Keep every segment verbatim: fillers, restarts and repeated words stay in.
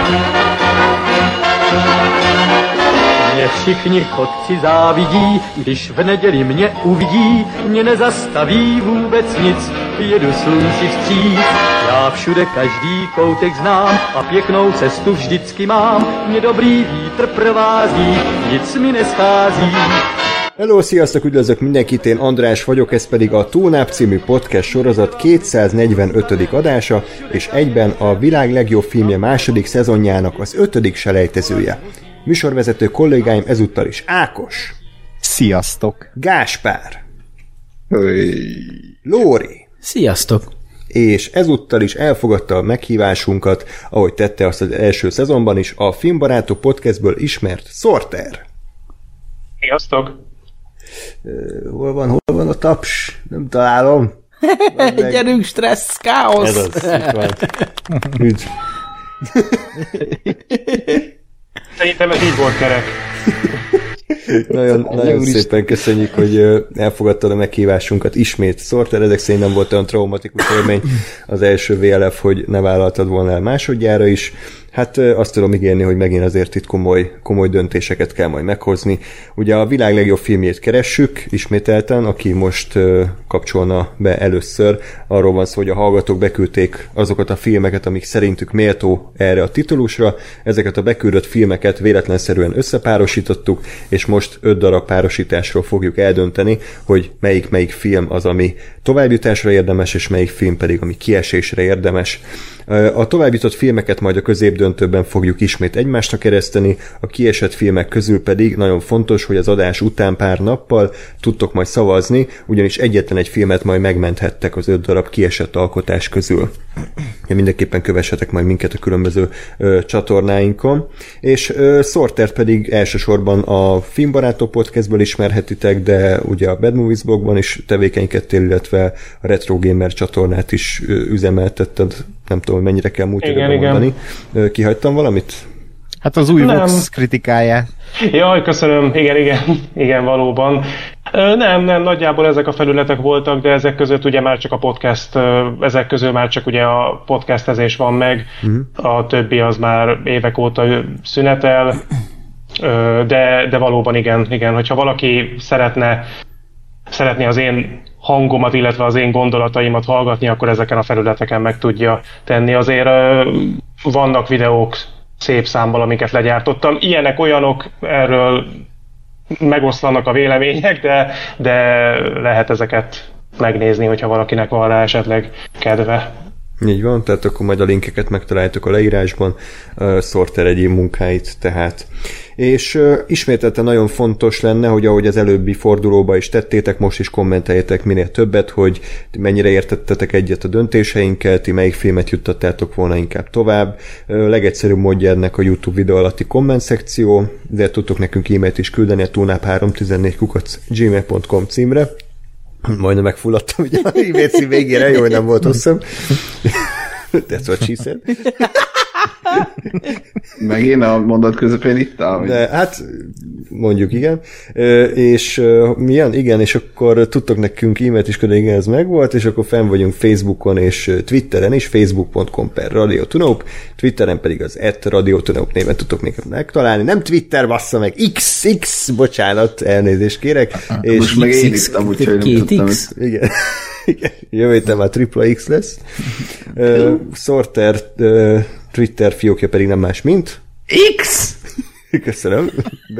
Mě všichni chodci závidí, když v neděli mě uvidí, mě nezastaví vůbec nic, jedu slunci vstříc. Já všude každý koutek znám a pěknou cestu vždycky mám, mě dobrý vítr provází, nic mi neschází. Hello, sziasztok, üdvözlök mindenkit, én András vagyok, ez pedig a Tónáp című podcast sorozat kétszáznegyvenötödik adása, és egyben a világ legjobb filmje második szezonjának az ötödik selejtezője. Műsorvezető kollégáim ezúttal is Ákos. Sziasztok. Gáspár. Hey. Lóri. Sziasztok. És ezúttal is elfogadta a meghívásunkat, ahogy tette azt az első szezonban is, a Filmbarátok podcastből ismert Sorter. Sziasztok. Uh, hol van, hol van a taps? Nem találom. Gyerünk, stressz, káosz. Ez az, itt van. Üdv. Szerintem ez így volt kerek. Nagyon, nagyon szépen köszönjük, hogy elfogadtad a meghívásunkat ismét. Sorter, ezek szerint nem volt olyan traumatikus élmény az első vé el ef, hogy ne vállaltad volna el másodjára is. Hát azt tudom ígérni, hogy megint azért itt komoly, komoly döntéseket kell majd meghozni. Ugye a világ legjobb filmjét keressük, ismételten, aki most uh, kapcsolna be először. Arról van szó, hogy a hallgatók beküldték azokat a filmeket, amik szerintük méltó erre a titulusra. Ezeket a beküldött filmeket véletlenszerűen összepárosítottuk, és most öt darab párosításról fogjuk eldönteni, hogy melyik-melyik film az, ami továbbjutásra érdemes, és melyik film pedig, ami kiesésre érdemes. A továbbjutott filmeket majd a középdöntőben fogjuk ismét egymásnak kereszteni, a kiesett filmek közül pedig nagyon fontos, hogy az adás után pár nappal tudtok majd szavazni, ugyanis egyetlen egy filmet majd megmenthettek az öt darab kiesett alkotás közül. Ja, mindenképpen kövessetek majd minket a különböző ö, csatornáinkon. És ö, Sortert pedig elsősorban a Filmbarátok podcastből ismerhetitek, de ugye a Bad Movies blogban is tevékenykedtél, illetve a Retro Gamer csatornát is ö, üzemeltetted. Nem tudom, mennyire kell múlt időben mondani. Igen. Kihagytam valamit? Hát az új Vox kritikáját. Jaj, köszönöm. Igen, igen. Igen, valóban. Nem, nem, nagyjából ezek a felületek voltak, de ezek között ugye már csak a podcast, ezek közül már csak ugye a podcastezés van meg, uh-huh. A többi az már évek óta szünetel, de, de valóban igen, igen, hogyha valaki szeretne szeretné az én hangomat, illetve az én gondolataimat hallgatni, akkor ezeken a felületeken meg tudja tenni. Azért vannak videók szép számmal, amiket legyártottam. Ilyenek, olyanok, erről megoszlanak a vélemények, de, de lehet ezeket megnézni, hogyha valakinek van rá esetleg kedve. Így van, tehát akkor majd a linkeket megtaláljátok a leírásban, uh, Sorter egyéb munkáit tehát. És uh, ismételten nagyon fontos lenne, hogy ahogy az előbbi fordulóba is tettétek, most is kommenteljetek minél többet, hogy mennyire értettetek egyet a döntéseinkkel, ti melyik filmet juttattátok volna inkább tovább. Uh, legegyszerűbb módja ennek a YouTube videó alatti komment szekció, de tudtok nekünk e-mailt is küldeni a tónáp három tizennégy kukac gmail pont com címre. Majdnem megfulladtam, ugye a e-mail cím végére, jó, hogy nem volt hosszú. That's what she said. Megint a mondat közepén itt áll? De hát mondjuk igen. És milyen? Igen, és akkor tudtok nekünk e-mailt is küldeni, igen, ez megvolt, és akkor fenn vagyunk Facebookon és Twitteren is, facebook pont com per Radio Tunop, Twitteren pedig az at Radio Tunop néven tudtok minket megtalálni. Nem Twitter, bassza meg, X, X, bocsánat, elnézést kérek. És most meg én írtam, úgyhogy nem tudtam. Igen. Igen. Jövő héten már tripla X lesz. Uh, Sorter uh, Twitter fiókja pedig nem más, mint X! Köszönöm.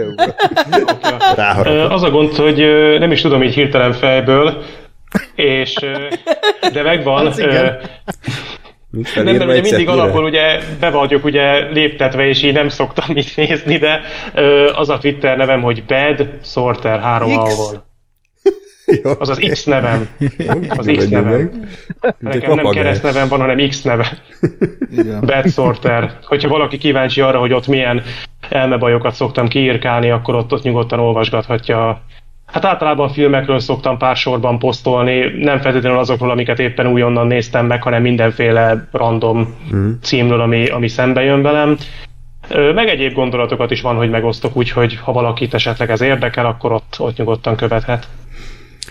Az a gond, hogy nem is tudom így hirtelen fejből, és de megvan. Nem, mert ugye mindig alapból ugye be vagyok ugye léptetve, és így nem szoktam így nézni, de az a Twitter nevem, hogy Bad Sorter három A-val. Jó, az az X nevem. Az X nevem. Nekem nem keresztnevem van, hanem X neve. Bad Sorter. Hogyha valaki kíváncsi arra, hogy ott milyen elmebajokat szoktam kiírkálni, akkor ott, ott nyugodtan olvasgathatja. Hát általában filmekről szoktam pár sorban posztolni, nem feltétlenül azokról, amiket éppen újonnan néztem meg, hanem mindenféle random mm. címről, ami, ami szembe jön velem. Meg egyéb gondolatokat is van, hogy megosztok, úgyhogy ha valakit esetleg ez érdekel, akkor ott, ott nyugodtan követhet.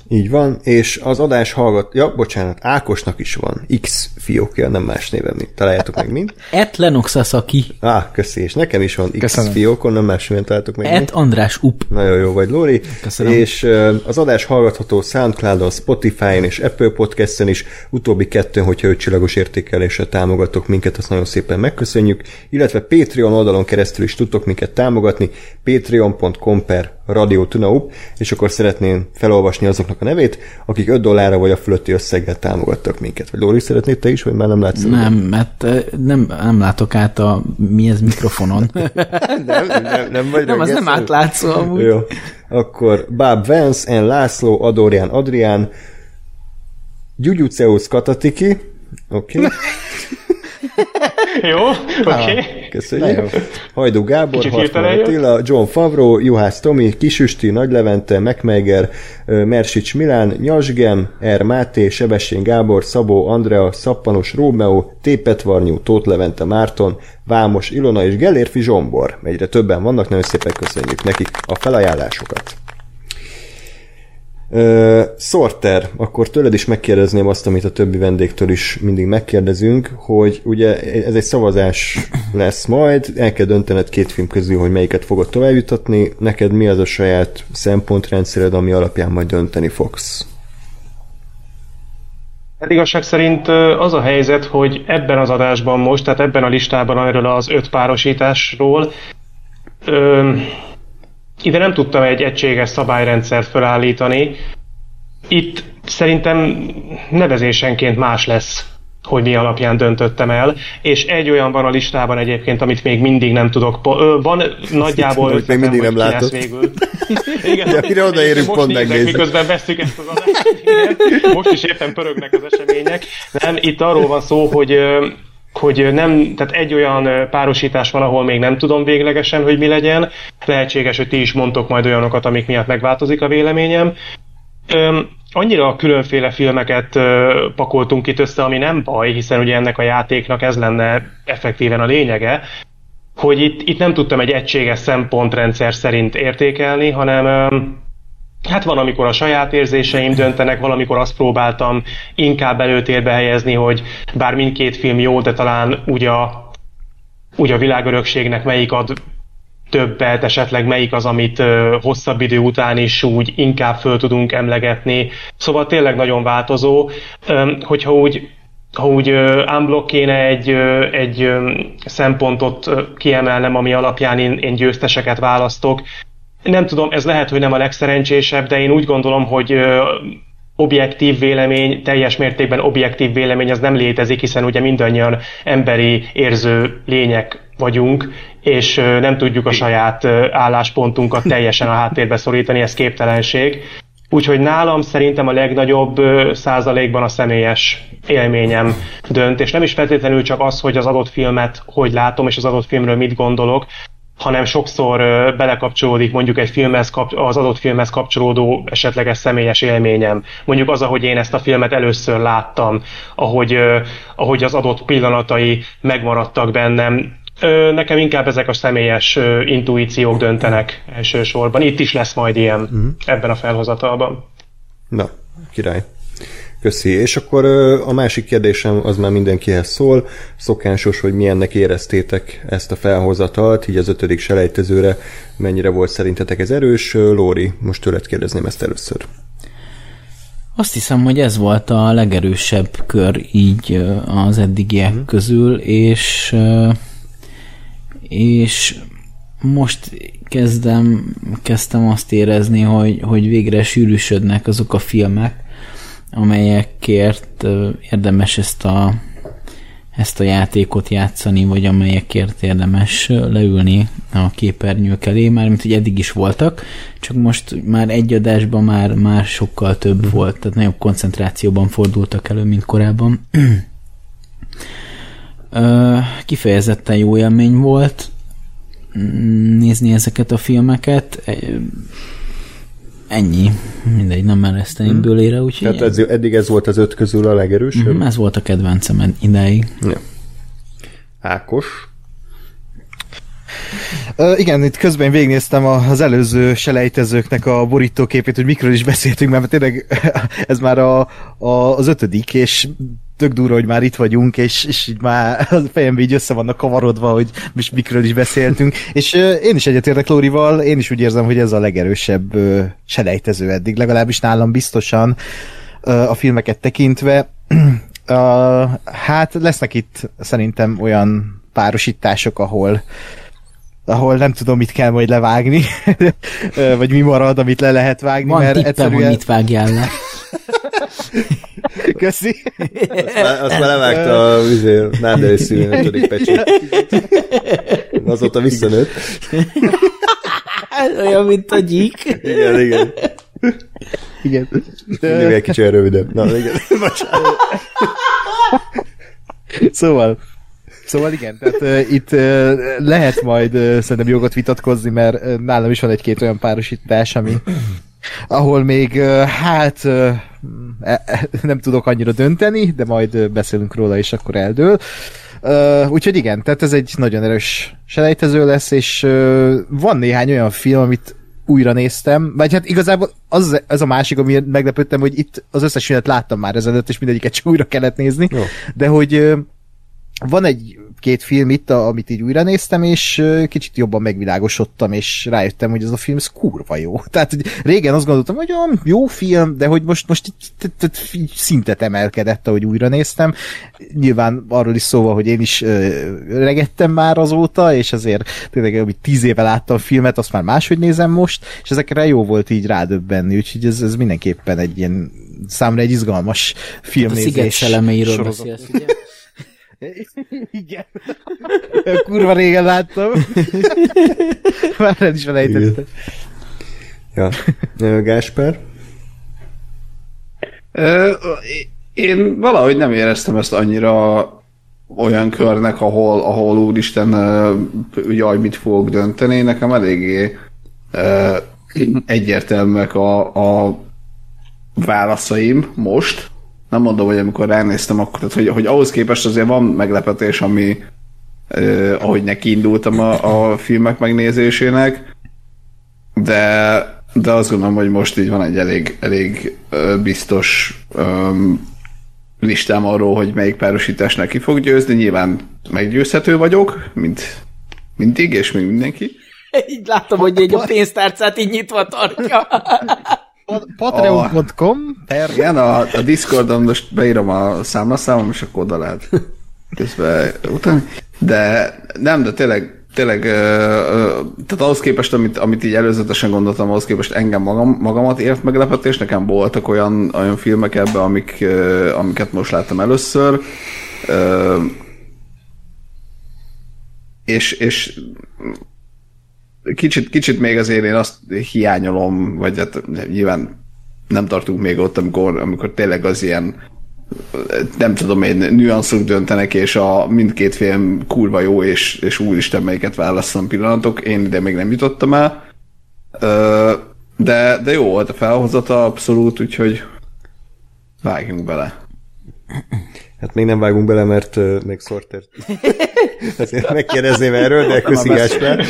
Így van, és az adás hallgat... Ja, bocsánat, Ákosnak is van. X fiókja, nem más néven, mint találjátok meg mind. Et Lennox Sasaki. Á, köszi, és nekem is van X Köszönöm. fiókon, nem más néven találjátok meg mind. Et András Up. Nagyon jó vagy, Lóri. Köszönöm. És uh, az adás hallgatható SoundCloudon, Spotify-on és Apple Podcast-en is. Utóbbi kettőn, hogyha ötcsillagos értékeléssel támogatok minket, azt nagyon szépen megköszönjük. Illetve Patreon oldalon keresztül is tudtok minket támogatni. patreon pont com per Radio Tunaup, és akkor szeretném felolvasni azoknak a nevét, akik öt dollárra vagy a fölötti összeggel támogattak minket. Vagy Lóri, szeretnéd te is, vagy már nem látsz? Nem, mert nem, nem látok át a mi ez mikrofonon. nem, nem, nem vagy Nem, az nem átlátszó amúgy. Jó. Akkor Báb Vance, N. László, Adorján Adrián, Gyugyuceus Katatiki, oké. Okay. Jó, oké. Okay. Köszönjük. Hajdú Gábor, Kicsit Hartmann hirtelen Attila, John Favreau, Juhász Tomi, Kisüsti, Nagy Levente, Megmeiger, Mersics Milán, Nyasgem, R. Máté, Sebestyén Gábor, Szabó Andrea, Szappanos Rómeó, T. Petvarnyú, Tóth Levente Márton, Vámos Ilona és Gellérfi Zsombor. Egyre többen vannak, nagyon szépen köszönjük nekik a felajánlásokat. Uh, Sorter, akkor tőled is megkérdezném azt, amit a többi vendégtől is mindig megkérdezünk, hogy ugye ez egy szavazás lesz majd, el kell döntened két film közül, hogy melyiket fogod továbbjutatni, neked mi az a saját szempontrendszered, ami alapján majd dönteni fogsz? Hát igazság szerint az a helyzet, hogy ebben az adásban most, tehát ebben a listában erről az öt párosításról ö, ide nem tudtam egy egységes szabályrendszert felállítani. Itt szerintem nevezésenként más lesz, hogy mi alapján döntöttem el, és egy olyan van a listában egyébként, amit még mindig nem tudok. Van nagyjából ötletem, még mindig nem látod. Végül. Igen, de mire odaérünk, pont megnézzük. Miközben veszük ezt az adást. Igen. Most is éppen pörögnek az események. Nem, itt arról van szó, hogy hogy nem, tehát egy olyan párosítás van, ahol még nem tudom véglegesen, hogy mi legyen. Lehetséges, hogy ti is mondtok majd olyanokat, amik miatt megváltozik a véleményem. Öm, annyira különféle filmeket ö, pakoltunk itt össze, ami nem baj, hiszen ugye ennek a játéknak ez lenne effektíven a lényege, hogy itt, itt nem tudtam egy egységes szempontrendszer szerint értékelni, hanem öm, hát van, amikor a saját érzéseim döntenek, valamikor azt próbáltam inkább előtérbe helyezni, hogy bár mindkét film jó, de talán úgy a, úgy a világörökségnek melyik ad többet, esetleg melyik az, amit ö, hosszabb idő után is úgy inkább föl tudunk emlegetni. Szóval tényleg nagyon változó. Ö, hogyha úgy, ha úgy unblock kéne egy, ö, egy ö, szempontot ö, kiemelnem, ami alapján én, én győzteseket választok, nem tudom, ez lehet, hogy nem a legszerencsésebb, de én úgy gondolom, hogy ö, objektív vélemény, teljes mértékben objektív vélemény az nem létezik, hiszen ugye mindannyian emberi, érző lények vagyunk, és ö, nem tudjuk a saját ö, álláspontunkat teljesen a háttérbe szorítani, ez képtelenség. Úgyhogy nálam szerintem a legnagyobb ö, százalékban a személyes élményem dönt, és nem is feltétlenül csak az, hogy az adott filmet hogy látom, és az adott filmről mit gondolok, hanem sokszor uh, belekapcsolódik mondjuk egy filmhez kap- az adott filmhez kapcsolódó esetleges személyes élményem. Mondjuk az, ahogy én ezt a filmet először láttam, ahogy, uh, ahogy az adott pillanatai megmaradtak bennem. Uh, nekem inkább ezek a személyes uh, intuíciók döntenek elsősorban. Itt is lesz majd ilyen uh-huh. ebben a felhozatalban. Na, király. Köszi. És akkor a másik kérdésem az már mindenkihez szól. Szokásos, hogy milyennek éreztétek ezt a felhozatalt, így az ötödik selejtezőre mennyire volt szerintetek ez erős. Lóri, most tőled kérdezném ezt először. Azt hiszem, hogy ez volt a legerősebb kör így az eddigiek mm. közül, és és most kezdem, kezdtem azt érezni, hogy, hogy végre sűrűsödnek azok a filmek, amelyekért érdemes ezt a, ezt a játékot játszani, vagy amelyekért érdemes leülni a képernyők elé, mármint hogy eddig is voltak, csak most már egy adásban már, már sokkal több mm. volt, tehát nagyobb koncentrációban fordultak elő, mint korábban. Kifejezetten jó élmény volt nézni ezeket a filmeket. Ennyi. Mindegy, nem meresztenék hmm. bőlére, úgyhogy... Tehát ez, eddig ez volt az öt közül a legerősebb? Mm, ez volt a kedvencem idáig. Ja. Ákos? Uh, igen, itt közben végignéztem az előző selejtezőknek a borítóképét, hogy mikről is beszéltünk, mert tényleg ez már a, a, az ötödik, és tök durva, hogy már itt vagyunk, és, és így már a fejemben így össze vannak kavarodva, hogy most mikről is beszéltünk. És uh, én is egyetértek Lórival, én is úgy érzem, hogy ez a legerősebb uh, selejtező eddig, legalábbis nálam biztosan uh, a filmeket tekintve. Uh, hát lesznek itt szerintem olyan párosítások, ahol ahol nem tudom, mit kell majd levágni, vagy mi marad, amit le lehet vágni. Van mert tippem, egyszerűen... hogy mit vágjál le. Köszi. Azt már, azt már levágta a Nádai szívén ötödik pecsét. Azóta visszanőtt. Olyan, mint a gyík. Igen, igen. Igen. Mindig egy kicsit rövidebb. Na, igen. Szóval Szóval igen, tehát uh, itt uh, lehet majd uh, szerintem jogot vitatkozni, mert uh, nálam is van egy-két olyan párosítás, ami ahol még uh, hát uh, nem tudok annyira dönteni, de majd uh, beszélünk róla, és akkor eldől. Uh, úgyhogy igen, tehát ez egy nagyon erős selejtező lesz, és uh, van néhány olyan film, amit újra néztem, vagy hát igazából az, az a másik, ami meglepődtem, hogy itt az összes filmet láttam már ezelőtt, és mindegyiket csak újra kellett nézni, jó. De hogy uh, van egy-két film itt, amit így újra néztem, és kicsit jobban megvilágosodtam, és rájöttem, hogy ez a film ez kurva jó. Tehát hogy régen azt gondoltam, hogy jó film, de hogy most, most így szintet emelkedett, ahogy újra néztem. Nyilván arról is szóval, hogy én is regettem már azóta, és azért tényleg, amit tíz éve láttam a filmet, azt már máshogy nézem most, és ezekre jó volt így rádöbbenni, úgyhogy ez, ez mindenképpen egy ilyen számra egy izgalmas filmnézés. A Sziget szellemeiről beszélsz, ugye? Igen. Kurva régen láttam. Már el is felejtettem. Ja. Gáspár? Én valahogy nem éreztem ezt annyira olyan körnek, ahol, ahol úristen, jaj, mit fogok dönteni. Nekem eléggé egyértelműek a, a válaszaim most. Nem mondom, hogy amikor ránéztem, akkor, tehát, hogy, hogy ahhoz képest azért van meglepetés, ami eh, ahogy neki indultam a, a filmek megnézésének, de, de azt gondolom, hogy most így van egy elég, elég uh, biztos um, listám arról, hogy melyik párosításnál ki fog győzni. Nyilván meggyőzhető vagyok, mint mindig, és még mindenki. Így látom, hogy egy a pénztárcát így nyitva tartja. patreon pont com per... Igen, a, a Discordon most beírom a számlaszámom, és akkor oda lehet közben utáni. De nem, de tényleg, tényleg tehát ahhoz képest, amit, amit így előzetesen gondoltam, ahhoz képest engem magam, magamat ért meglepetés, nekem voltak olyan, olyan filmek ebben, amik, amiket most láttam először, és, és Kicsit, kicsit még azért én azt hiányolom, vagy hát nyilván nem tartunk még ott, amikor, amikor tényleg az ilyen, nem tudom én, nüanszok döntenek, és a mindkét film kurva jó, és, és úristen, melyiket választom pillanatok. Én ide még nem jutottam el. De, de jó volt a felhozata, abszolút, úgyhogy vágjunk bele. Hát még nem vágunk bele, mert uh, még Sorter. Azért megkérdezném erről, de köszi Gáspár.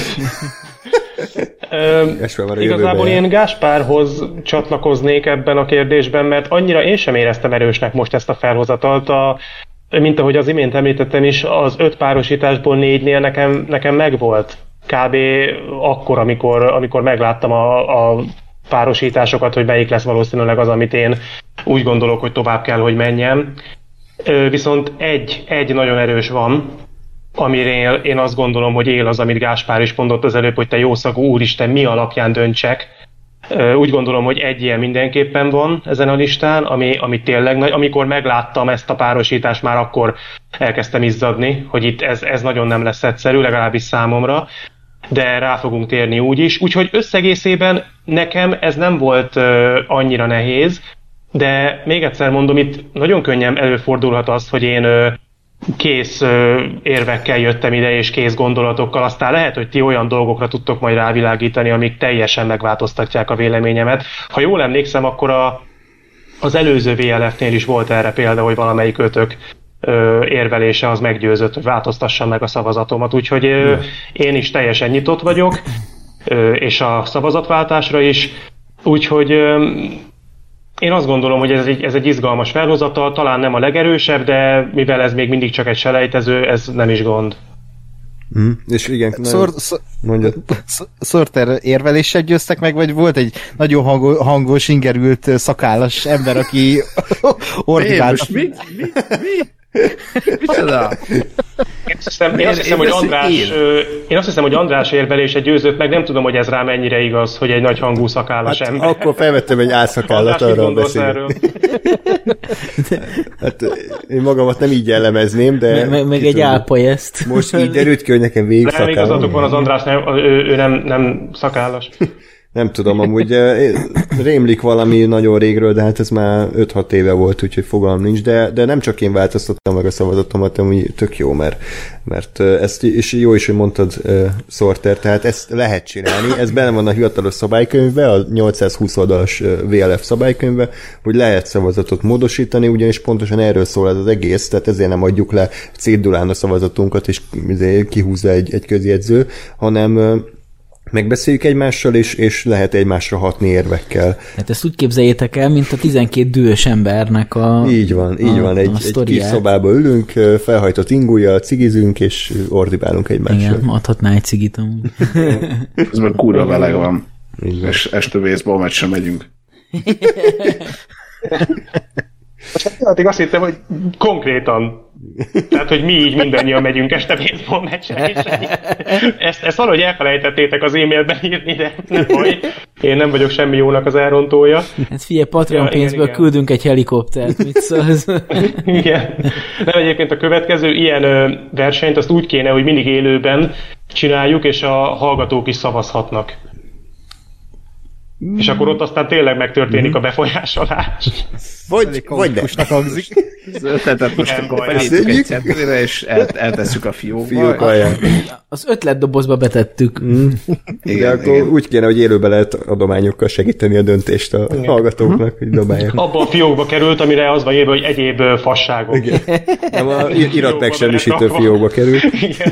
Gáspár igazából én Gáspárhoz csatlakoznék ebben a kérdésben, mert annyira én sem éreztem erősnek most ezt a felhozatalt. A, mint ahogy az imént említettem is, az öt párosításból négynél nekem, nekem megvolt. Kb. Akkor, amikor, amikor megláttam a, a párosításokat, hogy melyik lesz valószínűleg az, amit én úgy gondolok, hogy tovább kell, hogy menjem. Viszont egy, egy nagyon erős van, amire én azt gondolom, hogy él az, amit Gáspár is mondott az előbb, hogy te jószagú úristen, mi alapján döntsek. Úgy gondolom, hogy egy ilyen mindenképpen van ezen a listán, ami, ami tényleg nagy. Amikor megláttam ezt a párosítást, már akkor elkezdtem izzadni, hogy itt ez, ez nagyon nem lesz egyszerű, legalábbis számomra, de rá fogunk térni úgyis. Úgyhogy összegészében nekem ez nem volt annyira nehéz, de még egyszer mondom, itt nagyon könnyen előfordulhat az, hogy én kész érvekkel jöttem ide, és kész gondolatokkal, aztán lehet, hogy ti olyan dolgokra tudtok majd rávilágítani, amik teljesen megváltoztatják a véleményemet. Ha jól emlékszem, akkor a, az előző vé el ef-nél is volt erre példa, hogy valamelyik ötök érvelése az meggyőzött, hogy változtassam meg a szavazatomat, úgyhogy én is teljesen nyitott vagyok, és a szavazatváltásra is, úgyhogy én azt gondolom, hogy ez egy, ez egy izgalmas felhozatal, talán nem a legerősebb, de mivel ez még mindig csak egy selejtező, ez nem is gond. Mm, és igen, Szor, szor, Sorter érveléssel győztek meg, vagy volt egy nagyon hangos, hangos ingerült szakállas ember, aki ordibált? Mi? Mi? Mi? Micsoda? Én azt hiszem, én azt hiszem, hogy András, én azt hiszem, hogy András érvelése győzött meg, nem tudom, hogy ez rá mennyire igaz, hogy egy nagy hangú szakállas hát ember. Akkor felvettem egy álszakállat, arra beszélni. Hát én magamat nem így jellemezném, de... Meg, meg egy álpajeszt. Most így derült ki, hogy nekem végig szakállam. Nem igazatok van, az András, nem, ő, ő nem, nem szakállas. Nem tudom, amúgy rémlik valami nagyon régről, de hát ez már öt-hat éve volt, úgyhogy fogalmam nincs, de, de nem csak én változtattam meg a szavazatomat, hanem tök jó, mert, mert ezt és jó is, hogy mondtad, Sorter, tehát ezt lehet csinálni, ez benne van a hivatalos szabálykönyvben, a nyolcszázhúsz oldalas vé el ef szabálykönyvben, hogy lehet szavazatot módosítani, ugyanis pontosan erről szól ez az egész, tehát ezért nem adjuk le cédulán a szavazatunkat, és kihúzza egy, egy közjegyző, hanem megbeszéljük egymással, és, és lehet egymásra hatni érvekkel. Hát ezt úgy képzeljétek el, mint a tizenkét dühös embernek a Így van, így a, van. Egy, egy kis szobába ülünk, felhajtott ingújjal cigizünk, és ordibálunk egymással. Igen, adhatná egy cigit amúgy. Ez már kurva meleg van. És este baseball meccsre megyünk. Addig azt hittem, hogy konkrétan. Tehát, hogy mi így mindannyian megyünk este baseball meccsre. Ezt, ezt valahogy elfelejtettétek az e-mailben írni, de nem baj. Én nem vagyok semmi jónak az elrontója. Hát figyelj, Patreon ja, pénzből igen, küldünk egy helikoptert, mit szólsz? Igen. Nem, egyébként a következő ilyen ö, versenyt azt úgy kéne, hogy mindig élőben csináljuk, és a hallgatók is szavazhatnak. Mm. És akkor ott aztán tényleg megtörténik mm. a befolyásolás. Vagy, vagy de. Az ötletet most akkor felírjuk egy centrére, és el, eltesszük a fiókba. Az ötletdobozba betettük. Mm. Igen, de akkor igen. Úgy kéne, hogy élőben lehet adományokkal segíteni a döntést a igen. hallgatóknak, hogy dobálják. Abban a fiókba került, amire az van írva, hogy egyéb fasságok. Igen. Nem, a irat megsemmisítő fiókba került. Igen.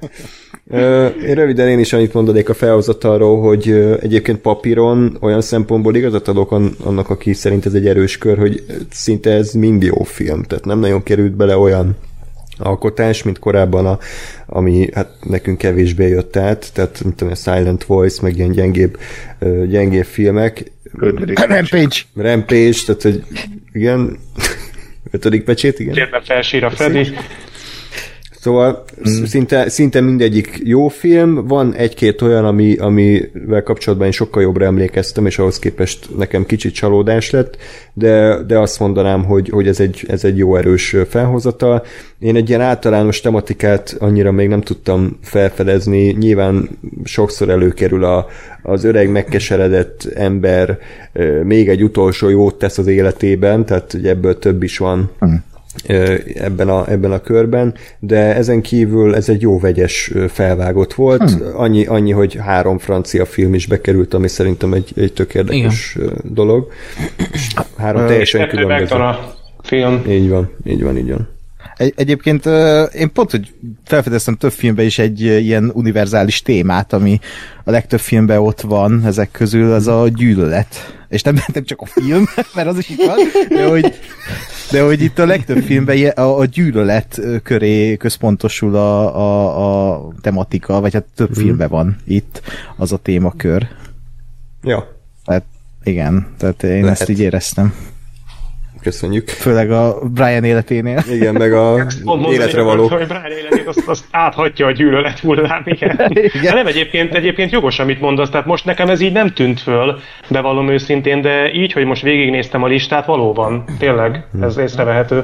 Én röviden én is annyit mondanék a felhozatalról, hogy egyébként papíron olyan szempontból igazat adok annak, aki szerint ez egy erős kör, hogy szinte ez mind jó film, tehát nem nagyon került bele olyan alkotás, mint korábban, a, ami hát nekünk kevésbé jött át, tehát mint tudom, a Silent Voice, meg ilyen gyengébb, gyengébb filmek. Rampage. Rampage, tehát hogy igen, ötödik pecsét, igen. Kérben felsír a Freddy. Szóval mm. szinte, szinte mindegyik jó film, van egy-két olyan, ami, amivel kapcsolatban én sokkal jobbra emlékeztem, és ahhoz képest nekem kicsit csalódás lett, de, de azt mondanám, hogy, hogy ez, egy, ez egy jó erős felhozatal. Én egy ilyen általános tematikát annyira még nem tudtam felfedezni, nyilván sokszor előkerül a, az öreg megkeseredett ember még egy utolsó jót tesz az életében, tehát ugye ebből több is van. Mm. Ebben a, ebben a körben, de ezen kívül ez egy jó vegyes felvágott volt. Hmm. Annyi, annyi, hogy három francia film is bekerült, ami szerintem egy, egy tök érdekes igen. dolog. És három uh, teljesen különböző. Film. Így van, így van, így van. Egy, egyébként én pont, hogy felfedeztem több filmben is egy ilyen univerzális témát, ami a legtöbb filmben ott van ezek közül, az a gyűlölet. És nem, nem csak a film, mert az is itt van, de hogy, de hogy itt a legtöbb filmben a, a gyűlölet köré központosul a, a, a tematika, vagy hát több mm. filmben van itt az a témakör. Ja. Tehát igen, tehát én lehet. Ezt így éreztem. Köszönjük. Főleg a Brian életénél. Igen, meg a életre való. Hogy Brian életét azt, azt áthatja a gyűlölet hullám, igen. igen. Nem, egyébként, egyébként jogos, amit mondasz, tehát most nekem ez így nem tűnt föl, bevallom őszintén, de így, hogy most végignéztem a listát, valóban, tényleg, ez észrevehető.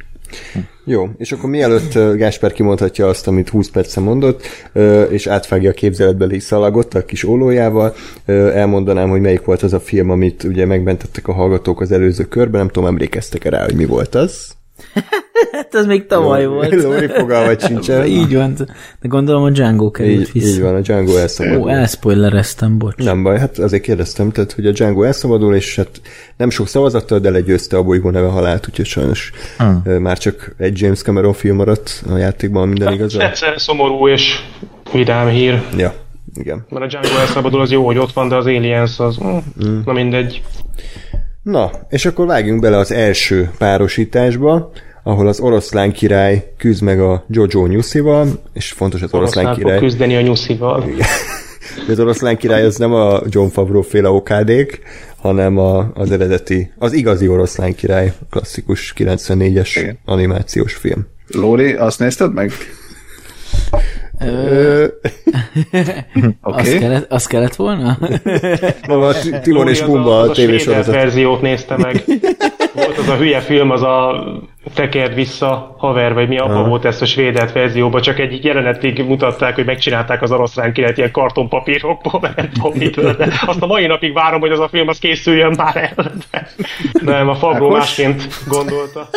Jó, és akkor mielőtt Gáspár kimondhatja azt, amit húsz percen mondott, és átvágja a képzeletbeli szalagot a kis ólójával, elmondanám, hogy melyik volt az a film, amit ugye megmentettek a hallgatók az előző körben, nem tudom, emlékeztek rá, hogy mi volt az? Hát ez még tavaly Lóri, volt. Lóri fogalmat sincsen. Így van. De gondolom a Django került így, vissza. így van, a Django elszabadul. Ó, elspoilereztem, bocs. Nem baj, hát azért kérdeztem, tehát, hogy a Django elszabadul, és hát nem sok szavazattal, de legyőzte a bolygó neve halált, úgyhogy sajnos hmm. már csak egy James Cameron film maradt a játékban, minden igaz. Egyszer szomorú és vidám hír. Ja, igen. Mert a Django elszabadul, az jó, hogy ott van, de az Aliens az, mm. na mindegy. Na, és akkor vágjunk bele az első párosításba, ahol az oroszlán király küzd meg a Jojo Nyuszival, és fontos az oroszlán, oroszlán király... fog küzdeni a Nyuszival. Az oroszlán király az nem a John Favreau féle okádék, hanem a, az eredeti, az igazi oroszlán király, klasszikus kilencvennégyes igen. animációs film. Lóri, azt nézted meg? Ö... okay. azt, kellett, azt kellett volna? Maga Timon és Pumba a tévésorozat. A verziót nézte meg. Volt az a hülye film, az a Tekerd vissza, haver, vagy mi abban volt ezt a svédelt verzióban, csak egy jelenetig mutatták, hogy megcsinálták az oroszlán királyt ilyen kartonpapírokból, mert nem tudom mitől, de azt a mai napig várom, hogy az a film az készüljön már el. Nem, a Favreau másként gondolta.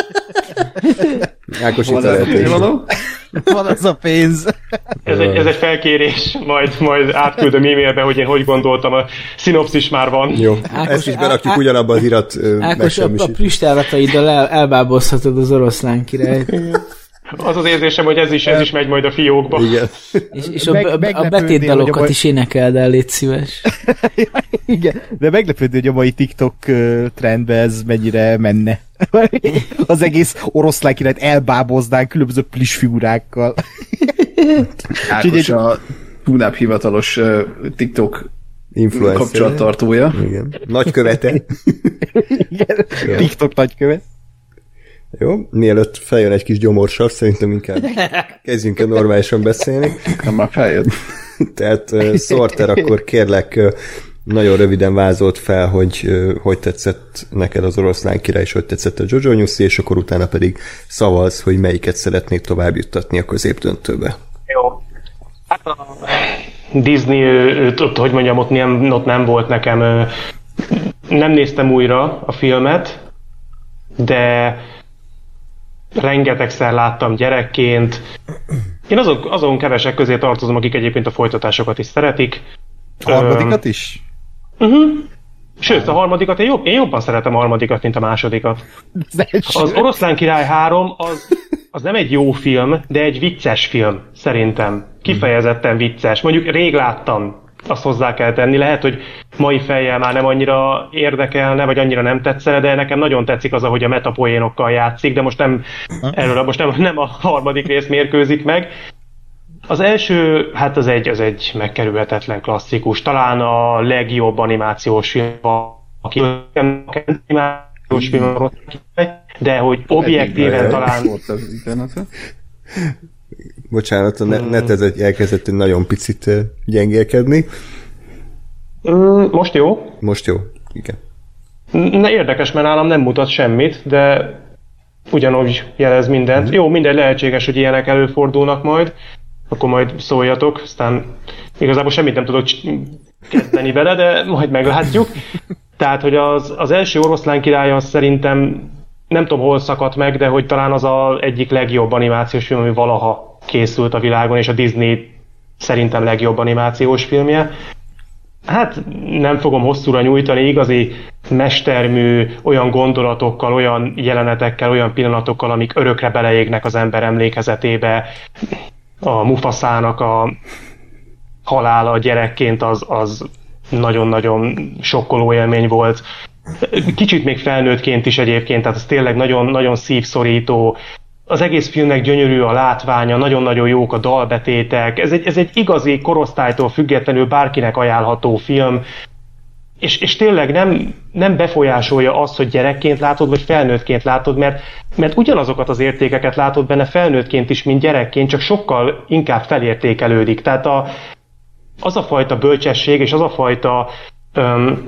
Ákos itt a van az a pénz. Ez egy, ez egy felkérés, majd, majd átküldöm e-mailbe, hogy én hogy gondoltam, a szinopszis már van. Jó, Ákos, ezt is berakjuk ugyanabba az irat Ákos, a, a plüstárlataiddal el, elbábozhatod az oroszlán királyt. Az az érzésem, hogy ez is, ez is megy majd a fiókba. Igen. És, és a, Meg, a betétdalokat is énekeld el, légy szíves. Igen, de meglepődő, hogy a mai TikTok trendbe ez mennyire menne. Az egész oroszlán királyt elbáboznánk különböző plis figurákkal. Ákos a Tunap hivatalos uh, TikTok influencer kapcsolattartója. Igen. Nagykövete. Igen. TikTok nagykövet. Jó, mielőtt feljön egy kis gyomorsav, szerintem inkább kezdjünk el normálisan beszélni. Nem már feljön. Tehát uh, Sorter, akkor kérlek uh, nagyon röviden vázolt fel, hogy uh, hogy tetszett neked az oroszlán király, és hogy tetszett a Jojo Nyuszi, és akkor utána pedig szavaz, hogy melyiket szeretnék tovább juttatni a középdöntőbe. Jó. Hát a Disney, ott, hogy mondjam, ott nem, ott nem volt nekem, nem néztem újra a filmet, de rengetegszer láttam gyerekként. Én azon, azon kevesek közé tartozom, akik egyébként a folytatásokat is szeretik. A harmadikat is? Uh-huh. Sőt, a harmadikat, én, jobb, én jobban szeretem a harmadikat, mint a másodikat. Az Oroszlán király három az, az nem egy jó film, de egy vicces film, szerintem. Kifejezetten vicces. Mondjuk rég láttam, azt hozzá kell tenni. Lehet, hogy mai fejjel már nem annyira érdekelne, vagy annyira nem tetszene, de nekem nagyon tetszik az, ahogy a metapoénokkal játszik, de most nem erről, most nem, nem a harmadik rész mérkőzik meg. Az első, hát az egy, az egy megkerülhetetlen klasszikus. Talán a legjobb animációs film, aki animációs film, de hogy objektíven talán... Bocsánat, a net ez egy elkezdett nagyon picit gyengélkedni. Most jó? Most jó, igen. Ne, érdekes, mert nálam nem mutat semmit, de ugyanúgy jelez mindent. Mm. Jó, minden lehetséges, hogy ilyenek előfordulnak majd, akkor majd szóljatok, aztán igazából semmit nem tudok kezdeni vele, de majd meglátjuk. Tehát, hogy az, az első Oroszlán király az szerintem nem tudom hol szakadt meg, de hogy talán az az egyik legjobb animációs film, ami valaha készült a világon, és a Disney szerintem legjobb animációs filmje. Hát nem fogom hosszúra nyújtani, igazi mestermű, olyan gondolatokkal, olyan jelenetekkel, olyan pillanatokkal, amik örökre beleégnek az ember emlékezetébe. A Mufaszának a halála gyerekként az, az nagyon-nagyon sokkoló élmény volt. Kicsit még felnőttként is egyébként, tehát ez tényleg nagyon, nagyon szívszorító. Az egész filmnek gyönyörű a látványa, nagyon-nagyon jók a dalbetétek. Ez egy, ez egy igazi korosztálytól függetlenül bárkinek ajánlható film. És, és tényleg nem, nem befolyásolja azt, hogy gyerekként látod, vagy felnőttként látod, mert, mert ugyanazokat az értékeket látod benne felnőttként is, mint gyerekként, csak sokkal inkább felértékelődik. Tehát a, az a fajta bölcsesség, és az a fajta öm,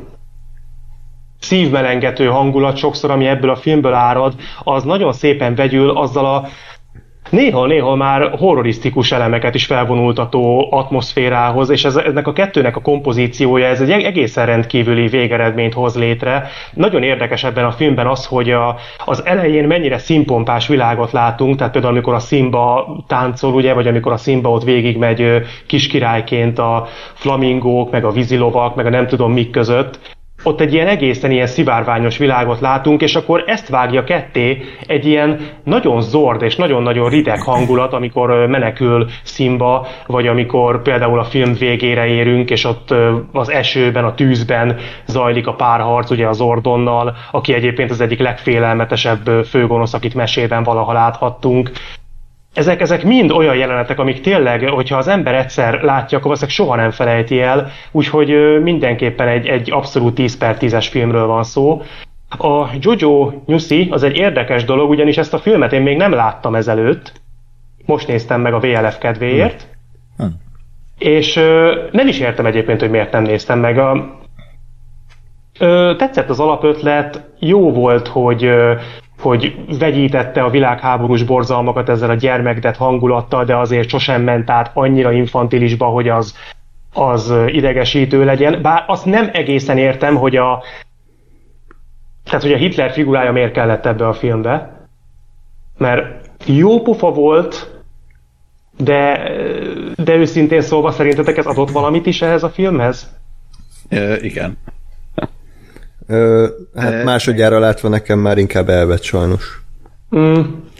szívmelengető hangulat sokszor, ami ebből a filmből árad, az nagyon szépen vegyül azzal a néha-néha már horrorisztikus elemeket is felvonultató atmoszférához, és ez, ennek a kettőnek a kompozíciója, ez egy egészen rendkívüli végeredményt hoz létre. Nagyon érdekes ebben a filmben az, hogy a, az elején mennyire színpompás világot látunk, tehát például amikor a Simba táncol, ugye, vagy amikor a Simba ott végigmegy kiskirályként a flamingók, meg a vízilovak, meg a nem tudom mik között, ott egy ilyen egészen ilyen szivárványos világot látunk, és akkor ezt vágja ketté egy ilyen nagyon zord és nagyon-nagyon rideg hangulat, amikor menekül Simba, vagy amikor például a film végére érünk, és ott az esőben, a tűzben zajlik a párharc, ugye a Zordonnal, aki egyébként az egyik legfélelmetesebb főgonosz, akit mesében valaha láthattunk. Ezek, ezek mind olyan jelenetek, amik tényleg, hogyha az ember egyszer látja, akkor valószínűleg soha nem felejti el, úgyhogy mindenképpen egy, egy abszolút tíz per tízes filmről van szó. A Jojo Nyuszi az egy érdekes dolog, ugyanis ezt a filmet én még nem láttam ezelőtt, most néztem meg a vé el ef kedvéért, hmm. Hmm. és nem is értem egyébként, hogy miért nem néztem meg. A, tetszett az alapötlet, jó volt, hogy hogy vegyítette a világháborús borzalmakat ezzel a gyermekdet hangulattal, de azért sosem ment át annyira infantilisba, hogy az, az idegesítő legyen. Bár azt nem egészen értem, hogy a, tehát, hogy a Hitler figurája miért kellett ebbe a filmbe. Mert jó pufa volt, de, de őszintén szólva szerintetek ez adott valamit is ehhez a filmhez? E, igen. Ö, hát másodjára látva nekem már inkább elvett sajnos. Mm.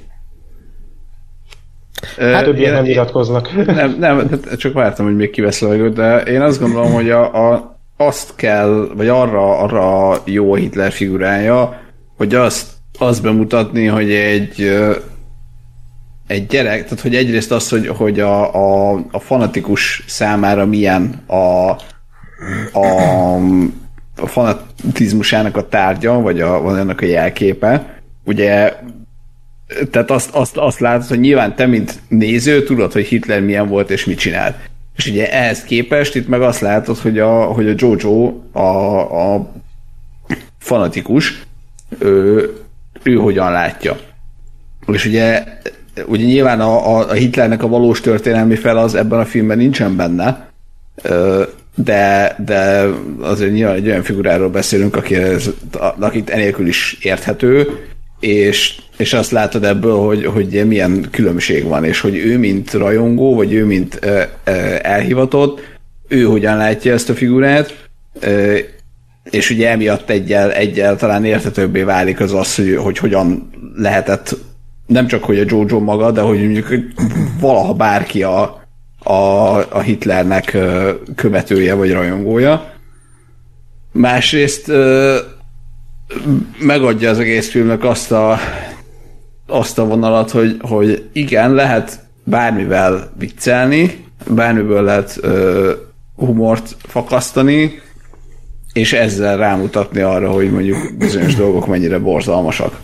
Hát többiek nem nyilatkoznak. Nem, nem, csak vártam, hogy még kivesz levegőt, de én azt gondolom, hogy a, a, azt kell, vagy arra, arra jó a Hitler figurája, hogy azt, azt bemutatni, hogy egy egy gyerek, tehát hogy egyrészt az, hogy, hogy a, a, a fanatikus számára milyen a a a fanatizmusának a tárgya, vagy, a, vagy annak a jelképe. Ugye, tehát azt, azt, azt látod, hogy nyilván te, mint néző, tudod, hogy Hitler milyen volt és mit csinált. És ugye ehhez képest itt meg azt látod, hogy a, hogy a Jojo, a, a fanatikus, ő, ő hogyan látja. És ugye, ugye nyilván a, a Hitlernek a valós történelmi fel az ebben a filmben nincsen benne, de, de azért nyilván egy olyan figuráról beszélünk, aki, akit enélkül is érthető, és, és azt látod ebből, hogy, hogy milyen különbség van, és hogy ő, mint rajongó, vagy ő, mint uh, uh, elhivatott, ő hogyan látja ezt a figurát, uh, és ugye emiatt egyel, egyel talán érthetőbbé válik az az, hogy, hogy hogyan lehetett, nem csak hogy a Jojo maga, de hogy mondjuk valaha bárki a A, a Hitlernek követője vagy rajongója. Másrészt megadja az egész filmnek azt a, azt a vonalat, hogy, hogy igen, lehet bármivel viccelni, bármiből lehet humort fakasztani, és ezzel rámutatni arra, hogy mondjuk bizonyos dolgok mennyire borzalmasak.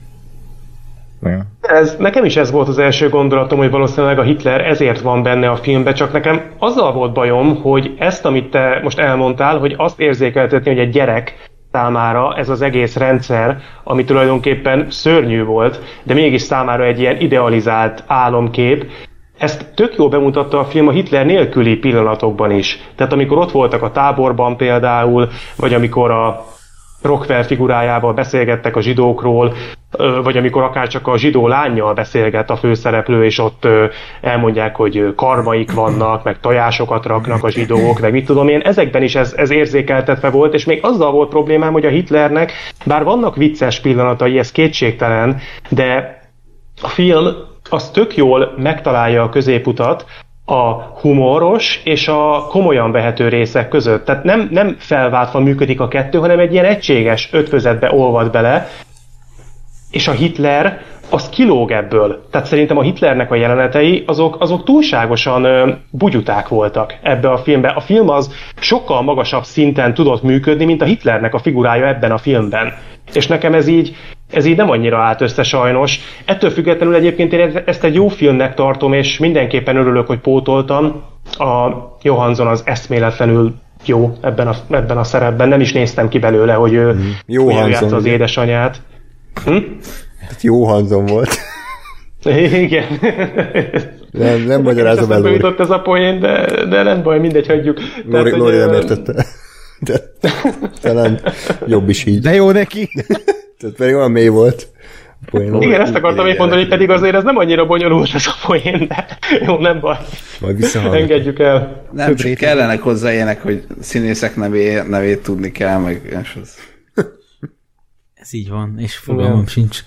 Ez, nekem is ez volt az első gondolatom, hogy valószínűleg a Hitler ezért van benne a filmben, csak nekem azzal volt bajom, hogy ezt, amit te most elmondtál, hogy azt érzékeltetni, hogy egy gyerek számára ez az egész rendszer, ami tulajdonképpen szörnyű volt, de mégis számára egy ilyen idealizált álomkép, ezt tök jól bemutatta a film a Hitler nélküli pillanatokban is. Tehát amikor ott voltak a táborban például, vagy amikor a Rockwell figurájával beszélgettek a zsidókról, vagy amikor akár csak a zsidó lánnyal beszélget a főszereplő, és ott elmondják, hogy karmaik vannak, meg tojásokat raknak a zsidók, meg mit tudom én, ezekben is ez, ez érzékeltetve volt, és még azzal volt problémám, hogy a Hitlernek, bár vannak vicces pillanatai, ez kétségtelen, de a film az tök jól megtalálja a középutat a humoros és a komolyan vehető részek között. Tehát nem, nem felváltva működik a kettő, hanem egy ilyen egységes ötvözetbe olvad bele, és a Hitler az kilóg ebből. Tehát szerintem a Hitlernek a jelenetei azok, azok túlságosan ö, bugyuták voltak ebbe a filmbe. A film az sokkal magasabb szinten tudott működni, mint a Hitlernek a figurája ebben a filmben. És nekem ez így, ez így nem annyira állt össze sajnos. Ettől függetlenül egyébként én ezt egy jó filmnek tartom, és mindenképpen örülök, hogy pótoltam. A Johansson az eszméletlenül jó ebben a, ebben a szerepben. Nem is néztem ki belőle, hogy ő, mm. ő játsza az édesanyját. Hm? Jó Johansson volt. Igen. Nem, nem magyarázom el, Lóri. Ez a poén, de, de nem baj, mindegy, hagyjuk. Lóri, Tehát, Lóri nem értette. De talán jobb is így. De jó neki. Tehát pedig olyan mély volt. Poén. Igen, ezt akartam még mondani, pedig azért ez nem annyira bonyolult ez a poén, de jó, nem baj. Majd visszahallgatom. Engedjük el. Nem, csak kellenek hozzá ilyenek, hogy színészek nevé, nevét tudni kell, meg és az... Ez így van, és fogalmam sincs.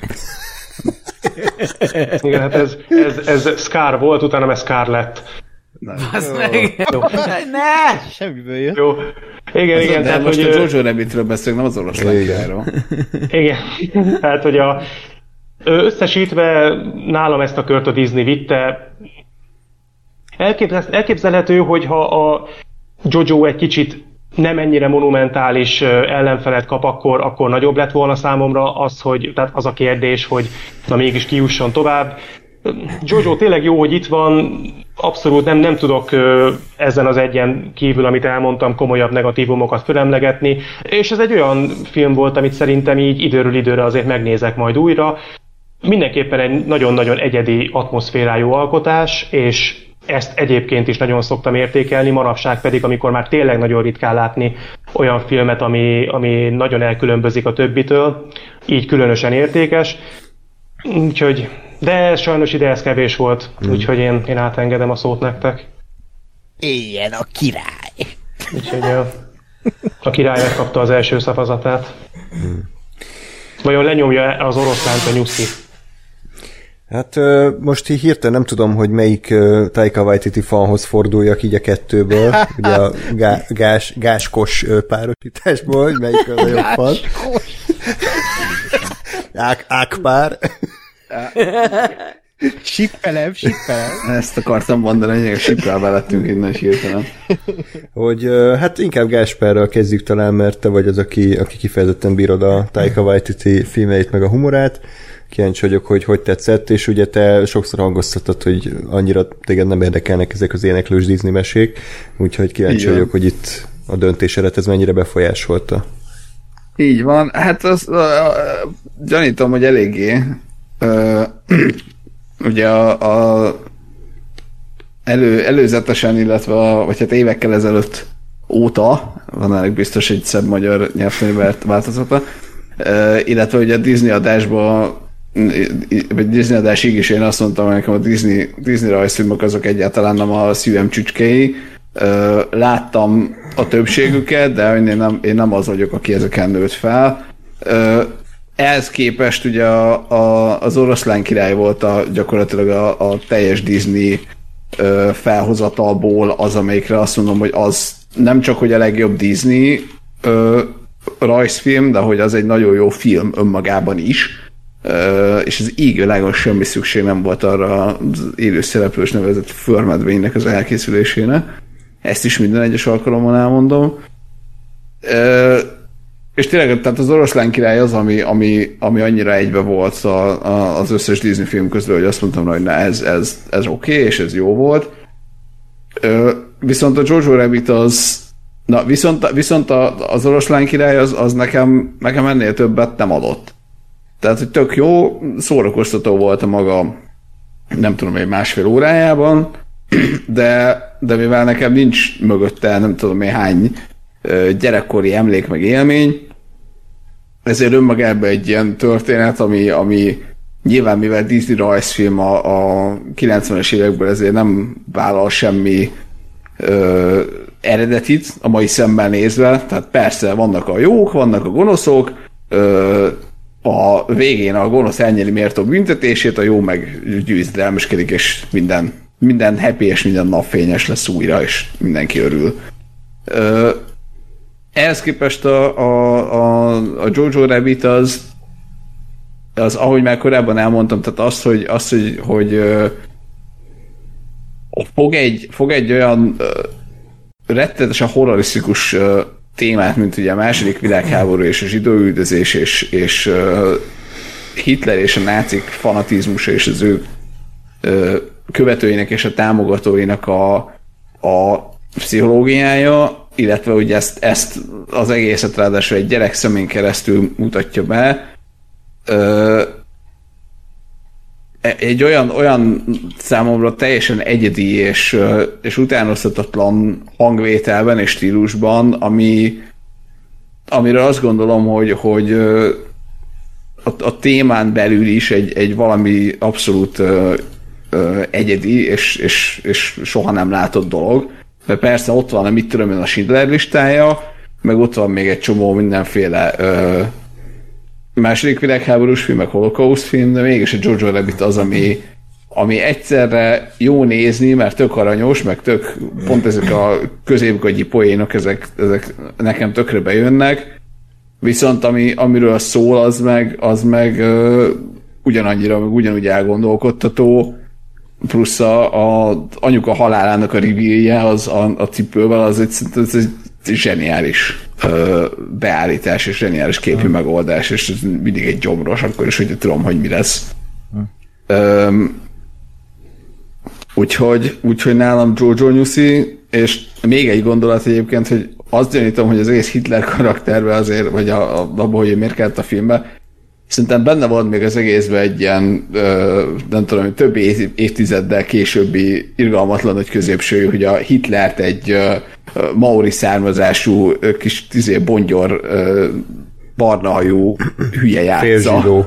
Igen, hát ez, ez, ez Scar volt, utána meg Scar lett. Basz meg! Ne! Semmiből jött. Jó. Igen, igen. De tehát, most hogy, a Jojo Rabbitről beszélünk, nem az oroszlánkirályról. Igen. Tehát, hogy a összesítve nálam ezt a kört a Disney vitte. Elképzelhető, hogyha a Jojo egy kicsit nem ennyire monumentális ellenfelet kap, akkor, akkor nagyobb lett volna számomra az, hogy, tehát az a kérdés, hogy na mégis kijusson tovább. Jojo tényleg jó, hogy itt van, abszolút nem, nem tudok ezen az egyen kívül, amit elmondtam, komolyabb negatívumokat fölemlegetni, és ez egy olyan film volt, amit szerintem így időről időre azért megnézek majd újra. Mindenképpen egy nagyon-nagyon egyedi atmoszférájú alkotás, és ezt egyébként is nagyon szoktam értékelni, manapság pedig, amikor már tényleg nagyon ritkán látni olyan filmet, ami, ami nagyon elkülönbözik a többitől, így különösen értékes. Úgyhogy, de sajnos ide ez kevés volt, mm. úgyhogy én, én átengedem a szót nektek. Éljen a király! Úgyhogy a, a király megkapta az első szavazatát. Mm. Vajon lenyomja az oroszlánt a nyuszi? Hát most hirtelen nem tudom, hogy melyik Taika Waititi fanhoz forduljak így a kettőből, ugye a gá, gás, gáskos párosításból, hogy melyik az a jobb fan. Ák, ákpár. Sippelem, sippelem. Ezt akartam mondani, hogy sippelve lettünk innen is hirtelen. Hogy hát inkább Gáspárral kezdjük talán, mert te vagy az, aki, aki kifejezetten bírod a Taika Waititi filmeit meg a humorát. Kíváncsi vagyok, hogy hogy tetszett, és ugye te sokszor hangoztatod, hogy annyira téged nem érdekelnek ezek az éneklős Disney mesék, úgyhogy kíváncsi Igen. vagyok, hogy itt a döntésedet ez mennyire befolyásolta. Így van, hát az, uh, gyanítom, hogy eléggé. Uh, ugye a, a elő, előzetesen, illetve a, vagy hát évekkel ezelőtt óta, van ennek biztos egy szebb magyar nyelvtani változata, uh, illetve ugye a Disney adásban vagy Disney adásig is én azt mondtam, hogy nekem a Disney, Disney rajzfilmek azok egyáltalán nem a szívem csücskei. Láttam a többségüket, de én nem, én nem az vagyok, aki ezeken nőtt fel. Ehhez képest ugye a, a, az Oroszlán király volt a, gyakorlatilag a, a teljes Disney felhozatalból az, amelyikre azt mondom, hogy az nem csak, hogy a legjobb Disney rajzfilm, de hogy az egy nagyon jó film önmagában is. Uh, és az égvilágon semmi szükség nem volt arra az élő szereplős nevezett förmedvénynek az elkészülésére. Ezt is minden egyes alkalommal elmondom. Uh, és tényleg tehát az Oroszlán király az, ami, ami, ami annyira egybe volt a, a, az összes Disney film közül, hogy azt mondtam, hogy na ez, ez, ez oké, okay, és ez jó volt. Uh, viszont a Jojo Rabbit az na, viszont, viszont a, az Oroszlán király az, az nekem, nekem ennél többet nem adott. Tehát, hogy tök jó, szórakoztató volt a maga, nem tudom, egy másfél órájában, de, de mivel nekem nincs mögötte, nem tudom én hány gyerekkori emlék meg élmény, ezért önmagában egy ilyen történet, ami, ami nyilván mivel Disney rajzfilm a, a kilencvenes évekből, ezért nem vállal semmi ö, eredetit a mai szemmel nézve, tehát persze vannak a jók, vannak a gonoszok, ö, a végén a gonosz elnyeri méltó büntetését, a jó meg győzedelmeskedik, és minden, minden happy és minden napfényes lesz újra, és mindenki örül. Ö, ehhez képest a, a, a, a Jojo Rabbit az, az, ahogy már korábban elmondtam, tehát az, hogy, az, hogy, hogy ö, fog, egy, fog egy olyan ö, rettenetesen horrorisztikus ö, témát, mint ugye a második világháború és a zsidóüldözés és, és uh, Hitler és a nácik fanatizmusa és az ő uh, követőinek és a támogatóinak a, a pszichológiája, illetve ugye ezt, ezt az egészet ráadásul egy gyerek szemén keresztül mutatja be. Uh, egy olyan, olyan számomra teljesen egyedi és, és utánozhatatlan hangvételben és stílusban, ami, amiről azt gondolom, hogy, hogy a, a témán belül is egy, egy valami abszolút ö, ö, egyedi és, és, és soha nem látott dolog. Mert persze ott van, mit tudom én, a Schindler listája, meg ott van még egy csomó mindenféle ö, második világháborús film, meg holokauszt film, de mégis a Jojo Rabbit az, ami, ami egyszerre jó nézni, mert tök aranyos, meg tök, pont ezek a középgagyi poénok, ezek, ezek nekem tökre bejönnek, viszont ami, amiről szól, az meg, az meg ö, ugyanannyira, meg ugyanúgy elgondolkodtató, plusz a, a anyuka halálának a revealje az a, a cipővel, az egy, az egy zseniális ö, beállítás, és zseniális képű hmm. megoldás, és ez mindig egy gyomros, akkor is, hogy tudom, hogy mi lesz. Hmm. Ö, úgyhogy, úgyhogy nálam Jojo nyuszi, és még egy gondolat egyébként, hogy azt gyanítom, hogy az egész Hitler karakterbe azért, vagy a, a, abban, hogy miért kellett a filmbe, szerintem benne volt még az egészben egy ilyen, ö, nem tudom, több év, évtizeddel későbbi irgalmatlan nagy középső, hogy a Hitlert egy ö, maori származású ö, kis tizé bongyor ö, barnahajú hülye játsza.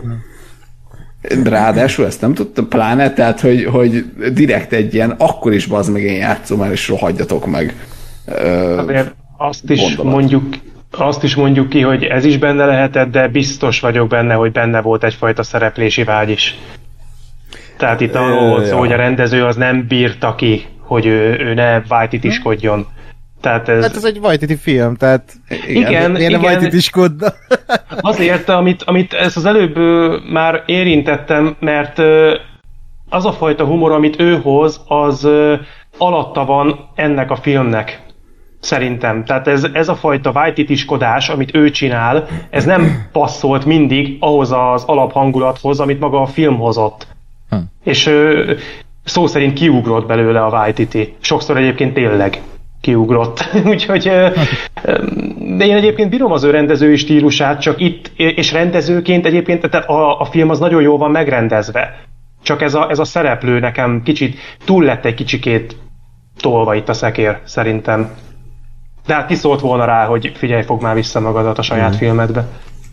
Ráadásul ezt nem tudtam, pláne, tehát, hogy, hogy direkt egy ilyen, akkor is bazd meg én játszom el, és rohadjatok meg. Ö, Azért azt is gondolat. mondjuk Azt is mondjuk ki, hogy ez is benne lehetett, de biztos vagyok benne, hogy benne volt egyfajta szereplési vágy is. Tehát itt arról volt szó, hogy a rendező az nem bírta ki, hogy ő, ő ne Waititi-skodjon. Tehát ez... Hát ez egy Waititi film, tehát igen, igen. Miért nem Waititi-skodna? Azért, amit, amit ezt az előbb már érintettem, mert az a fajta humor, amit ő hoz, az alatta van ennek a filmnek. Szerintem. Tehát ez, ez a fajta Waititi-skodás, amit ő csinál, ez nem passzolt mindig ahhoz az alaphangulathoz, amit maga a film hozott. Hm. És ö, szó szerint kiugrott belőle a Waititi. Sokszor egyébként tényleg kiugrott. Úgyhogy ö, de én egyébként bírom az ő rendezői stílusát, csak itt, és rendezőként egyébként tehát a, a film az nagyon jól van megrendezve. Csak ez a, ez a szereplő nekem kicsit túl lett egy kicsikét tolva itt a szekér, szerintem. De hát ki szólt volna rá, hogy figyelj, fog már vissza magadat a saját mm. filmedbe.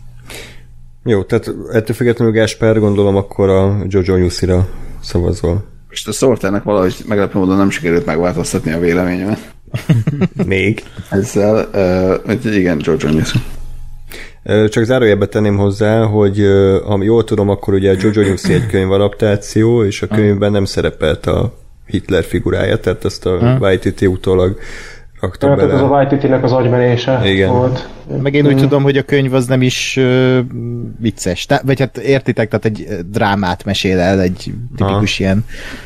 Jó, tehát ettől függetlenül Gáspár, gondolom akkor a Jojo Nyuszira szavazol. És a Szoltárnak valahogy meglepő módon nem sikerült megváltoztatni a véleményemet. Még. Ezzel, uh, igen, Jojo Nyuszi. Csak zárójelbe tenném hozzá, hogy ha jól tudom, akkor ugye a Jojo Nyuszi egy könyvadaptáció, és a könyvben nem szerepelt a Hitler figurája, tehát ezt a hmm. Waititi utólag rakta ja, bele. Tehát ez a Waititinek az agymenése igen. volt. Meg én úgy hmm. tudom, hogy a könyv az nem is uh, vicces. Tá- vagy hát értitek, tehát egy drámát mesél el, egy tipikus ha. ilyen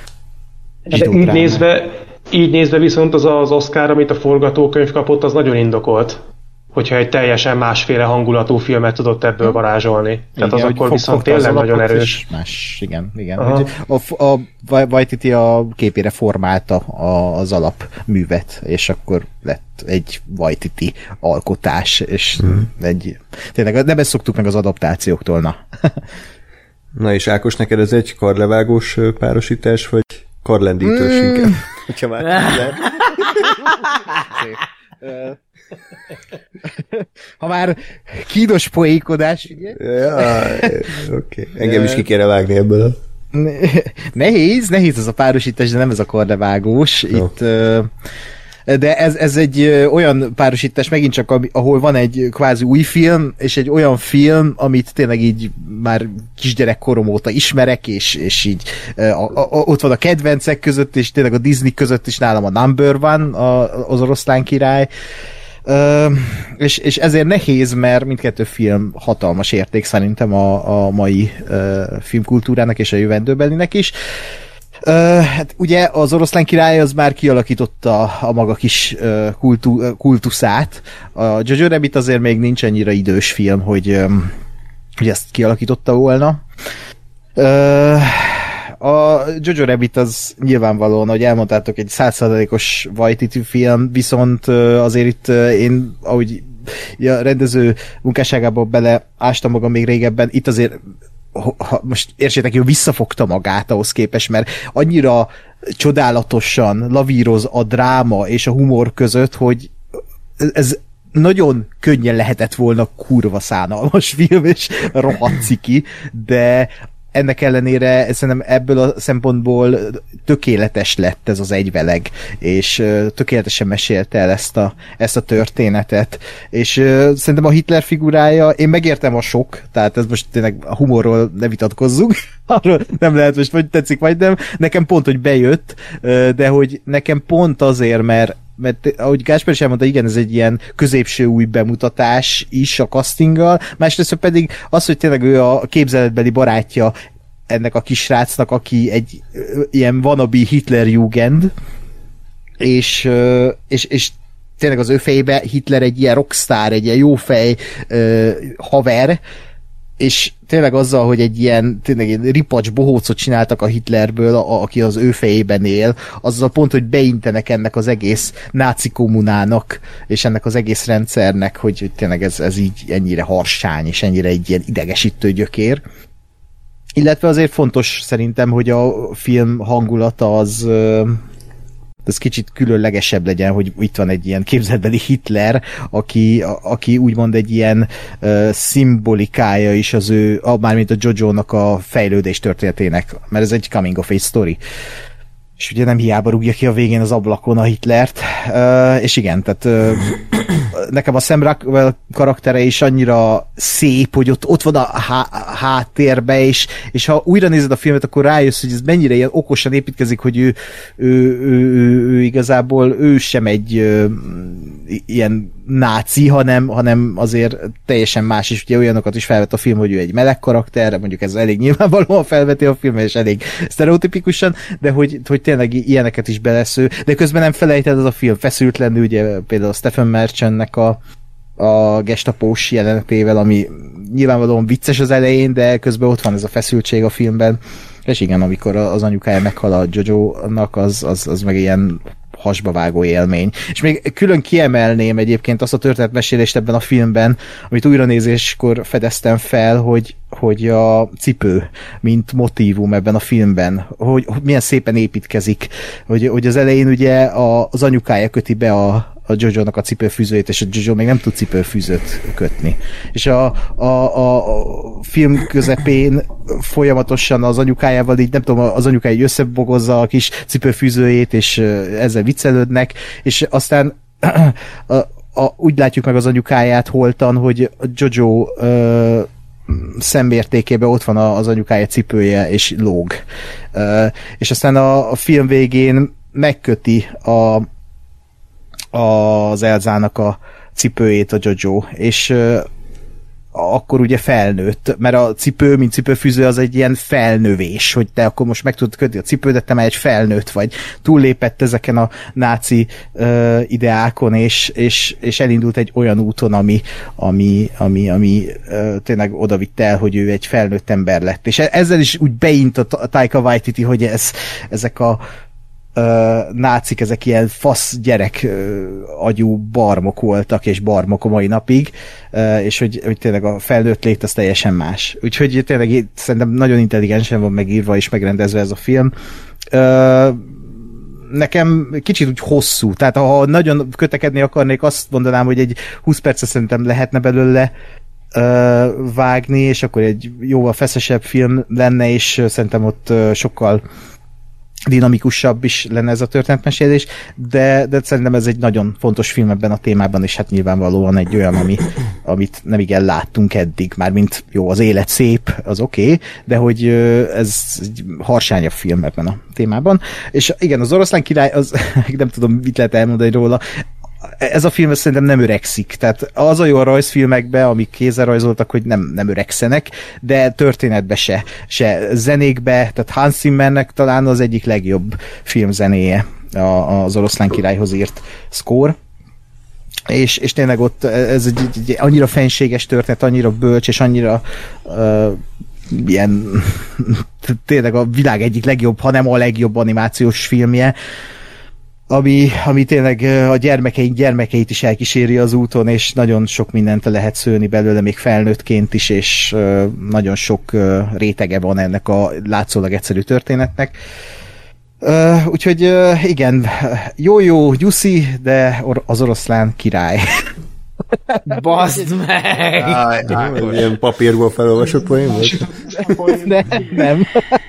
de így nézve, így nézve viszont az az Oscar, amit a forgatókönyv kapott, az nagyon indokolt. Hogyha egy teljesen másféle hangulatú filmet tudott ebből varázsolni. Tehát igen, az akkor viszont tényleg nagyon erős. Más, igen, igen. A, a Waititi a képére formálta a, az alapművet, és akkor lett egy Waititi alkotás, és hmm. egy... Tényleg nem ezt szoktuk meg az adaptációktól, na. Na és Ákos, neked ez egy karlevágós párosítás, vagy karlendítős mm. inkább? Hogyha már lehet. Ha már kínos poénkodás, ugye? Ja, oké. Okay. Engem is ki kéne vágni ebből. Nehéz, nehéz ez a párosítás, de nem ez a kardevágós. No. Itt, de ez, ez egy olyan párosítás, megint csak ahol van egy kvázi új film, és egy olyan film, amit tényleg így már kisgyerekkorom óta ismerek, és, és így a, a, ott van a kedvencek között, és tényleg a Disney között is nálam a number one, a, az Oroszlán király. Uh, és, és ezért nehéz, mert mindkettő film hatalmas érték szerintem a, a mai uh, filmkultúrának és a jövendőbelinek is. Uh, hát ugye az Oroszlán király az már kialakította a maga kis uh, kultu, kultuszát. A Jojo Rabbit azért még nincs annyira idős film, hogy, um, hogy ezt kialakította volna. Uh, A Jojo Rabbit az nyilvánvalóan, ahogy elmondtátok, egy száz százalékos Waititi film, viszont azért itt én, ahogy a rendező munkásságába beleástam magam még régebben, itt azért ha, most értsétek, hogy visszafogta magát ahhoz képest, mert annyira csodálatosan lavíroz a dráma és a humor között, hogy ez nagyon könnyen lehetett volna kurva szánalmas film, és rohadt ciki, de ennek ellenére szerintem ebből a szempontból tökéletes lett ez az egyveleg, és tökéletesen mesélte el ezt a, ezt a történetet, és uh, szerintem a Hitler figurája, én megértem a sok, tehát ez most tényleg a humorról ne vitatkozzunk, arról nem lehet most, vagy tetszik, vagy nem, nekem pont, hogy bejött, de hogy nekem pont azért, mert mert ahogy Gáspár is elmondta, igen, ez egy ilyen középső új bemutatás is a castinggal, másrészt pedig az, hogy tényleg ő a képzeletbeli barátja ennek a kisrácnak, aki egy ilyen wannabe Hitlerjugend, és, és, és tényleg az ő fejében Hitler egy ilyen rockstar, egy ilyen jófej haver, és tényleg azzal, hogy egy ilyen tényleg egy ripacs bohócot csináltak a Hitlerből, a, aki az ő fejében él, azzal pont, hogy beintenek ennek az egész náci kommunának, és ennek az egész rendszernek, hogy, hogy tényleg ez, ez így ennyire harsány, és ennyire egy ilyen idegesítő gyökér. Illetve azért fontos szerintem, hogy a film hangulata az ez kicsit különlegesebb legyen, hogy itt van egy ilyen képzeletbeli Hitler, aki, a, aki úgymond egy ilyen uh, szimbolikája is az ő, a, mármint a Jojo-nak a fejlődés történetének, mert ez egy coming of age story. És ugye nem hiába rúgja ki a végén az ablakon a Hitlert, uh, és igen, tehát uh, nekem a Sam Rockwell karaktere is annyira szép, hogy ott, ott van a há- háttérbe, és, és ha újra nézed a filmet, akkor rájössz, hogy ez mennyire ilyen okosan építkezik, hogy ő, ő, ő, ő, ő igazából ő sem egy ö, ilyen náci, hanem, hanem azért teljesen más, és ugye olyanokat is felvett a film, hogy ő egy meleg karakter, mondjuk ez elég nyilvánvalóan felveti a film, és elég sztereotipikusan, de hogy, hogy tényleg ilyeneket is belesző, de közben nem felejted az a film feszültlenül, ugye például a Stephen Merchantnek a, a gestapós jelenetével, ami nyilvánvalóan vicces az elején, de közben ott van ez a feszültség a filmben, és igen, amikor az anyukája meghal a Jojo-nak, az, az, az meg ilyen hasbavágó élmény. És még külön kiemelném egyébként azt a történetmesélést ebben a filmben, amit újranézéskor fedeztem fel, hogy, hogy a cipő, mint motívum ebben a filmben, hogy, hogy milyen szépen építkezik, hogy, hogy az elején ugye a, az anyukája köti be a a Jojo-nak a cipőfűzőjét, és a Jojo még nem tud cipőfűzőt kötni. És a, a, a, a film közepén folyamatosan az anyukájával így, nem tudom, az anyukája így összebogozza a kis cipőfűzőjét, és ezzel viccelődnek, és aztán a, a, úgy látjuk meg az anyukáját holtan, hogy a Jojo ö, szemértékében ott van az anyukája cipője, és lóg. Ö, és aztán a, a film végén megköti a az Elzának a cipőjét a Jojo, és uh, akkor ugye felnőtt, mert a cipő, mint cipőfűző, az egy ilyen felnövés, hogy te akkor most meg tudod kötni a cipődet, te már egy felnőtt vagy. Túllépett ezeken a náci uh, ideákon, és, és, és elindult egy olyan úton, ami, ami, ami, ami uh, tényleg oda vitt el, hogy ő egy felnőtt ember lett. És ezzel is úgy beint a Taika Waititi, hogy ez, ezek a Uh, nácik, ezek ilyen fasz gyerek uh, agyú barmok voltak, és barmok a mai napig, uh, és hogy, hogy tényleg a felnőtt lét az teljesen más. Úgyhogy tényleg szerintem nagyon intelligensen van megírva és megrendezve ez a film. Uh, nekem kicsit úgy hosszú, tehát ha nagyon kötekedni akarnék, azt mondanám, hogy egy húsz percet szerintem lehetne belőle uh, vágni, és akkor egy jóval feszesebb film lenne, és szerintem ott uh, sokkal dinamikusabb is lenne ez a történetmesélés, de, de szerintem ez egy nagyon fontos film ebben a témában, és hát nyilvánvalóan egy olyan, ami, amit nem igen láttunk eddig, mármint jó, az élet szép, az oké, okay, de hogy ez egy harsányabb film ebben a témában. És igen, az Oroszlán király, az nem tudom, mit lehet elmondani róla, ez a film szerintem nem öregszik, tehát az a jó a rajzfilmekben, amik kézzel rajzoltak, hogy nem, nem öregszenek, de történetbe se, se zenékbe, tehát Hans Zimmernek talán az egyik legjobb filmzenéje az Oroszlán királyhoz írt score, és, és tényleg ott ez egy, egy annyira fenséges történet, annyira bölcs, és annyira uh, ilyen tényleg a világ egyik legjobb, ha nem a legjobb animációs filmje, ami, ami tényleg a gyermekeink gyermekeit is elkíséri az úton, és nagyon sok mindent lehet szőni belőle, még felnőttként is, és nagyon sok rétege van ennek a látszólag egyszerű történetnek. Uh, úgyhogy uh, igen, jó-jó, gyuszi, de or- az oroszlán király. Baszd meg! Áj, áj, ilyen papírból felolvasott poén volt? Nem, nem.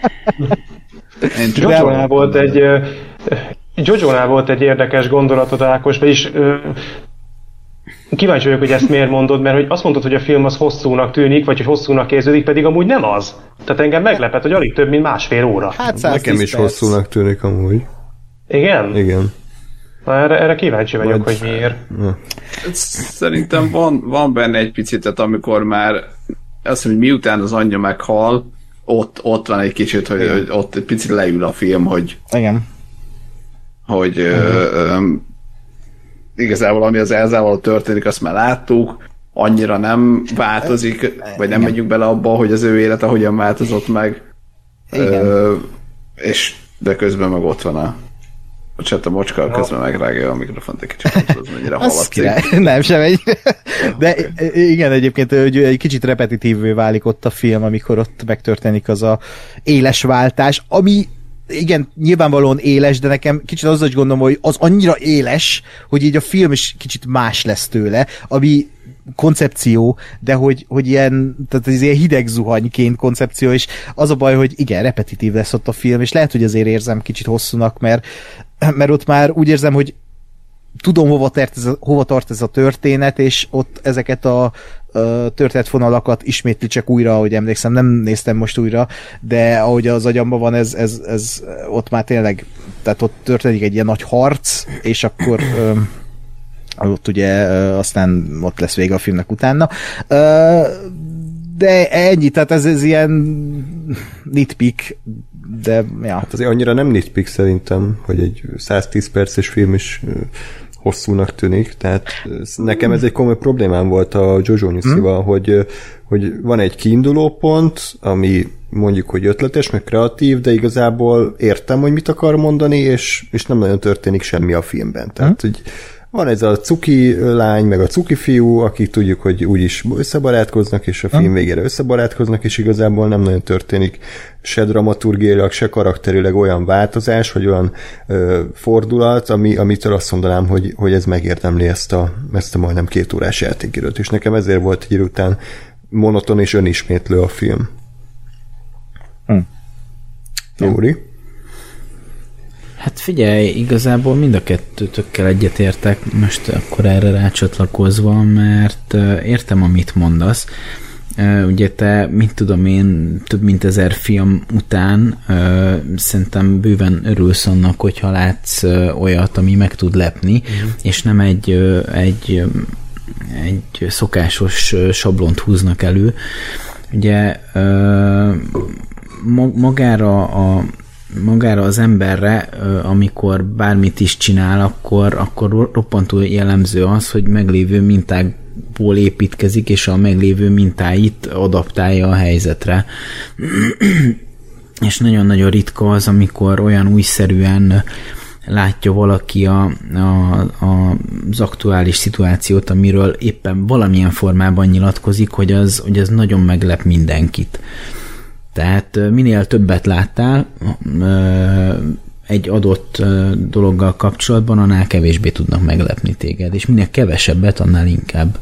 Jojo-nál volt egy Jojo-nál volt egy érdekes gondolatod, Ákos, vagyis kíváncsi vagyok, hogy ezt miért mondod, mert hogy azt mondod, hogy a film az hosszúnak tűnik, vagy hogy hosszúnak érződik, pedig amúgy nem az. Tehát engem meglepett, hogy alig több, mint másfél óra. Hát nekem is perc. Hosszúnak tűnik amúgy. Igen? Igen. Na, erre, erre kíváncsi vagyok, Majd... hogy miért. Ja. Szerintem van, van benne egy picit, tehát amikor már azt mondom, hogy miután az anyja meghal, ott, ott van egy kicsit, hogy, hogy ott egy picit leül a film, hogy igen. hogy ö, ö, igazából ami az Elzával történik, azt már láttuk, annyira nem változik, vagy nem megyünk bele abba, hogy az ő élete hogyan változott meg. Ö, és de közben meg ott van a bocsánat, a mocska közben megrágja a mikrofont egy kicsit, nem tudom, mennyire hallatszik. Nem, sem egy. De igen, egyébként hogy egy kicsit repetitívvé válik ott a film, amikor ott megtörténik az a éles váltás, ami igen, nyilvánvalóan éles, de nekem kicsit azzal is gondolom, hogy az annyira éles, hogy így a film is kicsit más lesz tőle, ami koncepció, de hogy, hogy ilyen, tehát ez ilyen hideg zuhanyként koncepció, és az a baj, hogy igen, repetitív lesz ott a film, és lehet, hogy azért érzem kicsit hosszúnak, mert, mert ott már úgy érzem, hogy tudom, hova tart ez a, hova tart ez a történet, és ott ezeket a történetfonalakat ismétli csak újra, ahogy emlékszem, nem néztem most újra, de ahogy az agyamban van, ez, ez, ez ott már tényleg, tehát ott történik egy ilyen nagy harc, és akkor ott ugye aztán ott lesz vége a filmnek utána. De ennyi, tehát ez, ez ilyen nitpick, de ja. Hát azért annyira nem nitpick szerintem, hogy egy száztíz perces film is hosszúnak tűnik, tehát nekem ez egy komoly problémám volt a Jojo Nyuszival, hmm. hogy, hogy van egy kiinduló pont, ami mondjuk, hogy ötletes, meg kreatív, de igazából értem, hogy mit akar mondani, és, és nem nagyon történik semmi a filmben. Tehát, hmm. hogy van ez a cuki lány, meg a cuki fiú, akik tudjuk, hogy úgyis összebarátkoznak, és a film végére összebarátkoznak, és igazából nem nagyon történik se dramaturgiailag, se karakterileg olyan változás, vagy olyan ö, fordulat, ami, amitől azt mondanám, hogy, hogy ez megérdemli ezt a, ezt a majdnem két órás játékidőt. És nekem ezért volt egy után monoton és önismétlő a film. Hm. Jóri? Hát figyelj, igazából mind a kettőtökkel egyetértek, most akkor erre rácsatlakozva, mert értem, amit mondasz. Ugye te, mit tudom én, több mint ezer film után szerintem bőven örülsz annak, hogyha látsz olyat, ami meg tud lepni, mm. és nem egy, egy, egy szokásos sablont húznak elő. Ugye magára a magára az emberre, amikor bármit is csinál, akkor, akkor roppantól jellemző az, hogy meglévő mintákból építkezik, és a meglévő mintáit adaptálja a helyzetre. És nagyon-nagyon ritka az, amikor olyan újszerűen látja valaki a, a, a, az aktuális szituációt, amiről éppen valamilyen formában nyilatkozik, hogy az, hogy az nagyon meglep mindenkit. Tehát minél többet láttál egy adott dologgal kapcsolatban, annál kevésbé tudnak meglepni téged, és minél kevesebbet, annál inkább.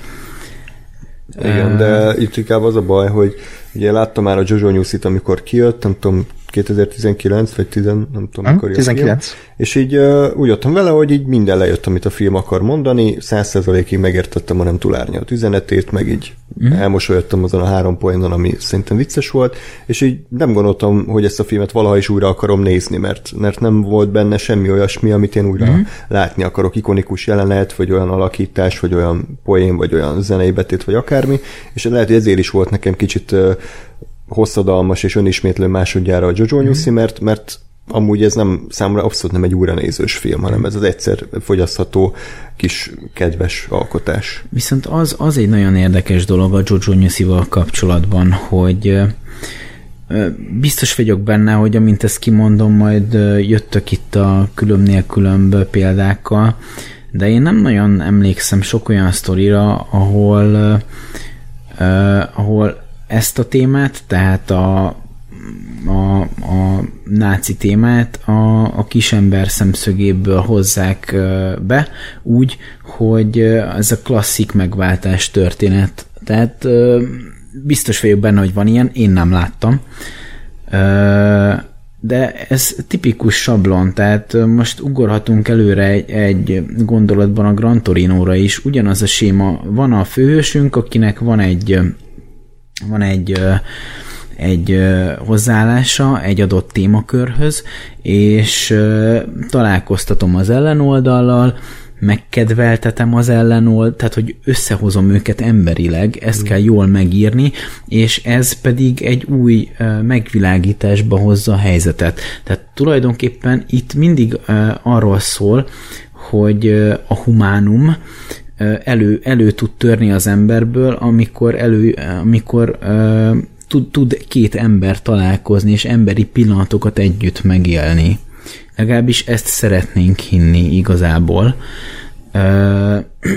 Igen, de itt inkább az a baj, hogy ugye láttam már a Jojo Newsit, amikor kijött, nem tudom, kétezer-tizenkilenc vagy tíz, nem tudom, mikor tizenkilenc. És így uh, úgy jöttem vele, hogy így minden lejött, amit a film akar mondani, száz százalékig megértettem a nem túl árnyalt üzenetét, meg így mm. elmosolyodtam azon a három poénon, ami szerintem vicces volt, és így nem gondoltam, hogy ezt a filmet valaha is újra akarom nézni, mert, mert nem volt benne semmi olyasmi, amit én újra mm. látni akarok, ikonikus jelenet, vagy olyan alakítás, vagy olyan poén, vagy olyan zenei betét, vagy akármi, és lehet, hogy ezért is volt nekem kicsit uh, hosszadalmas és önismétlő másodjára a Jojo Newsy, mert, mert amúgy ez nem, számomra abszolút nem egy újranézős film, hanem ez az egyszer fogyasztható kis kedves alkotás. Viszont az, az egy nagyon érdekes dolog a Jojo Newsy-val kapcsolatban, hogy biztos vagyok benne, hogy amint ezt kimondom, majd jöttök itt a különb nélkülönb példákkal, de én nem nagyon emlékszem sok olyan sztorira, ahol, uh, ahol ezt a témát, tehát a, a, a náci témát a, a kisember szemszögéből hozzák uh, be, úgy, hogy uh, ez a klasszik megváltás történet. Tehát uh, biztos vagyok benne, hogy van ilyen, én nem láttam. Uh, de ez tipikus sablon, tehát most ugorhatunk előre egy, egy gondolatban a Gran Torinóra is, ugyanaz a séma, van a főhősünk, akinek van egy van egy, egy hozzáállása egy adott témakörhöz, és találkoztatom az ellenoldallal, megkedveltetem az ellenold, tehát hogy összehozom őket emberileg, ezt kell jól megírni, és ez pedig egy új uh, megvilágításba hozza a helyzetet. Tehát tulajdonképpen itt mindig uh, arról szól, hogy uh, a humánum uh, elő, elő tud törni az emberből, amikor, elő, amikor uh, tud, tud két ember találkozni, és emberi pillanatokat együtt megélni. Legalábbis ezt szeretnénk hinni igazából. Uh,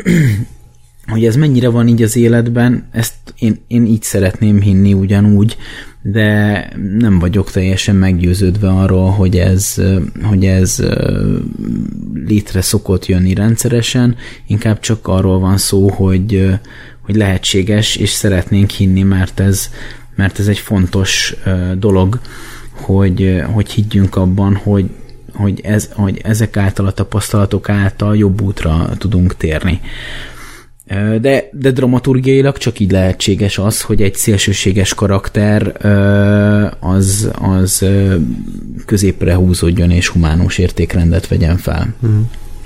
hogy ez mennyire van így az életben, ezt én, én így szeretném hinni ugyanúgy, de nem vagyok teljesen meggyőződve arról, hogy ez, hogy ez létre szokott jönni rendszeresen, inkább csak arról van szó, hogy, hogy lehetséges, és szeretnénk hinni, mert ez, mert ez egy fontos dolog, hogy, hogy higgyünk abban, hogy Hogy, ez, hogy ezek által a tapasztalatok által jobb útra tudunk térni. De, de dramaturgiailag csak így lehetséges az, hogy egy szélsőséges karakter az, az középre húzódjon és humánus értékrendet vegyen fel. Mm.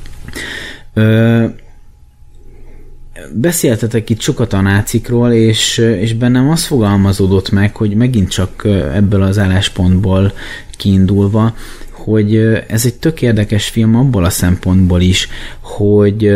Beszéltetek itt sokat a nácikról, és, és bennem az fogalmazódott meg, hogy megint csak ebből az álláspontból kiindulva, hogy ez egy tök érdekes film abból a szempontból is, hogy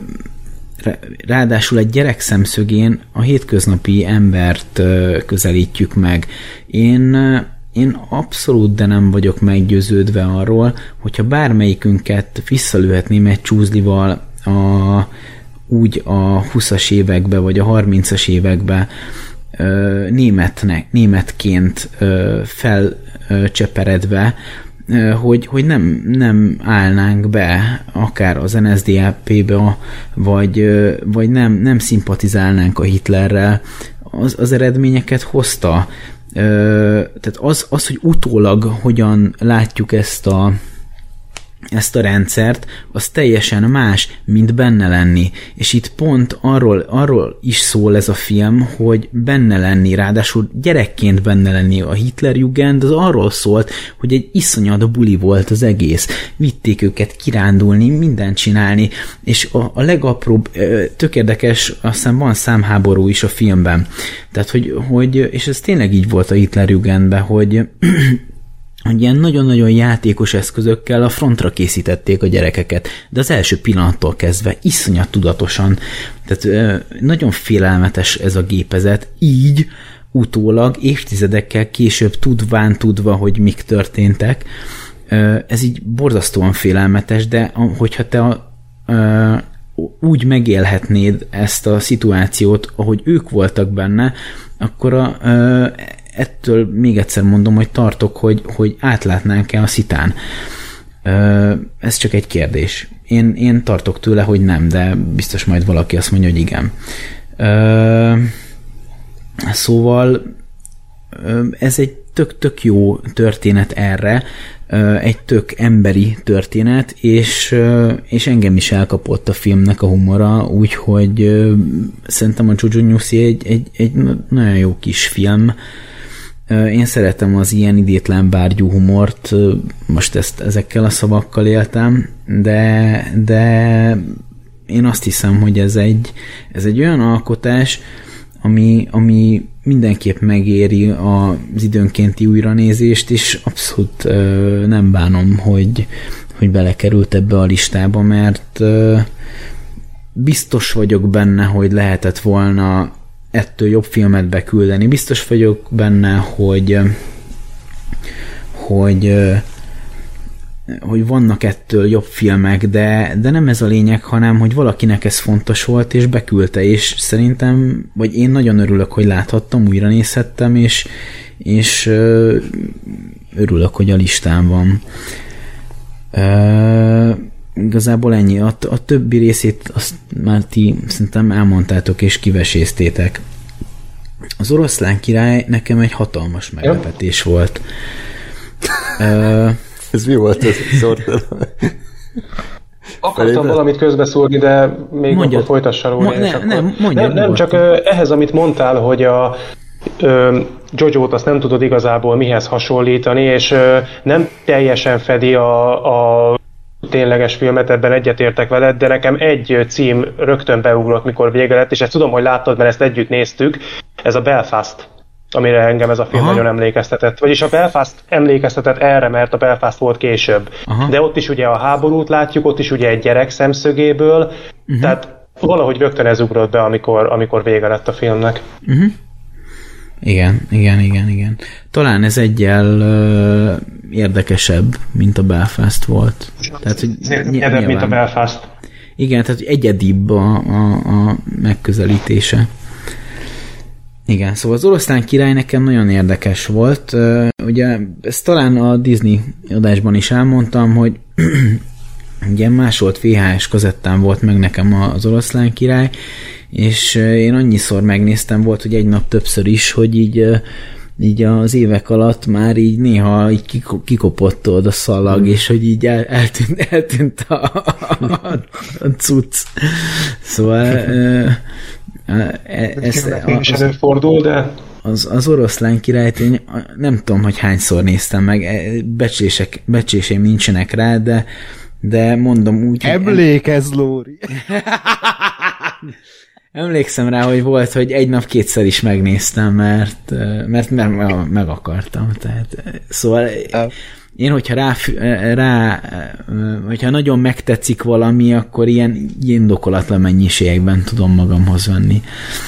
ráadásul egy gyerek szemszögén a hétköznapi embert közelítjük meg. Én, én abszolút de nem vagyok meggyőződve arról, hogyha bármelyikünket visszalőhetném egy csúzlival a, úgy a huszas évekbe, vagy a harmincas évekbe németnek, németként felcseperedve, hogy, hogy nem, nem állnánk be akár az en es zé á pé-be, vagy, vagy nem, nem szimpatizálnánk a Hitlerrel, az, az eredményeket hozta. Tehát az, az, hogy utólag hogyan látjuk ezt a ezt a rendszert, az teljesen más, mint benne lenni. És itt pont arról, arról is szól ez a film, hogy benne lenni, ráadásul gyerekként benne lenni. A Hitlerjugend az arról szólt, hogy egy iszonyat buli volt az egész. Vitték őket kirándulni, mindent csinálni, és a, a legapróbb, tök érdekes, aztán van számháború is a filmben. Tehát, hogy, hogy és ez tényleg így volt a Hitlerjugendben, hogy hogy ilyen nagyon-nagyon játékos eszközökkel a frontra készítették a gyerekeket, de az első pillanattól kezdve iszonyat tudatosan, tehát nagyon félelmetes ez a gépezet, így utólag évtizedekkel később tudván tudva, hogy mik történtek, ez így borzasztóan félelmetes, de hogyha te a, a, úgy megélhetnéd ezt a szituációt, ahogy ők voltak benne, akkor a, a ettől még egyszer mondom, hogy tartok, hogy, hogy átlátnánk-e a szitán. Ez csak egy kérdés. Én, én tartok tőle, hogy nem, de biztos majd valaki azt mondja, hogy igen. Szóval ez egy tök-tök jó történet erre, egy tök emberi történet, és, és engem is elkapott a filmnek a humora, úgyhogy szerintem a Jojo Nyuszi egy, egy, egy nagyon jó kis film. Én szeretem az ilyen idétlen bárgyú humort, most ezt ezekkel a szavakkal éltem, de, de én azt hiszem, hogy ez egy, ez egy olyan alkotás, ami, ami mindenképp megéri az időnkénti újranézést, és abszolút nem bánom, hogy, hogy belekerült ebbe a listába, mert biztos vagyok benne, hogy lehetett volna ettől jobb filmet beküldeni. Biztos vagyok benne, hogy, hogy hogy vannak ettől jobb filmek, de, de nem ez a lényeg, hanem hogy valakinek ez fontos volt, és beküldte, és szerintem, vagy én nagyon örülök, hogy láthattam, újra nézhettem, és, és örülök, hogy a listán van. Uh, igazából ennyi. A, a többi részét azt már ti szerintem elmondtátok és kiveséztétek. Az Oroszlán király nekem egy hatalmas meglepetés ja. volt. Uh, Ez mi volt ez? Szortál? Akartam valamit közbeszúrni, de még mondjad, akkor folytassa róla. Mo- ne, nem, nem, nem csak uh, ehhez, amit mondtál, hogy a uh, Jojo-t azt nem tudod igazából mihez hasonlítani, és uh, nem teljesen fedi a, a tényleges filmet, ebben egyetértek veled, de nekem egy cím rögtön beugrott, mikor vége lett, és ezt tudom, hogy láttad, mert ezt együtt néztük, ez a Belfast, amire engem ez a film Aha. nagyon emlékeztetett. Vagyis a Belfast emlékeztetett erre, mert a Belfast volt később. Aha. De ott is ugye a háborút látjuk, ott is ugye egy gyerek szemszögéből, uh-huh. tehát valahogy rögtön ez ugrott be, amikor, amikor vége lett a filmnek. Uh-huh. Igen, igen, igen, igen. Talán ez egyel uh, érdekesebb, mint a Belfast volt. Tehát, hogy egyedebb, mint a Belfast. Igen, tehát egyedibb a, a, a megközelítése. Igen, szóval az Oroszlán király nekem nagyon érdekes volt. Uh, ugye ezt talán a Disney adásban is elmondtam, hogy ugye másolt vé há es kazettán volt meg nekem az Oroszlán király, és én annyiszor megnéztem, volt, hogy egy nap többször is, hogy így, így az évek alatt már így néha így kikopott a szallag, mm. és hogy így el, eltűnt, eltűnt a, a, a cucc. Szóval ez előfordul, de az, az Oroszlán királyt én nem tudom, hogy hányszor néztem meg, becslések, becsléseim nincsenek rá, de de mondom úgy, emlékezz, Lóri! Emlékszem rá, hogy volt, hogy egy nap kétszer is megnéztem, mert, mert meg, meg akartam. Tehát, szóval én, hogyha rá, rá hogyha nagyon megtetszik valami, akkor ilyen indokolatlan mennyiségekben tudom magamhoz venni.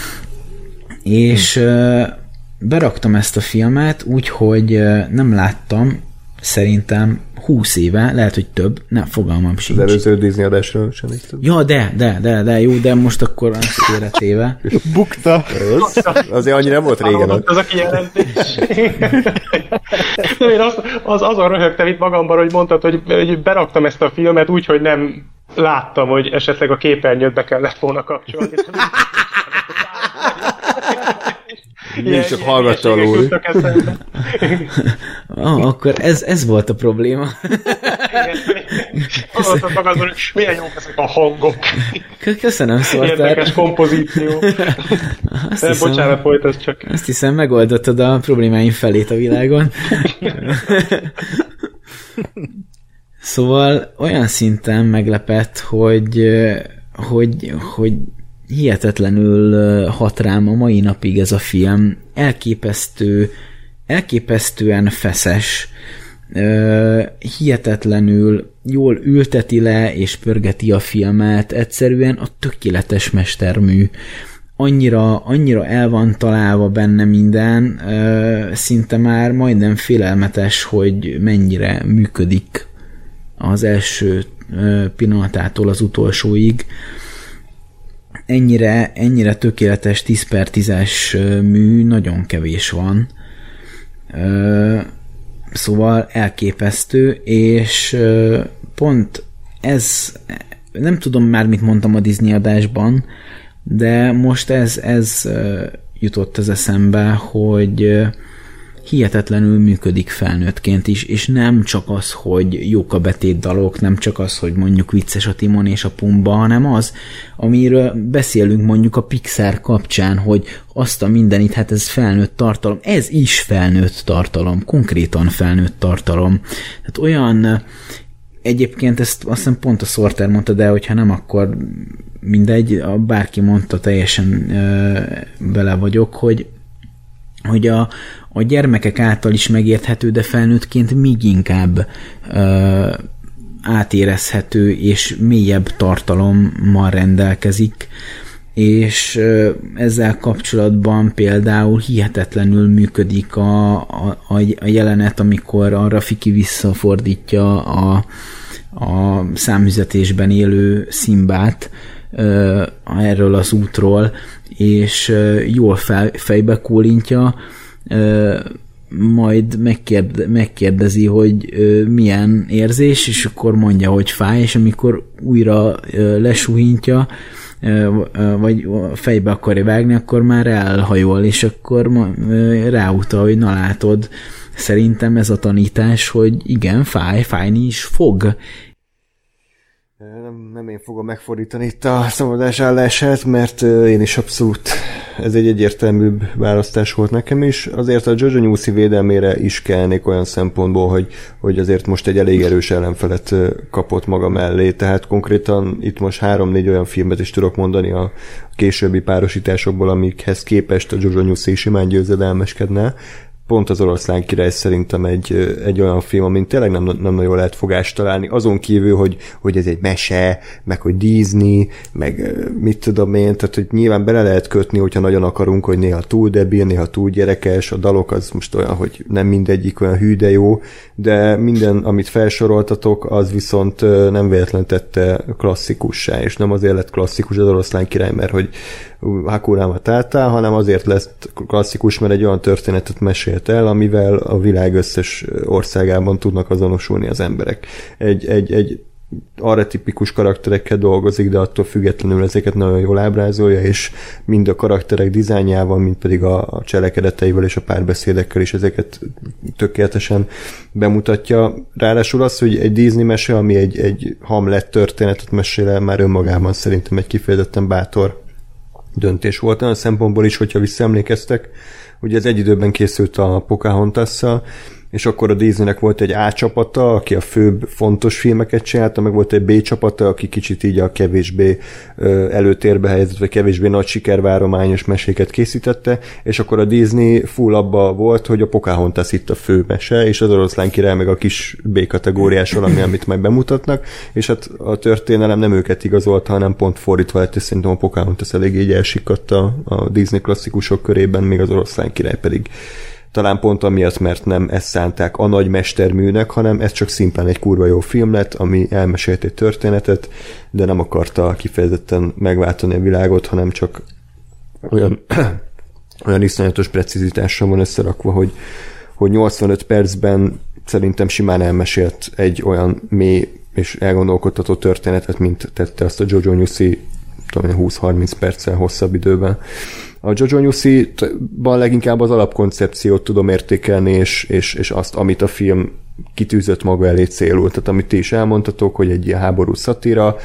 És hm. beraktam ezt a filmet úgy, hogy nem láttam, szerintem húsz éve, lehet, hogy több, nem, fogalmam sincs. Az előző Disney adásról sem néztem. Ja, de, de, de, de, jó, de most akkor azt félretéve. Bukta. Az, azért annyira nem volt régen. Az a kijelentés. Én az, az, azon röhögtem itt magamban, hogy mondtad, hogy, hogy beraktam ezt a filmet úgy, hogy nem láttam, hogy esetleg a képernyőt be kellett volna kapcsolni. Én csak hallgatta a Lóri. Ah, akkor ez, ez volt a probléma. Hallottam magadban, hogy milyen jók ezek a hangok. Köszönöm, Szortár. Érdekes kompozíció. Nem, hiszem, bocsánat, folytasd csak. Azt hiszem, megoldottad a problémáim felét a világon. Szóval olyan szinten meglepett, hogy, hogy, hogy hihetetlenül hat rám a mai napig ez a film. Elképesztő, elképesztően feszes, hihetetlenül jól ülteti le és pörgeti a filmet, egyszerűen a tökéletes mestermű. Annyira, annyira el van találva benne minden, szinte már majdnem félelmetes, hogy mennyire működik az első pillanatától az utolsóig. Ennyire, ennyire tökéletes tíz per tízes mű nagyon kevés van. Szóval elképesztő, és pont ez, nem tudom már, mit mondtam a Disney adásban, de most ez, ez jutott az eszembe, hogy hihetetlenül működik felnőttként is, és nem csak az, hogy jók a betétdalok, nem csak az, hogy mondjuk vicces a Timon és a Pumba, hanem az, amiről beszélünk mondjuk a Pixar kapcsán, hogy azt a mindenit, hát ez felnőtt tartalom, ez is felnőtt tartalom, konkrétan felnőtt tartalom. Tehát olyan, egyébként ezt azt hiszem pont a Sorter mondta, de hogyha nem, akkor mindegy, bárki mondta, teljesen ö, bele vagyok, hogy hogy a, a gyermekek által is megérthető, de felnőttként még inkább ö, átérezhető és mélyebb tartalommal rendelkezik. és ezzel kapcsolatban például hihetetlenül működik a, a, a jelenet, amikor a Rafiki visszafordítja a, a számüzetésben élő Szimbát erről az útról, és jól fel, fejbe kólintja, majd megkérde, megkérdezi, hogy milyen érzés, és akkor mondja, hogy fáj, és amikor újra lesúhintja, vagy fejbe akarja vágni, akkor már elhajol, és akkor ráutal, hogy na látod, szerintem ez a tanítás, hogy igen, fáj, fájni is fog. Nem, nem én fogom megfordítani itt a szabadás állását, mert én is abszolút ez egy egyértelműbb választás volt nekem is. Azért a Jojo Newsy védelmére is kelnék olyan szempontból, hogy, hogy azért most egy elég erős ellenfelet kapott maga mellé, tehát konkrétan itt most három-négy olyan filmet is tudok mondani a későbbi párosításokból, amikhez képest a Jojo Newsy simán győzedelmeskedne. Pont az Oroszlán király szerintem egy, egy olyan film, amin tényleg nem, nem nagyon lehet fogást találni, azon kívül, hogy, hogy ez egy mese, meg hogy Disney, meg mit tudom én, tehát hogy nyilván bele lehet kötni, hogyha nagyon akarunk, hogy néha túl debil, néha túl gyerekes, a dalok az most olyan, hogy nem mindegyik olyan hű, de jó, de minden, amit felsoroltatok, az viszont nem véletlen tette klasszikussá, és nem azért lett klasszikus az Oroszlán király, mert hogy Hakuna Matata, hanem azért lesz klasszikus, mert egy olyan történetet mesélt el, amivel a világ összes országában tudnak azonosulni az emberek. Egy, egy, egy archetipikus karakterekkel dolgozik, de attól függetlenül ezeket nagyon jól ábrázolja, és mind a karakterek dizájnjával, mind pedig a cselekedeteivel és a párbeszédekkel is ezeket tökéletesen bemutatja. Ráadásul az, hogy egy Disney mese, ami egy, egy Hamlet történetet mesél el, már önmagában szerintem egy kifejezetten bátor döntés volt olyan szempontból is, hogyha visszaemlékeztek. Ugye ez egy időben készült a Pocahontasszal, és akkor a Disneynek volt egy A csapata, aki a főbb fontos filmeket csinálta, meg volt egy B csapata, aki kicsit így a kevésbé ö, előtérbe helyezett, vagy kevésbé nagy sikervárományos meséket készítette, és akkor a Disney full abba volt, hogy a Pocahontas itt a fő mese, és az Oroszlán király meg a kis B kategóriás valami, amit majd bemutatnak, és hát a történelem nem őket igazolta, hanem pont fordítva lett, és szerintem a Pocahontas elég így elsikadt a, a Disney klasszikusok körében, még az Oroszlán király pedig talán pont amiatt, mert nem ezt szánták a nagy mesterműnek, hanem ez csak szimplán egy kurva jó film lett, ami elmesélt egy történetet, de nem akarta kifejezetten megváltani a világot, hanem csak olyan, olyan iszonyatos precizitással van összerakva, hogy, hogy nyolcvanöt percben szerintem simán elmesélt egy olyan mély és elgondolkodtató történetet, mint tette azt a Jojo Newsy húsz-harminc perccel hosszabb időben. A Jojo Newsy-ban leginkább az alapkoncepciót tudom értékelni, és, és, és azt, amit a film kitűzött maga elé célul. Tehát amit ti is elmondtatok, hogy egy ilyen háború szatíra,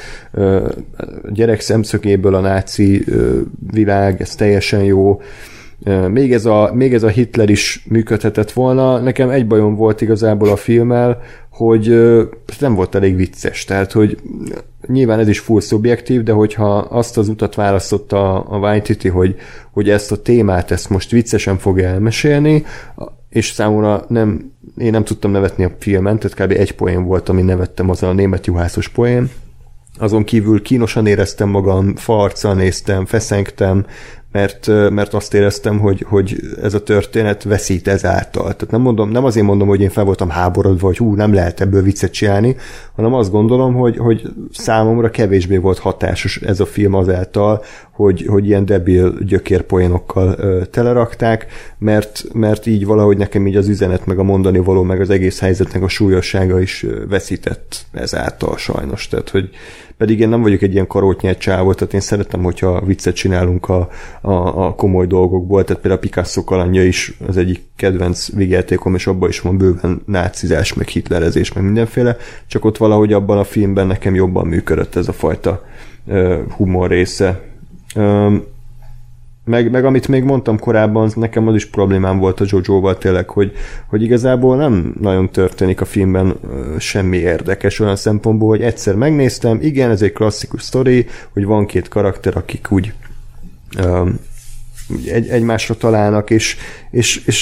gyerek szemszögéből a náci világ, ez teljesen jó. Még ez, a, még ez a Hitler is működhetett volna. Nekem egy bajom volt igazából a filmmel, hogy nem volt elég vicces. Tehát, hogy nyilván ez is full szubjektív, de hogyha azt az utat választotta a Waititi, hogy, hogy ezt a témát, ezt most viccesen fogja elmesélni, és számomra nem, én nem tudtam nevetni a filmen, tehát kb. Egy poén volt, ami nevettem, az a német juhászos poén. Azon kívül kínosan éreztem magam, farccal néztem, feszengtem, mert, mert azt éreztem, hogy, hogy ez a történet veszít ezáltal. Tehát nem, mondom, nem azért mondom, hogy én fel voltam háborodva, hogy hú, nem lehet ebből viccet csinálni, hanem azt gondolom, hogy, hogy számomra kevésbé volt hatásos ez a film azáltal, hogy, hogy ilyen debil gyökérpoénokkal ö, telerakták, mert, mert így valahogy nekem így az üzenet, meg a mondani való, meg az egész helyzetnek a súlyossága is veszített ezáltal sajnos. Tehát, hogy pedig én nem vagyok egy ilyen karótnyert csávó, tehát én szeretem, hogyha viccet csinálunk a, a, a komoly dolgokból, tehát például a Picasso kalandja is az egyik kedvenc vígjátékom, és abban is van bőven nácizás, meg hitlerezés, meg mindenféle, csak ott valahogy abban a filmben nekem jobban működött ez a fajta uh, humor része. Um, meg, meg amit még mondtam korábban, nekem az is problémám volt a Jojo-val tényleg, hogy, hogy igazából nem nagyon történik a filmben uh, semmi érdekes olyan szempontból, hogy egyszer megnéztem, igen, ez egy klasszikus sztori, hogy van két karakter, akik úgy um, egy, egymásra találnak, és, és, és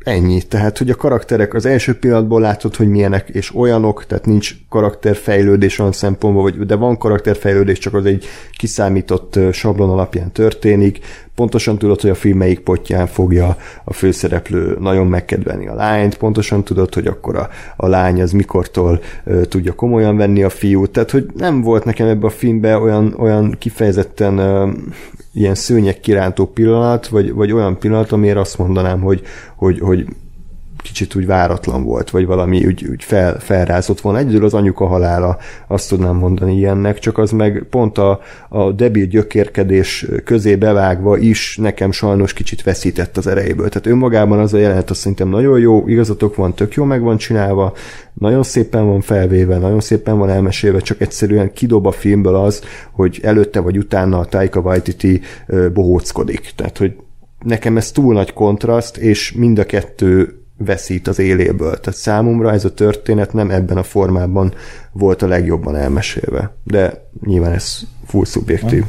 ennyi. Tehát, hogy a karakterek az első pillanatból látod, hogy milyenek és olyanok, tehát nincs karakterfejlődés olyan szempontból, vagy, de van karakterfejlődés, csak az egy kiszámított sablon alapján történik. Pontosan tudod, hogy a film melyik pottján fogja a főszereplő nagyon megkedvelni a lányt, pontosan tudod, hogy akkor a, a lány az mikortól uh, tudja komolyan venni a fiút, tehát, hogy nem volt nekem ebben a filmben olyan, olyan kifejezetten uh, ilyen szőnyeg kirántó pillanat, vagy, vagy olyan pillanat, amiért azt mondanám, hogy, hogy, hogy kicsit úgy váratlan volt, vagy valami úgy, úgy fel, felrázott volna. Egyedül az anyuka halála, azt tudnám mondani ilyennek, csak az meg pont a, a debil gyökérkedés közé bevágva is nekem sajnos kicsit veszített az erejéből. Tehát önmagában az a jelenet azt szerintem nagyon jó, igazatok van, tök jó meg van csinálva, nagyon szépen van felvéve, nagyon szépen van elmesélve, csak egyszerűen kidob a filmből az, hogy előtte vagy utána a Taika Waititi bohóckodik. Tehát, hogy nekem ez túl nagy kontraszt, és mind a kettő veszít az éléből. Tehát számomra ez a történet nem ebben a formában volt a legjobban elmesélve. De nyilván ez full szubjektív.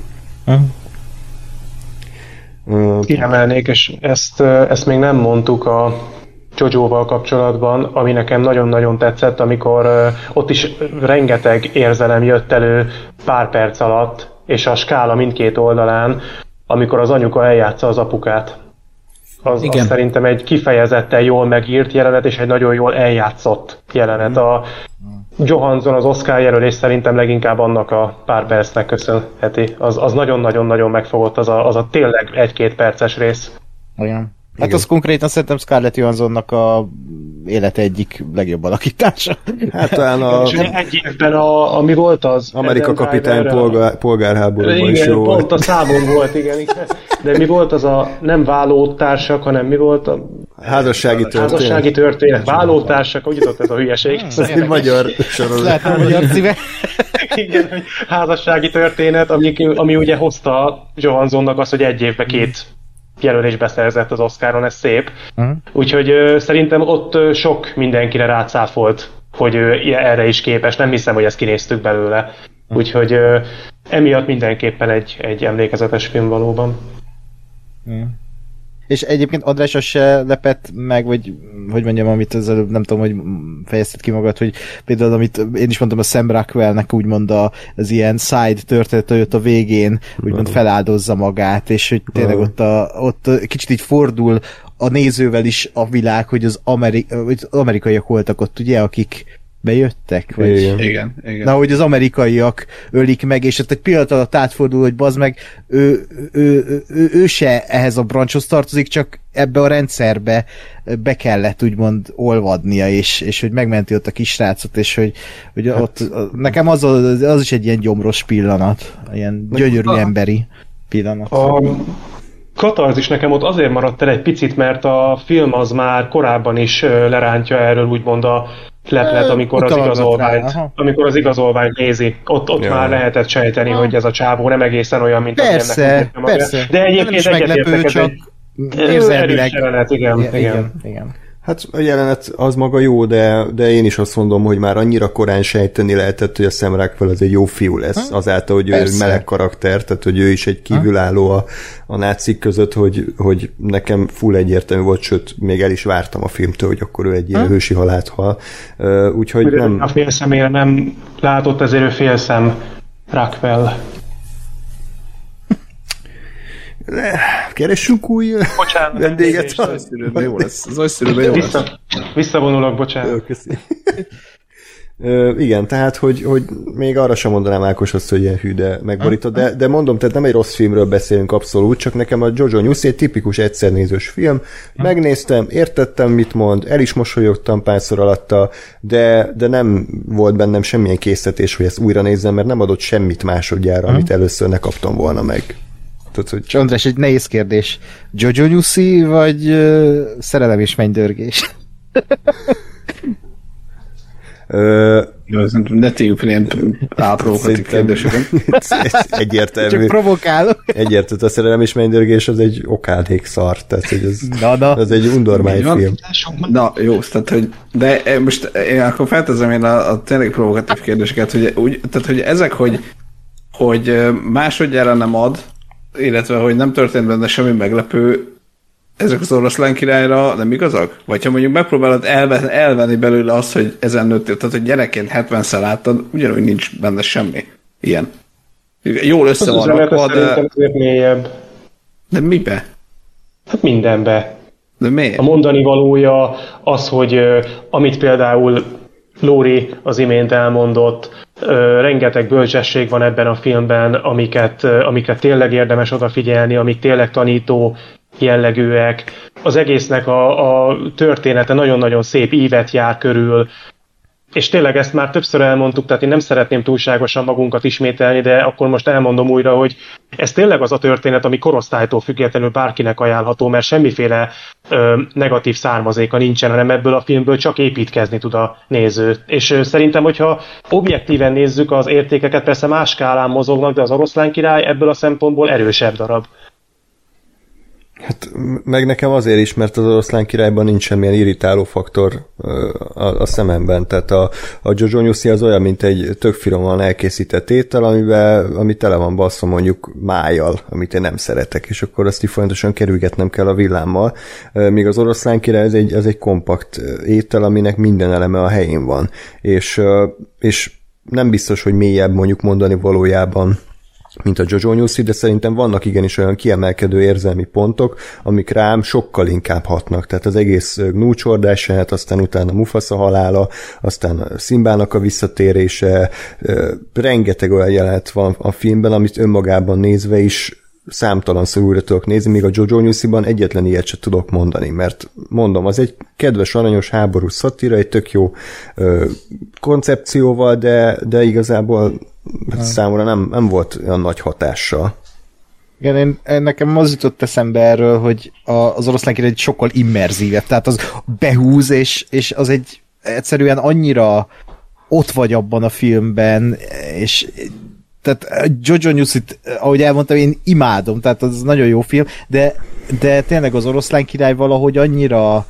Kiemelnék, és ezt, ezt még nem mondtuk a Jojoval kapcsolatban, ami nekem nagyon-nagyon tetszett, amikor ott is rengeteg érzelem jött elő pár perc alatt, és a skála mindkét oldalán, amikor az anyuka eljátsza az apukát. Az, az szerintem egy kifejezetten jól megírt jelenet, és egy nagyon jól eljátszott jelenet. A Johansson az Oscar jelölés szerintem leginkább annak a pár percnek köszönheti. Az, az nagyon-nagyon-nagyon megfogott, az a, az a tényleg egy-két perces rész. Olyan. Hát igen. Az konkrétan szerintem Scarlett Johanssonnak a élete egyik legjobb alakítása. Hát talán a... egy évben a, ami volt az... Amerika kapitány polgár, polgárháborúban is jó volt. Pont a számon volt, igen, igen. De mi volt az a nem vállótársak, hanem mi volt a... Házassági történet. Házassági történet. Vállótársak, úgy jutott ez a hülyeség. Ez egy magyar sorozat. Lehet, hogy magyar címe. Igen, házassági történet, ami, ami ugye hozta Johanssonnak azt, hogy egy évben két jelölés beszerzett az Oscaron, ez szép. Uh-huh. Úgyhogy ö, szerintem ott ö, sok mindenkire rácáfolt, hogy ö, erre is képes. Nem hiszem, hogy ezt kinéztük belőle. Uh-huh. Úgyhogy ö, emiatt mindenképpen egy, egy emlékezetes film valóban. Uh-huh. És egyébként András, az se lepett meg, vagy hogy mondjam, amit az előbb nem tudom, hogy fejezted ki magad, hogy például, amit én is mondtam, a Sam Rockwellnek úgymond a, az ilyen side történet, hogy ott a végén úgymond feláldozza magát, és hogy tényleg ott, a, ott kicsit így fordul a nézővel is a világ, hogy az, Ameri- hogy az amerikaiak voltak ott, ugye, akik bejöttek? Vagy... Igen. igen, igen. Na, hogy az amerikaiak ölik meg, és ott egy pillanat alatt átfordul, hogy bazd meg, ő, ő, ő, ő, ő se ehhez a branchhoz tartozik, csak ebbe a rendszerbe be kellett úgymond olvadnia, és, és hogy megmenti ott a kisrácot, és hogy, hogy hát, ott, nekem az, az, az is egy ilyen gyomros pillanat, ilyen gyönyörű a, emberi pillanat. A katarzis nekem ott azért maradt el egy picit, mert a film az már korábban is lerántja erről úgymond a leplet, amikor az igazolványt, amikor az igazolványt nézi. Ott, ott már lehetett sejteni, ha. hogy ez a csávó nem egészen olyan, mint persze, amilyennek persze. De egyébként egyetértek, ez egy érzelmileg. Jelenet, igen, igen, igen, igen. Hát a jelenet az maga jó, de, de én is azt mondom, hogy már annyira korán sejteni lehetett, hogy a Sam Rockwell az egy jó fiú lesz, ha? azáltal, hogy persze. ő egy meleg karakter, tehát hogy ő is egy kívülálló a, a nácik között, hogy, hogy nekem full egyértelmű volt, sőt, még el is vártam a filmtől, hogy akkor ő egy ilyen hősi halált hal. Uh, úgyhogy Ugyan nem... A félszemére nem látott, ezért ő félszem Rockwell. Keressünk új bocsánat, vendéget. Az agyszűrőben jó lesz. Az agyszűrőben jó Vissza, lesz. Visszavonulok, bocsánat. Köszi. Ö, igen, tehát, hogy, hogy még arra sem mondanám Ákos azt, hogy ilyen hű, de megborított, de, de mondom, tehát nem egy rossz filmről beszélünk abszolút, csak nekem a Jojo Newsy egy tipikus egyszernézős film. Megnéztem, értettem, mit mond, el is mosolyogtam párszor alatta, de, de nem volt bennem semmilyen készítés, hogy ezt újra nézzem, mert nem adott semmit másodjára, amit először ne kaptam volna meg. Tudod, hogy... És András, egy nehéz kérdés. Jojo Newsy, vagy uh, szerelem és mennydörgés? Ö, ne tegyük fel ilyen áprovokatív kérdéseket. Egyértelmű. Csak provokálok. Egyértelmű, a szerelem és mennydörgés az egy okádék szar, tehát hogy ez, na, na. ez egy undormány film. Na, jó, tehát hogy, de most én akkor feltezem én a, a tényleg provokatív kérdéseket, hogy, úgy, tehát, hogy ezek, hogy, hogy másodjára nem ad, illetve hogy nem történt benne semmi meglepő, ezek az oroszlán királyra nem igazak? Vagy ha mondjuk megpróbálod elvenni, elvenni belőle azt, hogy ezen nőttél, tehát hogy gyerekként hetvenszer láttad, ugyanúgy nincs benne semmi ilyen. Jól össze van rakva, de... mélyebb. De mibe? Hát mindenbe. De miért? A mondani valója az, hogy uh, amit például Lóri az imént elmondott, uh, rengeteg bölcsesség van ebben a filmben, amiket, uh, amiket tényleg érdemes odafigyelni, amik tényleg tanító jellegűek. Az egésznek a, a története nagyon-nagyon szép ívet jár körül, és tényleg ezt már többször elmondtuk, tehát én nem szeretném túlságosan magunkat ismételni, de akkor most elmondom újra, hogy ez tényleg az a történet, ami korosztálytól függetlenül bárkinek ajánlható, mert semmiféle ö, negatív származéka nincsen, hanem ebből a filmből csak építkezni tud a néző. És ö, szerintem, hogyha objektíven nézzük az értékeket, persze más skálán mozognak, de az Oroszlán király ebből a szempontból erősebb darab. Hát meg nekem azért is, mert az Oroszlán királyban nincs semmilyen irritáló faktor a, a szememben. Tehát a, a Jojo Nyuszi az olyan, mint egy tök finoman elkészített étel, amiben, ami tele van basszom mondjuk májjal, amit én nem szeretek, és akkor azt így folyamatosan kerülgetnem kell a villámmal. Míg az Oroszlán király ez egy, ez egy kompakt étel, aminek minden eleme a helyén van. És, és nem biztos, hogy mélyebb mondjuk mondani valójában, mint a Jojo Nyuszi, de szerintem vannak igenis olyan kiemelkedő érzelmi pontok, amik rám sokkal inkább hatnak. Tehát az egész Gnú csordását, aztán utána Mufasa halála, aztán Szimbának a visszatérése, rengeteg olyan jelenet van a filmben, amit önmagában nézve is számtalanszor újra tudok nézni, míg a Jojo Nyusziban egyetlen ilyet sem tudok mondani, mert mondom, az egy kedves, aranyos háborús szatíra, egy tök jó ö, koncepcióval, de, de igazából hát számomra nem, nem volt olyan nagy hatással. Igen, én, nekem az jutott eszembe erről, hogy a, az Oroszlán király egy sokkal immerzívebb, tehát az behúz, és, és az egy egyszerűen annyira ott vagy abban a filmben, és tehát Jojo Nyuszit, ahogy elmondtam, én imádom, tehát az nagyon jó film, de, de tényleg az Oroszlán király valahogy annyira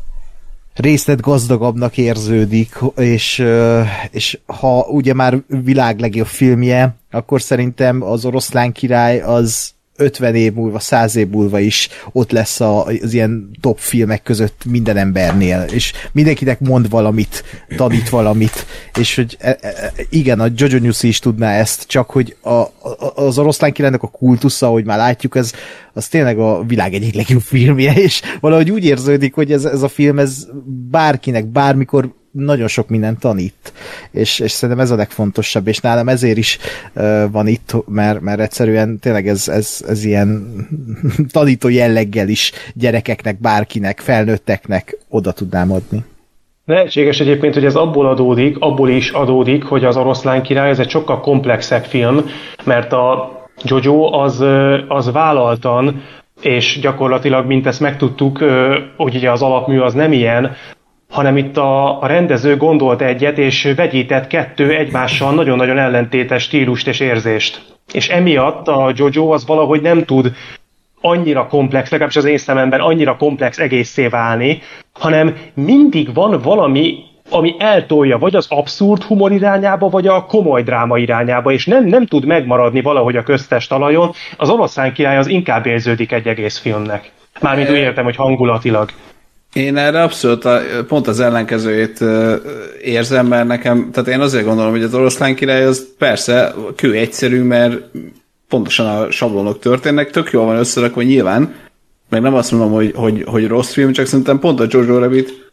részletgazdagabbnak érződik, és, és ha ugye már világ legjobb filmje, akkor szerintem az Oroszlán király az ötven év múlva, száz év múlva is ott lesz az ilyen top filmek között minden embernél, és mindenkinek mond valamit, tanít valamit, és hogy igen, a Jojo Nyuszi is tudná ezt, csak hogy a, a, az Oroszlán királynak a kultusza, ahogy már látjuk, ez, az tényleg a világ egyik legjobb filmje, és valahogy úgy érződik, hogy ez, ez a film, ez bárkinek, bármikor nagyon sok mindent tanít, és, és szerintem ez a legfontosabb, és nálam ezért is uh, van itt, mert, mert egyszerűen tényleg ez, ez, ez ilyen tanító jelleggel is gyerekeknek, bárkinek, felnőtteknek oda tudnám adni. Lehetséges egyébként, hogy ez abból adódik, abból is adódik, hogy az Oroszlán király ez egy sokkal komplexebb film, mert a Jojo az, az vállaltan, és gyakorlatilag, mint ezt megtudtuk, hogy ugye az alapmű az nem ilyen, hanem itt a, a rendező gondolt egyet, és vegyített kettő egymással nagyon-nagyon ellentétes stílust és érzést. És emiatt a Jojo az valahogy nem tud annyira komplex, legalábbis az én szememben annyira komplex egészé válni, hanem mindig van valami, ami eltolja vagy az abszurd humor irányába, vagy a komoly dráma irányába, és nem, nem tud megmaradni valahogy a köztes talajon. Az Oroszlán király az inkább érződik egy egész filmnek. Mármint úgy értem, hogy hangulatilag. Én erre abszolút a, pont az ellenkezőjét érzem, mert nekem, tehát én azért gondolom, hogy az Oroszlán király az persze kő egyszerű, mert pontosan a sablonok történnek, tök jól van összerakva nyilván, meg nem azt mondom, hogy, hogy, hogy rossz film, csak szerintem pont a Jojo Rabbit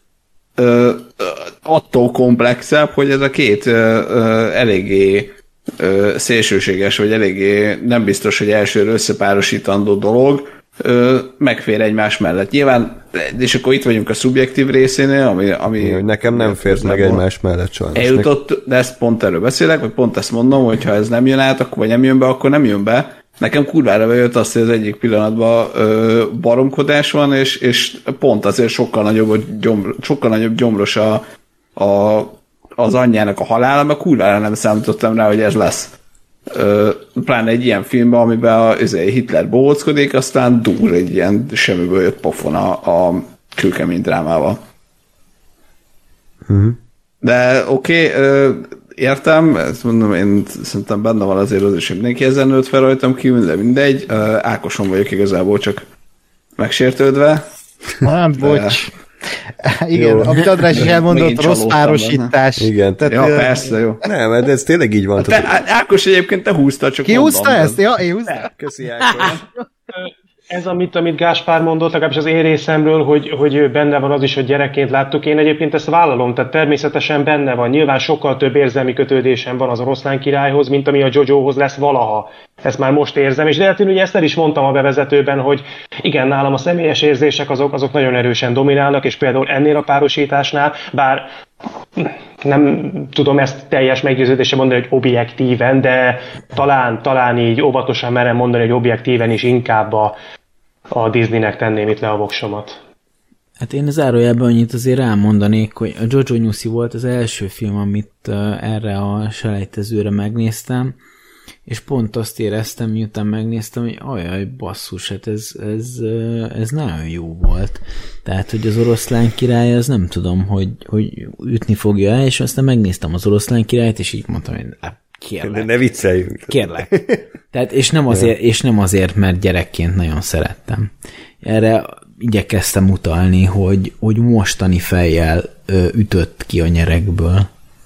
ö, attól komplexebb, hogy ez a két ö, ö, eléggé ö, szélsőséges, vagy eléggé nem biztos, hogy elsőre összepárosítandó dolog, ö, megfér egymás mellett. Nyilván, és akkor itt vagyunk a szubjektív részénél, ami... ami hogy nekem nem fért meg egymás mellett sajnos. Eljutott, de ezt pont erről beszélek, vagy pont ezt mondom, hogy ha ez nem jön át, akkor vagy nem jön be, akkor nem jön be. Nekem kurvára bejött azt, hogy az egyik pillanatban ö, baromkodás van, és, és pont azért sokkal nagyobb, gyomr, sokkal nagyobb gyomros a, a, az anyjának a halála, mert kurvára nem számítottam rá, hogy ez lesz. Ö, pláne egy ilyen filmben, amiben a, Hitler bohóckodik, aztán dur egy ilyen semmiből jött pofon a, a kőkemény drámával. Uh-huh. De oké, okay, értem, ezt mondom, én szerintem benne van azért az is, hogy mindenki ezen nőtt fel rajtam kívül, de mindegy. Ákoson vagyok igazából, csak megsértődve. Nem, bocs. Igen, jó. Amit András is elmondott, rossz párosítás. Igen. Tehát, ja, persze, jó. Nem, de ez tényleg így van. Te, Ákos egyébként te húztad, csak ki húzta ezt? Ja, én húztam. Köszi, Ákos. Ez, amit, amit Gáspár mondott, legalábbis az én részemről, hogy, hogy benne van az is, hogy gyerekként láttuk, én egyébként ezt vállalom, tehát természetesen benne van. Nyilván sokkal több érzelmi kötődésem van az Oroszlán királyhoz, mint ami a Jojohoz lesz valaha. Ezt már most érzem, és de hát én ugye ezt el is mondtam a bevezetőben, hogy igen, nálam a személyes érzések azok, azok nagyon erősen dominálnak, és például ennél a párosításnál, bár nem tudom ezt teljes meggyőződéssel mondani, hogy objektíven, de talán, talán így óvatosan merem mondani, hogy objektíven is inkább a, a Disneynek tenném itt le a voksomat. Hát én zárójelben annyit azért elmondanék, hogy a Jojo Nyuszi volt az első film, amit uh, erre a selejtezőre megnéztem, és pont azt éreztem, miután megnéztem, hogy ajaj, basszus, hát ez, ez, ez nagyon jó volt. Tehát, hogy az Oroszlán király, az nem tudom, hogy, hogy ütni fogja el, és aztán megnéztem az Oroszlán királyt, és így mondtam, hogy kérlek. De ne vicceljünk. Kérlek. Tehát, és nem, azért, és nem azért, mert gyerekként nagyon szerettem. Erre igyekeztem utalni, hogy, hogy mostani fejjel ö, ütött ki a nyerekből.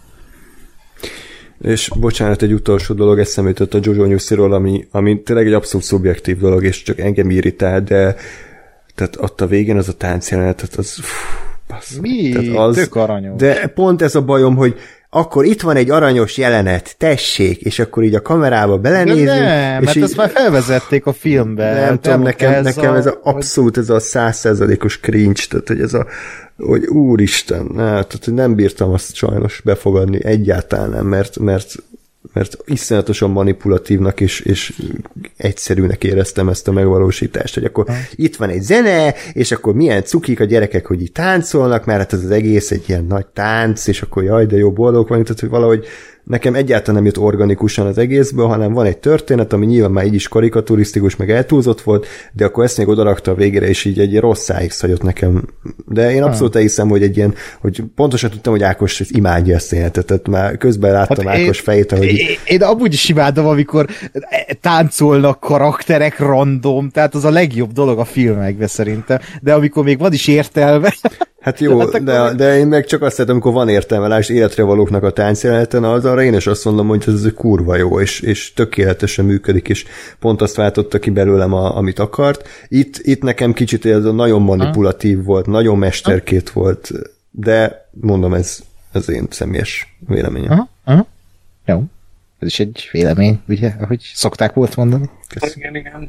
És bocsánat, egy utolsó dolog eszembe jutott a Jojo Nyusziról, ami, ami tényleg egy abszolút szubjektív dolog, és csak engem irritál, de tehát ott a végén az a táncjelenet, az, az bassz, mi? Tehát az, tök aranyos. De pont ez a bajom, hogy akkor itt van egy aranyos jelenet, tessék, és akkor így a kamerába belenézünk. De nem, és mert így, ezt már felvezették a filmbe. Nem tudom, nekem, ez, nekem a, ez a abszolút ez a száz százalékos cringe, tehát hogy ez a, hogy úristen, ne, tehát hogy nem bírtam azt sajnos befogadni, egyáltalán nem, mert, mert mert iszonyatosan manipulatívnak és, és egyszerűnek éreztem ezt a megvalósítást, hogy akkor ha. Itt van egy zene, és akkor milyen cukik a gyerekek, hogy így táncolnak, mert hát ez az egész egy ilyen nagy tánc, és akkor jaj, de jó, boldog van, tehát hogy valahogy nekem egyáltalán nem jött organikusan az egészből, hanem van egy történet, ami nyilván már így is karikaturisztikus, meg eltúlzott volt, de akkor ezt még odarakta a végére, és így egy rossz száig szagyott nekem. De én abszolút elhiszem, hogy egy ilyen, hogy pontosan tudtam, hogy Ákos imádja ezt életet, tehát már közben láttam hát Ákos én, fejét, ahogy... Én, én amúgy is imádom, amikor táncolnak karakterek random, tehát az a legjobb dolog a filmekben szerintem, de amikor még van is értelme... Hát jó, hát de, de én meg csak azt szeretem, amikor van értelme, lásd, életre valóknak a táncjeleneten, az arra én is azt mondom, hogy ez kurva jó, és, és tökéletesen működik, és pont azt váltotta ki belőlem, a, amit akart. Itt, itt nekem kicsit ez nagyon manipulatív ha. volt, nagyon mesterkét ha. volt, de mondom, ez az én személyes véleményem. Aha, aha. Jó. Ez is egy vélemény, ugye, ahogy szokták volt mondani. Igen, igen.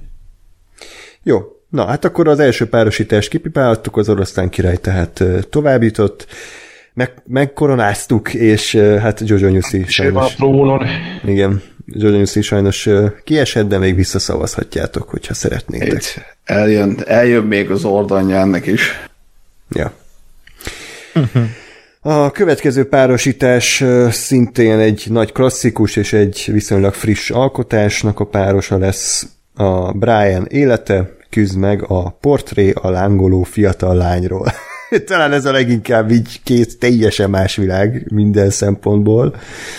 Jó. Na, hát akkor az első párosítást kipipálhattuk, az Oroszlán király tehát tovább jutott, meg, megkoronáztuk, és hát Jojo Nyuszi sajnos... Igen, Jojo Nyuszi sajnos kiesett, de még visszaszavazhatjátok, hogyha szeretnétek. Itt eljön, eljön még az ordanya ennek is. Ja. Uh-huh. A következő párosítás szintén egy nagy klasszikus és egy viszonylag friss alkotásnak a párosa lesz, a Brian élete, küzd meg a portré a lángoló fiatal lányról. Talán ez a leginkább így két teljesen más világ minden szempontból.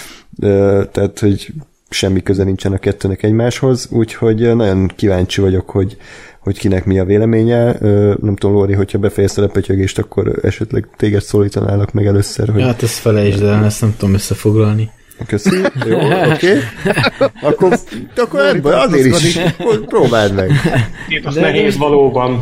Tehát, hogy semmi köze nincsen a kettőnek egymáshoz, úgyhogy nagyon kíváncsi vagyok, hogy, hogy kinek mi a véleménye. Nem tudom, Lóri, hogyha befejezted a pötyögést, akkor esetleg téged szólítanálak meg először. Hogy... Hát ezt felejtsd el, ezt nem tudom összefoglalni. Köszi. Jó, oké. Okay. Akkor, akkor ebből azért is próbáld meg. Itt az nehéz valóban.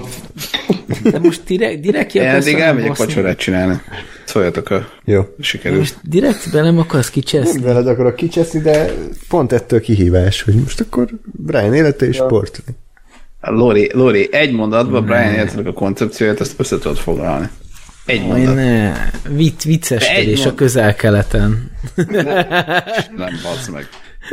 De most direkt, direkt ki akarsz... Én elmegyek vacsorát csinálni. Szóljatok, a jó. Sikerül. Most direkt be nem akarsz kicseszni? Veled akarok kicseszni, de pont ettől kihívás, hogy most akkor Brian élete és sport. Lóri, Lóri, egy mondatban Brian életének a koncepcióját, ezt össze tudod foglalni. Egy mondat. Ne, Vic, vicceskedés mond... a Közel-Keleten. Nem, bassz meg.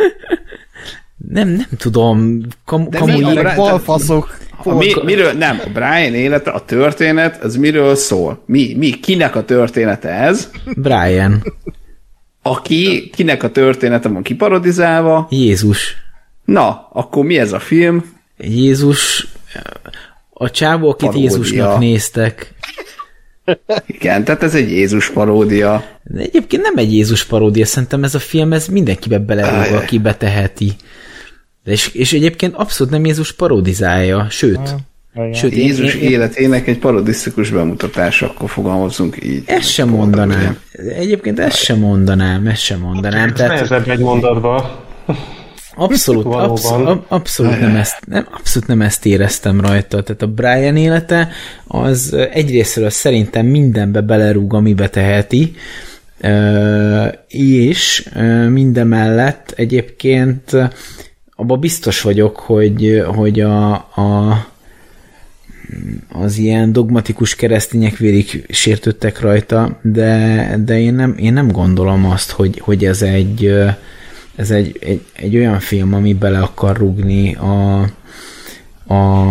Nem, nem tudom. Kam, kamulyék, balfaszok. Mi, miről, nem, a Brian élete, a történet, az miről szól? Mi, mi, kinek a története ez? Brian. Aki, kinek a története van kiparodizálva? Jézus. Na, akkor mi ez a film? Jézus, a csávó, akit paródia. Jézusnak néztek. Igen, tehát ez egy Jézus paródia. De egyébként nem egy Jézus paródia, szerintem ez a film, ez mindenkibe belerúg, aki beteheti. És, és egyébként abszolút nem Jézus parodizálja, sőt. Sőt, Jézus én, én, életének egy parodisztikus bemutatás, akkor fogalmazunk így. Ezt sem mondanám. Egyébként ezt sem mondanám, ezt sem mondanám. Tehát, nehezebb egy mondatba. Abszolút, abszolút, abszolút, nem ezt, nem, abszolút nem ezt éreztem rajta. Tehát a Brian élete az egyrésztről szerintem mindenbe belerúg, amibe teheti, és mindemellett egyébként abban biztos vagyok, hogy, hogy a, a, az ilyen dogmatikus keresztények vérig sértődtek rajta, de, de én, nem, én nem gondolom azt, hogy, hogy ez egy ez egy, egy, egy olyan film, ami bele akar rúgni a, a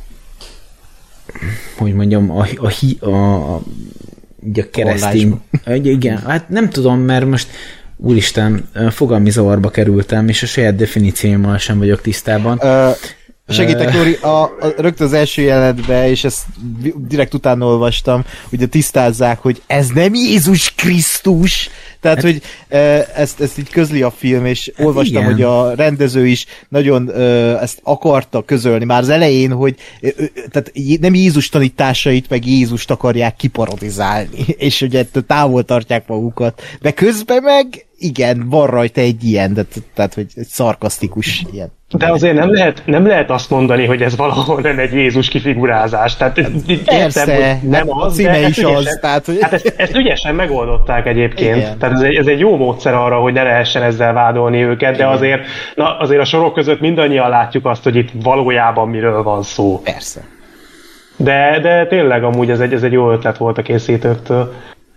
hogy mondjam, a, a, a, a, a keresztény... Igen, hát nem tudom, mert most úristen, fogalmi zavarba kerültem, és a saját definícióimmal sem vagyok tisztában. Uh, segítek, Lóri, a, a, rögtön az első jelenetben, és ezt direkt utána olvastam, ugye tisztázzák, hogy ez nem Jézus Krisztus, tehát, hát, hogy ezt, ezt így közli a film, és hát olvastam, igen, hogy a rendező is nagyon ezt akarta közölni már az elején, hogy tehát nem Jézus tanításait, meg Jézust akarják kiparodizálni, és ugye távol tartják magukat, de közben meg igen, van rajta egy ilyen, de, tehát, hogy egy szarkasztikus ilyen. De azért nem lehet, nem lehet azt mondani, hogy ez valahol nem egy Jézus kifigurázás. Tehát, persze, értem, hogy nem az, a címe is ügyesen, az. Tehát, hogy... Hát ezt, ezt ügyesen megoldották egyébként. Igen. Tehát ez egy, ez egy jó módszer arra, hogy ne lehessen ezzel vádolni őket, igen, de azért, na, azért a sorok között mindannyian látjuk azt, hogy itt valójában miről van szó. Persze. De, de tényleg amúgy ez egy, ez egy jó ötlet volt a készítőktől.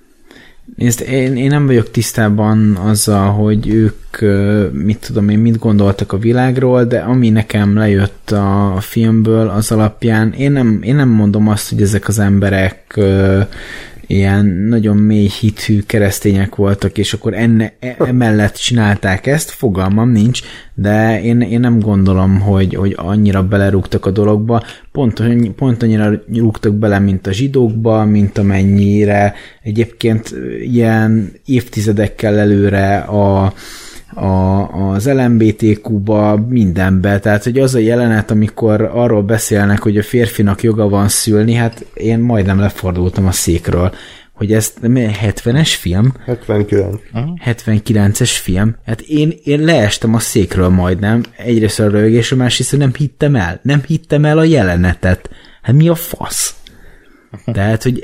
Nézd, én, én nem vagyok tisztában azzal, hogy ők, mit tudom én, mit gondoltak a világról, de ami nekem lejött a filmből, az alapján, én nem, én nem mondom azt, hogy ezek az emberek uh, ilyen nagyon mély hithű keresztények voltak, és akkor enne, emellett csinálták ezt, fogalmam nincs, de én, én nem gondolom, hogy, hogy annyira belerúgtak a dologba, pont, pont annyira rúgtak bele, mint a zsidókba, mint amennyire egyébként ilyen évtizedekkel előre a A, az el em bé té kú-ba, mindenbe, tehát hogy az a jelenet, amikor arról beszélnek, hogy a férfinak joga van szülni, hát én majdnem lefordultam a székről, hogy ez hetvenes film? hetvenkilenc. hetvenkilences film. Hát én, én leestem a székről majdnem, egyrészt a röhögés, a másrészt nem hittem el. Nem hittem el a jelenetet. Hát mi a fasz? Tehát, hogy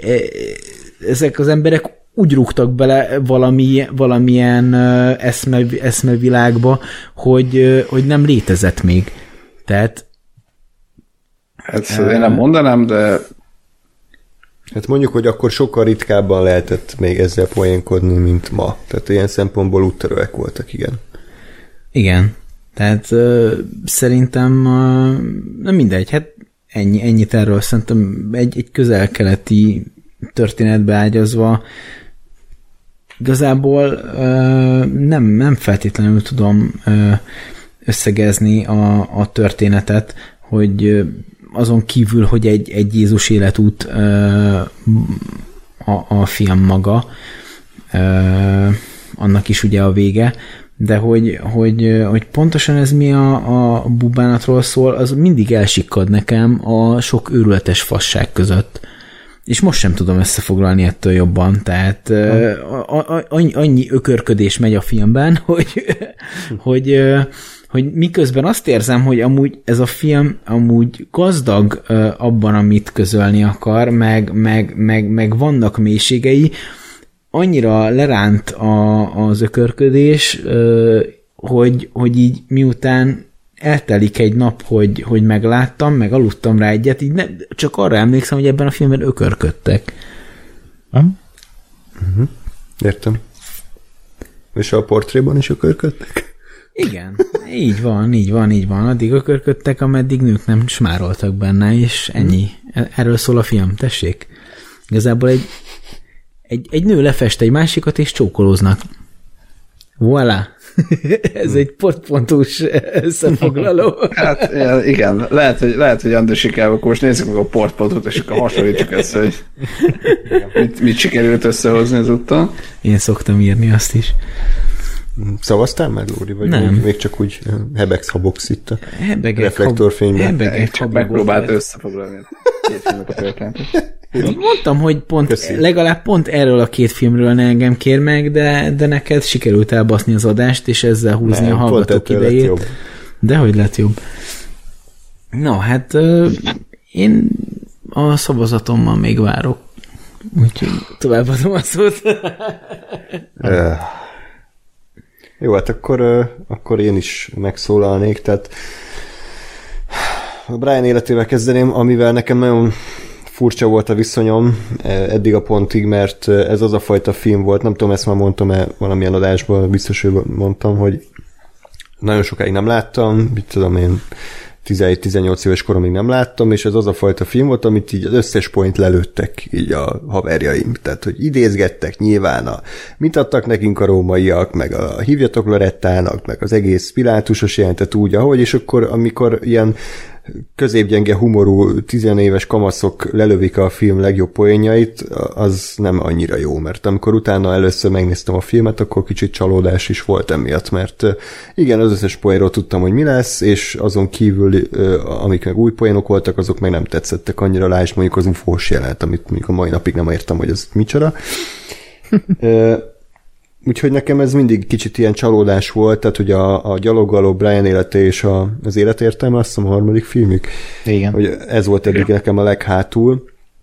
ezek az emberek úgy rúgtak bele valami, valamilyen eszme, eszmevilágba, hogy, hogy nem létezett még. Tehát... Hát uh, én nem mondanám, de... Hát mondjuk, hogy akkor sokkal ritkábban lehetett még ezzel poénkodni, mint ma. Tehát ilyen szempontból úttörőek voltak, igen. Igen. Tehát uh, szerintem uh, nem mindegy, hát ennyi, ennyit erről szerintem egy, egy közel-keleti történetbe ágyazva igazából uh, nem, nem feltétlenül tudom uh, összegezni a, a történetet, hogy uh, azon kívül, hogy egy, egy Jézus életút uh, a, a film maga, uh, annak is ugye a vége, de hogy, hogy, hogy pontosan ez mi a, a bubánatról szól, az mindig elsikkad nekem a sok őrületes fasság között. És most sem tudom összefoglalni ettől jobban, tehát a, a, annyi, annyi ökörködés megy a filmben, hogy, hogy, hogy miközben azt érzem, hogy amúgy ez a film amúgy gazdag abban, amit közölni akar, meg, meg, meg, meg vannak mélységei, annyira leránt a, az ökörködés, hogy, hogy így miután eltelik egy nap, hogy, hogy megláttam, meg aludtam rá egyet, így nem, csak arra emlékszem, hogy ebben a filmben ökörködtek. Hmm? Uh-huh. Értem. És a portréban is ökörködtek? Igen, így van, így van, így van. Addig ökörködtek, ameddig nők nem smároltak benne, és ennyi. Erről szól a film, tessék. Igazából egy, egy, egy nő lefest egy másikat, és csókolóznak. Voilà. Ez egy pontpontús összefoglaló. Hát igen, lehet, hogy, lehet, hogy Andrásik, akkor most nézzük meg a portpontot, és akkor hasonlítsuk össze, hogy mit, mit sikerült összehozni ezúttal. Én szoktam írni azt is. Szavaztál már, Lóri? Vagy nem. Még, még csak úgy hebegsz-habogsz itt a hebegek, reflektorfényben? Hebegek, csak megpróbált összefoglalni két filmnek a történetet. Mondtam, hogy pont Köszi. legalább pont erről a két filmről ne engem kér meg, de, de neked sikerült elbaszni az adást, és ezzel húzni nem, a hallgatók idejét. De hogy lett jobb. No, hát uh, én a szavazatommal még várok. Úgyhogy továbbadom a szót. uh, jó, hát akkor, uh, akkor én is megszólalnék, tehát a Brian életével kezdeném, amivel nekem nagyon furcsa volt a viszonyom eddig a pontig, mert ez az a fajta film volt, nem tudom, ezt már mondtam-e valamilyen adásban, biztos, hogy mondtam, hogy nagyon sokáig nem láttam, mit tudom én, tizenegy-tizennyolc éves koromig nem láttam, és ez az a fajta film volt, amit így az összes point lelőttek így a haverjaim. Tehát, hogy idézgettek nyilván a mit adtak nekünk a rómaiak, meg a hívjatok Lorettának, meg az egész Pilátusos jelentet úgy, ahogy, és akkor amikor ilyen középgyenge humorú tizenéves kamaszok lelövik a film legjobb poénjait, az nem annyira jó, mert amikor utána először megnéztem a filmet, akkor kicsit csalódás is volt emiatt, mert igen, az összes poénról tudtam, hogy mi lesz, és azon kívül, amik meg új poénok voltak, azok meg nem tetszettek annyira, lásd mondjuk az ufós jelent, amit mondjuk a mai napig nem értem, hogy ez micsoda. Úgyhogy nekem ez mindig kicsit ilyen csalódás volt, tehát hogy a, a gyaloggaló Brian élete és a, az életértelme, azt hiszem a harmadik filmük. Igen. Hogy ez volt eddig nekem a leghátul.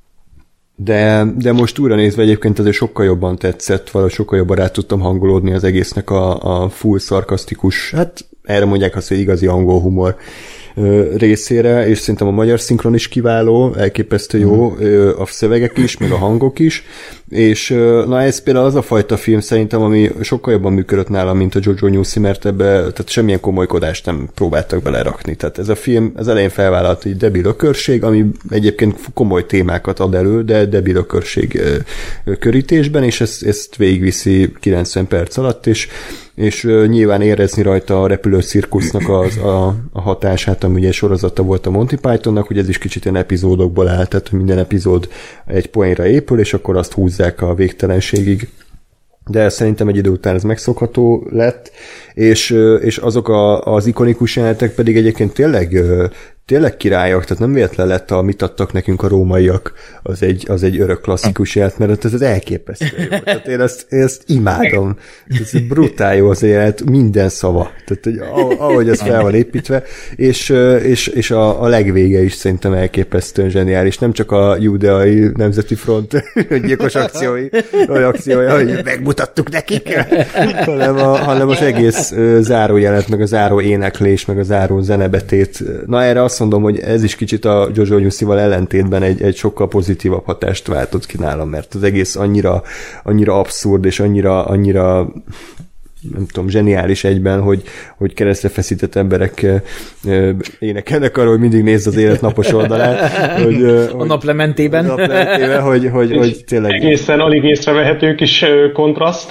De, de most újra nézve egyébként azért sokkal jobban tetszett, valahogy sokkal jobban rá tudtam hangolódni az egésznek a, a full szarkasztikus, hát erre mondják azt, hogy igazi angol humor részére, és szerintem a magyar szinkron is kiváló, elképesztő jó, mm. a szövegek is, meg a hangok is, és na ez például az a fajta film szerintem, ami sokkal jobban működött nálam, mint a Jojo Newsy, mert ebbe tehát semmilyen komolykodást nem próbáltak belerakni. Tehát ez a film az elején felvállalt egy debil ökörség, ami egyébként komoly témákat ad elő, de debil ökörség körítésben, és ezt, ezt végigviszi kilencven perc alatt, és és uh, nyilván érezni rajta a repülő cirkusznak az, a, a hatását, ami ugye sorozata volt a Monty Pythonnak, hogy ez is kicsit ilyen epizódokból áll, tehát minden epizód egy poénra épül, és akkor azt húzzák a végtelenségig. De szerintem egy idő után ez megszokható lett, és, és azok a, az ikonikus jelenetek pedig egyébként tényleg, tényleg királyok, tehát nem véletlen lett a mit adtak nekünk a rómaiak, az egy, az egy örök klasszikus jelent, mert ez az elképesztő jó. Tehát én ezt, én ezt imádom. Ez brutál jó az jelenet, minden szava. Tehát hogy ahogy ez fel van építve, és, és, és a, a legvége is szerintem elképesztően zseniális. Nem csak a Judeai Nemzeti Front gyilkos akciói, olyan akciója, hogy megmutattuk nekik, hanem, a, hanem az egész záró jelent, meg a záró éneklés, meg a záró zenebetét. Na erre azt mondom, hogy ez is kicsit a Jojo Newsy-val ellentétben egy, egy sokkal pozitívabb hatást váltott ki nálam, mert az egész annyira, annyira abszurd, és annyira, annyira nem tudom, zseniális egyben, hogy, hogy keresztre feszített emberek énekelnek arra, hogy mindig nézd az élet napos oldalát. Hogy, a hogy, naplementében. A naplementében, hogy, hogy, hogy tényleg... Egészen alig észrevehető kis kontraszt.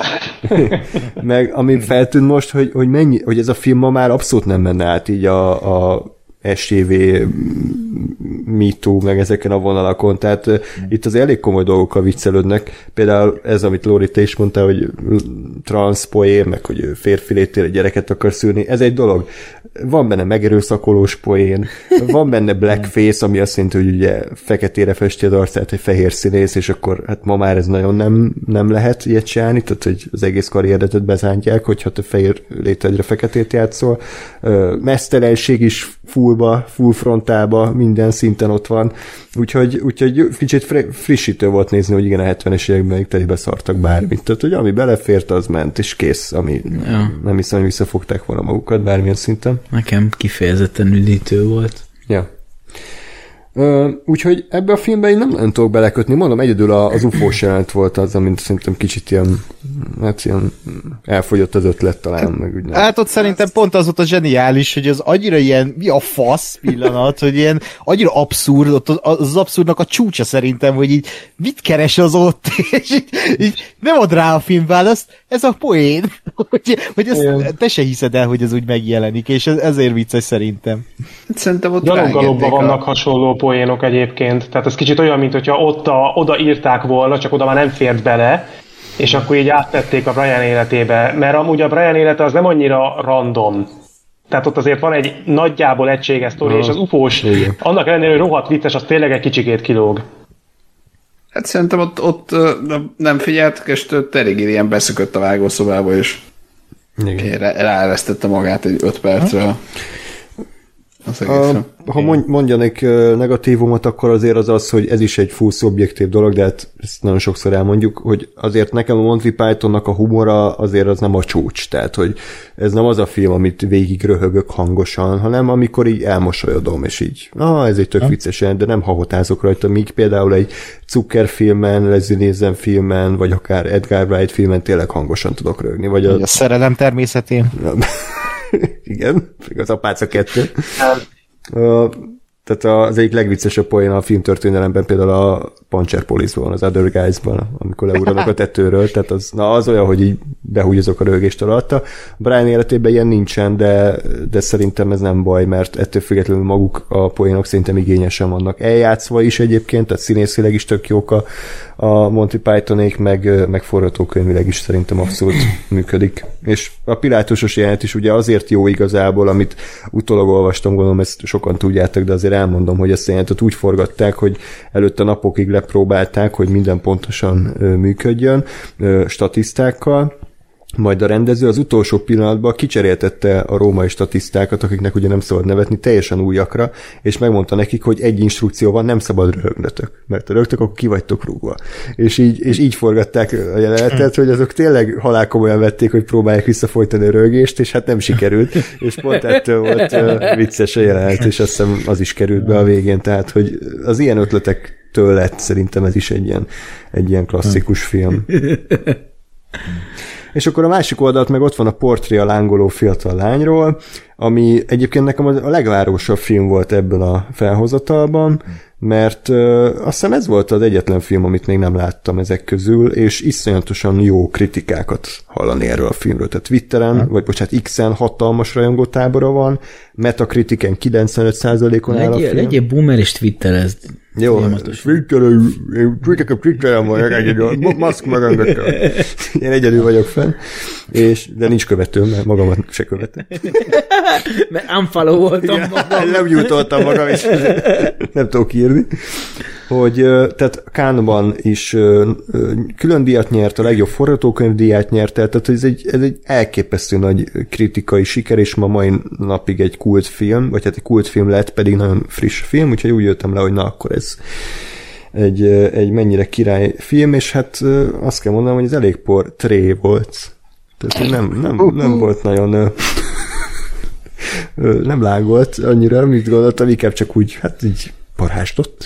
Meg ami feltűnt most, hogy, hogy, mennyi, hogy ez a film ma már abszolút nem menne át így a, a es jé vé, MeToo, meg ezeken a vonalakon, tehát mm. itt az elég komoly dolgokkal viccelődnek. Például ez, amit Lóri, te is mondtál, hogy transzpoén, meg hogy férfi létére gyereket akar szülni, ez egy dolog. Van benne megerőszakolós poén, van benne blackface, ami azt jelenti, hogy ugye feketére festi az arcát egy fehér színész, és akkor hát ma már ez nagyon nem, nem lehet ilyet csinálni, tehát hogy az egész karrieretet bezántják, hogyha te fehér létedre feketét játszol. Mesztelenség is fullba, full frontába, minden szinten ott van. Úgyhogy, úgyhogy kicsit frissítő volt nézni, hogy igen, a hetvenes években még telibe szartak bármit. Tehát, hogy ami belefért, az ment, és kész. Ami ja. Nem hiszem, hogy visszafogták volna magukat bármilyen szinten. Nekem kifejezetten üdítő volt. Ja. Uh, úgyhogy ebbe a filmbe én nem, nem tudok belekötni. Mondom, egyedül az ufós jelent volt az, amit szerintem kicsit ilyen, hát ilyen elfogyott az ötlet talán. Meg úgy hát ott szerintem pont az volt a zseniális, hogy az annyira ilyen, mi a fasz pillanat, hogy ilyen annyira abszurd, ott az abszurdnak a csúcsa szerintem, hogy így mit keres az ott, és így, így nem ad rá a filmválaszt, ez a poén, hogy, hogy ezt, te se hiszed el, hogy ez úgy megjelenik, és ez, ezért vicces szerintem. Szerintem ott Gyaloggalobban vannak hasonló poénok egyébként. Tehát ez kicsit olyan, mint hogyha ott a, oda írták volna, csak oda már nem fért bele, és akkor így áttették a Brian életébe, mert amúgy a Brian élete az nem annyira random. Tehát ott azért van egy nagyjából egységes sztori, és az ufós, igen. Annak ellenére, hogy rohadt vicces, az tényleg egy kicsikét kilóg. Hát szerintem ott, ott nem figyeltek, és elég ilyen beszökött a vágószobába, és ráeresztette magát egy öt percre. A, ha mondjanék negatívumot, akkor azért az az, hogy ez is egy full szubjektív dolog, de hát ezt nagyon sokszor elmondjuk, hogy azért nekem a Monty Pythonnak a humora azért az nem a csúcs, tehát hogy ez nem az a film, amit végig röhögök hangosan, hanem amikor így elmosolyodom, és így, na, ez egy tök viccesen, de nem hahotázok rajta, míg például egy Zucker filmen, Leslie Nielsen filmen, vagy akár Edgar Wright filmen tényleg hangosan tudok röhögni. Vagy a, a szerelem természetén. Igen, az Apáca kettő. Uh, tehát az egyik legviccesebb poén a filmtörténelemben például a Puncher Police-ban, az Other Guys-ban, amikor leugranak a tetőről, tehát az, na, az olyan, hogy így behúgyozok a röhögést alatta. Brian életében ilyen nincsen, de, de szerintem ez nem baj, mert ettől függetlenül maguk a poénok szerintem igényesen vannak eljátszva is egyébként, tehát színészileg is tök jók a, a Monty Pythonék, meg, meg forgatókönyvileg is szerintem abszolút működik. És a Pilátusos jelenet is ugye azért jó igazából, amit utólag olvastam, gondolom ezt sokan tudjátok, de azért elmondom, hogy ezt a jelenetet úgy forgatták, hogy előtte napokig lepróbálták, hogy minden pontosan működjön statisztákkal, majd a rendező az utolsó pillanatban kicseréltette a római statisztákat, akiknek ugye nem szabad nevetni, teljesen újakra, és megmondta nekik, hogy egy instrukció van, nem szabad röhögnötök, mert ha röhögtök, akkor ki vagytok rúgva. És így, és így forgatták a jelenetet, hogy azok tényleg halálkomolyan vették, hogy próbálják visszafolytani a röhögést, és hát nem sikerült, és pont ettől volt vicces a jelenet, és azt hiszem az is került be a végén, tehát hogy az ilyen ötletektől lett szerintem ez is egy ilyen, egy ilyen klasszikus film. És akkor a másik oldalt meg ott van a portré a lángoló fiatal lányról, ami egyébként nekem a legvárósabb film volt ebből a felhozatalban, mert uh, azt hiszem ez volt az egyetlen film, amit még nem láttam ezek közül, és iszonyatosan jó kritikákat hallani erről a filmről. Tehát Twitteren, hmm. vagy bocsánat, X-en hatalmas rajongótábora van, Metacritiken kilencvenöt százalékon áll a film. Legyél boomer és twitterezd. Jó, Twitterem, Twitterem, Twitterem van, egyedül, maszk magamgattam. Én egyedül vagyok fenn, és, de nincs követőm, mert magamat se követem. Mert unfollow voltam magam. Nem gyújtoltam magam, és nem tudok írni. Hogy, tehát Cannes-ban is külön díjat nyert, a legjobb forgatókönyv díját nyert, tehát ez egy, ez egy elképesztő nagy kritikai siker, és ma mai napig egy kultfilm, vagy hát egy kultfilm lett, pedig nagyon friss film, úgyhogy úgy jöttem le, hogy na, akkor ez egy, egy mennyire király film, és hát azt kell mondanom, hogy ez elég portré volt. Tehát nem, nem, nem volt nagyon nem lágolt annyira, mit gondoltam, inkább csak úgy, hát így parhástott.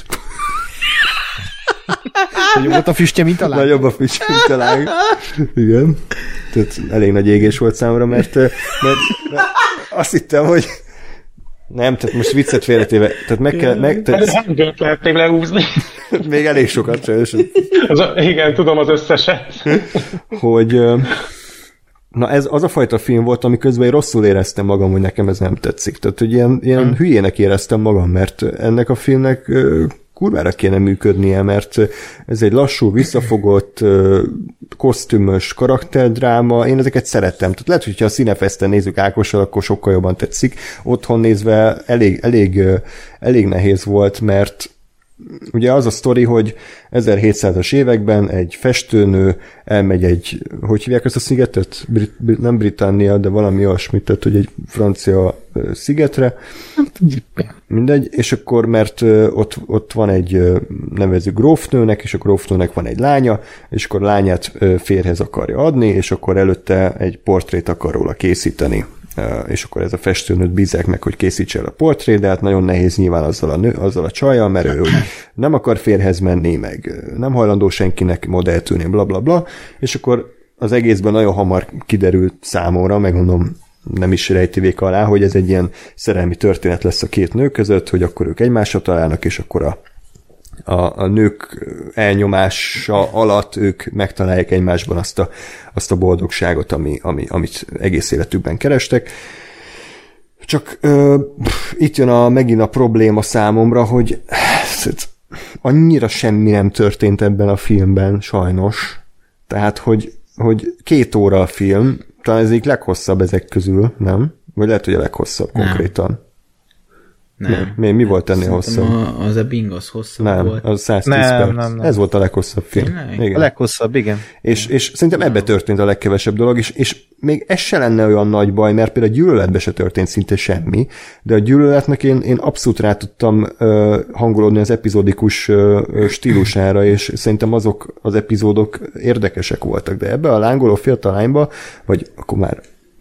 Nagyobb volt a füstje, mint a lág. Nagyobb a füstje, mint a lág. Igen. Tehát elég nagy égés volt számomra, mert, mert, mert azt hittem, hogy nem, tehát most viccet félretéve. Tehát meg kell... Meg, tehát... Nem lehet még lehúzni. Még elég sokat sajnos. Igen, tudom az összeset. Hogy... Na ez az a fajta film volt, ami közben rosszul éreztem magam, hogy nekem ez nem tetszik. Tehát, hogy ilyen, ilyen hmm. hülyének éreztem magam, mert ennek a filmnek kurvára kéne működnie, mert ez egy lassú, visszafogott, kosztümös karakterdráma, én ezeket szerettem. Tehát lehet, hogyha a Cinefesten nézzük Ákossal, akkor sokkal jobban tetszik. Otthon nézve elég, elég, elég nehéz volt, mert ugye az a sztori, hogy ezerhétszázas években egy festőnő elmegy egy, hogy hívják ezt a szigetet? Brit, Brit, nem Britannia, de valami olyasmit, tehát hogy egy francia szigetre. Mindegy, és akkor, mert ott, ott van egy nevező grófnőnek, és a grófnőnek van egy lánya, és akkor a lányát férhez akarja adni, és akkor előtte egy portrét akar róla készíteni. És akkor ez a festőnőt bízzák meg, hogy készítse el a portrét, de hát nagyon nehéz nyilván azzal a, nő, azzal a csajjal, mert ő nem akar férhez menni, meg nem hajlandó senkinek modelltűnni, bla bla bla, és akkor az egészben nagyon hamar kiderült számomra, megmondom, nem is rejti véka alá, hogy ez egy ilyen szerelmi történet lesz a két nő között, hogy akkor ők egymásra találnak, és akkor a A, a nők elnyomása alatt ők megtalálják egymásban azt a, azt a boldogságot, ami, ami, amit egész életükben kerestek. Csak ö, itt jön a, megint a probléma számomra, hogy annyira semmi nem történt ebben a filmben, sajnos, Tehát, hogy, hogy két óra a film, talán ez egyik leghosszabb ezek közül, nem? Vagy lehet, hogy a leghosszabb nem. konkrétan. Nem. Mi, mi volt ennél hosszabb? A, az a Bing az hosszabb nem, volt. Az száztíz nem, perc. Nem, nem. Ez volt a leghosszabb film. Igen. A leghosszabb, igen. És, és szerintem ebbe történt a legkevesebb dolog, és, és még ez se lenne olyan nagy baj, mert például a Gyűlöletbe se történt szinte semmi, de a Gyűlöletnek én, én abszolút rá tudtam uh, hangolódni az epizódikus uh, stílusára, és szerintem azok az epizódok érdekesek voltak, de ebbe a lángoló fiatal lányba, vagy akkor már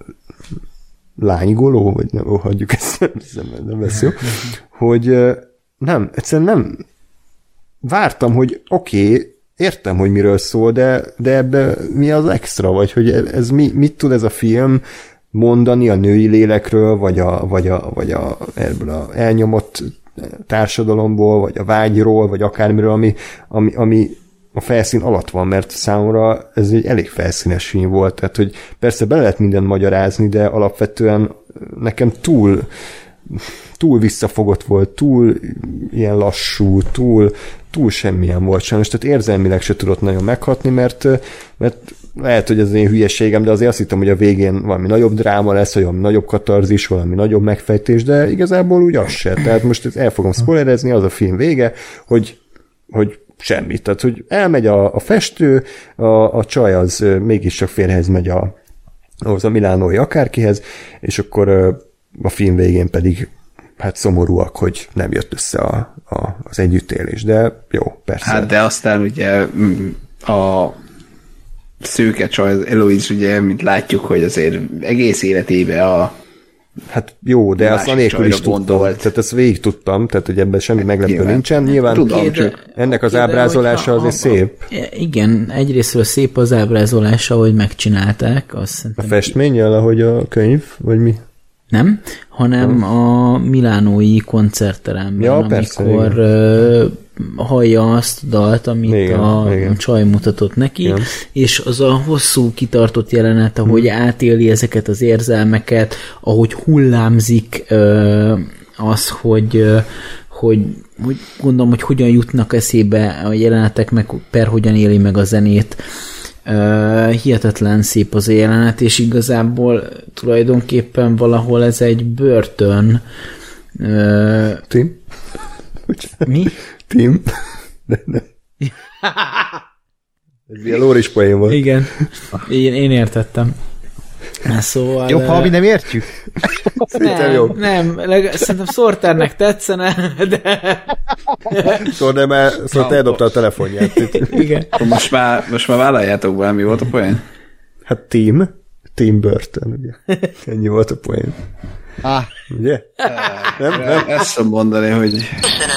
lánygoló, vagy nem, ó, hagyjuk ezt, nem, nem lesz jó, hogy nem, egyszerűen nem vártam, hogy oké, okay, értem, hogy miről szól, de, de ebbe mi az extra, vagy hogy ez mi, mit tud ez a film mondani a női lélekről, vagy a, vagy a, vagy a ebből a elnyomott társadalomból, vagy a vágyról, vagy akármiről, ami, ami, ami a felszín alatt van, mert számomra ez egy elég felszínes film volt, tehát hogy persze bele lehet mindent magyarázni, de alapvetően nekem túl túl visszafogott volt, túl ilyen lassú, túl, túl semmilyen volt sajnos, tehát érzelmileg se tudott nagyon meghatni, mert, mert lehet, hogy ez én hülyeségem, de azért azt hittem, hogy a végén valami nagyobb dráma lesz, vagy valami nagyobb katarzis, valami nagyobb megfejtés, de igazából úgy az se. Tehát most ezt el fogom spoilerezni, az a film vége, hogy, hogy semmit. Tehát, hogy elmegy a, a festő, a, a csaj az mégiscsak férhez megy a, ahhoz a milánói akárkihez, és akkor a film végén pedig hát szomorúak, hogy nem jött össze a, a, az együttélés, de jó, persze. Hát de aztán ugye a szőke csaj, az Eloise, ugye, mint látjuk, hogy azért egész életében a hát jó, de azt anélkül is tudtam. Tehát ezt végig tudtam, tehát hogy ebben semmi meglepő nyilván nincsen. Nyilván tudom, csak ennek az ábrázolása azért szép. Igen, egyrésztről szép az ábrázolása, hogy megcsinálták. Azt a festménnyel, ahogy a könyv, vagy mi? Nem, hanem a milánói koncertteremben, ja, persze, amikor igen. hallja azt a dalt, amit igen, a igen. csaj mutatott neki, igen. és az a hosszú kitartott jelenet, ahogy hmm. átéli ezeket az érzelmeket, ahogy hullámzik az, hogy, hogy, hogy gondolom, hogy hogyan jutnak eszébe a jelenetek, meg per hogyan éli meg a zenét. Uh, hihetetlen szép az a jelenet, és igazából tulajdonképpen valahol ez egy börtön. Uh, Tim? Mi? Tim? De, de. Ez ilyen lóris poén volt. Igen, én, én értettem. Szóval, jobb, ha mi nem értjük? Nem, jó. nem, leg, szerintem Sorternek tetszene, de... Sorter, mert Sorter eldobta a telefonját. Igen. Most már, most már vállaljátok be, mi volt a poén? Hát Tim, Tim Burton, ugye. Ennyi volt a poén. Ah. Ugye? Nem, nem? Ezt szom mondani, hogy...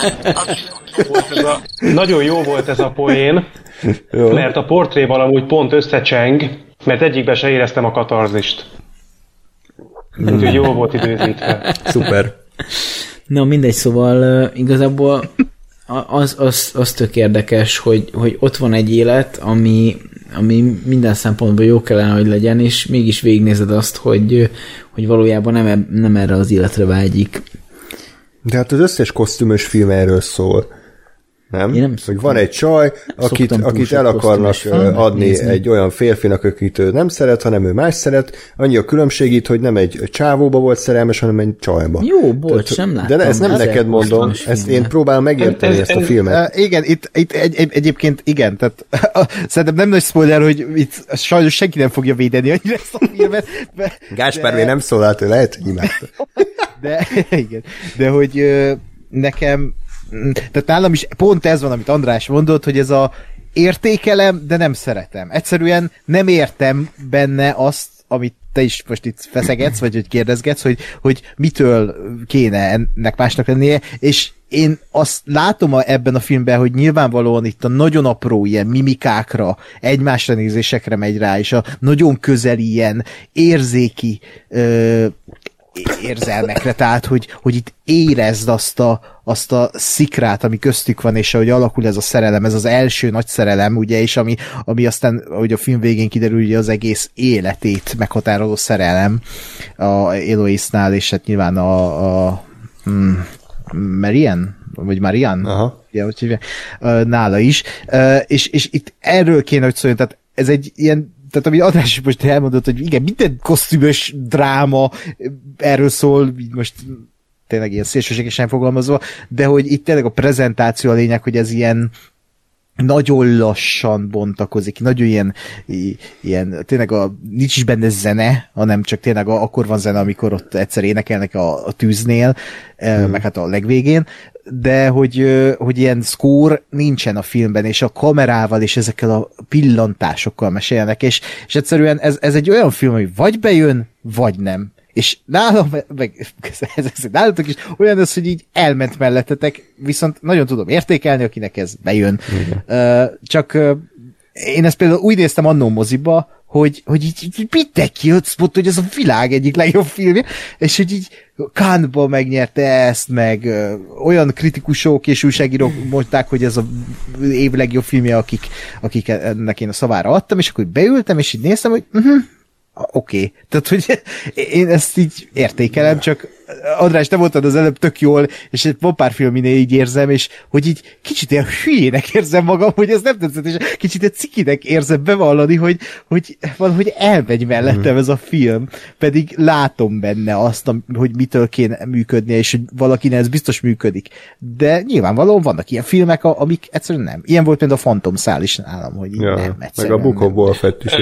a... Nagyon jó volt ez a poén, jó. Mert a portréval amúgy pont összecseng, mert egyikben se éreztem a katarzist. Hmm. Úgyhogy jó volt időzítve. Szuper. Na mindegy, szóval uh, igazából az, az, az tök érdekes, hogy, hogy ott van egy élet, ami, ami minden szempontból jó kellene, hogy legyen, és mégis végignézed azt, hogy, hogy valójában nem, nem erre az életre vágyik. De hát az összes kosztümös film erről szól. Nem? nem hogy van egy csaj, akit, akit el akarnak adni nézni. Egy olyan férfinak, akit ő nem szeret, hanem ő más szeret. Annyi a különbség itt, hogy nem egy csávóba volt szerelmes, hanem egy csajba. Jó, bocs, nem láttam. De ezt nem neked mondom, ezt én próbálom megérteni ez, ezt a filmet. Uh, igen, itt, itt egy, egy, egyébként igen, tehát uh, szerintem nem nagy spoiler, hogy itt sajnos senki nem fogja védeni annyira ezt a filmet. Gáspár még nem szólalt, ő lehet, hogy imádta. De, igen, de hogy uh, nekem tehát nálam is pont ez van, amit András mondott, hogy ez a értékelem, de nem szeretem. Egyszerűen nem értem benne azt, amit te is most itt feszegetsz, vagy hogy kérdezgetsz, hogy, hogy mitől kéne ennek másnak lennie, és én azt látom a, ebben a filmben, hogy nyilvánvalóan itt a nagyon apró ilyen mimikákra, egymásra nézésekre megy rá, és a nagyon közeli ilyen érzéki ö, érzelmekre, tehát hogy, hogy itt érezd azt a, azt a szikrát, ami köztük van, és ahogy alakul ez a szerelem, ez az első nagy szerelem, ugye, és ami, ami aztán, ahogy a film végén kiderül, ugye az egész életét meghatározó szerelem a Eloise-nál, és hát nyilván a, a hmm, Marian, vagy Marian, aha. Ja, hogy hívják, nála is, és, és itt erről kéne, hogy szóljon, tehát ez egy ilyen, tehát ami András is most elmondott, hogy igen, minden kosztümös dráma erről szól, így most tényleg ilyen szélsőségesen fogalmazva, de hogy itt tényleg a prezentáció a lényeg, hogy ez ilyen nagyon lassan bontakozik, nagyon ilyen, ilyen tényleg a, nincs is benne zene, hanem csak tényleg a, akkor van zene, amikor ott egyszer énekelnek a, a tűznél, hmm. meg hát a legvégén, de hogy, hogy ilyen score nincsen a filmben, és a kamerával és ezekkel a pillantásokkal mesélnek, és, és egyszerűen ez, ez egy olyan film, hogy vagy bejön, vagy nem. És nálam, meg ezek nálatok is olyan az, hogy így elment mellettetek, viszont nagyon tudom értékelni, akinek ez bejön. Uh, csak uh, én ezt például úgy néztem annó moziba, hogy, hogy így, így mindenki ott mondta, hogy ez a világ egyik legjobb filmje, és hogy így Cannes-ba megnyerte ezt, meg uh, olyan kritikusok és újságírók mondták, hogy ez az év legjobb filmje, akik, akik ennek én a szavára adtam, és akkor beültem, és így néztem, hogy uh-huh, oké. Okay. Tehát, hogy én ezt így értékelem, csak András, te mondtad az előbb tök jól, és van pár filminél így érzem, és hogy így kicsit ilyen hülyének érzem magam, hogy ez nem tetszett, és kicsit egy cikinek érzem bevallani, hogy, hogy valahogy elmegy mellettem ez a film, pedig látom benne azt, hogy mitől kéne működnie, és hogy valakinek ez biztos működik. De nyilvánvalóan vannak ilyen filmek, amik egyszerűen nem. Ilyen volt például a Phantom Szál is nálam, hogy ja, nem, meg a Book of Boba Fett is.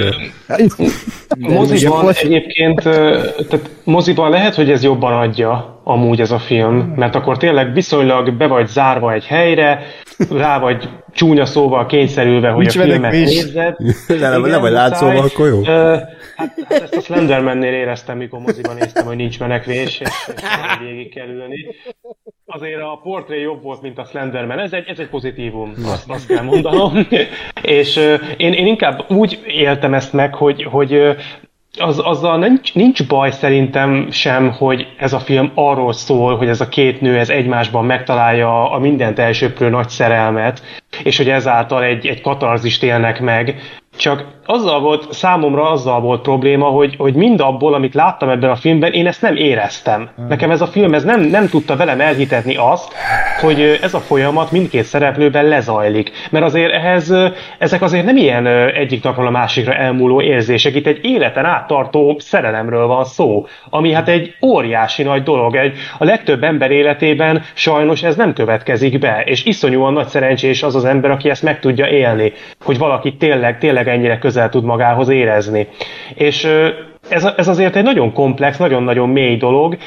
Moziban egyébként, tehát moziban lehet, hogy ez jobban adja amúgy ez a film, mert akkor tényleg viszonylag be vagy zárva egy helyre, rá vagy csúnya szóval kényszerülve, hogy Nincs a filmet nézzed. Nem, nem vagy látszóval, akkor jó. Hát, hát ezt a Slendermannél éreztem, mikor moziban néztem, hogy nincs menekvés, és, és végig kell ülni. Azért a portré jobb volt, mint a Slenderman. Ez egy, ez egy pozitívum, azt, azt kell mondanom. És én, én inkább úgy éltem ezt meg, hogy, hogy Az, azzal nincs, nincs baj szerintem sem, hogy ez a film arról szól, hogy ez a két nő ez egymásban megtalálja a mindent elsöprő nagy szerelmet, és hogy ezáltal egy, egy katarzist élnek meg. Csak azzal volt, számomra azzal volt probléma, hogy, hogy mindabból, amit láttam ebben a filmben, én ezt nem éreztem. Nekem ez a film ez nem, nem tudta velem elhitetni azt, hogy ez a folyamat mindkét szereplőben lezajlik. Mert azért ehhez, ezek azért nem ilyen egyik napról a másikra elmúló érzések. Itt egy életen áttartó szerelemről van szó, ami hát egy óriási nagy dolog. Egy, a legtöbb ember életében sajnos ez nem következik be, és iszonyúan nagy szerencsés az az ember, aki ezt meg tudja élni, hogy valaki tényleg, tényleg ennyire közel tud magához érezni. És ez, ez azért egy nagyon komplex, nagyon-nagyon mély dolog,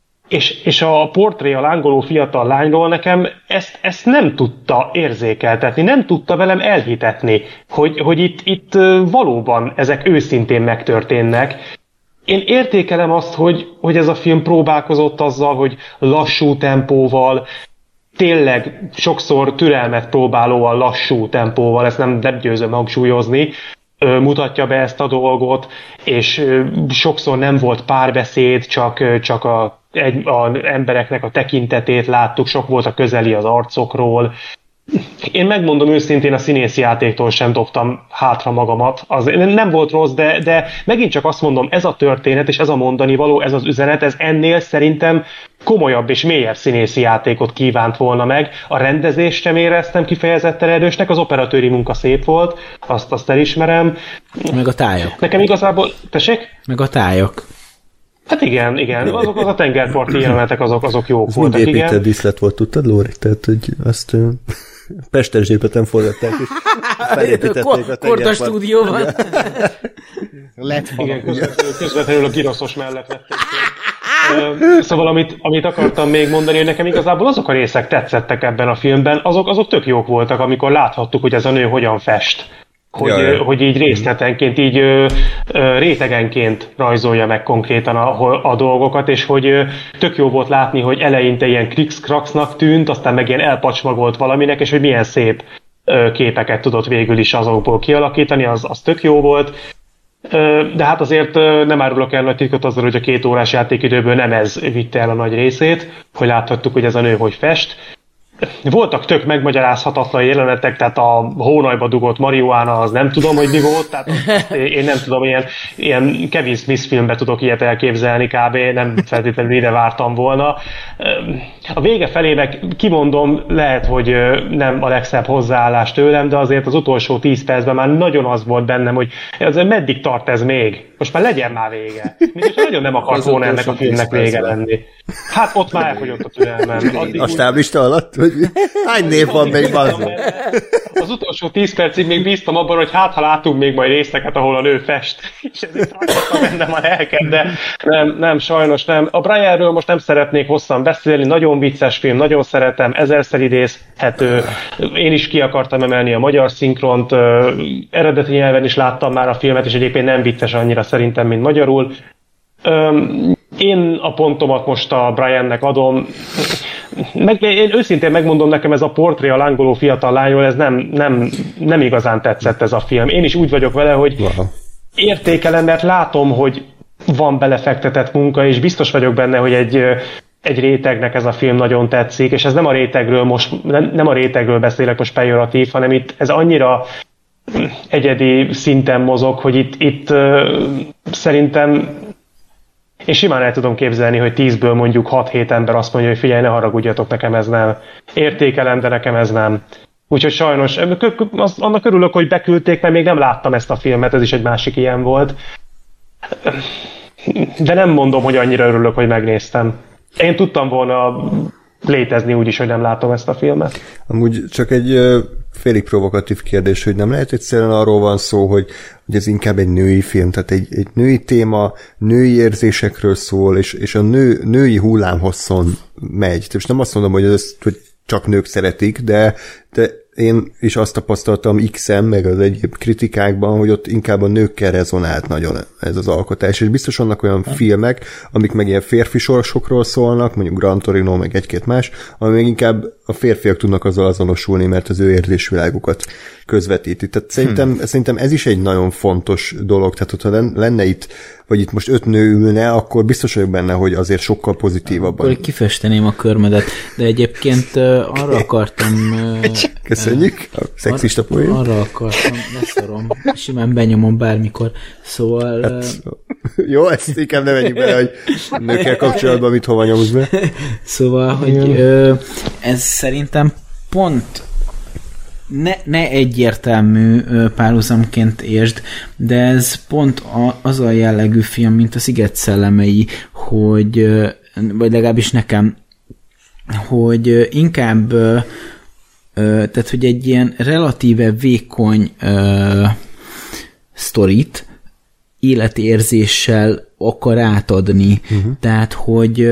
és, és a portré a lángoló fiatal lányról nekem ezt, ezt nem tudta érzékeltetni, nem tudta velem elhitetni, hogy, hogy itt, itt valóban ezek őszintén megtörténnek. Én értékelem azt, hogy, hogy ez a film próbálkozott azzal, hogy lassú tempóval, tényleg sokszor türelmet próbálóan lassú tempóval, ezt nem, nem győzöm hangsúlyozni, mutatja be ezt a dolgot, és sokszor nem volt párbeszéd, csak, csak a, egy, a embereknek a tekintetét láttuk, sok volt a közeli az arcokról. Én megmondom őszintén, a színészi játéktól sem dobtam hátra magamat. Az nem volt rossz, de, de megint csak azt mondom, ez a történet és ez a mondani való, ez az üzenet, ez ennél szerintem komolyabb és mélyebb színészi játékot kívánt volna meg. A rendezést sem éreztem kifejezetten erősnek, az operatőri munka szép volt, azt, azt elismerem. Meg a tájak. Nekem igazából... Tessék? Meg a tájak. Hát igen, igen, azok az a tengerparti jelenetek, azok, azok jók ez voltak, igen. Ez mind épített díszlet volt, tudtad, Lóri? Tehát, hogy azt Pester zsépeten forgatták, és felépítették a tengerpart. Korda stúdióban. Lett igen, közvetlenül a giroszos mellett vették. Szóval amit, amit akartam még mondani, hogy nekem igazából azok a részek tetszettek ebben a filmben, azok, azok tök jók voltak, amikor láthattuk, hogy ez a nő hogyan fest. Hogy, ja, ja. hogy így részletenként, így ö, ö, rétegenként rajzolja meg konkrétan a, a dolgokat, és hogy ö, tök jó volt látni, hogy eleinte ilyen krikszkraksznak tűnt, aztán meg ilyen elpacsmagolt valaminek, és hogy milyen szép ö, képeket tudott végül is azokból kialakítani, az, az tök jó volt. Ö, de hát azért ö, nem árulok el nagy titkot azzal, hogy a két órás játékidőből nem ez vitte el a nagy részét, hogy láthattuk, hogy ez a nő hogy fest. voltak tök megmagyarázhatatlan jelenetek, tehát a hónajba dugott marihuána, az nem tudom, hogy mi volt, tehát én nem tudom, ilyen, ilyen Kevin Smith filmbe tudok ilyet elképzelni kb. Nem feltétlenül ide vártam volna. A vége felének kimondom, lehet, hogy nem a legszebb hozzáállás tőlem, de azért az utolsó tíz percben már nagyon az volt bennem, hogy azért meddig tart ez még? Most már legyen már vége. Mint nagyon nem akart volna ennek a filmnek vége lenni. Hát ott már elfogyott a türelmem. A stáblista alatt? Hogy hány név van még van? Az utolsó tíz percig még bíztam abban, hogy hát ha látunk még majd részeket, ahol a nő fest. És ezért rajta bennem a lelkem, de nem, nem, sajnos nem. A Brianről most nem szeretnék hosszan beszélni, nagyon vicces film, nagyon szeretem, ezerszer idézhető. Én is ki akartam emelni a magyar szinkront, eredeti nyelven is láttam már a filmet, és egyébként nem vicces annyira szerintem, mint magyarul. Én a pontomat most a Briannek adom. Meg, én őszintén megmondom, nekem ez a portré a lángoló fiatal lányról, ez nem, nem, nem igazán tetszett ez a film. Én is úgy vagyok vele, hogy wow. értékelem, mert látom, hogy van belefektetett munka, és biztos vagyok benne, hogy egy, egy rétegnek ez a film nagyon tetszik, és ez nem a rétegről most, nem, nem a rétegről beszélek most pejoratív, hanem itt ez annyira egyedi szinten mozog, hogy itt, itt uh, szerintem én simán el tudom képzelni, hogy tízből mondjuk hat-hét ember azt mondja, hogy figyelj, ne haragudjatok, nekem ez nem. Értékelem, de nekem ez nem. Úgyhogy sajnos, az, annak örülök, hogy beküldték, mert még nem láttam ezt a filmet, ez is egy másik ilyen volt. De nem mondom, hogy annyira örülök, hogy megnéztem. Én tudtam volna létezni úgy is, hogy nem látom ezt a filmet. Amúgy csak egy félig provokatív kérdés, hogy nem lehet egyszerűen arról van szó, hogy, hogy ez inkább egy női film, tehát egy, egy női téma, női érzésekről szól, és, és a nő, női hullámhosszon megy. Tehát nem azt mondom, hogy ez hogy csak nők szeretik, de, de én is azt tapasztaltam X-en, meg az egyéb kritikákban, hogy ott inkább a nőkkel rezonált nagyon ez az alkotás, és biztos vannak olyan ha. filmek, amik meg ilyen férfi sorsokról szólnak, mondjuk Gran Torino, meg egy-két más, ami még inkább a férfiak tudnak azzal azonosulni, mert az ő érzésvilágukat közvetíti. Tehát szerintem, hmm. szerintem ez is egy nagyon fontos dolog, tehát hogyha lenne itt, vagy itt most öt nő ülne, akkor biztos vagyok benne, hogy azért sokkal pozitívabban. Akkor kifestenem a körmedet, de egyébként uh, arra akartam... Uh, Köszönjük, a szexista poén. Arra akartam, leszorom, simán benyomom bármikor, szóval... Hát, uh, jó, ezt inkább ne menjünk bele, hogy nőkkel kapcsolatban mit hova nyomsz be. Szóval, hogy uh, ez szerintem pont ne, ne egyértelmű párhuzamként értsd, de ez pont a, az a jellegű film, mint a Sziget szellemei, hogy, vagy legalábbis nekem, hogy inkább tehát, hogy egy ilyen relatíve vékony uh, sztorit életérzéssel akar átadni. Uh-huh. Tehát, hogy,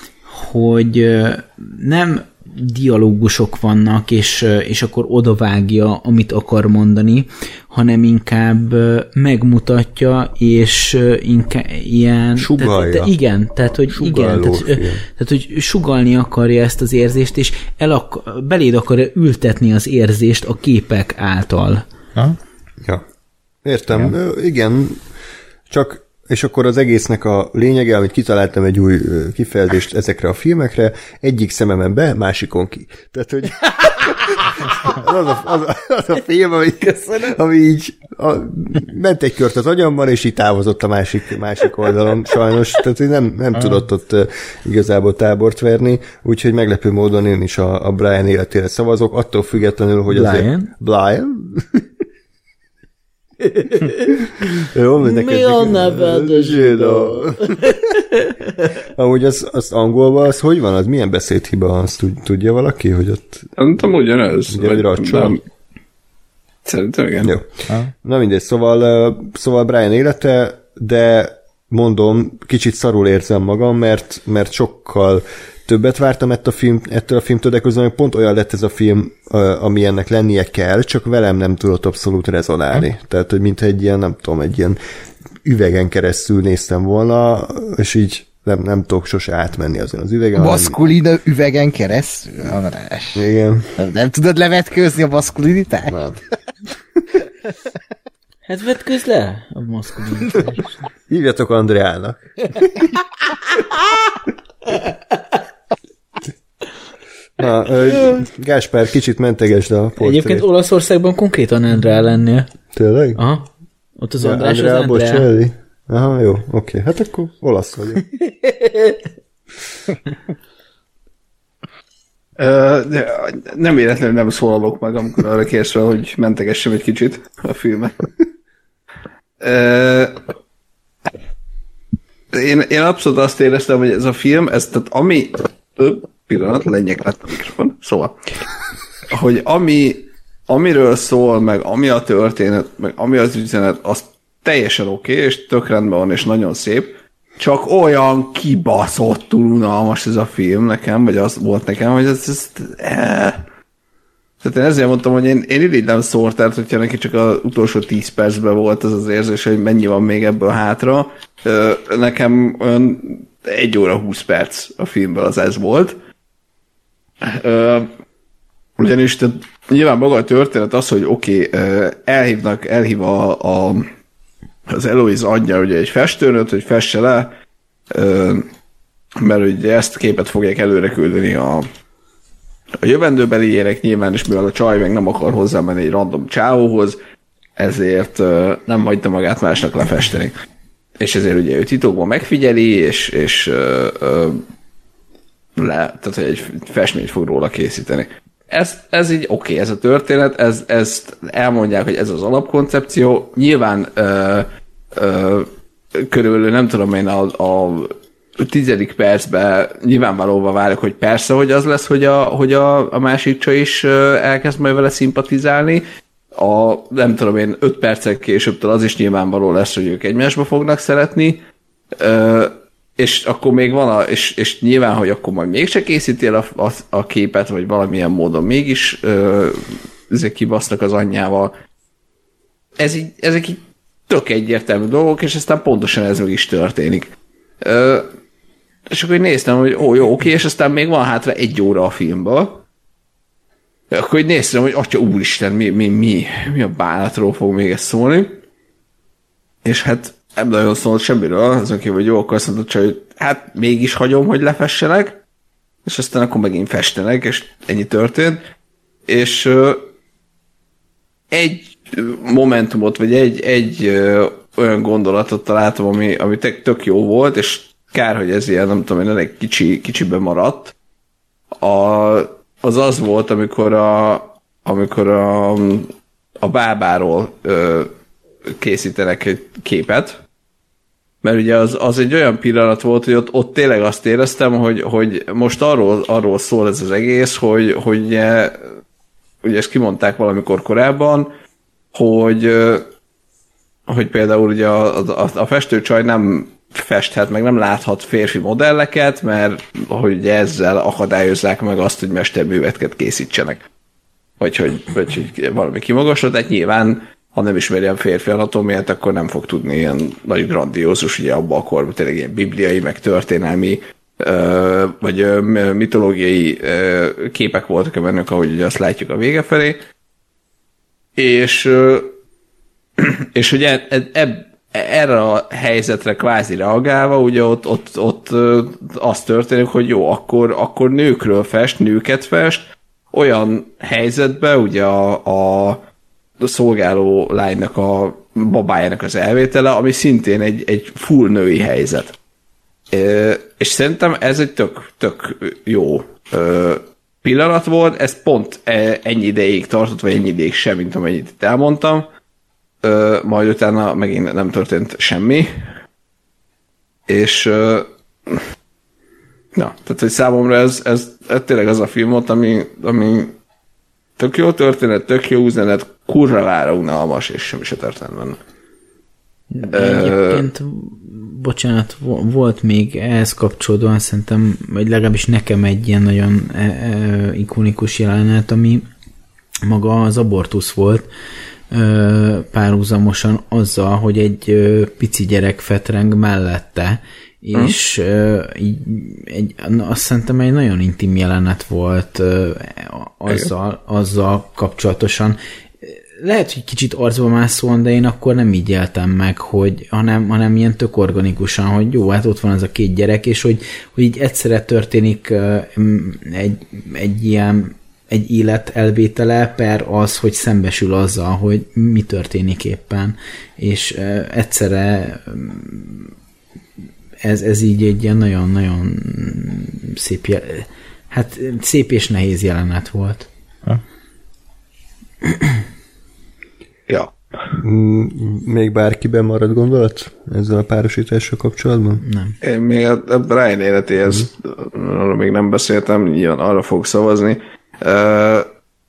hogy nem dialógusok vannak, és, és akkor odavágja, amit akar mondani, hanem inkább megmutatja, és inkább ilyen... Sugallja. Tehát, igen, tehát, hogy igen, tehát, tehát, hogy sugalni akarja ezt az érzést, és el akar, beléd akarja ültetni az érzést a képek által. Ha? Ja. Értem, ja. Igen, csak és akkor az egésznek a lényege, amit kitaláltam egy új kifejezést ezekre a filmekre, egyik szememen be, másikon ki. Tehát, hogy az a, az a, az a film, ami, ami így a, ment egy kört az agyamban, és így távozott a másik, másik oldalon, sajnos. Tehát, hogy nem, nem tudott ott igazából tábort verni, úgyhogy meglepő módon én is a, a Brian életére szavazok, attól függetlenül, hogy Brian? azért... Brian? Jó, mi a neved, Zsidó? Amúgy az, az angolban az hogy van? Az milyen beszédhiba? Azt tudja valaki, hogy ott... Nem ugyanez. Ugyanúgy racsol? Szerintem igen. Jó. Ha? Na mindegy, szóval, szóval Brian élete, de mondom, kicsit szarul érzem magam, mert, mert sokkal többet vártam ettől a, film, ettől a filmtől, de közben pont olyan lett ez a film, ami ennek lennie kell, csak velem nem tudott abszolút rezonálni. Ha? Tehát, hogy mintha egy ilyen, nem tudom, egy ilyen üvegen keresztül néztem volna, és így nem, nem tudok sose átmenni azon az üvegen. Baszkulina hanem... üvegen keresztül? András. Igen. Nem, nem tudod levetkőzni a baszkulinitást? Nem. Hát vetkőz le a maszkulinitást. Hívjatok Andreának. Na, ö, Gáspár, kicsit mentegesd a portrét. Egyébként Olaszországban konkrétan Andrea lennél. Tényleg? Aha. Ott az András, ja, az Andrea. Bocelli. Aha, jó, oké. Hát akkor olasz vagyok. Ö, de nem véletlenül nem szólalok meg, amikor arra kérsz fel, hogy mentegessem egy kicsit a filmet. Ö, én, én abszolút azt éreztem, hogy ez a film, ez tehát ami... Ö, pillanat, legyek lett a mikrofon. Szóval, hogy ami, amiről szól, meg ami a történet, meg ami az üzenet, az teljesen oké, okay, és tök rendben van, és nagyon szép. Csak olyan kibaszottul unalmas ez a film nekem, vagy az volt nekem, hogy ez... ez eh. Tehát én ezért mondtam, hogy én, én irigylem Sortert, hogyha neki csak az utolsó tíz percben volt az az érzés, hogy mennyi van még ebből hátra. Nekem olyan egy óra húsz perc a filmből az ez volt. Ugyanis tehát nyilván maga a történet az, hogy oké, okay, elhívnak, elhív a, a az Eloise anyja ugye egy festőnöt, hogy fesse le, mert ugye ezt a képet fogják előre küldeni a, a jövendőbeliének nyilván, és mivel a csaj meg nem akar hozzá menni egy random csávóhoz, ezért nem hagyta magát másnak lefesteni. És ezért ugye ő titokban megfigyeli, és, és le, tehát hogy egy festményt fog róla készíteni. Ez, ez így oké, okay, ez a történet, ez, ezt elmondják, hogy ez az alapkoncepció. Nyilván ö, ö, körülbelül nem tudom én a, a tizedik percben nyilvánvalóvá válik, hogy persze, hogy az lesz, hogy a, hogy a, a másik csaj is elkezd majd vele szimpatizálni. A, nem tudom én, öt percek későbbtől az is nyilvánvaló lesz, hogy ők egymásba fognak szeretni. Ö, és akkor még van, a, és, és nyilván, hogy akkor majd mégse készíti el a, a, a képet, vagy valamilyen módon mégis ö, ezek kibasznak az anyjával. Ez így, ezek így tök egyértelmű dolgok, és aztán pontosan ez meg is történik. Ö, és akkor néztem, hogy ó, jó, oké, és aztán még van hátra egy óra a filmből. Akkor így néztem, hogy atya úristen, mi, mi, mi, mi a bánatról fog még ezt szólni. És hát nem nagyon szólt semmiről, azon kívül, hogy jó, akkor azt mondta, hogy hát mégis hagyom, hogy lefessenek, és aztán akkor megint festenek, és ennyi történt. És ö, egy momentumot, vagy egy, egy ö, olyan gondolatot találtam, ami, ami tök jó volt, és kár, hogy ez ilyen, nem tudom, én egy kicsi, kicsiben maradt. A, az az volt, amikor a, amikor a, a bábáról ö, készítenek egy képet, mert ugye az, az egy olyan pillanat volt, hogy ott, ott tényleg azt éreztem, hogy, hogy most arról, arról szól ez az egész, hogy, hogy ugye, ugye ezt kimondták valamikor korábban, hogy, hogy például ugye a, a, a festőcsaj nem festhet, meg nem láthat férfi modelleket, mert hogy ezzel akadályozzák meg azt, hogy mesterműveket készítsenek. Vagy hogy, vagy, hogy valami kimagasló, tehát nyilván ha nem ismeri a férfi anatómiát, akkor nem fog tudni ilyen nagy grandiózus, ugye abban akkor tényleg ilyen bibliai, meg történelmi, vagy mitológiai képek voltak bennük, ahogy ugye azt látjuk a vége felé. És, és ugye eb, erre a helyzetre kvázi reagálva, ugye ott, ott, ott az történik, hogy jó, akkor, akkor nőkről fest, nőket fest, olyan helyzetben, ugye a, a a szolgáló lánynak a babájának az elvétele, ami szintén egy, egy full női helyzet. E, és szerintem ez egy tök, tök jó e, pillanat volt, ez pont ennyi ideig tartott, vagy ennyi ideig sem, mint amennyit itt elmondtam. E, majd utána megint nem történt semmi. És e, na, tehát hogy számomra ez, ez, ez tényleg az a film volt, ami, ami tök jó történet, tök jó üzenet, kurva vára unalmas, és semmi se történt benne. Egyébként, bocsánat, volt még ehhez kapcsolódóan szerintem, vagy legalábbis nekem egy ilyen nagyon e, e, ikonikus jelenet, ami maga az abortusz volt, e, párhuzamosan azzal, hogy egy e, pici gyerek fetreng mellette, és uh, így, egy, azt szerintem egy nagyon intim jelenet volt uh, azzal, azzal kapcsolatosan. lehet, hogy kicsit arcba mászóan, de én akkor nem így éltem meg, hogy, hanem, hanem ilyen tök organikusan, hogy jó, hát ott van az a két gyerek, és hogy, hogy így egyszerre történik egy, egy ilyen egy élet elvétele per az, hogy szembesül azzal, hogy mi történik éppen, és egyszerre ez, ez így egy ilyen nagyon-nagyon szép, hát szép és nehéz jelenet volt. Ha? Ja. Még bárkiben marad gondolat ezzel a párosítással kapcsolatban? Nem. Én még a Brian életéhez arra még nem beszéltem, nyilván arra fog szavazni. Uh,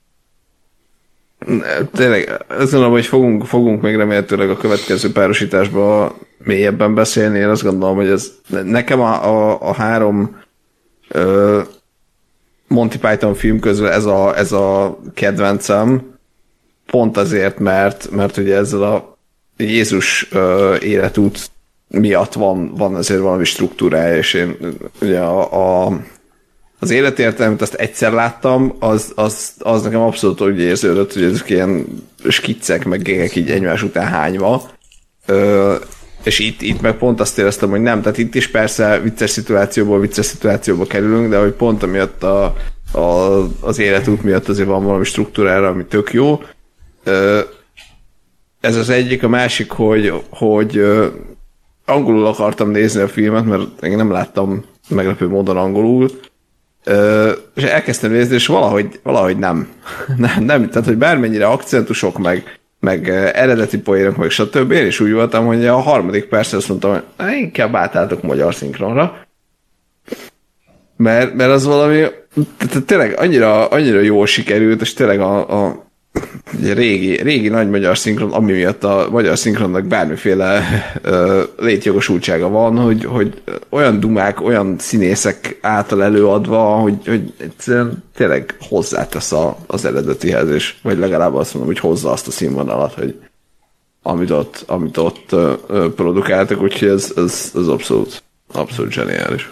tényleg, azt gondolom, hogy fogunk, fogunk még remélhetőleg a következő párosításban mélyebben beszélni. Én azt gondolom, hogy ez nekem a, a, a három uh, Monty Python film közül ez a, ez a kedvencem, pont azért, mert, mert ugye ezzel a Jézus uh, életút miatt van, van azért valami struktúrája, és én ugye a, a az életértelmet azt egyszer láttam, az, az, az nekem abszolút úgy érződött, hogy ezek ilyen skiccek, meg gégek így egymás után hányva. Ö, és itt, itt meg pont azt éreztem, hogy nem. Tehát itt is persze vicces szituációból vicces szituációba kerülünk, de hogy pont amiatt a, a, az életút miatt azért van valami struktúrára, ami tök jó. Ö, ez az egyik, a másik, hogy, hogy angolul akartam nézni a filmet, mert én nem láttam meglepő módon angolul, Uh, és elkezdtem nézni, és valahogy, valahogy nem. nem. Nem, tehát, hogy bármennyire akcentusok, meg, meg uh, eredeti poénok, meg stb. Én is úgy voltam, hogy a harmadik persze azt mondtam, hogy na, inkább átálltok magyar szinkronra. Mert, mert az valami tehát tényleg annyira, annyira jól sikerült, és tényleg a, a régi, régi nagy magyar szinkron, ami miatt a magyar szinkronnak bármiféle uh, létjogosultsága van, hogy, hogy olyan dumák, olyan színészek által előadva, hogy, hogy egyszerűen tényleg hozzátesz a, az eredetihez, és vagy legalább azt mondom, hogy hozza azt a színvonalat, hogy amit ott, amit ott uh, produkáltak, úgyhogy ez, ez, ez abszolút, abszolút zseniális.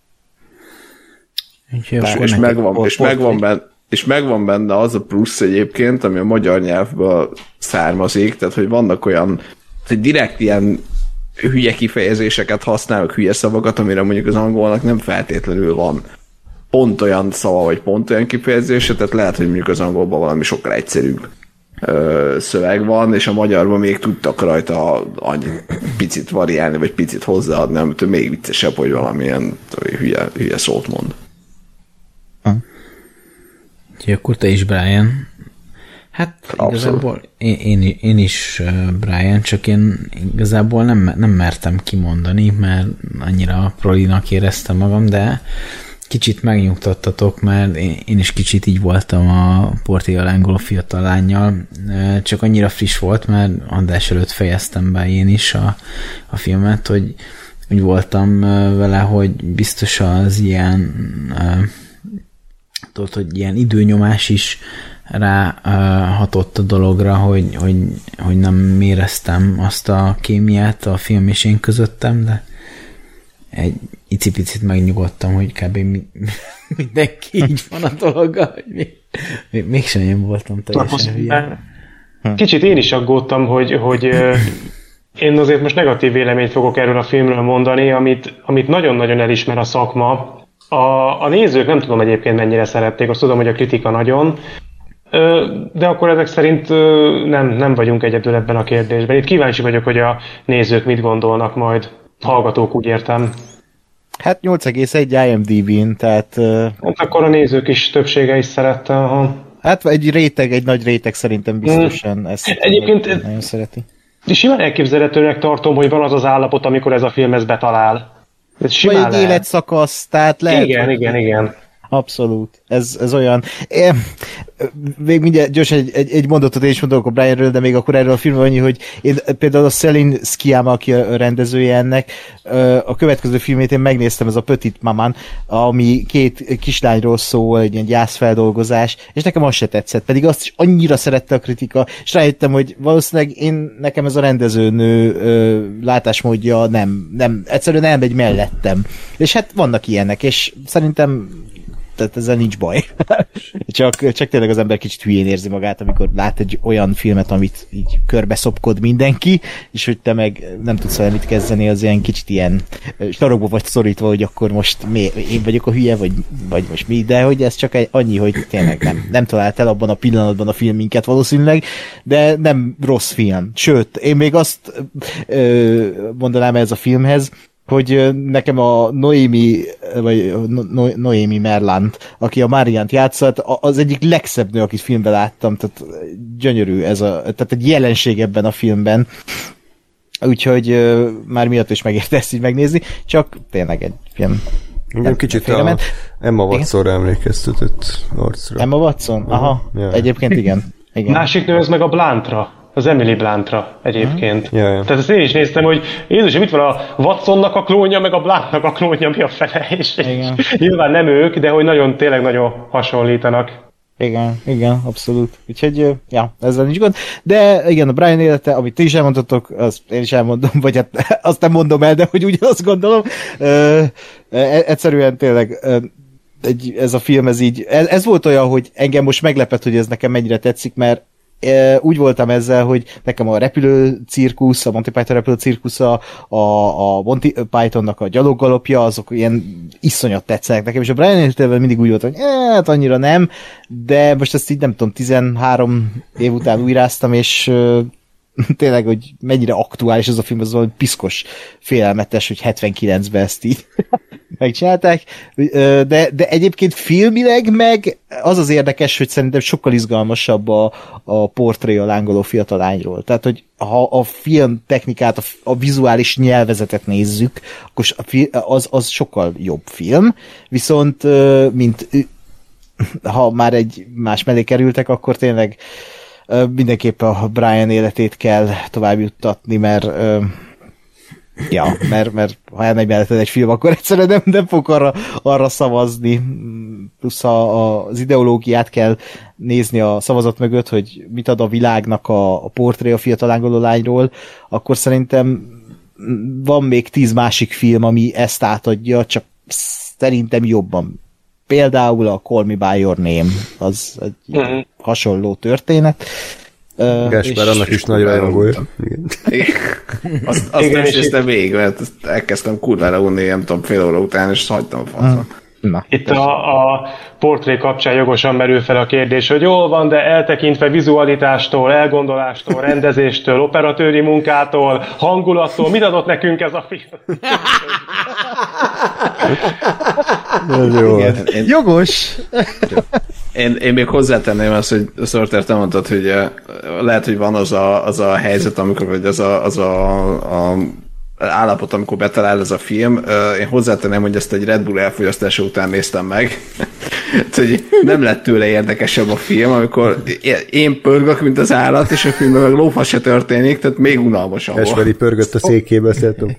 És, és megvan, és megvan benne És megvan benne az a plusz egyébként, ami a magyar nyelvből származik, tehát hogy vannak olyan, hogy direkt ilyen hülye kifejezéseket használnak, hülye szavakat, amire mondjuk az angolnak nem feltétlenül van pont olyan szava, vagy pont olyan kifejezése, tehát lehet, hogy mondjuk az angolban valami sokkal egyszerűbb ö, szöveg van, és a magyarban még tudtak rajta annyi picit variálni, vagy picit hozzáadni, amitől még viccesebb, hogy valamilyen hülye, hülye szót mond. Úgyhogy akkor te is, Brian. Hát abszolút. Igazából én, én, én is Brian, csak én igazából nem, nem mertem kimondani, mert annyira prolinak éreztem magam, de kicsit megnyugtattatok, mert én, én is kicsit így voltam a Portugal angol fiatal lánnyal, csak annyira friss volt, mert adás előtt fejeztem be én is a, a filmet, hogy úgy voltam vele, hogy biztos az ilyen tudod, hogy ilyen időnyomás is rá uh, hatott a dologra, hogy, hogy, hogy nem éreztem azt a kémiát a film és én közöttem, de egy icipicit megnyugodtam, hogy kb. Mi, mindenki így van a dolga, hogy még, még, mégsem én voltam teljesen hülye. Kicsit én is aggódtam, hogy, hogy én azért most negatív véleményt fogok erről a filmről mondani, amit, amit nagyon-nagyon elismer a szakma. A, a nézők nem tudom egyébként mennyire szerették, azt tudom, hogy a kritika nagyon, de akkor ezek szerint nem, nem vagyunk egyedül ebben a kérdésben. Itt kíváncsi vagyok, hogy a nézők mit gondolnak majd. Hallgatók, úgy értem. Hát nyolc egész egy I M D B-n, tehát... Hát akkor a nézők is többsége is szerette. Aha. Hát egy réteg, egy nagy réteg szerintem biztosan hmm. ezt egyébként nagyon szereti. Simán elképzelhetőnek tartom, hogy van az az állapot, amikor ez a film ezt betalál. Vagy egy életszakasz, tehát lehet... Igen, hogy... igen, igen. Abszolút. Ez, ez olyan... É, még mindjárt gyorsan egy, egy, egy mondatot én is mondok a Brianről, de még akkor erről a filmről annyi, hogy én például a Céline Sciamma, aki a rendezője ennek, a következő filmét én megnéztem, ez a Petit Maman, ami két kislányról szól, egy ilyen gyászfeldolgozás, és nekem az se tetszett, pedig azt is annyira szerette a kritika, és rájöttem, hogy valószínűleg én, nekem ez a rendezőnő ö, látásmódja nem, nem, egyszerűen nem megy mellettem. És hát vannak ilyenek, és szerintem tehát ezzel nincs baj. csak, csak tényleg az ember kicsit hülyén érzi magát, amikor lát egy olyan filmet, amit így körbe szopkod mindenki, és hogy te meg nem tudsz vele mit kezdeni, az ilyen kicsit ilyen sarokba vagy szorítva, hogy akkor most mi, én vagyok a hülye, vagy, vagy most mi, de hogy ez csak egy, annyi, hogy tényleg nem, nem talált el abban a pillanatban a film minket valószínűleg, de nem rossz film. Sőt, én még azt ö, mondanám ez a filmhez, hogy nekem a Noémi, vagy no, Noémi Merlant, aki a Mariant játszott, az egyik legszebb nő, akit filmben láttam, tehát gyönyörű ez a, tehát egy jelenség ebben a filmben, úgyhogy uh, már miatt is megérte ezt így megnézni, csak tényleg egy film. Nem, kicsit a Emma Watsonra emlékeztetett arcra. Emma Watson? Aha, ja. Egyébként igen. igen. Másik nő az meg a Blantra. Az Emily Blantra egyébként. Ja, ja. Tehát ezt én is néztem, hogy Jézusom, itt van a Watsonnak a klónja, meg a Blantnak a klónja, mi a fele, és, és nyilván nem ők, de hogy nagyon, tényleg nagyon hasonlítanak. Igen, igen, abszolút. Úgyhogy, ja, ezzel nincs gond. De igen, a Brian élete, amit ti is elmondtatok, azt én is elmondom, vagy hát azt nem mondom el, de hogy ugyanazt gondolom. Ö, egyszerűen tényleg egy, ez a film, ez így, ez, ez volt olyan, hogy engem most meglepett, hogy ez nekem mennyire tetszik, mert úgy voltam ezzel, hogy nekem a repülő cirkusz, a Monty Python repülő cirkusza, a, a Monty Pythonnak a gyaloggalopja, azok ilyen iszonyat tetszenek nekem, és a Brian életében mindig úgy volt, hogy hát annyira nem, de most ezt így nem tudom, tizenhárom év után újráztam, és tényleg, hogy mennyire aktuális ez a film, az valami piszkos, félelmetes, hogy hetvenkilencben ezt így megcsinálták, de, de egyébként filmileg meg az az érdekes, hogy szerintem sokkal izgalmasabb a, a portré a lángoló fiatal lányról. Tehát, hogy ha a film technikát, a, a vizuális nyelvezetet nézzük, akkor az, az sokkal jobb film, viszont mint ha már egy más mellé kerültek, akkor tényleg mindenképpen a Brian életét kell tovább juttatni, mert ja, mert, mert ha elmegy melletted egy film, akkor egyszerűen nem, nem fog arra, arra szavazni. Plusz a, az ideológiát kell nézni a szavazat mögött, hogy mit ad a világnak a, a portré a fiatal lángoló lányról, akkor szerintem van még tíz másik film, ami ezt átadja, csak szerintem jobban. Például a Call Me By Your Name, az egy mm-hmm. hasonló történet. Gáspár, annak is nagy rajongója. Azt, azt nem néztem végig, mert elkezdtem kurvára unni, nem tudom, fél óra után, és hagytam a francba. Na, Itt a, a portré kapcsán jogosan merül fel a kérdés, hogy jól van, de eltekintve vizualitástól, elgondolástól, rendezéstől, operatőri munkától, hangulattól, mit adott nekünk ez a film? Ez jó. Igen, én, jogos! Én, én még hozzátenném azt, hogy Sorter, te mondtad, hogy lehet, hogy van az a, az a helyzet, amikor, vagy az a, az a, a állapot, amikor betalál ez a film. Én hozzátenném, hogy ezt egy Red Bull elfogyasztása után néztem meg. hogy nem lett tőle érdekesebb a film, amikor én pörgök, mint az állat, és a filmben meg lófa se történik, tehát még unalmasabb. Esveri pörgött a székébe, szerintem.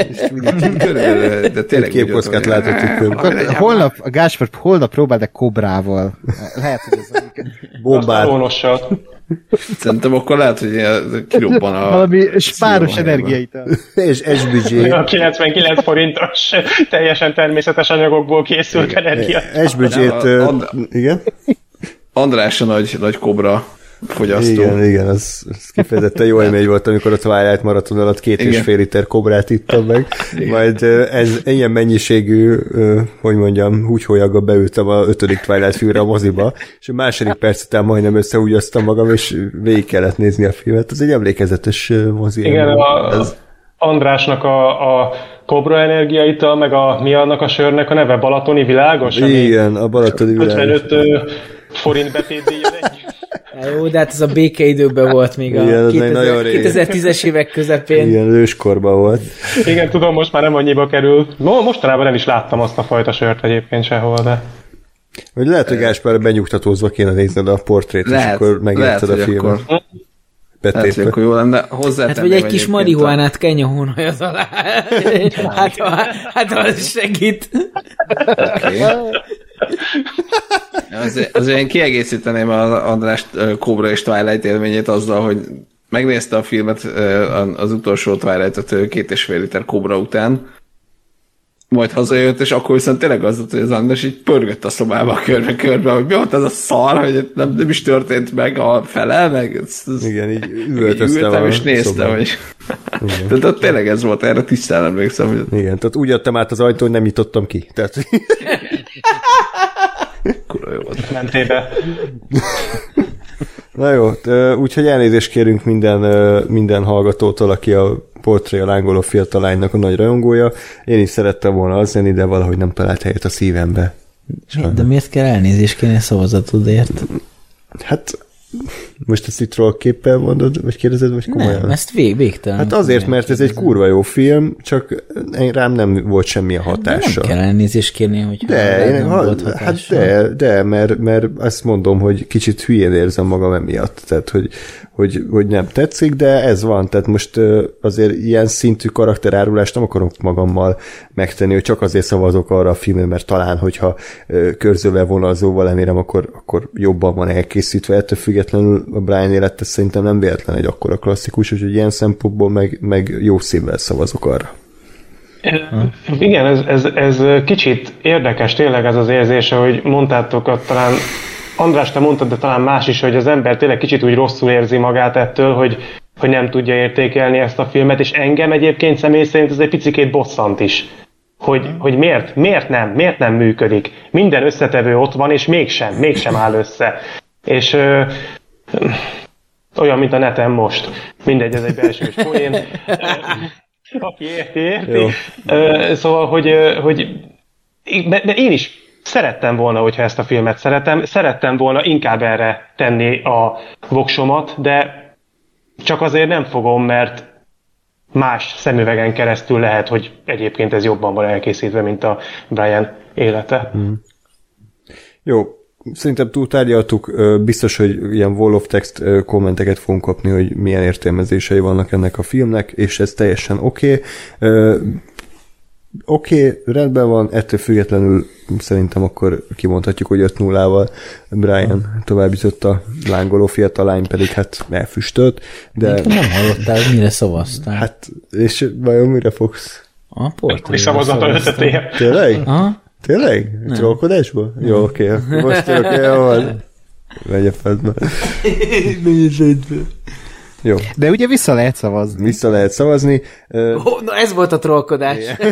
De tényleg képkockát látott. Holnap, a Gáspár, holnap próbál, de kobrával. Lehet, hogy ez bombár. Szerintem akkor lehet, hogy kirobban a... Valami spáros energiaital. És esbüdzsé. A kilencvenkilenc forintos teljesen természetes anyagokból készült energia. Esbüdzsét... Igen? András a nagy, nagy kobra fogyasztó. Igen, igen, az, az kifejezetten jó élmény volt, amikor a Twilight maraton alatt két igen. és fél liter kobrát ittam meg. Igen. Majd ez ilyen mennyiségű, hogy mondjam, húgyhólyaggal beültem a ötödik Twilight filmre a moziba, és a második perc után majdnem összeúgyoztam magam, és végig kellett nézni a filmet. Ez egy emlékezetes mozi. Igen, a, ez... Andrásnak a, a Kobra energiaital, meg a, mi annak a sörnek a neve? Balatoni Világos? Igen, a Balatoni Világos. ötvenöt forint betétdíjjal egy. Jó, de hát ez a békeidőben volt még a igen, kétezer, kétezer-tízes évek közepén. Igen, őskorban volt. Igen, tudom, most már nem annyiba kerül. No, mostanában nem is láttam azt a fajta sört egyébként sehol, de... Vagy lehet, hogy Gáspár benyugtatózva kéne nézned a portrét, lehet, és akkor megérted a filmet. Akkor... Lehet, hogy akkor jó lenne. Hát vagy egy kis marihuánát kenj a hónajad alá. hát, hát az segít. Okay. Azért, azért én kiegészíteném az András Cobra és Twilight élményét azzal, hogy megnézte a filmet, az utolsó Twilight-ot két és fél liter Cobra után, majd hazajött, és akkor viszont tényleg az volt, hogy az András így pörgött a szobába körbe-körbe, hogy mi volt ez a szar, hogy nem, nem is történt meg a fele, meg ez, ez, igen, így ültem, és néztem, hogy tehát ott tényleg ez volt, erre tisztán emlékszem. Hogy... Igen, tehát úgy jöttem át az ajtón, hogy nem nyitottam ki. Tehát... Kurva jó volt. Mentél be. Na jó, úgyhogy elnézést kérünk minden, minden hallgatótól, aki a Portré a lángoló fiatal lánynak a nagy rajongója. Én is szerettem volna az lenni, de valahogy nem talált helyet a szívembe. Sajnán. De miért kell elnézést kérni a szavazatodért? Hát most ezt itt képpel mondod, vagy kérdezed, vagy komolyan? Nem, ezt vég, végtelen. Hát azért, mert ez egy kurva jó film, csak rám nem volt semmilyen hatása. De nem kell elnézést kérni, hogy de, én, nem ha, volt hatása. Hát de, de mert, mert azt mondom, hogy kicsit hülyén érzem magam emiatt, tehát hogy, hogy, hogy nem tetszik, de ez van, tehát most azért ilyen szintű karakterárulást nem akarok magammal megtenni, hogy csak azért szavazok arra a filmre, mert talán, hogyha körzővel, vonalzóval lemérem, akkor, akkor jobban van elkészítve, ettől függetlenül a Brian élete szerintem nem véletlen egy akkora klasszikus, úgyhogy ilyen szempontból meg, meg jó szívvel szavazok arra. Igen, ez, ez, ez kicsit érdekes tényleg ez az érzése, hogy mondtátok, talán András, te mondtad, de talán más is, hogy az ember tényleg kicsit úgy rosszul érzi magát ettől, hogy, hogy nem tudja értékelni ezt a filmet, és engem egyébként személy szerint ez egy picikét bosszant is. Hogy, hogy miért, miért nem, miért nem működik. Minden összetevő ott van, és mégsem, mégsem áll össze. És ö, olyan, mint a neten most. Mindegy, ez egy belsős poén. Aki érti, érti. Ö, szóval, hogy, hogy de, de én is szerettem volna, hogyha ezt a filmet szeretem, szerettem volna inkább erre tenni a voksomat, de csak azért nem fogom, mert más szemüvegen keresztül lehet, hogy egyébként ez jobban van elkészítve, mint a Brian élete. Hmm. Jó, szerintem túltárgyaltuk, biztos, hogy ilyen wall of text kommenteket fogunk kapni, hogy milyen értelmezései vannak ennek a filmnek, és ez teljesen oké. Okay. Oké, okay, rendben van, ettől függetlenül szerintem akkor kimondhatjuk, hogy öt nullával Brian továbbított a lángoló fiatal lány, pedig hát elfüstölt. De... nem hallottál, mire szavaztál. Hát, és vajon mire fogsz? A Portré. Mi szavazata ötötél. Tényleg? Aha. Tényleg? Trollkodásból? Jó, oké, okay. Most oké, okay, jó van. Megy a fedbe. Megy a fedbe. Jó. De ugye vissza lehet szavazni. Vissza lehet szavazni. Uh, oh, na ez volt a trollkodás.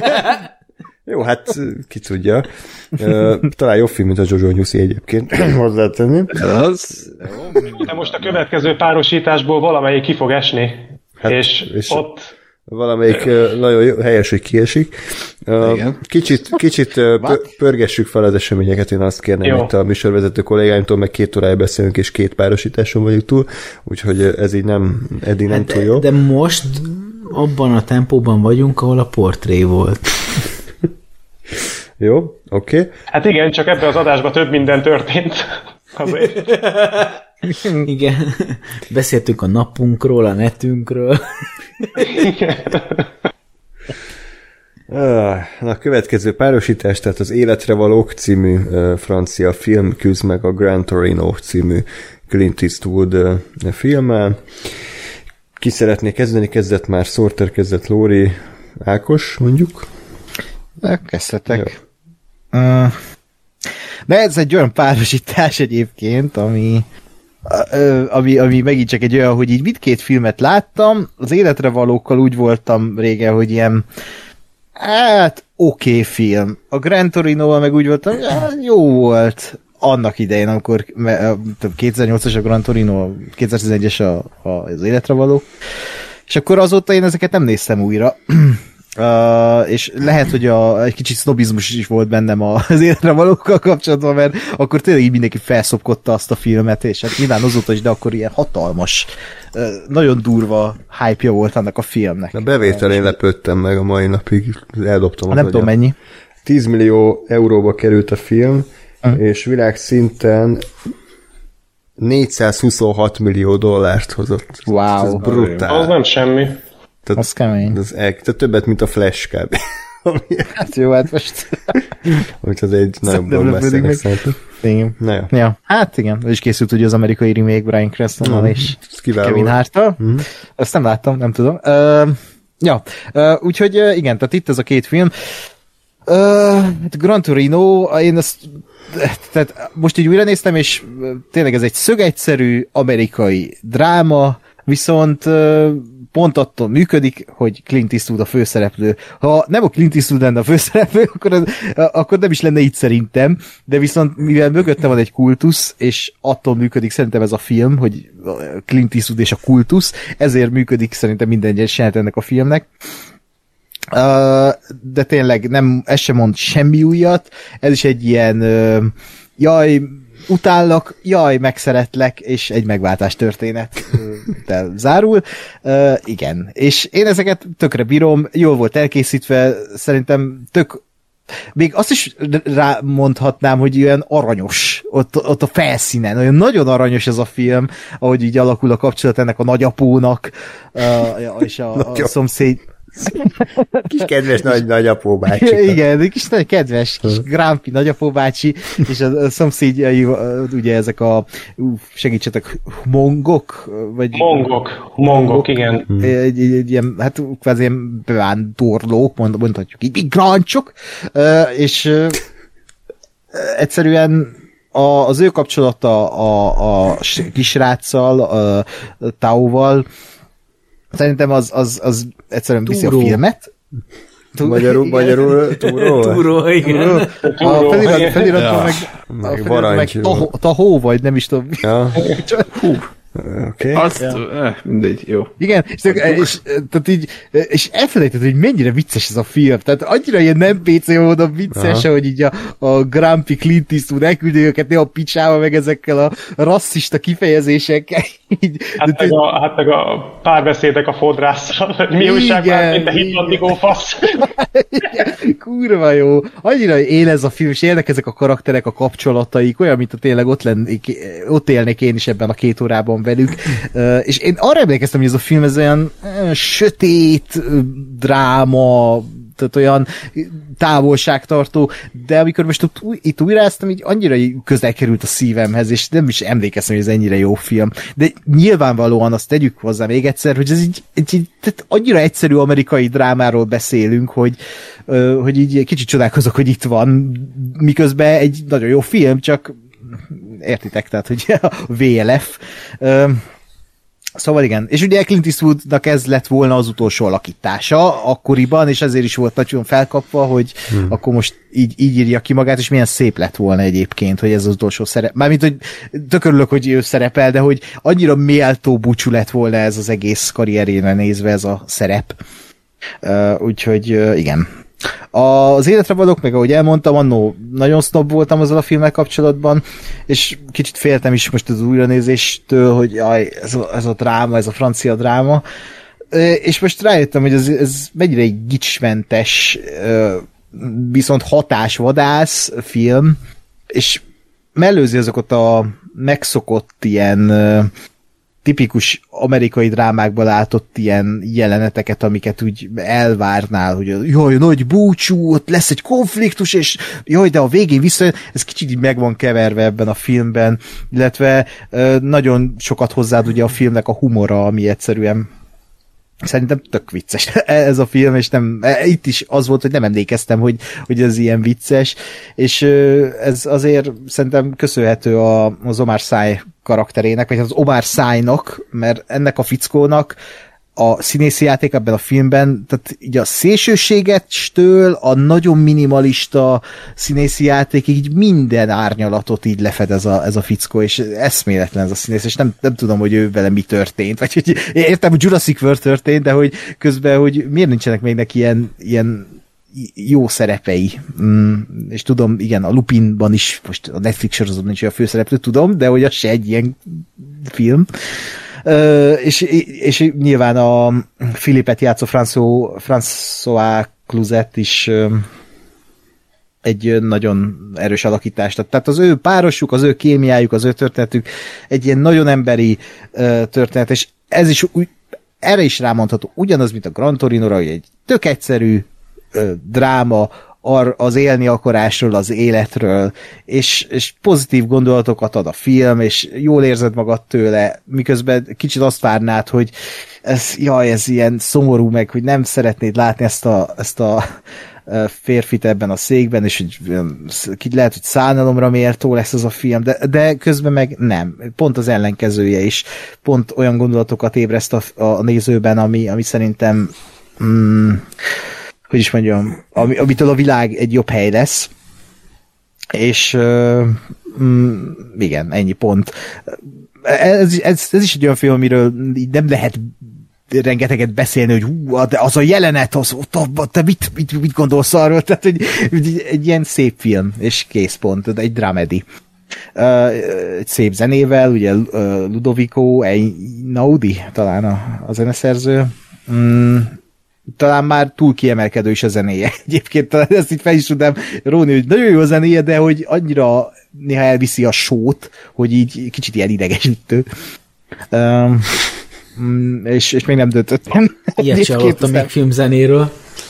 Jó, hát ki tudja. Uh, talán jobb film, mint a Jojo Nyuszi egyébként. Hozzátenni. Az. De most a következő párosításból valamelyik ki fog esni. Hát, és, és ott... Valamelyik uh, nagyon jó, helyes, hogy kiesik. Uh, kicsit kicsit uh, pörgessük fel az eseményeket, én azt kérném itt a műsorvezető kollégáimtól, meg két órája beszélünk, és két párosításon vagyunk túl, úgyhogy ez így nem, eddig nem hát túl jó. De most abban a tempóban vagyunk, ahol a Portré volt. Jó, oké. Okay. Hát igen, csak ebben az adásban több minden történt. Igen. Beszéltünk a napunkról, a netünkről. Na, a következő párosítás, tehát az Életre valók című uh, francia film küzd meg a Gran Torino című Clint Eastwood uh, filmmel. Ki szeretné kezdeni? Kezdett már Sorter, kezdett Lóri, Ákos, mondjuk? Kezdhetek. Uh, de ez egy olyan párosítás egyébként, ami Ami, ami megint csak egy olyan, hogy így mindkét filmet láttam, az Életre valókkal úgy voltam régen, hogy ilyen hát oké okay film. A Gran Torinoval meg úgy voltam, hát, jó volt annak idején, amikor kétezer-nyolcas a Gran Torino, kétezer-tizenegyes a, a, az Életre való, és akkor azóta én ezeket nem néztem újra. Uh, és lehet, hogy a, egy kicsit sznobizmus is volt bennem az Életre valókkal kapcsolatban, mert akkor tényleg így mindenki felszopkodta azt a filmet, és hát nyilván azóta is, de akkor ilyen hatalmas, uh, nagyon durva hype-ja volt annak a filmnek. A bevételén lepődtem meg a mai napig, eldobtam. Nem tudom mennyi. tíz millió euróba került a film, uh. és világszinten négyszázhuszonhat millió dollárt hozott. Wow. Ez brutál. Az nem semmi. Tehát, az kemény. Az el, tehát többet, mint a Flash kb. Hát jó, hát most... Úgyhogy az egy nagyon bombászének szerintem. Igen. Na jó. Ja, hát igen, és készült ugye az amerikai remake Bryan Crastonnal mm, és Kevin Harttal. Mm. Ezt nem láttam, nem tudom. Uh, ja, uh, úgyhogy uh, igen, tehát itt ez a két film. Uh, Gran Torino, én azt tehát most így újra néztem, és tényleg ez egy szögegyszerű amerikai dráma, viszont pont attól működik, hogy Clint Eastwood a főszereplő. Ha nem a Clint Eastwood lenne a főszereplő, akkor, az, akkor nem is lenne így szerintem, de viszont mivel mögötte van egy kultusz, és attól működik szerintem ez a film, hogy Clint Eastwood és a kultusz, ezért működik szerintem minden egyes jelenet ennek a filmnek. Uh, de tényleg nem, ez sem mond semmi újat, ez is egy ilyen uh, jaj, utállak, jaj, megszeretlek, és egy megváltás történet uh, zárul. Uh, igen, és én ezeket tökre bírom, jól volt elkészítve, szerintem tök még azt is rámondhatnám, hogy ilyen aranyos ott, ott a felszínen, olyan nagyon aranyos ez a film, ahogy így alakul a kapcsolat ennek a nagyapónak uh, és a, a szomszéd kis kedves nagy nagyapó bácsi. Igen, egy kis nagy kedves kis grámpi nagyapó bácsi, és a, a szomszédjai, ugye ezek a, ú, segítsetek, mongok? Vagy, mongok, mongok, igen. Egy, egy, egy ilyen, hát kvázi ilyen bevándorlók, mond, mondhatjuk így, migráncsok, és uh, egyszerűen a, az ő kapcsolata a, a kisráccal, a, a Tauval, szerintem az, az, az egyszerűen viszi a filmet. Magyarul, magyarul, túró? Túró, igen. A felirat, feliraton meg, meg, felirat, meg tahó, tahó, vagy nem is tudom. Ja. Hú. Okay. Azt, ja. eh, mindegy, jó. Igen, és, és, tehát így, és elfelejtett, hogy mennyire vicces ez a film. Tehát annyira ilyen nem pé cé módon vicces, aha, hogy így a, a Grumpy Clint Eastwood elküldi őket néha a picsába, meg ezekkel a rasszista kifejezésekkel. Így, hát, meg a, hát meg a párbeszédek a fodrásszal, hogy mi újság már, mint a hitlandigó fasz. Kurva jó. Annyira él ez a film, és élnek ezek a karakterek, a kapcsolataik, olyan, mint a tényleg ott, lennék, ott élnék én is ebben a két órában velük. Uh, és én arra emlékeztem, hogy ez a film ez olyan uh, sötét uh, dráma, tehát olyan távolságtartó, de amikor most itt, itt újráztam, így annyira közel került a szívemhez, és nem is emlékeztem, hogy ez ennyire jó film. De nyilvánvalóan azt tegyük hozzá még egyszer, hogy ez így, így tehát annyira egyszerű amerikai drámáról beszélünk, hogy, uh, hogy így kicsit csodálkozok, hogy itt van, miközben egy nagyon jó film, csak értitek, tehát, hogy a vé el ef. Szóval igen, és ugye Clint Eastwoodnak ez lett volna az utolsó alakítása akkoriban, és ezért is volt nagyon felkapva, hogy hmm. akkor most így, így írja ki magát, és milyen szép lett volna egyébként, hogy ez az utolsó szerep. Mármint, hogy tök örülök, hogy ő szerepel, de hogy annyira méltó búcsú lett volna ez az egész karrierére nézve ez a szerep. Uh, úgyhogy uh, igen. Az Életre vadok, meg ahogy elmondtam, annó nagyon sznob voltam azzal a filmmel kapcsolatban, és kicsit féltem is most az újranézéstől, hogy jaj, ez a, ez a dráma, ez a francia dráma, és most rájöttem, hogy ez, ez mennyire egy gicsmentes, viszont hatásvadász film, és mellőzi azokat a megszokott ilyen tipikus amerikai drámákban látott ilyen jeleneteket, amiket úgy elvárnál, hogy jaj, nagy búcsú, ott lesz egy konfliktus, és jaj, de a végén vissza, ez kicsit így meg van keverve ebben a filmben, illetve nagyon sokat hozzáad ugye a filmnek a humora, ami egyszerűen szerintem tök vicces ez a film, és nem, itt is az volt, hogy nem emlékeztem, hogy, hogy ez ilyen vicces, és ez azért szerintem köszönhető a, az Omar Sy karakterének, vagy az Omar Sy-nak, mert ennek a fickónak a színészi játék ebben a filmben, tehát így a szélsőségettől a nagyon minimalista színészi játékig így minden árnyalatot így lefed ez a, ez a fickó, és eszméletlen ez a színész, és nem, nem tudom, hogy ő vele mi történt, vagy hogy értem, hogy Jurassic World történt, de hogy közben, hogy miért nincsenek még neki ilyen, ilyen jó szerepei. Mm, és tudom, igen, a Lupinban is, most a Netflix sorozatban nincs olyan főszereplő, tudom, de hogy az se egy ilyen film. Uh, és, és nyilván a Philippet játszó François, François Cluzet is uh, egy nagyon erős alakítás. Tehát az ő párosuk, az ő kémiájuk, az ő történetük egy ilyen nagyon emberi uh, történet, és ez is úgy, erre is rámondható, ugyanaz, mint a Gran Torino-ra, hogy egy tök egyszerű uh, dráma, az élni akarásról, az életről, és, és pozitív gondolatokat ad a film, és jól érzed magad tőle, miközben kicsit azt várnád, hogy ez, jaj, ez ilyen szomorú meg, hogy nem szeretnéd látni ezt a, ezt a férfit ebben a székben, és hogy lehet, hogy szánalomra méltó lesz az a film, de, de közben meg nem. Pont az ellenkezője is. Pont olyan gondolatokat ébreszt a, a nézőben, ami, ami szerintem mm, hogy is mondjam, ami, amitől a világ egy jobb hely lesz. És uh, mm, igen, ennyi pont. Ez, ez, ez is egy olyan film, amiről így nem lehet rengeteget beszélni, hogy hú, de az a jelenet, az, te mit, mit, mit gondolsz arról? Tehát egy, egy, egy ilyen szép film, és kész pont, egy dramedy. Uh, egy szép zenével, ugye uh, Ludovico Einaudi, talán a, a zeneszerző. Mm, talán már túl kiemelkedő is a zenéje. Egyébként ezt így fel is tudnám róni, hogy nagyon jó a zenéje, de hogy annyira néha elviszi a sót, hogy így kicsit ilyen idegesítő. Um, és, és még nem döntöttem. Ilyet se hallottam még filmzenéről.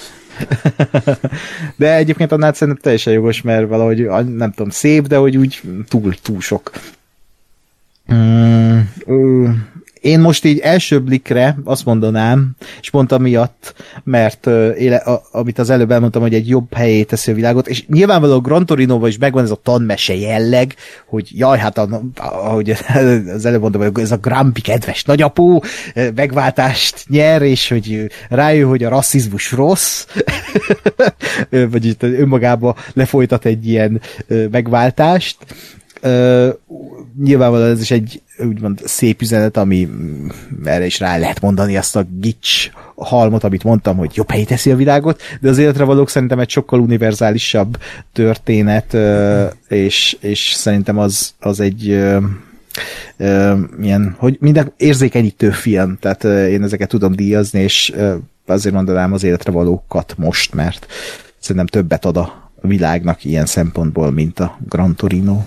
De egyébként annál szerintem teljesen jogos, mert valahogy nem tudom, szép, de hogy úgy túl, túl sok. Um, um, Én most így első blikre azt mondanám, és pont amiatt, mert uh, éle, a, amit az előbb elmondtam, hogy egy jobb helyé teszi a világot, és nyilvánvalóan Gran Torinoban is megvan ez a tanmese jelleg, hogy jaj, hát a, ahogy az előbb mondtam, hogy ez a Grampi kedves nagyapó megváltást nyer, és hogy rájön, hogy a rasszizmus rossz, vagy itt önmagába lefolytat egy ilyen megváltást. Uh, nyilvánvalóan ez is egy úgymond szép üzenet, ami erre is rá lehet mondani azt a gics halmot, amit mondtam, hogy jobb helyé teszi a világot, de az életre valók szerintem egy sokkal univerzálisabb történet, uh, és, és szerintem az, az egy uh, uh, ilyen, hogy minden érzékenyítő film, tehát uh, én ezeket tudom díjazni, és uh, azért mondanám az életre valókat most, mert szerintem többet ad a világnak ilyen szempontból, mint a Gran Torino.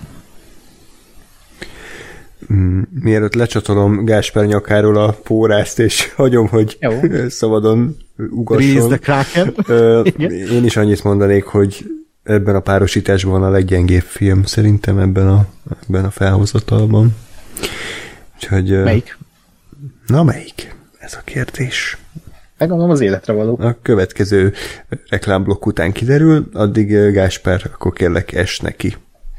Mielőtt lecsatolom Gáspár nyakáról a pórázt, és hagyom, hogy jó. Szabadon ugasson. Én is annyit mondanék, hogy ebben a párosításban van a leggyengébb film szerintem ebben a, ebben a felhozatalban. Úgyhogy, melyik? Na melyik? Ez a kérdés. Megmondom, az életre való. A következő reklámblokk után kiderül, addig Gáspár, akkor kérlek, es neki.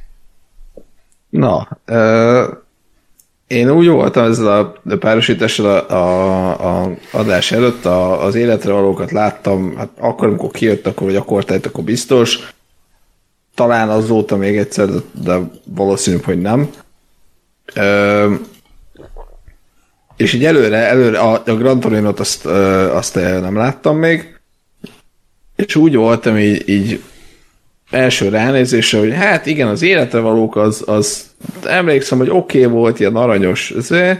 Na, uh... én úgy voltam ezzel a párosítással a, a, a adás előtt, a, az életre valókat láttam, hát akkor, amikor kijött, akkor, vagy akkor tehát, akkor biztos. Talán azóta még egyszer, de, de valószínűbb, hogy nem. Ö, és így előre, előre a, a Gran Torinót azt, ö, azt nem láttam még, és úgy voltam így, így első ránézésre, hogy hát igen, az életre valók az, az emlékszem, hogy oké okay volt, ilyen aranyos, ezért,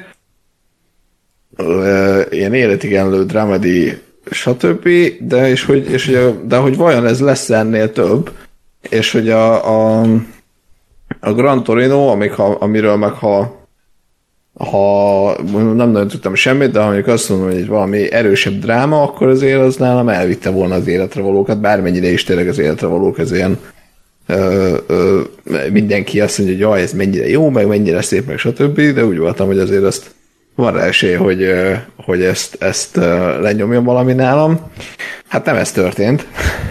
ilyen életigenlő dramedy, stb., de, és hogy, és hogy, de hogy vajon ez lesz ennél több, és hogy a, a, a Gran Torino, amik, ha, amiről meg ha, ha nem nagyon tudtam semmit, de ha mondjuk azt mondom, hogy egy valami erősebb dráma, akkor azért az nálam elvitte volna az életre valókat, bármennyire is tényleg az életre valók ez ilyen Ö, ö, mindenki azt mondja, hogy jaj, ez mennyire jó, meg mennyire szép, meg stb., de úgy voltam, hogy azért azt van rá esély, hogy, hogy ezt, ezt lenyomjon valami nálam. Hát nem ez történt.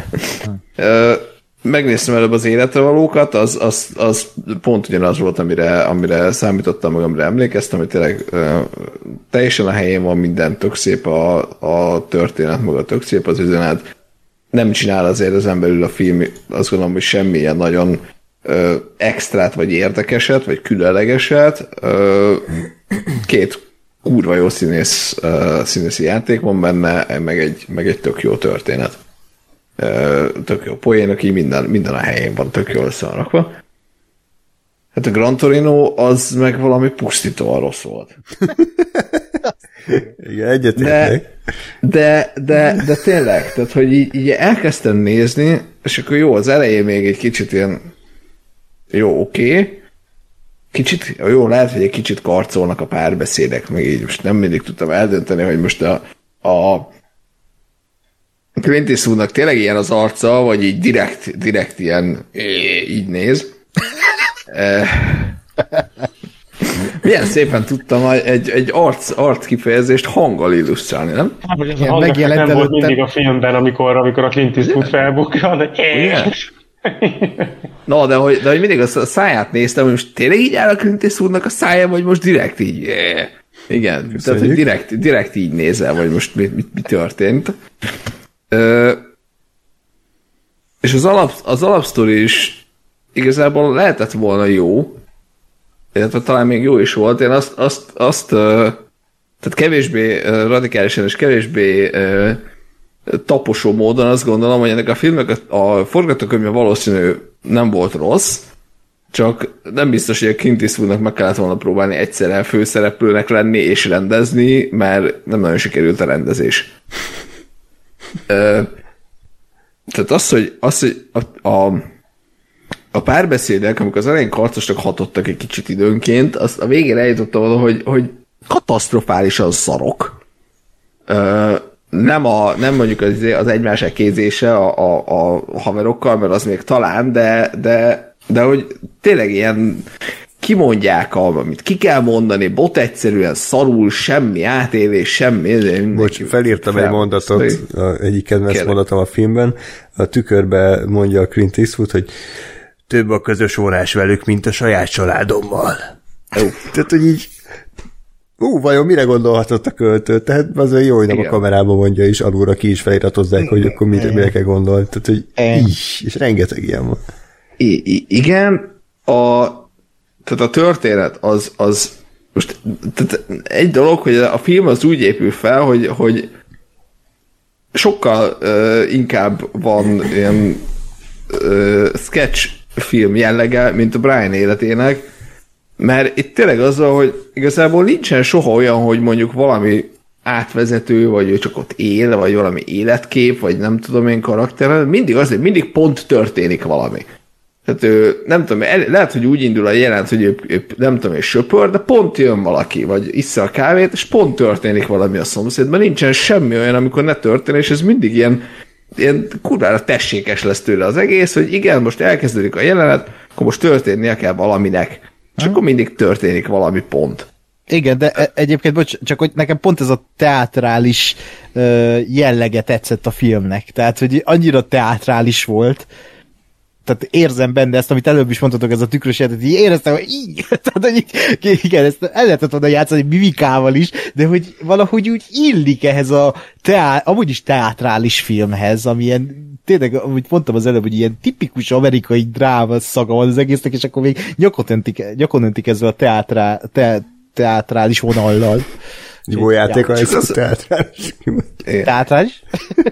Megnéztem előbb az életre valókat, az, az, az pont ugyanaz volt, amire, amire számítottam, meg amire emlékeztem, hogy tényleg teljesen a helyén van minden, tök szép a, a történet, maga tök szép az üzenet. Nem csinál azért az emberül a film, azt gondolom, hogy semmilyen nagyon ö, extrát, vagy érdekeset, vagy különlegeset. Ö, két kurva jó színész, ö, színészi játék van benne, meg egy, meg egy tök jó történet. Ö, tök jó poénok, így minden, minden a helyén van, tök jól össze van rakva. Hát a Gran Torino az meg valami pusztítóan rossz volt. Igen, egyetértek. De, de, de, de tényleg, tehát, hogy így, így elkezdtem nézni, és akkor jó, az elején még egy kicsit ilyen jó, oké, okay. Kicsit, jó, lehet, hogy egy kicsit karcolnak a párbeszédek, meg így most nem mindig tudtam eldönteni, hogy most a, a Clint Eastwoodnak tényleg ilyen az arca, vagy így direkt, direkt ilyen így néz. Milyen szépen tudtam egy, egy arc, arc kifejezést hanggal illusztrálni, nem? Hát, hogy ez a hang nem volt mindig a filmben, amikor, amikor a Clint Eastwood felbukkan, hogy Na, de hogy, de hogy mindig a száját néztem, hogy most tényleg így áll a Clint Eastwoodnak a szája, vagy most direkt így... Yeah. Igen, köszönjük. Tehát hogy direkt, direkt így nézel, vagy most mi, mi, mi történt. Ö, és az, alap, az alapsztori is igazából lehetett volna jó, illetve talán még jó is volt. Én azt, azt, azt tehát kevésbé radikálisan és kevésbé taposó módon azt gondolom, hogy ennek a filmnek a, a forgatókönyve valószínű nem volt rossz, csak nem biztos, hogy a Clint Eastwoodnak meg kellett volna próbálni egyszerre főszereplőnek lenni és rendezni, mert nem nagyon sikerült a rendezés. Ö, tehát az, hogy, az, hogy a, a, a párbeszédek, amikor az elején karcosnak hatottak egy kicsit időnként, azt a végén eljutottam oda, hogy, hogy katasztrofálisan szarok. Ö, nem, a, nem mondjuk az, az egymás ekézése a, a, a haverokkal, mert az még talán, de, de de hogy tényleg ilyen kimondják, amit ki kell mondani, bot egyszerűen szarul, semmi átélés, semmi. Bocs, felírtam fel, egy mondatot, egyik kedvenc mondatom a filmben, a tükörbe mondja a Clint Eastwood, hogy több a közös órás velük, mint a saját családommal. Tehát, hogy így ú, vajon mire gondolhatott a költő? Tehát azért jó, hogy nem igen. A kamerában mondja, és alulra ki is feliratozzák, hogy akkor mire, mire kell gondolni. Tehát, hogy így, és rengeteg ilyen van. I- igen, a, tehát a történet az, az most tehát egy dolog, hogy a film az úgy épül fel, hogy, hogy sokkal uh, inkább van ilyen uh, sketch film jellege, mint a Brian életének, mert itt tényleg az van, hogy igazából nincsen soha olyan, hogy mondjuk valami átvezető, vagy ő csak ott él, vagy valami életkép, vagy nem tudom én karakter, mindig az, hogy mindig pont történik valami. Tehát ő, nem tudom, lehet, hogy úgy indul a jelent, hogy ő, ő nem tudom, és söpör, de pont jön valaki, vagy issza a kávét, és pont történik valami a szomszédban. Nincsen semmi olyan, amikor ne történik, és ez mindig ilyen, ilyen kurvára tessékes lesz tőle az egész, hogy igen, most elkezdődik a jelenet, akkor most történnie kell valaminek. És hmm. akkor mindig történik valami pont. Igen, de e- egyébként, bocs, csak hogy nekem pont ez a teátrális uh, jellege tetszett a filmnek. Tehát, hogy annyira teátrális volt, tehát érzem benne ezt, amit előbb is mondhatok, ez a tükrös jelet, így éreztem, hogy így, tehát, hogy igen, ezt el lehetett volna játszani mimikával is, de hogy valahogy úgy illik ehhez a teá- amúgy is teátrális filmhez, ami ilyen, tényleg, amit mondtam az előbb, hogy ilyen tipikus amerikai dráma szaga van az egésznek, és akkor még nyakot öntik, nyakon öntik ezzel a teátrá, te, teátrális vonallal. Jó játék, ez a teátrális. Teátrális?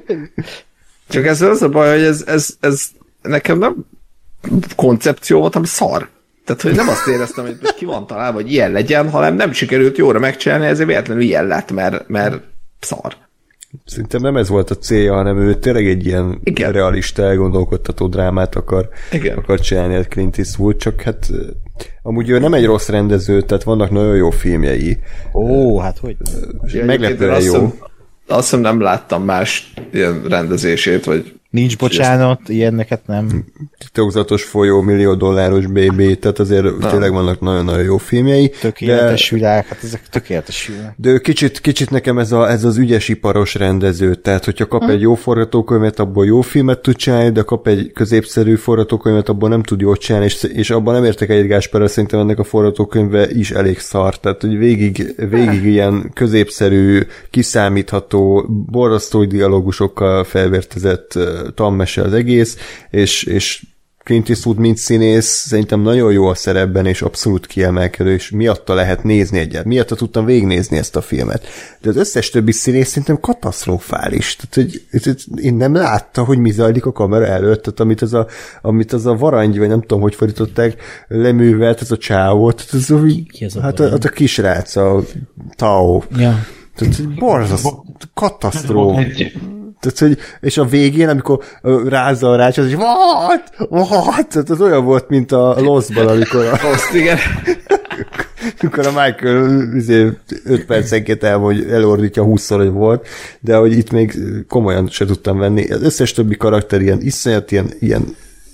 Csak ez az a baj, hogy ez, ez, ez nekem nem koncepció volt, hanem szar. Tehát, hogy nem azt éreztem, hogy ki van találva, hogy ilyen legyen, hanem nem sikerült jóra megcsinálni, ezért véletlenül ilyen lett, mert, mert szar. Szerintem nem ez volt a célja, hanem ő tényleg egy ilyen igen. realista, elgondolkodtató drámát akar, akar csinálni a Clint Eastwood, csak hát amúgy ő nem egy rossz rendező, tehát vannak nagyon jó filmjei. Ó, hát hogy? Meglepően jó. Azt hiszem nem láttam más ilyen rendezését, vagy nincs bocsánat, ezt... ilyenneket nem. Titokzatos folyó, millió dolláros baby, tehát azért nem. Tényleg vannak nagyon-nagyon jó filmjei. Tökéletes de... világ, hát ezek tökéletes világ. De ő kicsit, kicsit nekem ez, a, ez az ügyes iparos rendező, tehát hogyha kap hmm. egy jó forgatókönyvet, abból jó filmet tud csinálni, de kap egy középszerű forgatókönyvet, abból nem tud jót csinálni, és, és abban nem értek egyet Gáspárral, szerintem ennek a forgatókönyve is elég szar, tehát hogy végig, végig ilyen középszerű, kiszámítható, borzasztó dialógusokkal felvértezett tanmese az egész, és, és Clint Eastwood mint színész szerintem nagyon jó a szerepben, és abszolút kiemelkedő, és miatta lehet nézni egyet. Miatta tudtam végignézni ezt a filmet. De az összes többi színész szerintem katasztrofális. Tehát, hogy, hogy én nem láttam, hogy mi zajlik a kamera előtt, tehát amit az a, amit az a varangy, vagy nem tudom, hogy fordították, leművelt, ez a csávót, ez a, hát a, a, a kisrác, a Tao. Ja. Tehát borzasztó, katasztrófa. Tehát, hogy, és a végén, amikor rázza a rácsot, és what? What? Tehát az olyan volt, mint a Lost-ban, amikor a... Lost, igen. amikor a Michael öt percenként elmondja, elordítja húszszor, hogy volt, de hogy itt még komolyan se tudtam venni. Az összes többi karakter ilyen iszonyat, ilyen, ilyen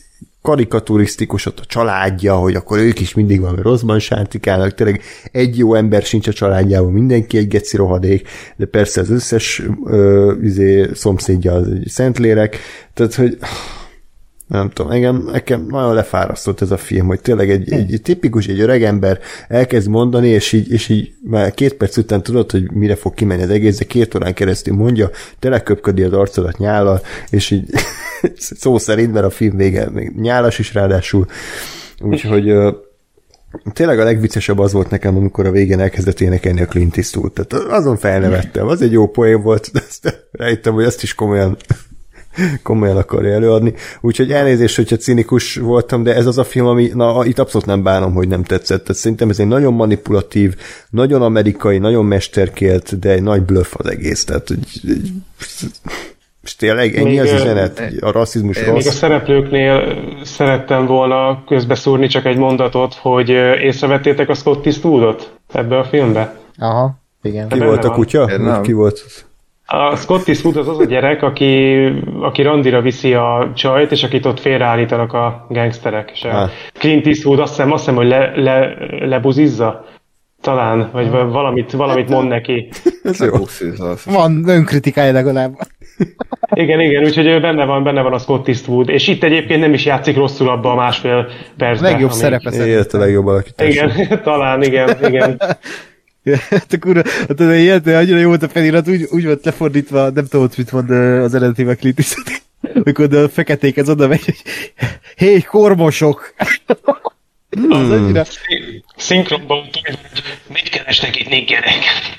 karikaturisztikus ott a családja, hogy akkor ők is mindig valami rosszban sántikálnak, tényleg egy jó ember sincs a családjában, mindenki egy geci rohadék, de persze az összes ö, izé, szomszédja az egy szentlélek, tehát, hogy nem tudom, engem, engem nagyon lefárasztott ez a film, hogy tényleg egy, egy, egy tipikus, egy öreg ember elkezd mondani, és így, és így már két perc után tudod, hogy mire fog kimenni az egész, de két órán keresztül mondja, teleköpködi az arcodat nyállal, és így szó szerint, mert a film vége még nyálas is ráadásul. Úgyhogy uh, tényleg a legviccesebb az volt nekem, amikor a végén elkezdett énekelni a Clint Eastwood. Tehát azon felnevettem. Az egy jó poén volt, de azt rájöttem, hogy ezt is komolyan komolyan akarja előadni. Úgyhogy elnézést, hogyha cinikus voltam, de ez az a film, ami, na, itt abszolút nem bánom, hogy nem tetszett. Tehát szerintem ez egy nagyon manipulatív, nagyon amerikai, nagyon mesterkélt, de egy nagy bluff az egész. Tehát, hogy és tényleg ennyi az üzenet? A rasszizmus rossz? Még a szereplőknél szerettem volna közbeszúrni csak egy mondatot, hogy észrevettétek a Scott Eastwoodot ebbe a filmbe? Aha, igen. Ki volt a kutya? Ki volt? A Scott Eastwood az az a gyerek, aki, aki randira viszi a csajt, és akit ott félreállítanak a gangsterek. És a Clint Eastwood azt hiszem, azt hiszem hogy le, le, lebuzizza. Talán, vagy valamit, valamit mond neki. Van önkritikája legalább. Igen, igen, úgyhogy benne van, benne van a Scott Eastwood, és itt egyébként nem is játszik rosszul abba a másfél percben. Legjobb ami... szerepe szerintem. Élet a legjobb alakítás. Igen, talán, igen, igen. Hát akkor hát az ilyet, annyira jó volt a felirat, úgy, úgy volt lefordítva, nem tudom, mit mond az eredetiben Clint Eastwood, amikor a feketék ez oda megy, hogy hé, kormosok! Hmm. Az annyira... Szinkronban tudod, hogy mit keresnek itt niggerek.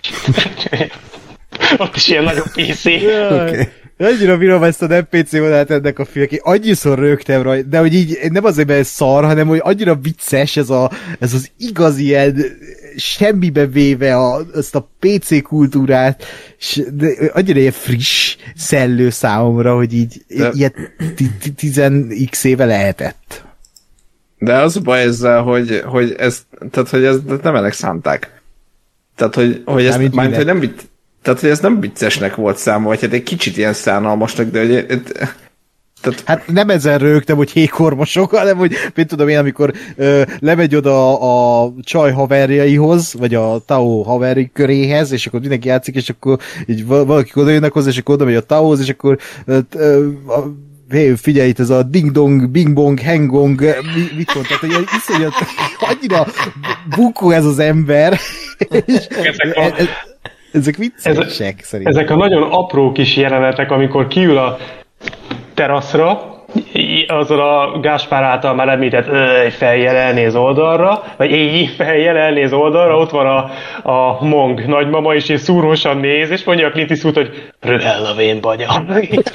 Ott is ilyen nagyon pé cé. Okay. Annyira bírom ezt a em pé cé vonalát ennek a filmnek, annyiszor rögtem rajta, de hogy így nem azért, mert ez szar, hanem hogy annyira vicces ez, a, ez az igazi ilyen semmibe véve a, ezt a pé cé kultúrát, de annyira ilyen friss szellő számomra, hogy így de... ilyet tíz x éve lehetett. De az a baj ezzel, hogy, hogy ez, tehát, hogy ez nem ennek szánták. Tehát, hogy, hogy ez, majd, hogy nem vitt, tehát, hogy ez nem viccesnek volt számomra, vagy hát egy kicsit ilyen szánalmasnak, de hogy tehát... Hát nem ezen rögtem, hogy hékormosok, hanem hogy mit tudom én, amikor ö, lemegy oda a, a csaj haverjaihoz, vagy a Tao haveri köréhez, és akkor mindenki játszik, és akkor így valaki oda jönnek hozzá, és akkor oda megy a Taohoz, és akkor ö, ö, hé, figyelj, itt ez a ding-dong, bing-bong, hang-gong, mi, mit mondtad, hogy iszonyat, annyira bukó ez az ember, és ezek, a, ez, ezek viccesek szerintem. Ezek a nagyon apró kis jelenetek, amikor kiül a teraszra, azzal a Gáspár által már említett fejjel elnéz oldalra, vagy így fejjel elnéz oldalra, ott van a, a Mong nagymama is, és szúrósan néz, és mondja a Clint Eastwood, hogy röhel a vén banya.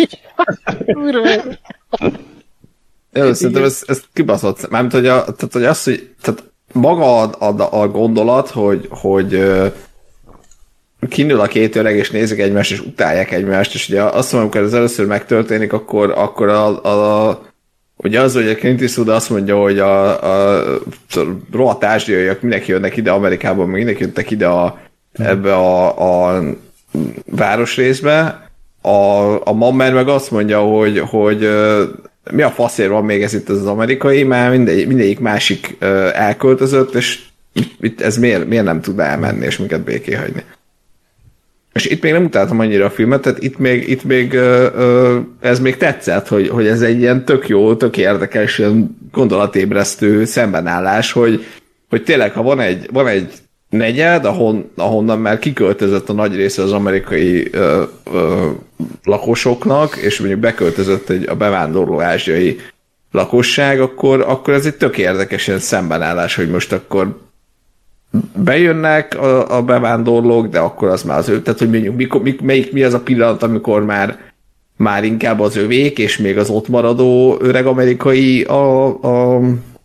Jó, szerintem ez, ez kibaszott. Mármint, hogy, a, tehát, hogy az, hogy tehát maga a, a, a gondolat, hogy, hogy kinül a két öreg, és nézik egymást, és utálják egymást, és ugye azt mondom, amikor ez először megtörténik, akkor, akkor a, a, a ugye az, hogy a Clint Eastwood azt mondja, hogy a, a, a rohadt ázsiaiak mindenki jönnek ide Amerikában, meg mindenki jöttek ide a, ebbe a, a városrészbe, a, a Mammer meg azt mondja, hogy, hogy mi a faszért van még ez itt az amerikai, már mindegy, mindegyik másik elköltözött, és itt ez miért, miért nem tud elmenni, és minket béké hagyni. És itt még nem utáltam annyira a filmet, tehát itt még, itt még ez még tetszett, hogy, hogy ez egy ilyen tök jó, tök érdekes, gondolatébresztő szembenállás, hogy, hogy tényleg, ha van egy, van egy negyed, ahon, ahonnan már kiköltözött a nagy része az amerikai ö, ö, lakosoknak, és mondjuk beköltözött egy, a bevándorló ázsiai lakosság, akkor, akkor ez egy tök érdekesen szembenállás, hogy most akkor bejönnek a, a bevándorlók, de akkor az már az ő, tehát hogy mondjuk mikor, mik, melyik, mi az a pillanat, amikor már, már inkább az övék, és még az ott maradó öreg amerikai a, a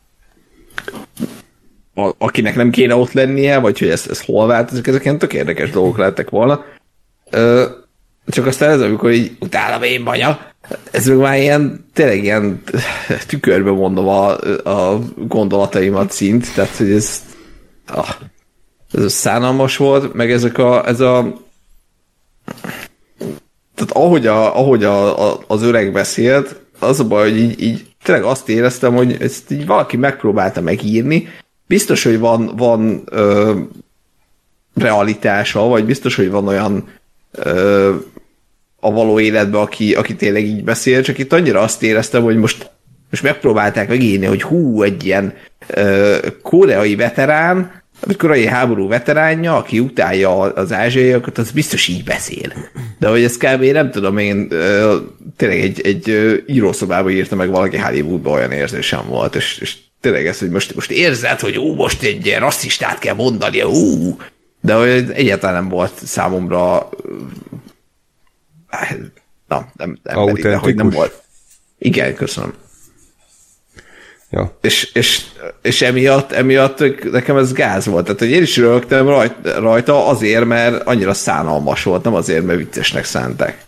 A, akinek nem kéne ott lennie, vagy hogy ez, ez hol változik, ezek ilyen tök érdekes dolgok lehettek volna. Ö, csak aztán ez, amikor így utálom én banya, ez meg már ilyen, tényleg ilyen tükörbe mondom a, a gondolataimat szint, tehát hogy ez ah, ez szánalmas volt, meg ezek a, ez a tehát ahogy, a, ahogy a, a, az öreg beszélt, az a baj, hogy így, így tényleg azt éreztem, hogy ezt így valaki megpróbálta megírni, biztos, hogy van, van ö, realitása, vagy biztos, hogy van olyan ö, a való életben, aki, aki tényleg így beszél, csak itt annyira azt éreztem, hogy most, most megpróbálták megírni, hogy hú, egy ilyen ö, koreai veterán, vagy koreai háború veteránja, aki utálja az ázsiaiakat, az biztos így beszél. De hogy ezt kb. Nem tudom, én ö, tényleg egy, egy ö, írószobába írta meg valaki Hollywoodban, olyan érzésem volt, és, és tényleg ez, hogy most, most érzed, hogy ó, most egy ilyen rasszistát kell mondani, ú, de hogy egyáltalán nem volt számomra na, nem, nem pedig, de hogy nem volt. Igen, köszönöm. Ja. És, és, és emiatt, emiatt nekem ez gáz volt. Tehát, hogy én is rögtem rajta azért, mert annyira szánalmas volt, nem azért, mert viccesnek szánták.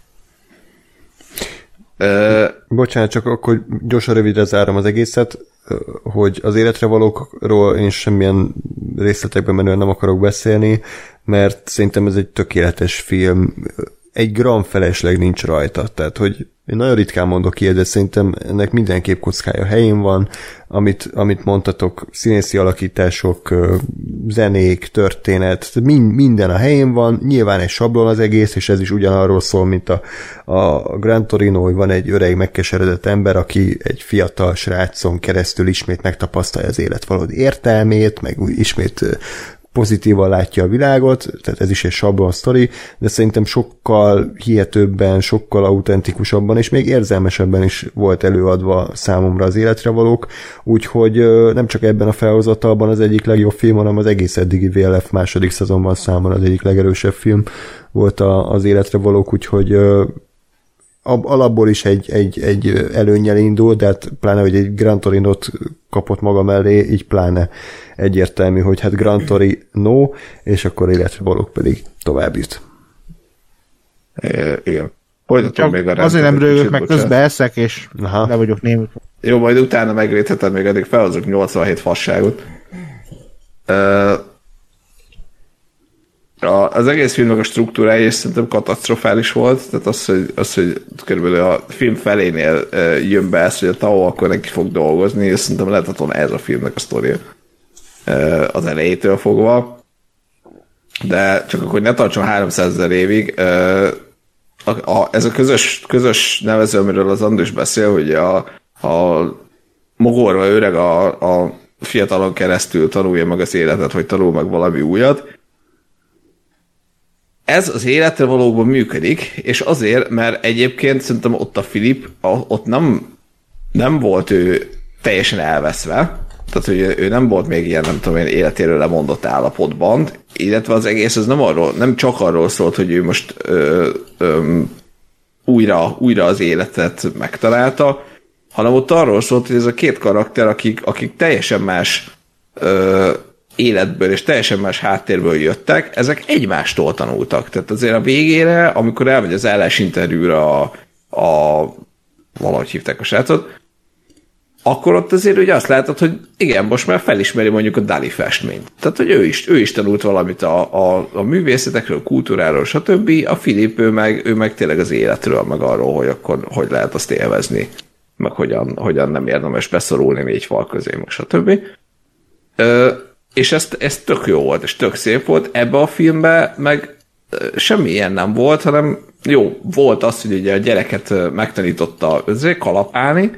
Bocsánat, csak akkor gyorsan rövidre zárom az egészet, hogy az életre valókról én semmilyen részletekben menően nem akarok beszélni, mert szerintem ez egy tökéletes film. Egy gram felesleg nincs rajta, tehát hogy én nagyon ritkán mondok ilyet, de szerintem ennek mindenképp kockája helyén van, amit, amit mondtatok, színészi alakítások, zenék, történet, mind, minden a helyén van, nyilván egy sablon az egész, és ez is ugyanarról szól, mint a, a Gran Torino, hogy van egy öreg, megkeseredett ember, aki egy fiatal srácon keresztül ismét megtapasztalja az élet valódi értelmét, meg ismét pozitívan látja a világot, tehát ez is egy sablon sztori, de szerintem sokkal hihetőbben, sokkal autentikusabban, és még érzelmesebben is volt előadva számomra az életre valók, úgyhogy nem csak ebben a felhozatalban az egyik legjobb film, hanem az egész eddigi vé el ef második szezonban számon az egyik legerősebb film volt az életre valók, úgyhogy alapból is egy, egy, egy előnnyel indul, de hát pláne, hogy egy Gran Torinót kapott maga mellé, így pláne egyértelmű, hogy hát Gran Torino, és akkor életre valók pedig tovább jut. É, igen. Folytatom még a azért nem rögök, meg közben eszek, és Aha. le vagyok némük. Jó, majd utána megvédheted, még eddig felhozok nyolcvanhét fasságot. Uh, az egész filmnek a struktúrája és szerintem katasztrofális volt, tehát az, hogy, az, hogy körülbelül a film felénél jön be ez, hogy a Tao akkor neki fog dolgozni, és szerintem lehetett volna ez a filmnek a sztoria az elejétől fogva. De csak akkor ne tartson háromszázezer évig. A, a, ez a közös, közös nevező, amiről az András beszél, hogy a, a mogorva öreg a, a fiatalon keresztül tanulja meg az életet, vagy tanul meg valami újat. Ez az életre valóban működik, és azért, mert egyébként szerintem ott a Filip, ott nem, nem volt ő teljesen elveszve, tehát hogy ő nem volt még ilyen, nem tudom én, életéről lemondott állapotban, illetve az egész az nem, arról, nem csak arról szólt, hogy ő most ö, ö, újra, újra az életet megtalálta, hanem ott arról szólt, hogy ez a két karakter, akik, akik teljesen más ö, életből és teljesen más háttérből jöttek, ezek egymástól tanultak. Tehát azért a végére, amikor elmegy az állásinterjúra a, a valahogy hívták a srácot, akkor ott azért ugye azt látod, hogy igen, most már felismeri mondjuk a Dali festményt. Tehát, hogy ő is, ő is tanult valamit a, a, a művészetekről, kultúráról, stb. A Filip, ő meg, ő meg tényleg az életről, meg arról, hogy akkor hogy lehet azt élvezni, meg hogyan, hogyan nem érdemes beszorulni négy fal közé, meg stb. Ö, és ez, ez tök jó volt, és tök szép volt. Ebbe a filmbe meg semmi ilyen nem volt, hanem jó, volt az, hogy ugye a gyereket megtanította azért kalapálni,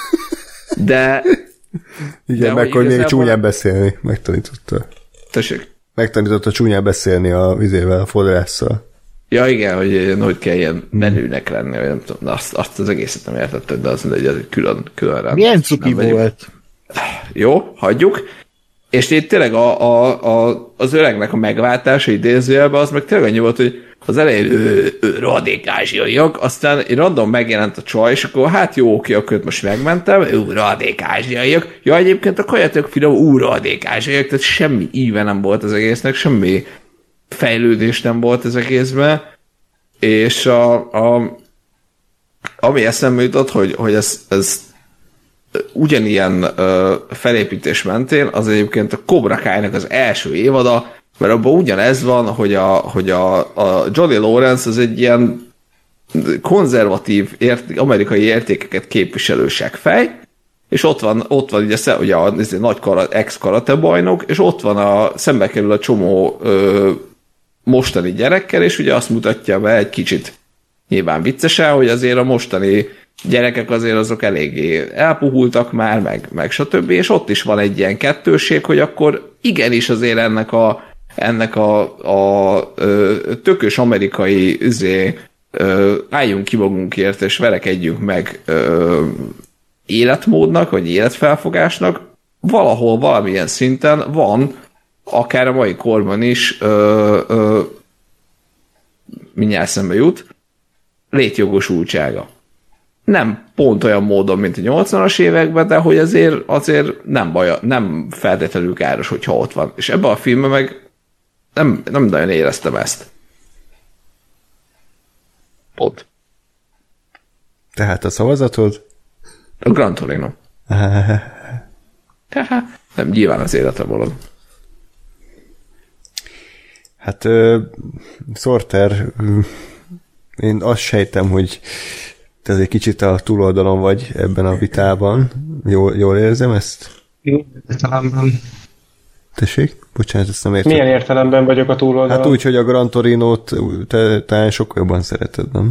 de... Igen, de meg hogy még csúnyán beszélni, megtanította. Tessék? Megtanította csúnyán beszélni a vizével, a fodrásszal. Ja, igen, hogy, hogy kell ilyen menőnek lenni, vagy nem tudom, azt, azt az egészet nem értetted, de az egy, az egy külön, külön rend. Milyen cuki volt? Jó, hagyjuk. És itt tényleg a, a, a, az öregnek a megváltása idézőjelben az meg tényleg annyi volt, hogy az elején ő, ő radék ázsiaiak, aztán én random megjelent a csaj, és akkor hát jó, oké, akkor őt most megmentem, ő radék ázsiaiak. Ja, egyébként a kajatok finom, ú, radék ázsiaiak, tehát semmi íve nem volt az egésznek, semmi fejlődés nem volt az egészben, és a, a ami eszembe jutott, hogy, hogy ez, ez ugyanilyen uh, felépítés mentén, az egyébként a Cobra Kai-nak az első évada, mert abban ugyanez van, hogy a, hogy a, a Johnny Lawrence az egy ilyen konzervatív ért, amerikai értékeket képviselő seggfej, és ott van, ott van ugye, ugye a nagy kara, ex-karate bajnok, és ott van a, szembe kerül a csomó ö, mostani gyerekkel, és ugye azt mutatja be egy kicsit nyilván viccesen, hogy azért a mostani gyerekek azért azok eléggé elpuhultak már, meg, meg stb. És ott is van egy ilyen kettőség, hogy akkor igenis azért ennek a, ennek a, a, a tökös amerikai üzé, ö, álljunk ki magunkért, és verekedjünk meg ö, életmódnak, vagy életfelfogásnak, valahol valamilyen szinten van, akár a mai korban is ö, ö, mindjárt szembe jut, létjogosultsága. Nem pont olyan módon, mint a nyolcvanas években, de hogy azért, azért nem baj, nem feltétlenül káros, hogyha ott van. És ebben a filmben meg nem, nem nagyon éreztem ezt. Pont. Tehát a szavazatod? A Gran Torino. Nem, nyilván az életre való. Hát uh, Sorter, uh, én azt sejtem, hogy te egy kicsit a túloldalon vagy ebben a vitában. Jól, jól érzem ezt? Jó, értelemben. Tessék? Bocsánat, ezt nem értem. Milyen értelemben vagyok a túloldalon? Hát úgy, hogy a Gran Torinót te talán sokkal jobban szereted, nem?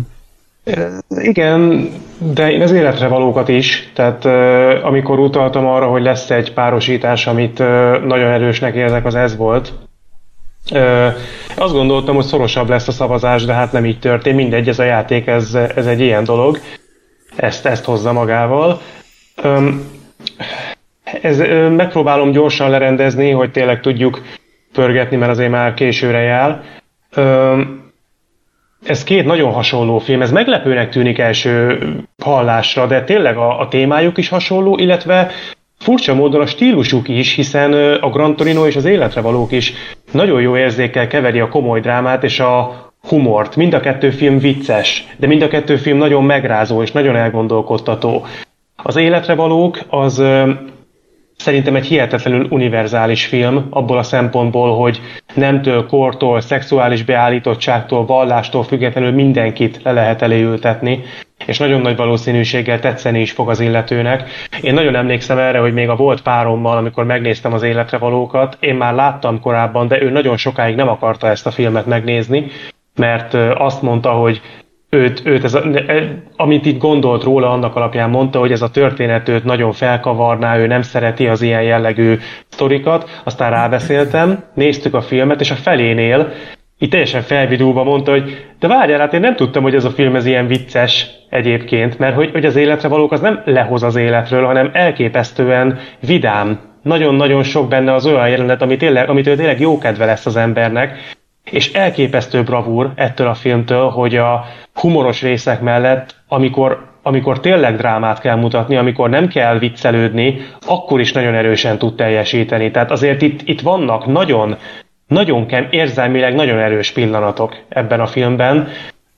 Igen, de én az életre valókat is. Tehát uh, amikor utaltam arra, hogy lesz egy párosítás, amit uh, nagyon erősnek érzek, az ez volt. Uh, azt gondoltam, hogy szorosabb lesz a szavazás, de hát nem így történt. Mindegy, ez a játék, ez, ez egy ilyen dolog. Ezt, ezt hozza magával. Um, ez, uh, megpróbálom gyorsan lerendezni, hogy tényleg tudjuk pörgetni, mert azért már későre jár. Um, ez két nagyon hasonló film. Ez meglepőnek tűnik első hallásra, de tényleg a, a témájuk is hasonló, illetve furcsa módon a stílusuk is, hiszen a Gran Torino és az életre valók is nagyon jó érzékkel keveri a komoly drámát és a humort. Mind a kettő film vicces, de mind a kettő film nagyon megrázó és nagyon elgondolkodtató. Az életre valók az szerintem egy hihetetlenül univerzális film, abból a szempontból, hogy nemtől, kortól, szexuális beállítottságtól, vallástól függetlenül mindenkit le lehet eléültetni, és nagyon nagy valószínűséggel tetszeni is fog az illetőnek. Én nagyon emlékszem erre, hogy még a volt párommal, amikor megnéztem az életre valókat, én már láttam korábban, de ő nagyon sokáig nem akarta ezt a filmet megnézni, mert azt mondta, hogy őt, őt ez a, amit itt gondolt róla, annak alapján mondta, hogy ez a történet őt nagyon felkavarná, ő nem szereti az ilyen jellegű sztorikat, aztán rábeszéltem, néztük a filmet, és a felénél így teljesen felvidulva mondta, hogy de várjál, hát én nem tudtam, hogy ez a film ez ilyen vicces egyébként, mert hogy, hogy az életre valók az nem lehoz az életről, hanem elképesztően vidám. Nagyon-nagyon sok benne az olyan jelenet, ami tényleg, amitől tényleg jó kedve lesz az embernek, és elképesztő bravúr ettől a filmtől, hogy a humoros részek mellett, amikor, amikor tényleg drámát kell mutatni, amikor nem kell viccelődni, akkor is nagyon erősen tud teljesíteni. Tehát azért itt, itt vannak nagyon, nagyon kem, érzelmileg nagyon erős pillanatok ebben a filmben.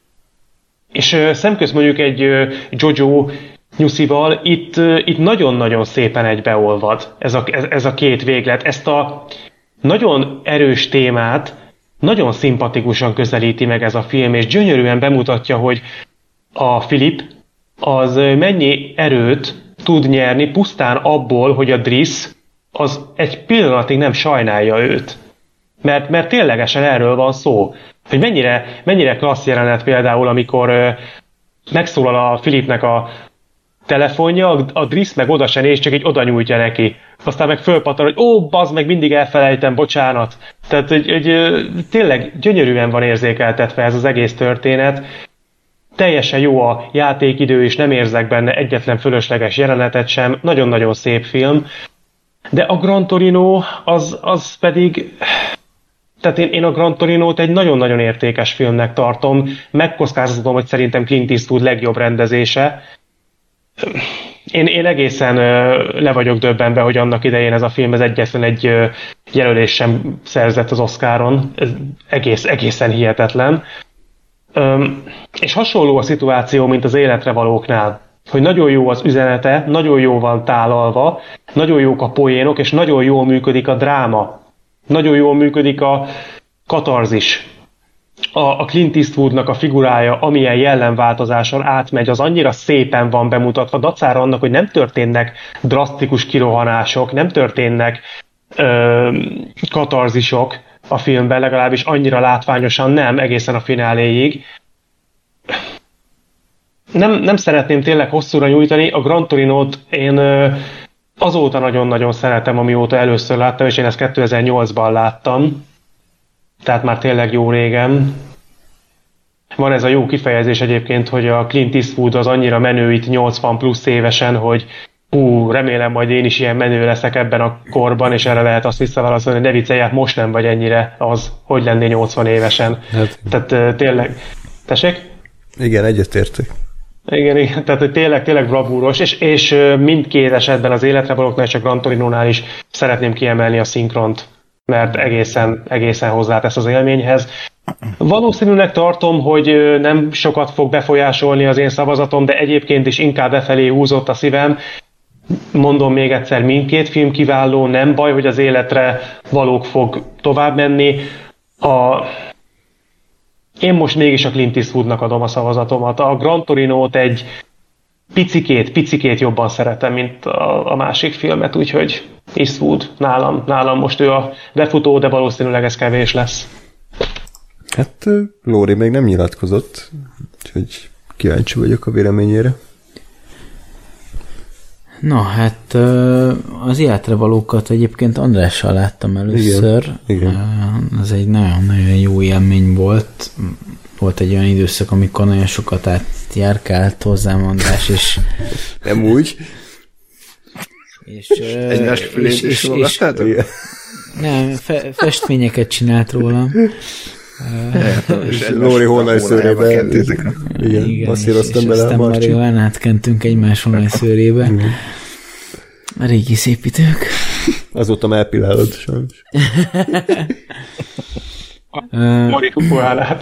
És uh, szemközt mondjuk egy uh, Jojo nyuszival itt, uh, itt nagyon-nagyon szépen egybeolvad ez a, ez, ez a két véglet. Ezt a nagyon erős témát nagyon szimpatikusan közelíti meg ez a film, és gyönyörűen bemutatja, hogy a Philip az mennyi erőt tud nyerni pusztán abból, hogy a Driss az egy pillanatig nem sajnálja őt. Mert, mert ténylegesen erről van szó. Hogy mennyire, mennyire klassz jelenet például, amikor ö, megszólal a Philipnek a telefonja, a Driss meg oda se néz, csak így oda nyújtja neki. Aztán meg fölpattan, hogy ó, bazd meg, mindig elfelejtem, bocsánat. Tehát egy, egy, tényleg gyönyörűen van érzékeltetve ez az egész történet. Teljesen jó a játékidő, és nem érzek benne egyetlen fölösleges jelenetet sem. Nagyon-nagyon szép film. De a Gran Torino az, az pedig... Tehát én, én a Gran Torinót egy nagyon-nagyon értékes filmnek tartom. Megkockáztatom, hogy szerintem Clint Eastwood legjobb rendezése. Én, én egészen uh, le vagyok döbbenve, hogy annak idején ez a film ez egyetlen egy uh, jelölés sem szerzett az Oscaron. Ez egész, egészen hihetetlen. Um, és hasonló a szituáció, mint az életre valóknál. Hogy nagyon jó az üzenete, nagyon jó van tálalva, nagyon jók a poénok, és nagyon jól működik a dráma. Nagyon jól működik a katarzis. a, a Clint Eastwoodnak a figurája, amilyen jellemváltozáson átmegy, az annyira szépen van bemutatva, dacára annak, hogy nem történnek drasztikus kirohanások, nem történnek ö, katarzisok a filmben, legalábbis annyira látványosan nem, egészen a fináléig. Nem, nem szeretném tényleg hosszúra nyújtani, a Gran Torinót én ö, azóta nagyon-nagyon szeretem, amióta először láttam, és én ezt kétezer-nyolcban láttam. Tehát már tényleg jó régen. Van ez a jó kifejezés egyébként, hogy a Clint Eastwood az annyira menő itt nyolcvan plusz évesen, hogy hú, remélem majd én is ilyen menő leszek ebben a korban, és erre lehet azt visszaválaszolni, hogy ne viccelj, hát most nem vagy ennyire az, hogy lennél nyolcvan évesen. Hát. Tehát tényleg... Tessék? Igen, egyetértek. Igen, igen, tehát hogy tényleg, tényleg bravúros, és, és mindkét esetben az életre valóknál és a Gran Torinónál is szeretném kiemelni a szinkront, mert egészen, egészen hozzátesz az élményhez. Valószínűleg tartom, hogy nem sokat fog befolyásolni az én szavazatom, de egyébként is inkább befelé húzott a szívem. Mondom még egyszer, mindkét film kiváló, nem baj, hogy az életre valók fog tovább menni. A... Én most mégis a Clint Eastwoodnak adom a szavazatomat. A Gran Torinót egy picikét, picikét jobban szeretem, mint a, a másik filmet, úgyhogy Eastwood nálam, nálam most ő a befutó, de valószínűleg ez kevés lesz. Hát Lóri még nem nyilatkozott, úgyhogy kíváncsi vagyok a véleményére. Na, hát az életre valókat egyébként Andrással láttam először. Igen, igen. Az egy nagyon-nagyon jó élmény volt. Volt egy olyan időszak, amikor nagyon sokat átjárkált hozzám András, és... Nem úgy? És, Egymás fülét is olvastátok? Nem, fe, festményeket csinált rólam. És Lóri honlajszőrébe. Igen, igen, masszíroztam és, bele és a Marcsit. aztán Marihuánát kentünk egymás honlajszőrébe. A régi szép idők. Azóta már elpillálod, sajnos. Marihuánát.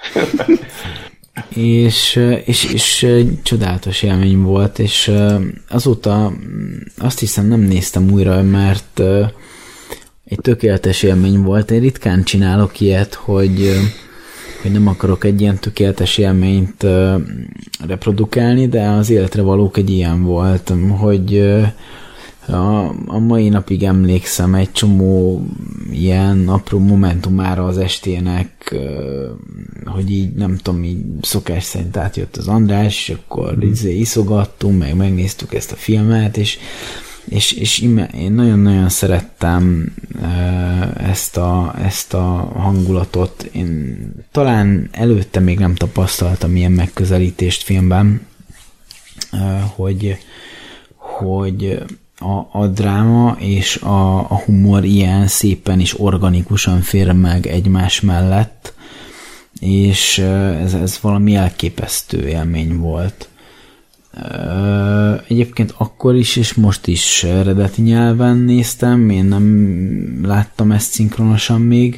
és, és, és csodálatos élmény volt, és azóta azt hiszem nem néztem újra, mert egy tökéletes élmény volt. Én ritkán csinálok ilyet, hogy, hogy nem akarok egy ilyen tökéletes élményt reprodukálni, de az életre valók egy ilyen volt, hogy a, a mai napig emlékszem egy csomó ilyen apró momentumára az estének, hogy így nem tudom, így szokás szerint átjött az András, és akkor mm. izé iszogattunk, meg megnéztük ezt a filmet, és és, és én nagyon-nagyon szerettem ezt a, ezt a hangulatot. Én talán előtte még nem tapasztaltam ilyen megközelítést filmben, hogy, hogy a, a dráma és a, a humor ilyen szépen és organikusan fér meg egymás mellett, és ez, ez valami elképesztő élmény volt. Egyébként akkor is, és most is eredeti nyelven néztem, én nem láttam ezt szinkronosan még,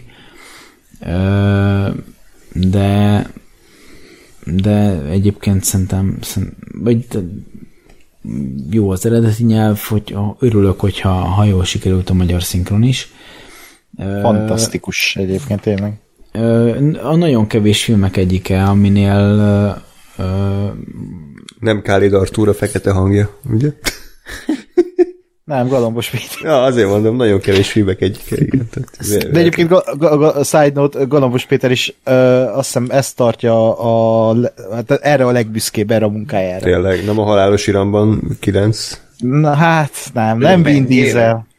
de de egyébként szerintem, vagy jó az eredeti nyelv, hogy örülök, hogyha ha jól sikerült a magyar szinkron is. Fantasztikus egyébként tényleg. A nagyon kevés filmek egyike, aminél nem Khalid Artúr a fekete hangja, ugye? Nem, Galambos Péter. Ja, azért mondom, nagyon kevés filmek egyike. Igen. Tehát, de egyébként ga, ga, ga, side note, Galambos Péter is ö, azt hiszem ezt tartja a, hát erre a legbüszkébb, erre a munkájára. Tényleg, nem a Halálos Iramban kilenc? Na hát, nem, nem Vin Diesel.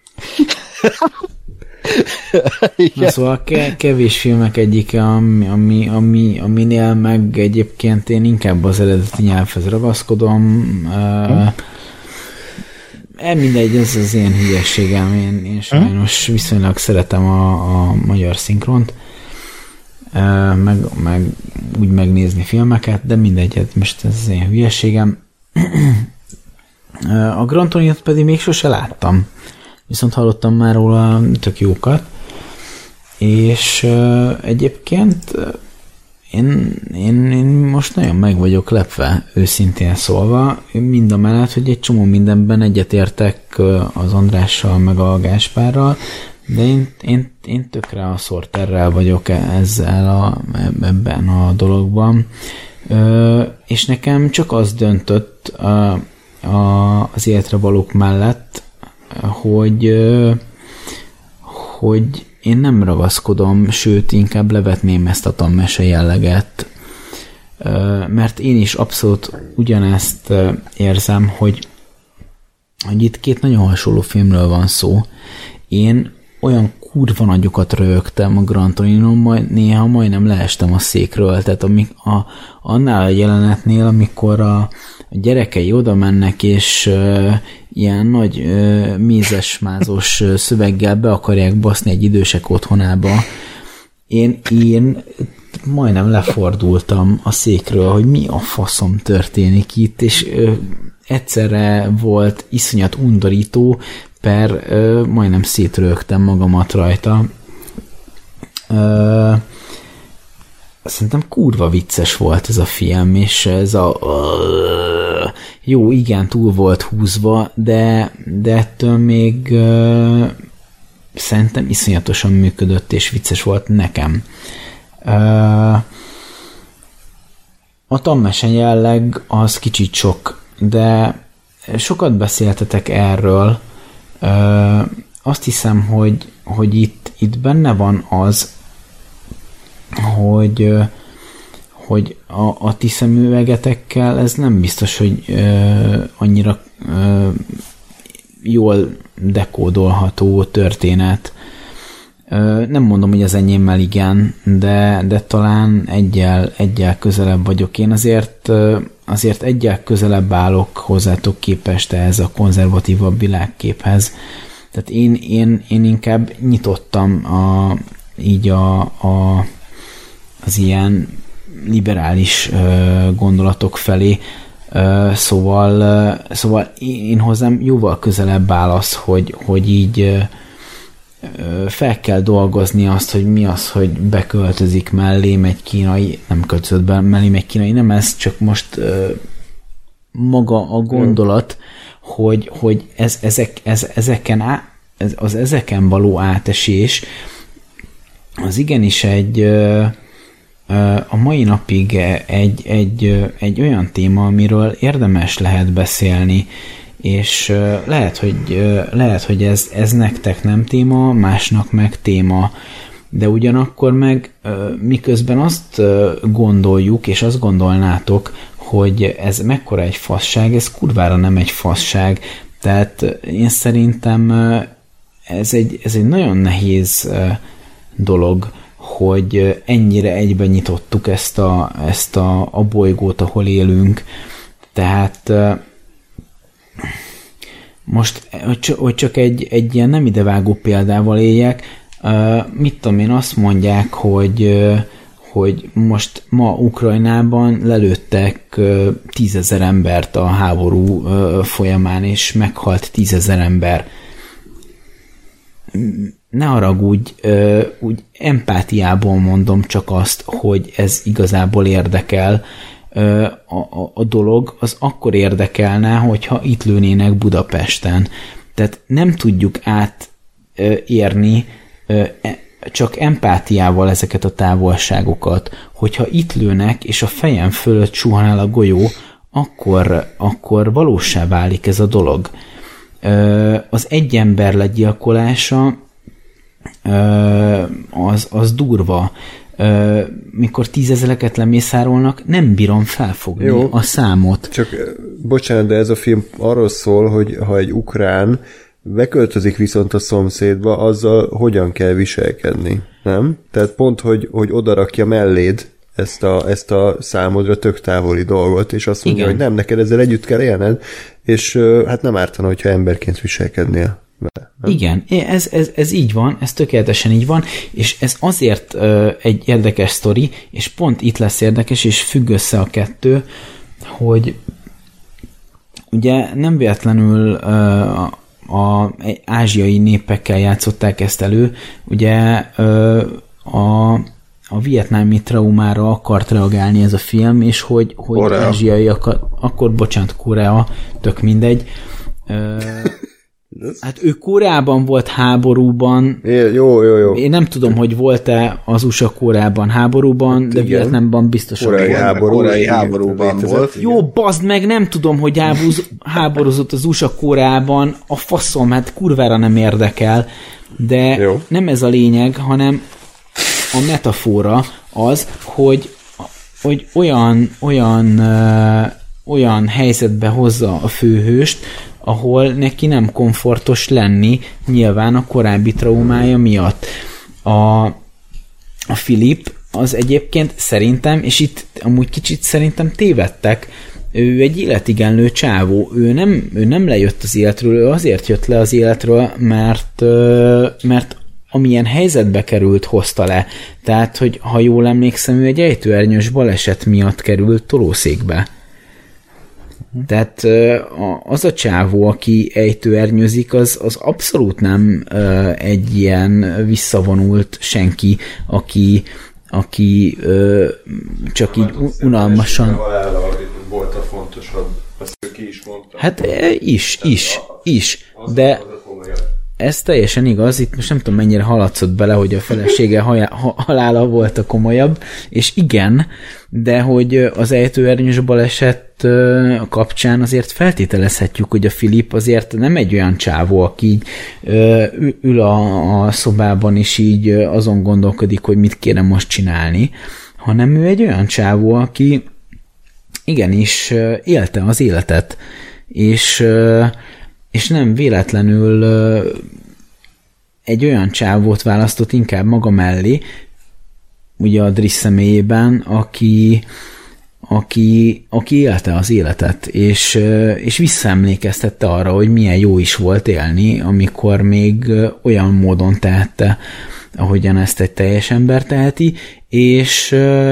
Na, szóval kevés filmek egyike, ami, ami, ami, aminél meg egyébként én inkább az eredeti nyelvhez ragaszkodom. Hmm. Uh, mindegy, ez az én hülyességem. Én, én sajnos viszonylag szeretem a, a magyar szinkront, uh, meg, meg úgy megnézni filmeket, de mindegy, most ez az én hülyességem. uh, a Gran Torinót pedig még sose láttam. Viszont hallottam már róla tök jókat, és uh, egyébként uh, én, én, én most nagyon meg vagyok lepve, őszintén szólva, mind a mellett, hogy egy csomó mindenben egyetértek uh, az Andrással meg a Gáspárral, De én, én, én tökre a Sorterrel vagyok ezzel a, ebben a dologban. Ö, és nekem csak az döntött a, a, az életre valók mellett, hogy, ö, hogy én nem ragaszkodom, sőt, inkább levetném ezt a tanmese jelleget. Ö, mert én is abszolút ugyanezt érzem, hogy, hogy itt két nagyon hasonló filmről van szó. Én olyan kurva nagyokat röhögtem a Gran Torino, majd néha majdnem leestem a székről, tehát amik a, annál a jelenetnél, amikor a, a gyerekei oda mennek, és uh, ilyen nagy uh, mézesmázos uh, szöveggel be akarják baszni egy idősek otthonába, én, én majdnem lefordultam a székről, hogy mi a faszom történik itt, és uh, egyszerre volt iszonyat undorító, per ö, majdnem szétrögtem magamat rajta. Ö, szerintem kurva vicces volt ez a film, és ez a ö, jó, igen, túl volt húzva, de, de ettől még ö, szerintem iszonyatosan működött, és vicces volt nekem. Ö, a tanmese jelleg az kicsit sok, de sokat beszéltetek erről. Ö, azt hiszem, hogy, hogy itt, itt benne van az, hogy, hogy a, a ti szemüvegetekkel ez nem biztos, hogy ö, annyira ö, jól dekódolható történet. Ö, nem mondom, hogy az enyémmel igen, de, de talán egyel, egyel közelebb vagyok. Én azért, azért egyel közelebb állok hozzátok képest ehhez a konzervatívabb világképhez. Tehát én, én, én inkább nyitottam a, így a, a, az ilyen liberális ö, gondolatok felé. Ö, szóval, ö, szóval én hozzám jóval közelebb áll az, hogy, hogy így ö, fel kell dolgozni azt, hogy mi az, hogy beköltözik mellém egy kínai, nem költözött be mellém egy kínai, nem ez, csak most ö, maga a gondolat, hogy, hogy ez, ezek, ez, ezeken á, ez, az ezeken való átesés az igenis egy ö, ö, a mai napig egy, egy, egy olyan téma, amiről érdemes lehet beszélni, és lehet, hogy, lehet, hogy ez, ez nektek nem téma, másnak meg téma, de ugyanakkor meg miközben azt gondoljuk, és azt gondolnátok, hogy ez mekkora egy fasság, ez kurvára nem egy fasság, tehát én szerintem ez egy, ez egy nagyon nehéz dolog, hogy ennyire egyben nyitottuk ezt a, ezt a, a bolygót, ahol élünk, tehát most, hogy csak egy, egy ilyen nem idevágó példával éljek, uh, mit tudom én, azt mondják, hogy, uh, hogy most ma Ukrajnában lelőttek uh, tízezer embert a háború uh, folyamán, és meghalt tízezer ember. Ne haragudj, uh, úgy empátiából mondom csak azt, hogy ez igazából érdekel. A, a, a dolog az akkor érdekelne, hogyha itt lőnének Budapesten. Tehát nem tudjuk átérni csak empátiával ezeket a távolságokat. Hogyha itt lőnek, és a fejem fölött suhan el a golyó, akkor, akkor valóssá válik ez a dolog. Az egy ember legyilkolása az, az durva. Uh, mikor tízezereket lemészárolnak, nem bírom felfogni Jó, a számot. Csak, bocsánat, de ez a film arról szól, hogy ha egy ukrán beköltözik viszont a szomszédba, azzal hogyan kell viselkedni, nem? Tehát pont, hogy, hogy odarakja melléd ezt a, ezt a számodra tök távoli dolgot, és azt mondja, Igen. hogy nem, neked ezzel együtt kell élned, és uh, hát nem ártana, hogyha emberként viselkednél. Nem? Igen, ez, ez, ez így van, ez tökéletesen így van, és ez azért uh, egy érdekes sztori, és pont itt lesz érdekes, és függ össze a kettő, hogy ugye nem véletlenül uh, a ázsiai népekkel játszották ezt elő, ugye uh, a, a vietnámi traumára akart reagálni ez a film, és hogy, hogy ázsiaiak, akkor bocsánat, Korea, tök mindegy, uh, Hát ő Koreában volt háborúban. É, jó, jó, jó. Én nem tudom, hogy volt-e az u es á Koreában háborúban, hát de Vietnámban biztosan Koreai volt. háború, Koreai háborúban volt. Jó, bazd meg, nem tudom, hogy háborúz, háborúzott az u es á Koreában, a faszom, hát kurvára nem érdekel, de jó. Nem ez a lényeg, hanem a metafora az, hogy, hogy olyan, olyan, ö, olyan helyzetbe hozza a főhőst, ahol neki nem komfortos lenni, nyilván a korábbi traumája miatt. A, a Philip az egyébként szerintem, és itt amúgy kicsit szerintem tévedtek, ő egy életigenlő csávó, ő nem, ő nem lejött az életről, ő azért jött le az életről, mert, mert amilyen helyzetbe került, hozta le. Tehát, hogy ha jól emlékszem, ő egy ejtőernyős baleset miatt került tolószékbe. Tehát az a csávó, aki ejtőernyőzik, az, az abszolút nem egy ilyen visszavonult senki, aki, aki csak így unalmasan... Volt a fontosabb, azt ő ki is mondta. Hát is, is, is, de ez teljesen igaz, itt most nem tudom mennyire haladszott bele, hogy a felesége halála volt a komolyabb, és igen, de hogy az ejtőernyős baleset kapcsán azért feltételezhetjük, hogy a Philip azért nem egy olyan csávó, aki így ül a, a szobában, és így azon gondolkodik, hogy mit kéne most csinálni, hanem ő egy olyan csávó, aki igenis élte az életet, és, és nem véletlenül egy olyan csávót választott inkább maga mellé, ugye a Driss személyében, aki, aki, aki élte az életet, és, és visszaemlékeztette arra, hogy milyen jó is volt élni, amikor még olyan módon tehette, ahogyan ezt egy teljes ember teheti, és,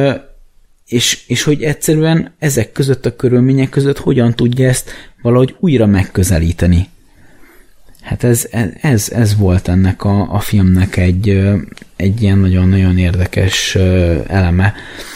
és, és hogy egyszerűen ezek között a körülmények között hogyan tudja ezt valahogy újra megközelíteni. Hát ez, ez, ez volt ennek a, a filmnek egy, egy ilyen nagyon-nagyon érdekes eleme.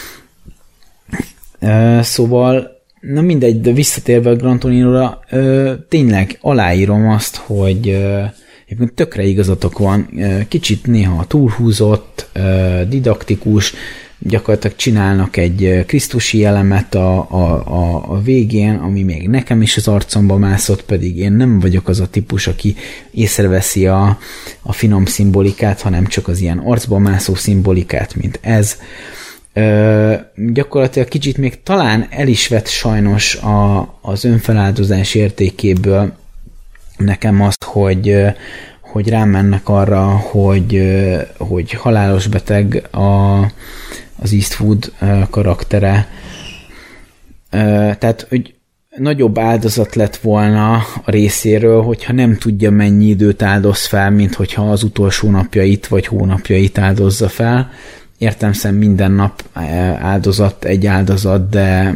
Szóval, na mindegy, de visszatérve a Gran Torino-ra, tényleg aláírom azt, hogy tökre igazatok van, kicsit néha túlhúzott, didaktikus, gyakorlatilag csinálnak egy krisztusi elemet a, a, a, a végén, ami még nekem is az arcomba mászott, pedig én nem vagyok az a típus, aki észreveszi a, a finom szimbolikát, hanem csak az ilyen arcba mászó szimbolikát, mint ez. Ö, gyakorlatilag kicsit még talán el is vett sajnos a, az önfeláldozás értékéből nekem azt, hogy, hogy rámennek arra, hogy, hogy halálos beteg a, az Eastwood karaktere. Tehát, hogy nagyobb áldozat lett volna a részéről, hogyha nem tudja, mennyi időt áldoz fel, mint hogyha az utolsó napjait vagy hónapjait áldozza fel. Értelemszerűen minden nap áldozat egy áldozat, de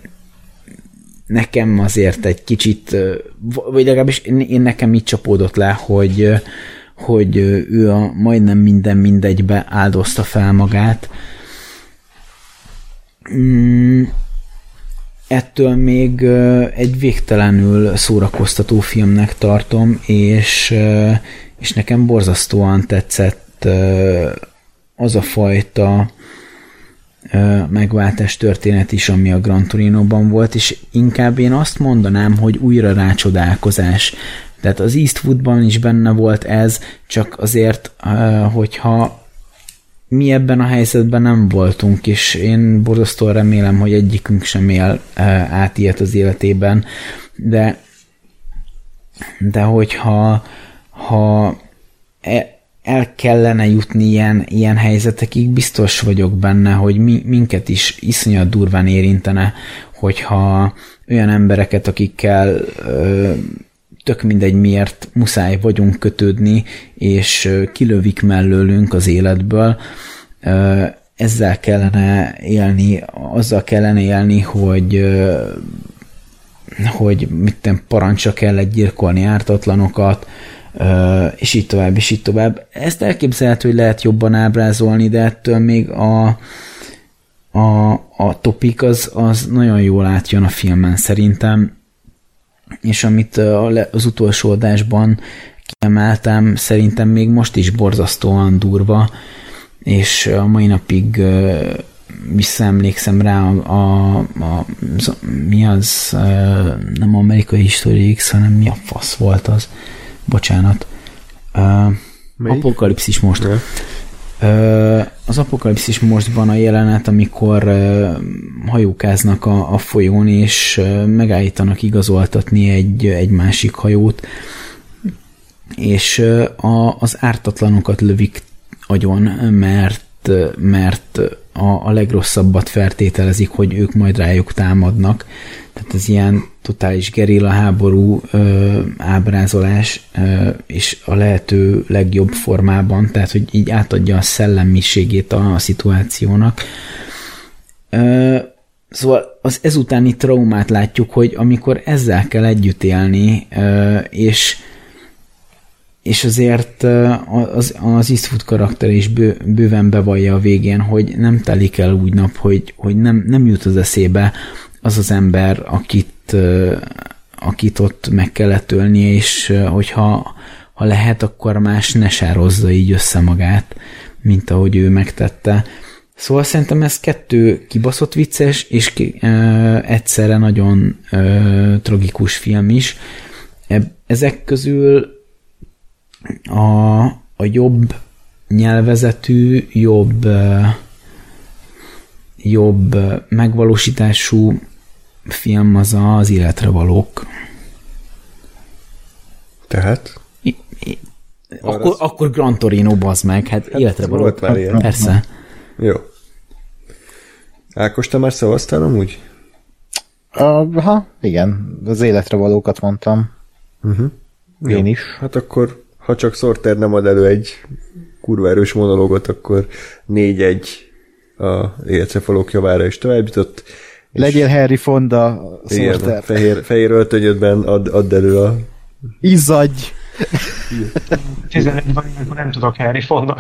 nekem azért egy kicsit, vagy legalábbis én nekem így csapódott le, hogy, hogy ő a majdnem minden mindegybe áldozta fel magát. Mm, ettől még egy végtelenül szórakoztató filmnek tartom, és, és nekem borzasztóan tetszett az a fajta megváltás történet is, ami a Gran Torino-ban volt, és inkább én azt mondanám, hogy újra rácsodálkozás. Tehát az Eastwoodban is benne volt ez, csak azért, hogyha mi ebben a helyzetben nem voltunk, és én borzasztóan remélem, hogy egyikünk sem él át ilyet az életében, de de hogyha ha el kellene jutni ilyen, ilyen helyzetekig, biztos vagyok benne, hogy mi, minket is iszonyat durván érintene, hogyha olyan embereket, akikkel ö, tök mindegy miért muszáj vagyunk kötődni, és ö, kilövik mellőlünk az életből, ö, ezzel kellene élni, azzal kellene élni, hogy ö, hogy mitten parancsra kellett gyilkolni ártatlanokat, Uh, és így tovább, és így tovább. Ezt elképzelhető, hogy lehet jobban ábrázolni, de ettől még a, a, a topik az, az nagyon jól átjön a filmen szerintem. és amit az utolsó adásban kiemeltem, szerintem még most is borzasztóan durva, és a mai napig visszaemlékszem rá a, a, a mi az, nem Amerikai History X, hanem mi a fasz volt az, bocsánat, Melyik? Apokalipszis most. Ja. Az Apokalipszis mostban a jelenet, amikor hajókáznak a, a folyón, és megállítanak igazoltatni egy, egy másik hajót, és a, az ártatlanokat lövik agyon, mert, mert a, a legrosszabbat feltételezik, hogy ők majd rájuk támadnak. Tehát ez ilyen totális gerilla háború ö, ábrázolás, ö, és a lehető legjobb formában, tehát hogy így átadja a szellemiségét a, a szituációnak. Ö, szóval az ezutáni traumát látjuk, hogy amikor ezzel kell együtt élni, ö, és és azért az, az Eastwood karakter is bő, bőven bevallja a végén, hogy nem telik el úgy nap, hogy, hogy nem, nem jut az eszébe az az ember, akit, akit ott meg kellett ölnie, és hogyha ha lehet, akkor más ne sározza így össze magát, mint ahogy ő megtette. Szóval szerintem ez kettő kibaszott vicces, és ki, e, egyszerre nagyon e, tragikus film is. E, ezek közül A, a jobb nyelvezetű, jobb, jobb megvalósítású film az az Életre valók. Tehát? I, I, akkor, akkor Gran Torino, bazd meg, hát, hát Életre valók. Persze. Jó. Ákos, te már szavaztál amúgy? Uh, ha, igen. Az Életre valókat mondtam. Uh-huh. Én Jó. is. Hát akkor ha csak Sorter nem ad elő egy kurva erős monológot, akkor négy egy a Életre valók javára is továbbított. Legyél Harry Fonda, Sorter. Fehér, fehér öltönyödben ad, add elő a... Izzadj! tizenegy van, akkor nem tudok Harry Fonda.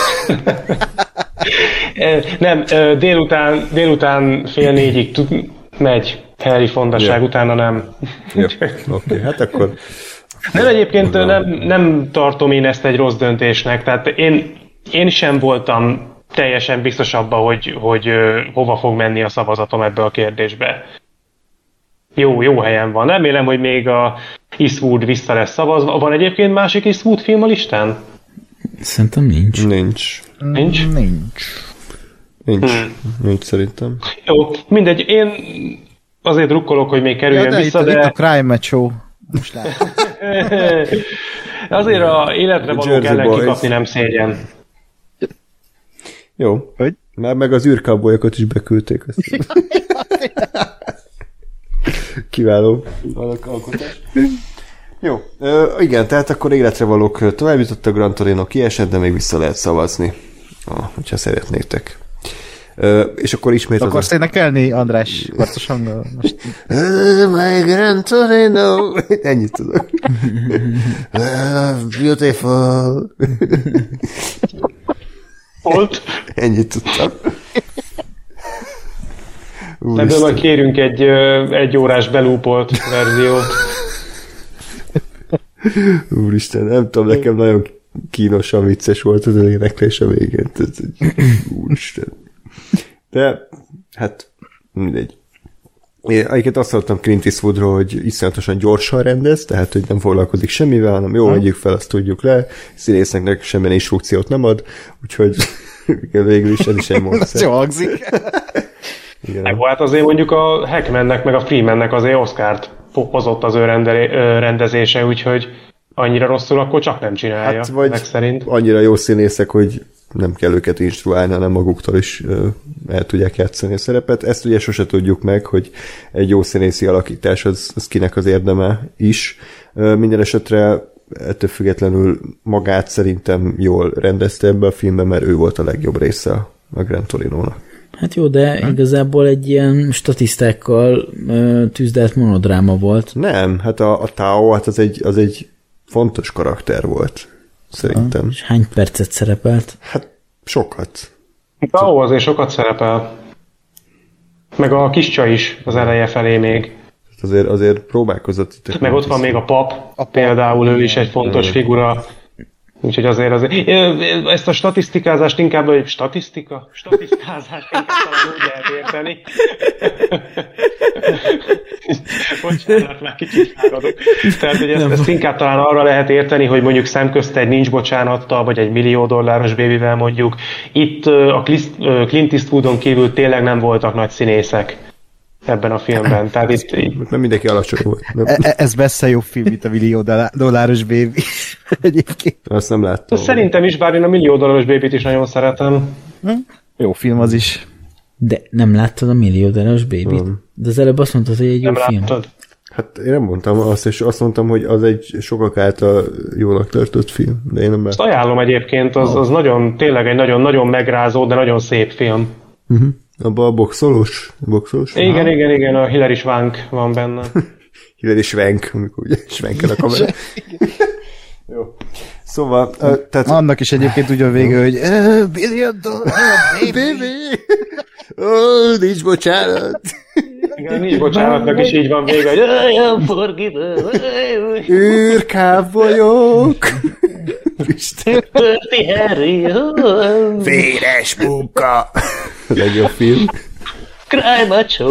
Nem, délután, délután fél négyig tud, megy Harry Fondaság, ja. Utána nem. Jó, oké, okay, hát akkor... Nem, egyébként nem, nem tartom én ezt egy rossz döntésnek, tehát én, én sem voltam teljesen biztos abban, hogy, hogy hova fog menni a szavazatom ebbe a kérdésbe. Jó, jó helyen van. Remélem, hogy még a Eastwood vissza lesz szavazva. Van egyébként másik Eastwood film a listán? Szerintem nincs. Nincs. Nincs? Nincs. Nincs. Hmm. Nincs szerintem. Jó, mindegy. Én azért drukkolok, hogy még kerüljön ja, de vissza, itt, de... Itt a Crime Show. Most látom. Azért a Életre valók ellen kikapni nem szégyen. Jó. Hogy? Már meg az űrkábolyokat is beküldték. Kiváló alkotás. Jó. Ö, igen, tehát akkor Életre valók továbbjutott, a Gran Torino kiesett, de még vissza lehet szavazni, ah, hogyha szeretnétek. Uh, és akkor ismét Akarsz az... énekelni, András? Karcosan most... My Gran Torino. Ennyit tudok. Beautiful. Volt? Ennyit tudtam. Ebből majd kérünk egy, egy órás belúpolt verziót. Úristen, nem tudom, nekem nagyon kínosan vicces volt az éneklés a végén. Úristen. De, hát, mindegy. Én egyébként azt hallottam Clint Eastwoodról, hogy iszonyatosan gyorsan rendez, tehát, hogy nem foglalkozik semmivel, hanem jó, vegyük fel, azt tudjuk le, színésznek semmilyen instrukciót nem ad, úgyhogy végül is ez is egy módszer. Ez jó hangzik. Meg hát azért mondjuk a Hackmannek, meg a Freemannek azért Oscart hozott az ő rendezése, úgyhogy annyira rosszul akkor csak nem csinálja. Hát vagy meg szerint. Annyira jó színészek, hogy nem kell őket instruálni, hanem maguktól is uh, el tudják játszani a szerepet. Ezt ugye sose tudjuk meg, hogy egy jó színészi alakítás az, az kinek az érdeme is. Uh, minden esetre ettől függetlenül magát szerintem jól rendezte ebbe a filmbe, mert ő volt a legjobb része a Gran Torinónak. Hát jó, de hm? igazából egy ilyen statisztákkal uh, tűzdelt monodráma volt. Nem, hát a, a Tao, hát az egy, az egy fontos karakter volt. Szerintem. És hány percet szerepelt? Hát sokat. Tao azért sokat szerepel. Meg a kis csaj is az eleje felé még. Azért, azért próbálkozott itt. Meg ott van még a pap, a például ő is egy fontos igen. figura. Úgyhogy azért, azért ezt a statisztikázást inkább, vagy statisztika? Statisztikázást inkább talán úgy lehet érteni. Bocsánat, már kicsit fáradok. Tehát, hogy ezt, ezt inkább talán arra lehet érteni, hogy mondjuk szemközt egy nincs bocsánattal, vagy egy millió dolláros bébivel mondjuk. Itt a Clint Eastwoodon kívül tényleg nem voltak nagy színészek ebben a filmben. Tehát itt... Nem mindenki alacsony volt. E- ez messze jobb film, mint a millió dolláros bébi. Egyébként. Azt nem láttam. Szerintem is, bár én a millió dolláros bébit is nagyon szeretem. Hm? Jó film az is. De nem láttad a millió dolláros bébit? Hmm. De az előbb azt mondtad, hogy egy jó nem film. Láttad? Hát én nem mondtam azt, és azt mondtam, hogy az egy sokak által jónak tartott film, de én nem Azt ajánlom egyébként, az, az nagyon, tényleg egy nagyon-nagyon megrázó, de nagyon szép film. Uh-huh. Abba a boxolós? boxolós igen, aha. igen, igen, a Hilary Swank van benne. Hilary Swank, amikor ugye swankel a kamera. Jó. Szóval... Uh, tehát... Annak is egyébként úgy a vége, hogy billion dollar, baby! Ó, nincs bocsánat! Igen, nincs bocsánatnak is így van vége, hogy I am forgiven. Űrkáv vagyok! Pörti Harry! Véres munka! A legjobb film. Cry macho!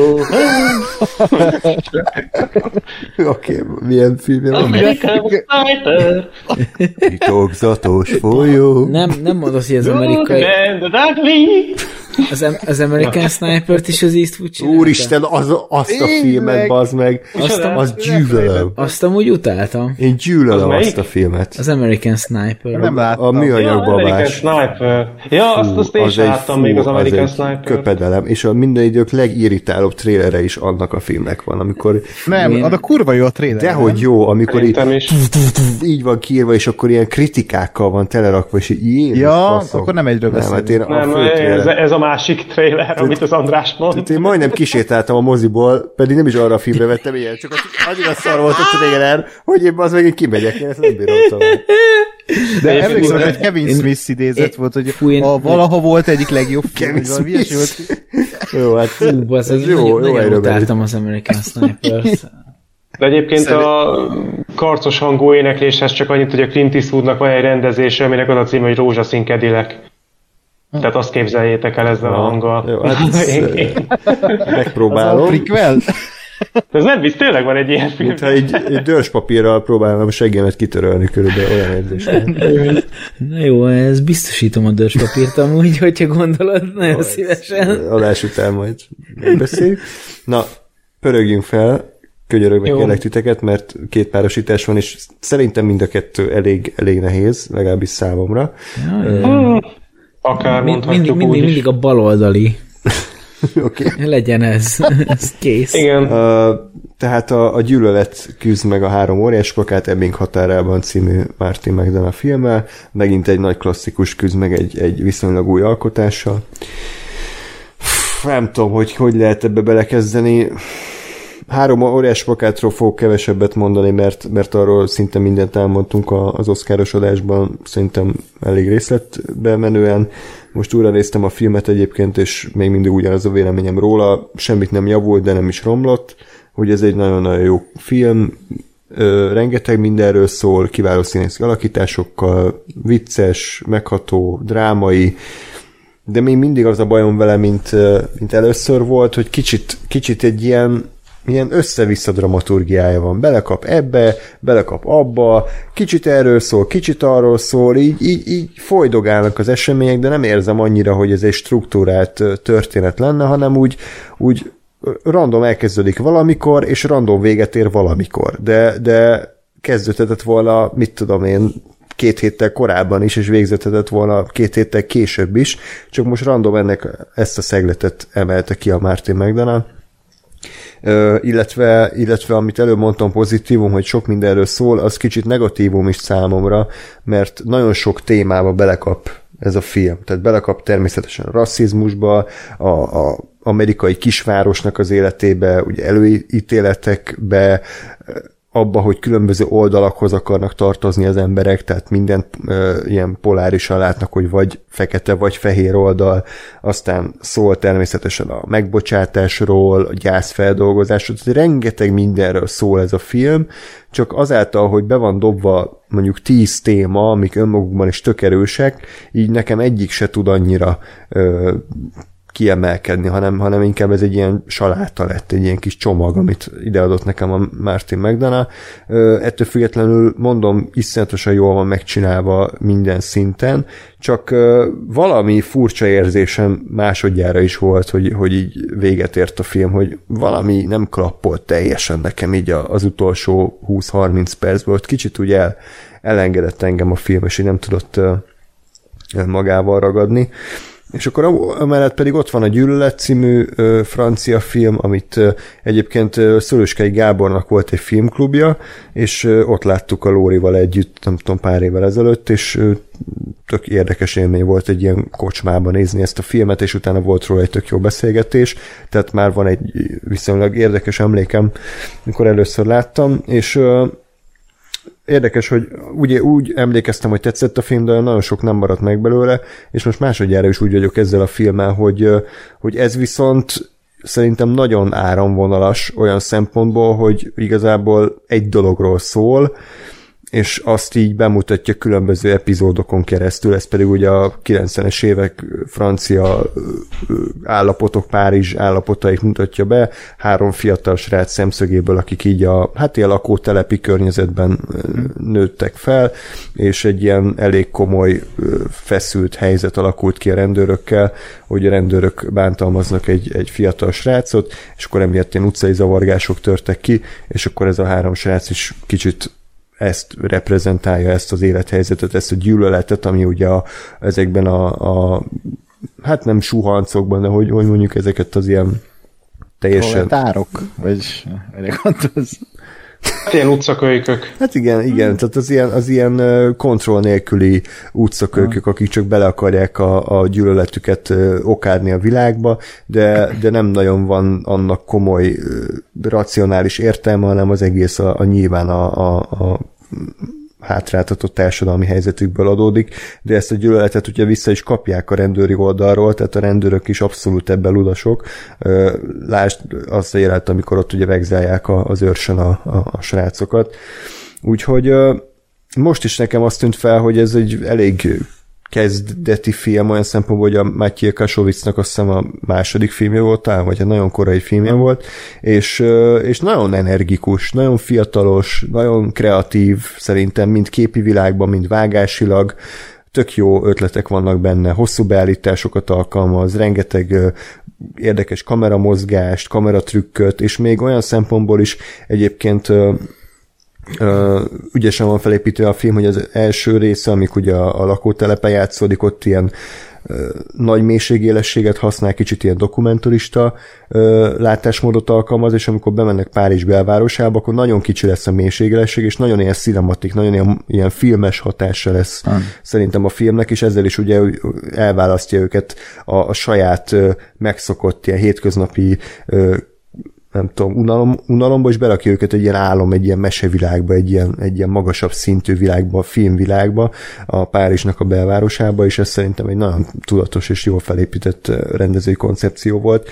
Oké, okay, milyen film? American Sniper! Titokzatos folyó! Nem, nem mondod, hogy az amerikai... Az, az American Sniper-t is az Eastwood csinálta? Úristen, az, azt a filmet, bazd meg! Azt, azt gyűlölöm. Azt amúgy utáltam. Én gyűlölöm azt a filmet. Az American Sniper. Nem láttam. A műanyag babás. American Sniper. Ja, azt, azt én sem láttam még az American Sniper. Köpedelem. És a minden idők legirritálóbb trélere is annak a filmnek van, amikor... Nem, én... az a kurva jó a tréler. Dehogy jó, amikor így, így van kiírva, és akkor ilyen kritikákkal van telerakva, és így Jézus ja, faszok. Akkor nem egyről beszélünk. Nem, ez, ez a másik trailer, amit az András mond. Én majdnem kisétáltam a moziból, pedig nem is arra a filmre vettem ilyen, csak annyira szar volt a trailer, hogy én az meg én kimegyek, én ezt nem bírottam. De emlékszem, hogy egy Kevin Smith idézet volt, hogy fújén, a valaha volt egyik legjobb film. Kevin Smith. Volt. Jó, hát Hú, az az jó, nagyon, nagyon utáltam az American Sniper-t. De egyébként Szerint... a karcos hangú énekléshez csak annyit, hogy a Clint Eastwoodnak van egy rendezése, aminek az a címe, hogy Rózsaszín Cadillac. Tehát azt képzeljétek el ezzel a hanggal. Jó, hát megpróbálom. Az a prequel? Ez nem visz, tényleg van egy ilyen film. Mintha egy, egy dörspapírral próbálom a seggemet kitörölni körülbelül olyan érzés. Na jó, ez biztosítom a dörspapírt amúgy, hogyha gondolod, nagyon Aj, szívesen. Adás után majd megbeszéljük. Na, pörögjünk fel, könyörögve kérlek titeket, mert két párosítás van, és szerintem mind a kettő elég, elég nehéz, legalábbis számomra. Ja, hmm. Akár Mind, mindig, mindig, mindig a baloldali. Okay. Legyen ez, ez kész. Igen. Uh, tehát a, a gyűlölet küzd meg a három óriás plakát Ebbing határában című Martin McDonagh filmmel. Megint egy nagy klasszikus küzd meg egy, egy viszonylag új alkotással. Nem tudom, hogy hogy lehet ebbe belekezdeni. Három óriás plakátról fogok kevesebbet mondani, mert, mert arról szinte mindent elmondtunk az Oscaros adásban, szerintem elég részletben menően. Most újra néztem a filmet egyébként, és még mindig ugyanaz a véleményem róla, semmit nem javult, de nem is romlott, hogy ez egy nagyon-nagyon jó film, ö, rengeteg mindenről szól, kiváló színészi alakításokkal, vicces, megható, drámai, de még mindig az a bajom vele, mint, mint először volt, hogy kicsit, kicsit egy ilyen milyen össze-vissza dramaturgiája van. Belekap ebbe, belekap abba, kicsit erről szól, kicsit arról szól, így, így, így folydogálnak az események, de nem érzem annyira, hogy ez egy struktúrált történet lenne, hanem úgy, úgy random elkezdődik valamikor, és random véget ér valamikor. De, de kezdődhetett volna, mit tudom én, két héttel korábban is, és végzethetett volna két héttel később is, csak most random ennek ezt a szegletet emelte ki a Martin McDonagh. Uh, illetve, illetve amit előbb mondtam pozitívum, hogy sok mindenről szól, az kicsit negatívum is számomra, mert nagyon sok témába belekap ez a film. Tehát belekap természetesen a rasszizmusba, a, a amerikai kisvárosnak az életébe, ugye előítéletekbe, abba, hogy különböző oldalakhoz akarnak tartozni az emberek, tehát minden ö, ilyen polárisan látnak, hogy vagy fekete, vagy fehér oldal, aztán szól természetesen a megbocsátásról, a gyászfeldolgozásról, tehát rengeteg mindenről szól ez a film, csak azáltal, hogy be van dobva mondjuk tíz téma, amik önmagukban is tök erősek, így nekem egyik se tud annyira ö, kiemelkedni, hanem, hanem inkább ez egy ilyen saláta lett, egy ilyen kis csomag, amit ideadott nekem a Martin McDonagh. Ettől függetlenül mondom, iszonyatosan jól van megcsinálva minden szinten, csak valami furcsa érzésem másodjára is volt, hogy, hogy így véget ért a film, hogy valami nem klappolt teljesen nekem így az utolsó húsz-harminc percből, hogy kicsit úgy el, elengedett engem a film, és így nem tudott magával ragadni. És akkor amellett pedig ott van a Gyűlölet című ö, francia film, amit ö, egyébként ö, Szöröskei Gábornak volt egy filmklubja, és ö, ott láttuk a Lórival együtt, nem tudom, pár évvel ezelőtt, és ö, tök érdekes élmény volt egy ilyen kocsmában nézni ezt a filmet, és utána volt róla egy tök jó beszélgetés, tehát már van egy viszonylag érdekes emlékem, mikor először láttam, és ö, érdekes, hogy ugye úgy emlékeztem, hogy tetszett a film, de nagyon sok nem maradt meg belőle, és most másodjára is úgy vagyok ezzel a filmmel, hogy, hogy ez viszont szerintem nagyon áramvonalas olyan szempontból, hogy igazából egy dologról szól, és azt így bemutatja különböző epizódokon keresztül, ez pedig ugye a kilencvenes évek francia állapotok, Párizs állapotait mutatja be, három fiatal srác szemszögéből, akik így a hát ilyen lakótelepi környezetben nőttek fel, és egy ilyen elég komoly feszült helyzet alakult ki a rendőrökkel, hogy a rendőrök bántalmaznak egy, egy fiatal srácot, és akkor emiatt ilyen utcai zavargások törtek ki, és akkor ez a három srác is kicsit ezt reprezentálja, ezt az élethelyzetet, ezt a gyűlöletet, ami ugye a, ezekben a, a hát nem suhancokban, de hogy, hogy mondjuk ezeket az ilyen teljesen... Proletárok? Vagy az... Ilyen utcakölykök. Hát igen, igen, tehát az ilyen, az ilyen kontroll nélküli utcakölykök, akik csak bele akarják a, a gyűlöletüket okádni a világba, de, de nem nagyon van annak komoly racionális értelme, hanem az egész a, a nyilván a, a, a hátráltatott társadalmi helyzetükből adódik, de ezt a gyűlöletet ugye vissza is kapják a rendőri oldalról, tehát a rendőrök is abszolút ebben ludasok. Lásd azt a jelet, amikor ott ugye vegzálják az őrsön a, a, a srácokat. Úgyhogy most is nekem azt tűnt fel, hogy ez egy elég kezdeti film, olyan szempontból, hogy a Mathieu Kassovicnak azt hiszem a második filmje volt, talán, vagy egy nagyon korai filmje volt, és, és nagyon energikus, nagyon fiatalos, nagyon kreatív, szerintem mind képi világban, mind vágásilag, tök jó ötletek vannak benne, hosszú beállításokat alkalmaz, rengeteg érdekes kameramozgást, kameratrükköt, és még olyan szempontból is egyébként Uh, ügyesen van felépítve a film, hogy az első része, amik ugye a, a lakótelepen játszódik, ott ilyen uh, nagy mélységélességet használ, kicsit ilyen dokumentarista uh, látásmódot alkalmaz, és amikor bemennek Párizs belvárosába, akkor nagyon kicsi lesz a mélységélesség, és nagyon ilyen cinematik, nagyon ilyen, ilyen filmes hatása lesz hmm. szerintem a filmnek, és ezzel is ugye elválasztja őket a, a saját uh, megszokott ilyen hétköznapi uh, nem tudom, unalom, unalomba, és berakja őket egy ilyen álom, egy ilyen mesevilágba, egy ilyen, egy ilyen magasabb szintű világba, a filmvilágba, a Párizsnak a belvárosába, és ez szerintem egy nagyon tudatos és jól felépített rendezői koncepció volt.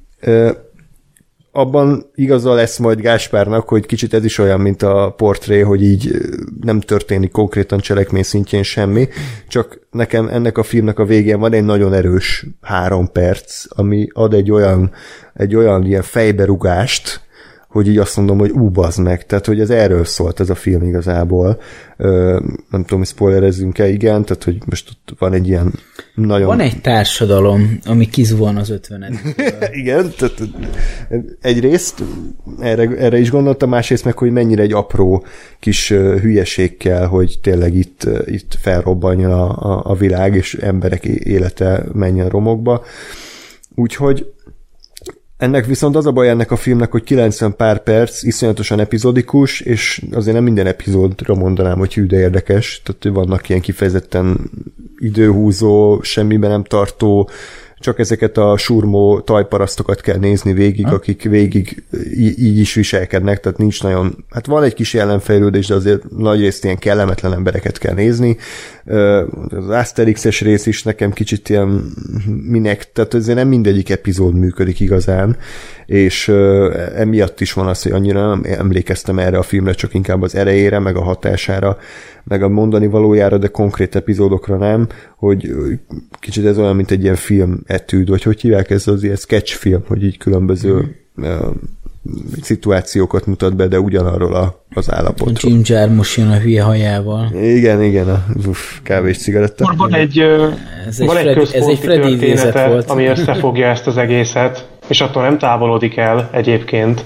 Abban igaza lesz majd Gáspárnak, hogy kicsit ez is olyan, mint a portré, hogy így nem történik konkrétan cselekmény szintjén semmi, csak nekem ennek a filmnek a végén van egy nagyon erős három perc, ami ad egy olyan, egy olyan ilyen fejberugást, hogy így azt mondom, hogy ú, bazd meg, tehát hogy ez erről szólt ez a film igazából. Ö, nem tudom, hogy spoilerezzünk-e, igen, tehát hogy most ott van egy ilyen nagyon... Van egy társadalom, ami kizuhan az ötvenedikből. Igen, tehát egyrészt erre, erre is gondoltam, másrészt meg, hogy mennyire egy apró kis hülyeség kell, hogy tényleg itt, itt felrobbanjon a, a, a világ, és emberek élete menjen romokba. Úgyhogy ennek viszont az a baj ennek a filmnek, hogy kilencven pár perc, iszonyatosan epizodikus, és azért nem minden epizódra mondanám, hogy hű, de érdekes, tehát vannak ilyen kifejezetten időhúzó, semmiben nem tartó csak ezeket a surmó tajparasztokat kell nézni végig, ha? akik végig í- így is viselkednek, tehát nincs nagyon, hát van egy kis ellenfejlődés, de azért nagyrészt ilyen kellemetlen embereket kell nézni. Az Asterix-es rész is nekem kicsit ilyen minek, tehát azért nem mindegyik epizód működik igazán, és emiatt is van az, hogy annyira nem emlékeztem erre a filmre, csak inkább az erejére, meg a hatására, meg a mondani valójára, de konkrét epizódokra nem, hogy kicsit ez olyan, mint egy ilyen film etűd, vagy hogy hívják ez az ilyen sketch film, hogy így különböző mm. uh, szituációkat mutat be, de ugyanarról a, az állapotról. Jim Jarmusch jön a hülye hajával. Igen, igen, a uff, kávés cigaretta. Van egy, ez van egy, egy központi története, volt. Ami összefogja ezt az egészet, és attól nem távolodik el egyébként.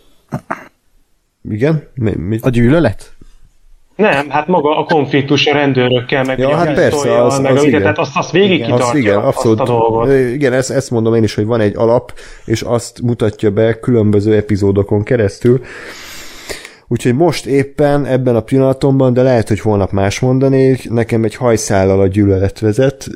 Igen? Mi, mi? A gyűlölet? Nem, hát maga a konfliktus a rendőrökkel, meg ja, hát persze, az, meg az a, igen. Tehát azt, azt végig igen, kitartja az, igen, abszolút, azt a dolgot. Igen, ezt, ezt mondom én is, hogy van egy alap, és azt mutatja be különböző epizódokon keresztül. Úgyhogy most éppen ebben a pillanatomban, de lehet, hogy holnap más mondanék, nekem egy hajszállal a gyűlölet vezet,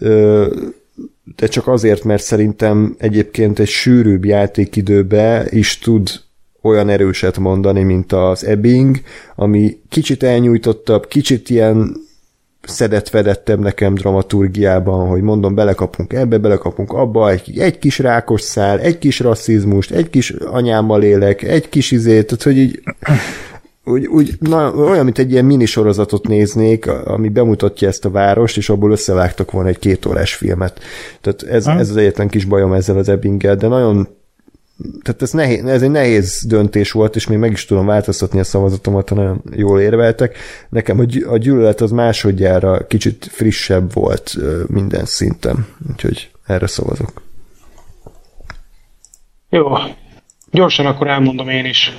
de csak azért, mert szerintem egyébként egy sűrűbb játékidőbe is tud olyan erőset mondani, mint az Ebbing, ami kicsit elnyújtottabb, kicsit ilyen szedett-vedettebb nekem dramaturgiában, hogy mondom, belekapunk ebbe, belekapunk abba, egy, egy kis rákos szál, egy kis rasszizmust, egy kis anyámmal élek, egy kis izét, tehát hogy így úgy, úgy, na, olyan, mint egy ilyen minisorozatot néznék, ami bemutatja ezt a várost, és abból összevágtak volna egy kétórás filmet. Tehát ez, ez az egyetlen kis bajom ezzel az Ebbinggel, de nagyon tehát ez, nehéz, ez egy nehéz döntés volt, és még meg is tudom változtatni a szavazatomat, ha nagyon jól érveltek. Nekem a, gy- a gyűlölet az másodjára kicsit frissebb volt minden szinten, úgyhogy erre szavazok. Jó, gyorsan akkor elmondom én is.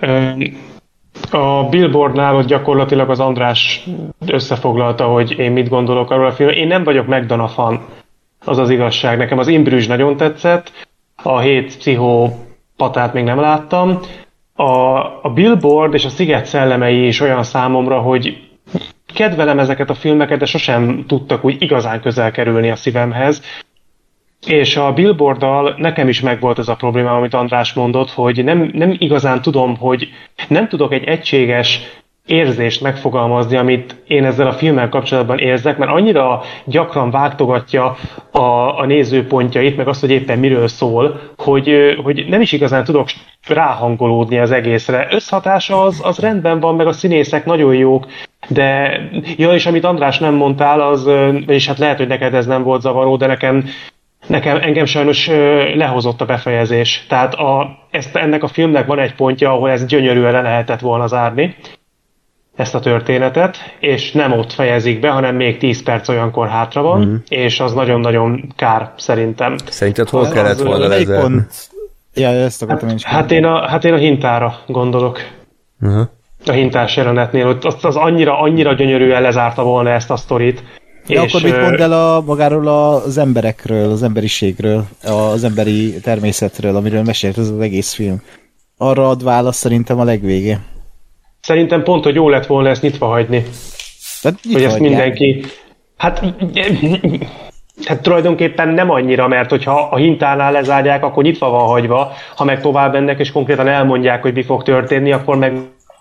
A Billboardnál ott gyakorlatilag az András összefoglalta, hogy én mit gondolok arról a filmről. Én nem vagyok McDonagh fan, az az igazság. Nekem az In Bruges nagyon tetszett, a hét pszichopatát még nem láttam. A, a Billboard és a Sziget szellemei is olyan számomra, hogy kedvelem ezeket a filmeket, de sosem tudtak úgy igazán közel kerülni a szívemhez. És a Billboarddal nekem is megvolt ez a probléma, amit András mondott, hogy nem, nem igazán tudom, hogy nem tudok egy egységes érzést megfogalmazni, amit én ezzel a filmmel kapcsolatban érzek, mert annyira gyakran vágtogatja a, a nézőpontjait, meg azt, hogy éppen miről szól, hogy, hogy nem is igazán tudok ráhangolódni az egészre. Összhatása az, az rendben van, meg a színészek nagyon jók, de ja, és amit András nem mondtál, az, és hát lehet, hogy neked ez nem volt zavaró, de nekem Nekem, engem sajnos lehozott a befejezés. Tehát a, ezt, ennek a filmnek van egy pontja, ahol ez gyönyörűen le lehetett volna zárni, ezt a történetet, és nem ott fejezik be, hanem még tíz perc olyankor hátra van, mm. és az nagyon-nagyon kár szerintem. Szerinted hol az, kellett volna lezárni? Ja, ezt akartam hát, én is hát én, a, hát én a hintára gondolok. Uh-huh. A hintás jelenetnél, hogy az, az annyira, annyira gyönyörűen lezárta volna ezt a sztorit. Ja, és akkor mit mondd el a, magáról az emberekről, az emberiségről, az emberi természetről, amiről mesélt ez az egész film? Arra ad választ szerintem a legvégé. Szerintem pont, hogy jó lett volna ezt nyitva hagyni. Tehát hogy ezt mindenki... Hát, hát tulajdonképpen nem annyira, mert hogyha a hintánál lezárják, akkor nyitva van hagyva, ha meg tovább mennek, és konkrétan elmondják, hogy mi fog történni, akkor meg...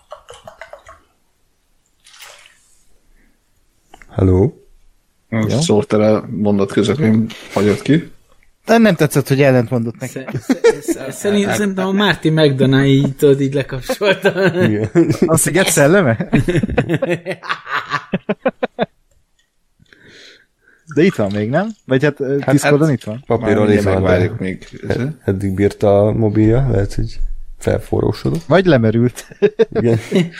Hello? Ja. Szóval mondat közepén hagyott ki. De nem tetszett, hogy ellent mondott neki. Szerintem a Martin McDonagh így, tudod, így lekapcsolta. A Sziget szelleme? De itt van még, nem? Vagy hát, hát Discordon hát, itt van? Papíron itt van, várjuk még. Eddig bírta a mobilja, lehet, hogy felforrósodott. Vagy lemerült. Igen.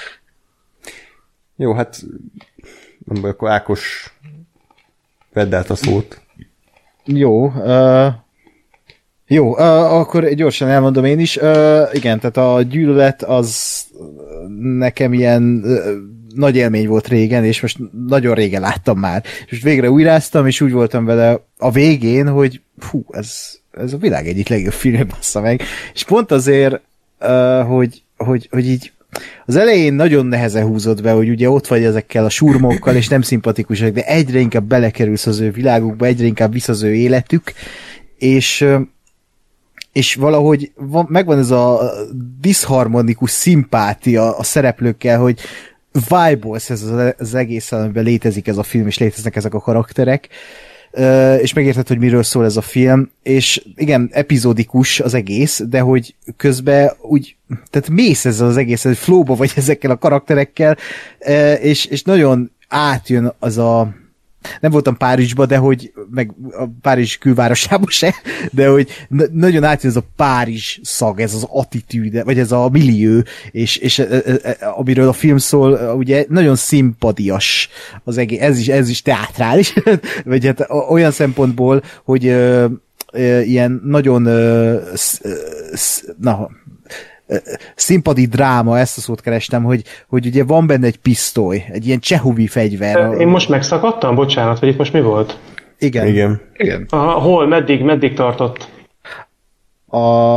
Jó, hát nem baj, akkor Ákos vedd át a szót. Jó. Uh, jó, uh, akkor gyorsan elmondom én is. Uh, igen, tehát a gyűlölet az nekem ilyen uh, nagy élmény volt régen, és most nagyon régen láttam már. És most végre újráztam, és úgy voltam vele a végén, hogy hú, ez, ez a világ egyik legjobb film, bassza meg. És pont azért, uh, hogy, hogy, hogy így az elején nagyon nehezen húzott be, hogy ugye ott vagy ezekkel a surmókkal, és nem szimpatikusak, de egyre inkább belekerülsz az ő világukba, egyre inkább visz az ő életük, és és valahogy van, megvan ez a diszharmonikus szimpátia a szereplőkkel, hogy vibe-olsz ez az, az egész, amiben létezik ez a film, és léteznek ezek a karakterek, és megérted, hogy miről szól ez a film, és igen, epizódikus az egész, de hogy közben úgy, tehát mész ezzel az egész, hogy flowba vagy ezekkel a karakterekkel, és, és nagyon átjön az a nem voltam Párizsba, de hogy meg a Párizs külvárosában se, de hogy na- nagyon átjön ez a Párizs szag, ez az attitűde, vagy ez a millió, és, és e, e, e, amiről a film szól, ugye nagyon szimpadias az egész, ez is, ez is teátrális, vagy hát olyan szempontból, hogy ö, ö, ilyen nagyon ö, sz, sz, na, színpadi dráma, ezt a szót kerestem, hogy, hogy ugye van benne egy pisztoly, egy ilyen csehovi fegyver. Én most megszakadtam? Bocsánat, hogy itt most mi volt? Igen. Igen. Igen. Aha, hol? Meddig? Meddig tartott? A...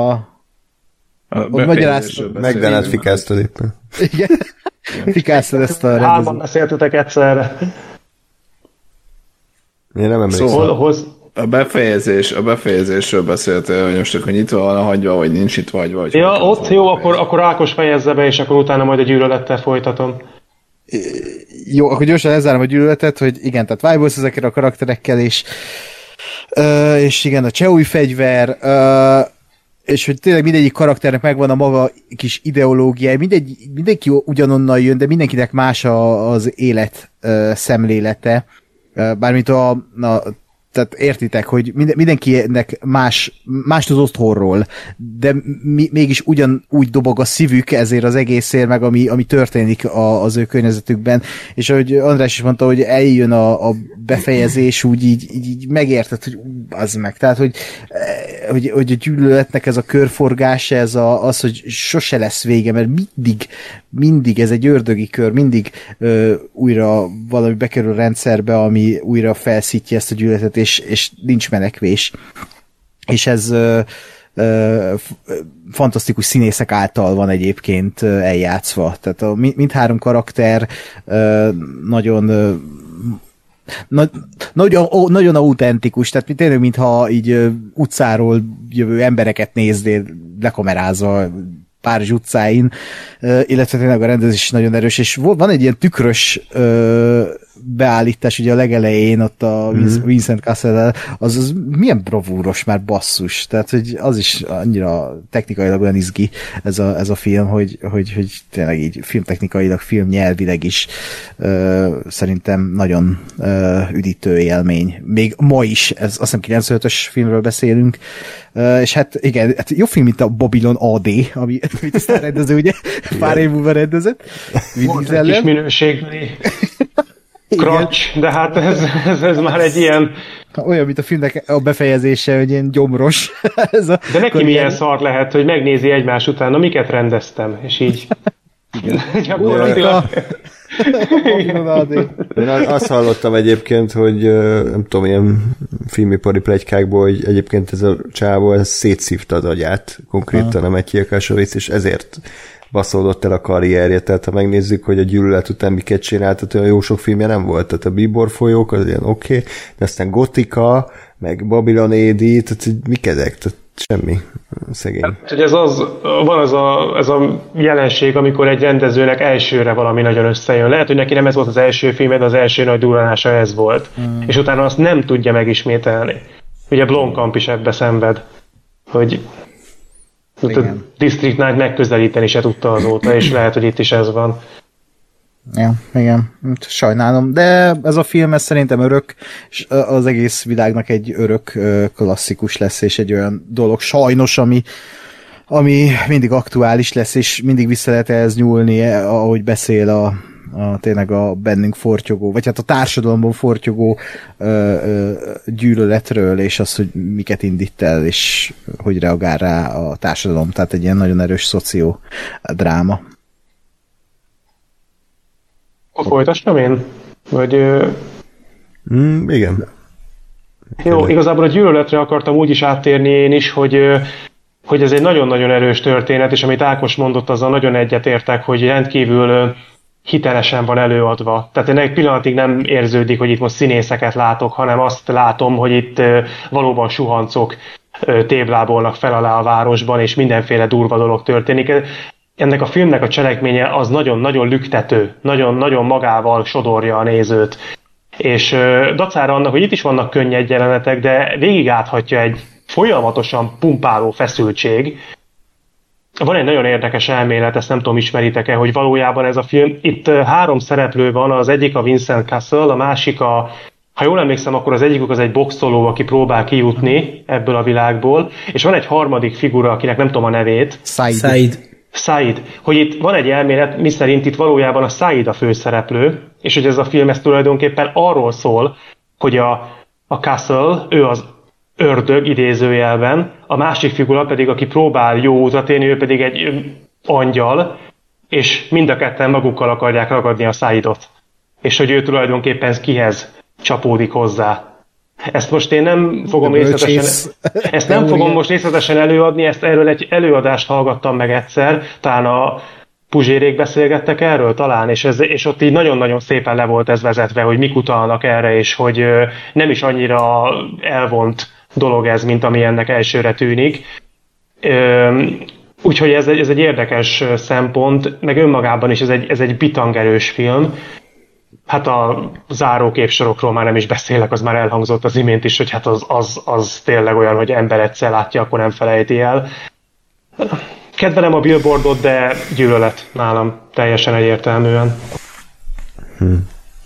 A magyaráztad. Megdánát fikáztad éppen. Igen. Fikáztad ezt a rendezőt. Hárman beszéltetek egyszerre. Én nem emlékszem. Hol, hol, A befejezés, a befejezésről beszéltél, hogy most akkor nyitva van a hagyva, vagy nincs nyitva hagyva. Vagy ja, ott jó, akkor, akkor Ákos fejezze be, és akkor utána majd a gyűlölettel folytatom. Jó, akkor gyorsan lezárom a gyűlöletet, hogy igen, tehát vibe-olsz ezekkel a karakterekkel, és, uh, és igen, a csehovi fegyver, uh, és hogy tényleg mindegyik karakternek megvan a maga kis ideológiája, mindegy, mindenki ugyanonnan jön, de mindenkinek más a, az élet uh, szemlélete. Uh, bármint a, a tehát értitek, hogy minden, mindenkinek más, más az oszthorról, de mi, mégis ugyanúgy dobog a szívük ezért az egészért, meg ami, ami történik a, az ő környezetükben. És ahogy András is mondta, hogy eljön a, a befejezés, úgy így, így, így megérted, hogy az meg. Tehát, hogy, hogy, hogy a gyűlöletnek ez a körforgása, ez a, az, hogy sose lesz vége, mert mindig, mindig ez egy ördögi kör, mindig ö, újra valami bekerül a rendszerbe, ami újra felszítja ezt a gyűlöletet, és, és nincs menekvés. És ez ö, ö, fantasztikus színészek által van egyébként eljátszva. Tehát a, mindhárom karakter ö, nagyon ö, Na, nagyon, nagyon autentikus, tehát tényleg mintha így ö, utcáról jövő embereket néznél lekamerázva Párizs utcáin, illetve tényleg a rendezés is nagyon erős, és van egy ilyen tükrös ö, beállítás ugye a legelején, ott a mm-hmm. Vincent Cassel, az, az milyen bravúros már basszus, tehát hogy az is annyira technikailag olyan izgi ez a, ez a film, hogy, hogy, hogy tényleg így filmtechnikailag, filmnyelvileg is ö, szerintem nagyon ö, üdítő élmény. Még ma is, ez azt hiszem kilencvenötös filmről beszélünk, ö, és hát igen, hát jobb film, mint a Babylon á dé, ami, amit aztán rendező ugye pár év múlva rendezett. Volt egy kis minőségbeli kracs, de hát ez, ez, ez már egy ilyen... Olyan, mint a filmnek a befejezése, hogy ilyen gyomros. Ez a de neki karrier... milyen szar lehet, hogy megnézi egymás után, na miket rendeztem, és így... Igen. Gyakorlatilag... Én azt hallottam egyébként, hogy nem tudom, ilyen filmipari pletykákból, hogy egyébként ez a csávó ez szétszívta az agyát, konkrétan a Matthew Kassovitz, és ezért baszódott el a karrierje, tehát ha megnézzük, hogy a gyűlölet után miket csinált, olyan jó sok filmje nem volt, tehát a Bíbor folyók, az ilyen oké, okay, de aztán Gotika, meg Babylon á dé, tehát mik ezek, tehát semmi, szegény. Hát, hogy ez az, van ez a, ez a jelenség, amikor egy rendezőnek elsőre valami nagyon összejön. Lehet, hogy neki nem ez volt az első filmed, az első nagy durranása ez volt, mm. és utána azt nem tudja megismételni. Ugye Blomkamp is ebbe szenved, hogy a District Night megközelíteni se tudta azóta, és lehet, hogy itt is ez van. Ja, igen, sajnálom, de ez a film ez szerintem örök, és az egész világnak egy örök klasszikus lesz, és egy olyan dolog sajnos, ami, ami mindig aktuális lesz, és mindig vissza lehet ehhez nyúlni, ahogy beszél a, a tényleg a bennünk fortyogó, vagy hát a társadalomban fortyogó ö, ö, gyűlöletről, és az, hogy miket indít el, és hogy reagál rá a társadalom, tehát egy ilyen nagyon erős szoció dráma. Folytassam én? Vagy... Mm, igen. Jó, Kérlek. Igazából a gyűlöletre akartam úgy is áttérni én is, hogy, hogy ez egy nagyon-nagyon erős történet, és amit Ákos mondott, azzal nagyon egyetértek, hogy rendkívül hitelesen van előadva. Tehát én egy pillanatig nem érződik, hogy itt most színészeket látok, hanem azt látom, hogy itt valóban suhancok téblábolnak fel alá a városban, és mindenféle durva dolog történik. Ennek a filmnek a cselekménye az nagyon-nagyon lüktető, nagyon-nagyon magával sodorja a nézőt. És dacára annak, hogy itt is vannak könnyed jelenetek, de végigáthatja egy folyamatosan pumpáló feszültség. Van egy nagyon érdekes elmélet, ezt nem tudom, ismeritek-e, hogy valójában ez a film, itt három szereplő van, az egyik a Vincent Cassel, a másik a, ha jól emlékszem, akkor az egyikük az egy boxoló, aki próbál kijutni ebből a világból, és van egy harmadik figura, akinek nem tudom a nevét. Said. Said. Said. Hogy itt van egy elmélet, miszerint itt valójában a Said a főszereplő, és hogy ez a film ez tulajdonképpen arról szól, hogy a, a Cassel, ő az ördög idézőjelben, a másik figura pedig, aki próbál jó utat élni, ő pedig egy angyal, és mind a ketten magukkal akarják ragadni a Saidot. És hogy ő tulajdonképpen kihez csapódik hozzá. Ezt most én nem fogom részletesen, ezt nem fogom most részletesen előadni, ezt erről egy előadást hallgattam meg egyszer, talán a Puzsérék beszélgettek erről talán, és, ez, és ott így nagyon-nagyon szépen le volt ez vezetve, hogy mik utalnak erre, és hogy nem is annyira elvont dolog ez, mint ami ennek elsőre tűnik. Úgyhogy ez egy, ez egy érdekes szempont, meg önmagában is ez egy, ez egy bitangerős film. Hát a záróképsorokról már nem is beszélek, az már elhangzott az imént is, hogy hát az, az, az tényleg olyan, hogy ember egyszer látja, akkor nem felejti el. Kedvelem a Billboardot, de gyűlölet nálam teljesen egyértelműen. Hm.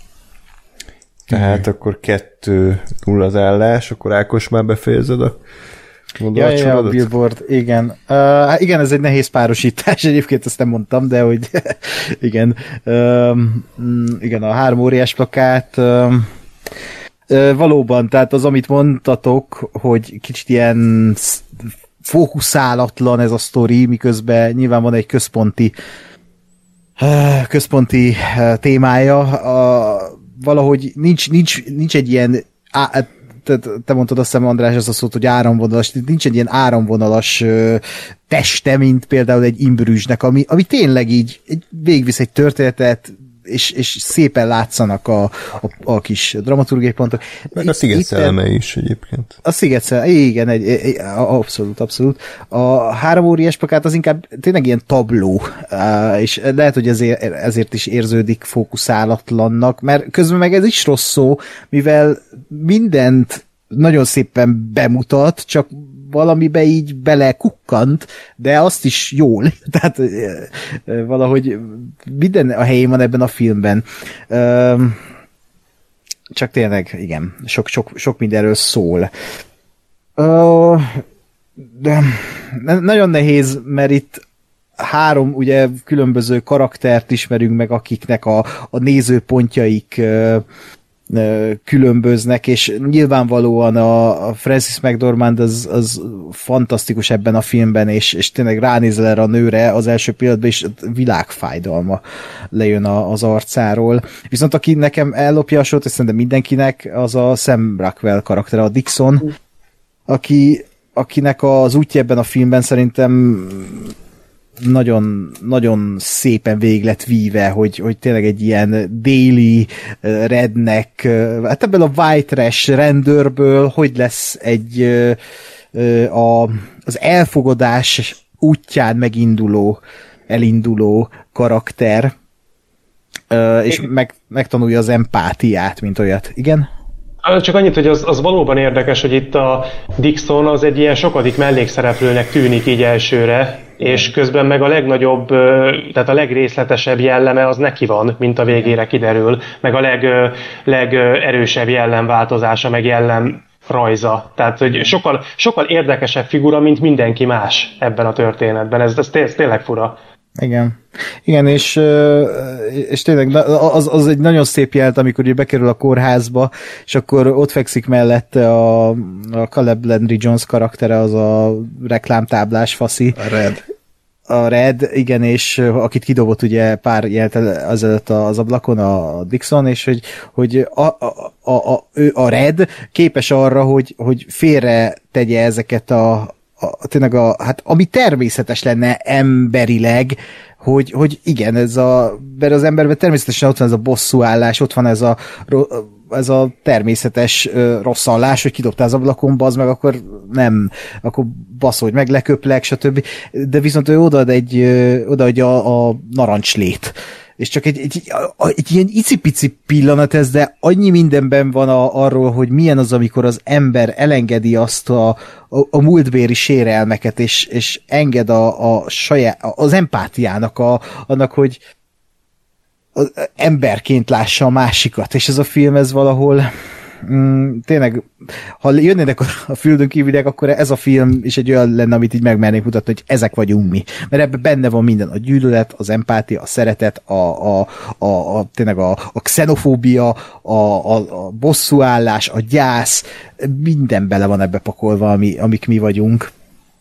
Tehát akkor kettő null az állás, akkor Ákos már befejezed a Ja, ja, a Billboard, igen. Uh, igen, ez egy nehéz párosítás, egyébként ezt nem mondtam, de hogy igen. Uh, igen, a három óriás plakát uh, uh, valóban, tehát az, amit mondtatok, hogy kicsit ilyen fókuszálatlan ez a sztori, miközben nyilván van egy központi uh, központi uh, témája. Uh, valahogy nincs, nincs, nincs egy ilyen á, te, te mondtad azt hiszem, András, azt a szót, hogy áramvonalas, nincs egy ilyen áramvonalas ö, teste, mint például egy Imbrüsnek, ami, ami tényleg így egy, végigvisz egy történetet, és, és szépen látszanak a, a, a kis dramaturgiai pontok. Meg a Sziget szelleme is egyébként. A Sziget szelleme, igen, egy, egy, abszolút, abszolút. A három óriás plakát az inkább tényleg ilyen tabló, és lehet, hogy ezért, ezért is érződik fókuszálatlannak, mert közben meg ez is rossz szó, mivel mindent nagyon szépen bemutat, csak valamibe így belekukkant, de azt is jól. Tehát valahogy minden a helyén van ebben a filmben. Csak tényleg, igen, sok, sok, sok mindenről szól. De nagyon nehéz, mert itt három ugye különböző karaktert ismerünk meg, akiknek a, a nézőpontjaik különböznek, és nyilvánvalóan a Frances McDormand az, az fantasztikus ebben a filmben, és, és tényleg ránézel erre a nőre az első pillanatban, és világfájdalma lejön a, az arcáról. Viszont aki nekem ellopja a sót, és szerintem mindenkinek, az a Sam Rockwell karaktere, a Dixon, aki, akinek az útja ebben a filmben szerintem nagyon, nagyon szépen végig lett víve, hogy, hogy tényleg egy ilyen déli redneck, hát ebből a white trash rendőrből hogy lesz egy a, az elfogadás útján meginduló, elinduló karakter, és meg, megtanulja az empátiát, mint olyat. Igen? Csak annyit, hogy az, az valóban érdekes, hogy itt a Dixon az egy ilyen sokadik mellékszereplőnek tűnik így elsőre, és közben meg a legnagyobb, tehát a legrészletesebb jelleme az neki van, mint a végére kiderül, meg a leg, legerősebb jellemváltozása, meg jellem rajza. Tehát, hogy sokkal, sokkal érdekesebb figura, mint mindenki más ebben a történetben. Ez, ez, ez tényleg fura. Igen. Igen, és, és tényleg az, az egy nagyon szép jelt, amikor ugye bekerül a kórházba, és akkor ott fekszik mellette a, a Caleb Landry Jones karaktere, az a reklámtáblás faszi. A Red. A Red, igen, és akit kidobott ugye pár jelt azelőtt az ablakon, a Dixon, és hogy, hogy a, a, a, a, ő, a Red képes arra, hogy, hogy félre tegye ezeket a a, tényleg a, hát ami természetes lenne emberileg, hogy, hogy igen, ez a, mert az emberben természetesen ott van ez a bosszúállás, ott van ez a, ez a természetes rosszallás, hogy kidobtál az ablakon, bazd meg, akkor nem, akkor basz, hogy megleköplek, stb. De viszont ő odaad egy, odaadja a, a narancslét. És csak egy, egy, egy ilyen icipici pillanat ez, de annyi mindenben van a, arról, hogy milyen az, amikor az ember elengedi azt a, a, a múltbéli sérelmeket, és, és enged a, a saját, az empátiának, a, annak, hogy az emberként lássa a másikat, és ez a film, ez valahol mm, tényleg, ha jönnének a földön kívüliek, akkor ez a film is egy olyan lenne, amit így megmernék mutatni, hogy ezek vagyunk mi. Mert ebben benne van minden, a gyűlölet, az empátia, a szeretet, a, a, a, a tényleg a, a xenofóbia, a, a, a bosszúállás, a gyász, minden bele van ebbe pakolva, ami, amik mi vagyunk.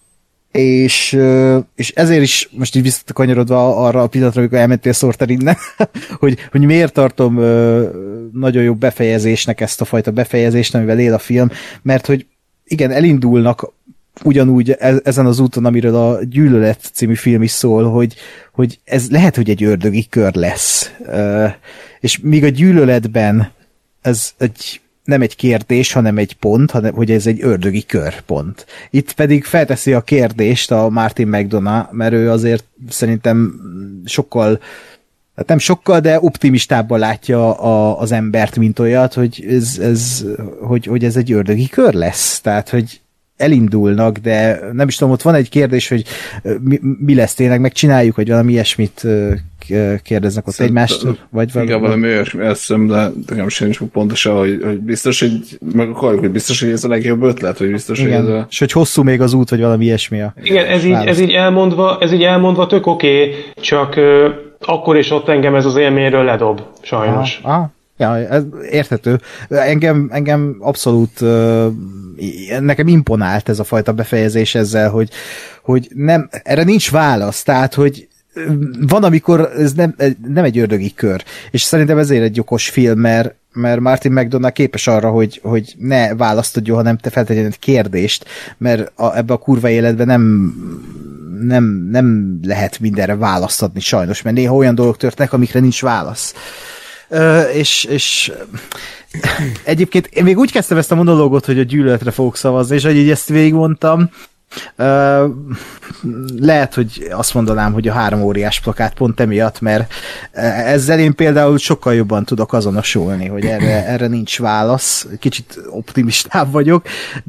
És, és ezért is most így visszakanyarodva arra a pillanatra, amikor elmentél Sorter innen, hogy, hogy miért tartom nagyon jó befejezésnek ezt a fajta befejezést, amivel él a film, mert hogy igen, elindulnak ugyanúgy ezen az úton, amiről a Gyűlölet című film is szól, hogy, hogy ez lehet, hogy egy ördögi kör lesz. És míg a Gyűlöletben ez egy nem egy kérdés, hanem egy pont, hanem hogy ez egy ördögi kör pont. Itt pedig felteszi a kérdést a Martin McDonagh, mert ő azért szerintem sokkal, hát nem sokkal, de optimistábban látja a, az embert, mint olyat, hogy ez, ez, hogy, hogy ez egy ördögi kör lesz. Tehát, hogy elindulnak, de nem is tudom, ott van egy kérdés, hogy mi, mi lesz tényleg, megcsináljuk, hogy valami ilyesmit kérdeznek ott Szerint, egymást, vagy valami. Igen, valami olyasmi, azt hiszem, de nekem sem nincs pontosan, hogy, hogy biztos, hogy meg akarjuk, hogy biztos, hogy ez a legjobb ötlet, hogy biztos, igen, hogy ez a... és hogy hosszú még az út, vagy valami ilyesmi a... Igen, ez így, ez így elmondva, ez így elmondva tök oké, okay, csak uh, akkor is ott engem ez az élményről ledob, sajnos. Ah, ah. Ja, ez érthető. Engem, engem abszolút uh, nekem imponált ez a fajta befejezés ezzel, hogy, hogy nem, erre nincs válasz, tehát, hogy van, amikor ez nem, nem egy ördögi kör, és szerintem ezért egy okos film, mert, mert Martin McDonagh képes arra, hogy, hogy ne választ adjon, hanem te feltegyen egy kérdést, mert a, ebbe a kurva életben nem nem, nem lehet mindenre választ adni sajnos, mert néha olyan dolgok történnek, amikre nincs válasz. Uh, és, és egyébként én még úgy kezdtem ezt a monológot, hogy a Gyűlöletre fogok szavazni, és hogy így ezt végigmondtam, uh, lehet, hogy azt mondanám, hogy a Három óriás plakát pont emiatt, mert ezzel én például sokkal jobban tudok azonosulni, hogy erre, erre nincs válasz, kicsit optimistább vagyok,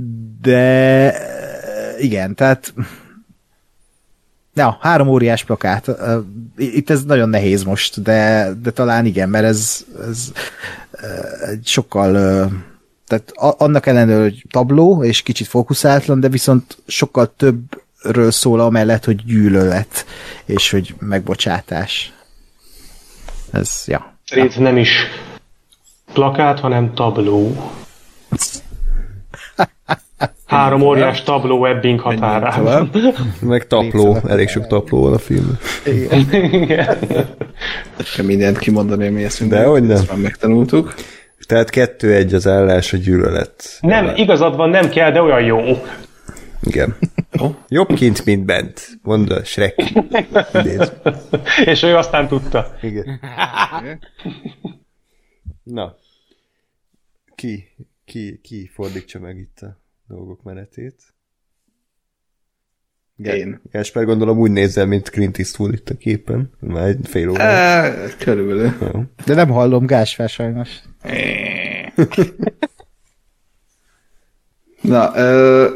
de igen, tehát ja, Három óriás plakát. Itt ez nagyon nehéz most, de, de talán igen, mert ez, ez sokkal, tehát annak ellenőre, hogy tabló, és kicsit fókuszáltlan, de viszont sokkal többről szól amellett, hogy gyűlölet, és hogy megbocsátás. Ez, ja. Szerint nem is plakát, hanem tabló. Három óriás tabló Ebbing határában. Meg tapló, elég sok tapló van a filmben. Igen. Kell mindent kimondani, ami eszünk. De hogy nem. Ezt már megtanultuk. Tehát kettő egy az állás, a Gyűlölet. Nem, igazad van, nem kell, de olyan jó. Igen. Jobb kint, mint bent. Mondd a Shrek. És ő aztán tudta. Igen. Na. Ki, ki, ki fordítsa meg itt a dolgok menetét? Én. Gásper, gondolom úgy nézel, mint Clint Eastwood itt a képen. Már egy fél óra. Körülbelül. Jó. De nem hallom, Gásper sajnos. Na, ö,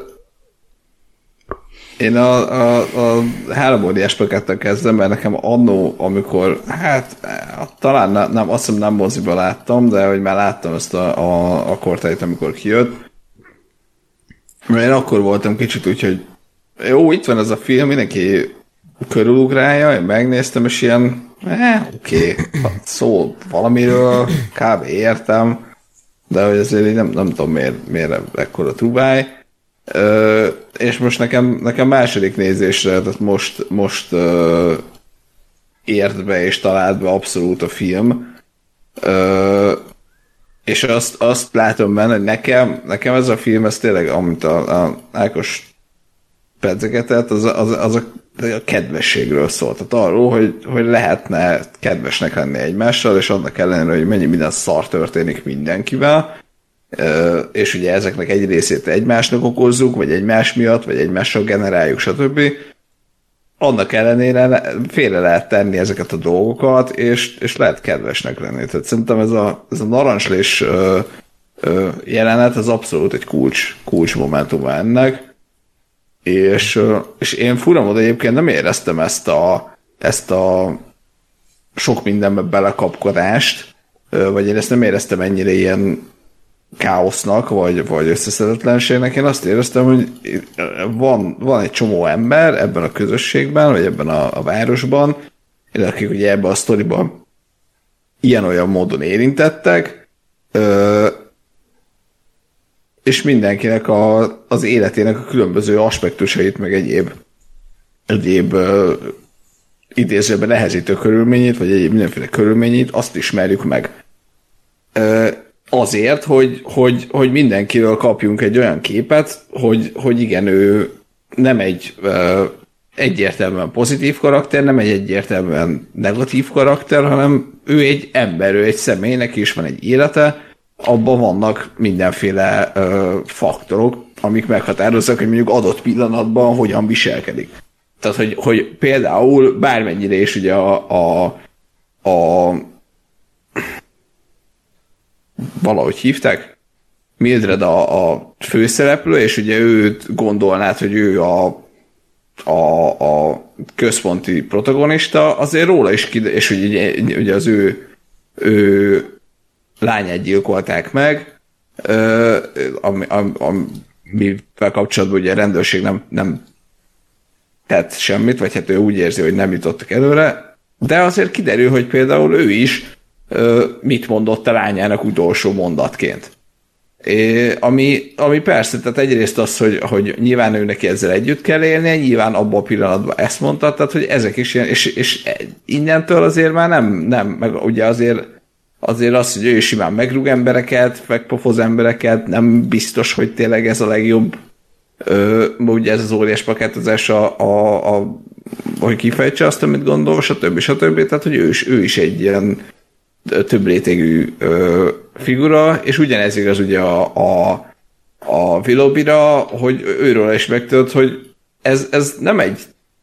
én a, a, a Három óriás plakáttal kezdem, mert nekem annó, amikor, hát talán nem, nem azt hiszem nem moziba láttam, de hogy már láttam ezt a, a, a kortályt, amikor kijött. Mert én akkor voltam kicsit úgy, hogy jó, itt van ez a film, mindenki körülugrálja, én megnéztem, és ilyen, eh, oké, okay, szól valamiről, kb. Értem, de hogy azért nem, nem tudom miért, miért ekkora trubály. Ö, és most nekem, nekem második nézésre, tehát most, most ö, ért be és talált be abszolút a film. Ö, és azt, azt látom benne, hogy nekem, nekem ez a film, ez tényleg, amit a, a Ákos pedzegetett, az, az, az a, a kedvességről szólt. Tehát arról, hogy, hogy lehetne kedvesnek lenni egymással, és annak ellenére, hogy mennyi minden szar történik mindenkivel, és ugye ezeknek egy részét egymásnak okozzuk, vagy egymás miatt, vagy egymással generáljuk, stb. Annak ellenére félre lehet tenni ezeket a dolgokat, és, és lehet kedvesnek lenni. Tehát szerintem ez a, ez a narancslés jelenet, ez abszolút egy kulcs, kulcs momentum ennek, és, és én fura módon egyébként nem éreztem ezt a, ezt a sok mindenbe belekapkodást, vagy én ezt nem éreztem ennyire ilyen káosznak, vagy, vagy összeszedetlenségnek. Én azt éreztem, hogy van, van egy csomó ember ebben a közösségben, vagy ebben a, a városban, akik ugye ebben a sztoriban ilyen-olyan módon érintettek, és mindenkinek a, az életének a különböző aspektusait, meg egyéb, egyéb idézőben nehezítő körülményét, vagy egyéb mindenféle körülményét, azt ismerjük meg. Azért, hogy, hogy, hogy mindenkiről kapjunk egy olyan képet, hogy, hogy igen, ő nem egy uh, egyértelműen pozitív karakter, nem egy egyértelműen negatív karakter, hanem ő egy ember, ő egy személy, neki is van egy élete, abban vannak mindenféle uh, faktorok, amik meghatározzák, hogy mondjuk adott pillanatban hogyan viselkedik. Tehát, hogy, hogy például bármennyire is ugye a, a, a valahogy hívták, Mildred a, a főszereplő, és ugye őt gondolnád, hogy ő a, a, a központi protagonista, azért róla is kide, és ugye, ugye az ő, ő lányát gyilkolták meg, ami, amivel kapcsolatban ugye a rendőrség nem, nem tett semmit, vagy hát ő úgy érzi, hogy nem jutottak előre, de azért kiderül, hogy például ő is mit mondott a lányának utolsó mondatként. É, ami, ami persze, tehát egyrészt az, hogy, hogy nyilván ő neki ezzel együtt kell élnie, nyilván abban a pillanatban ezt mondta, tehát hogy ezek is ilyen, és, és innentől azért már nem, nem, meg ugye azért, azért az, hogy ő simán megrúg embereket, megpofoz embereket, nem biztos, hogy tényleg ez a legjobb, ö, ugye ez az óriás paketozás a, a, a hogy kifejtse azt, amit gondol, stb. stb. Tehát, hogy ő is, ő is egy ilyen több rétegű ö, figura, és ugyanez igaz ugye a, a, a Willoughby-ra, hogy őről is megtudott, hogy ez, ez nem egy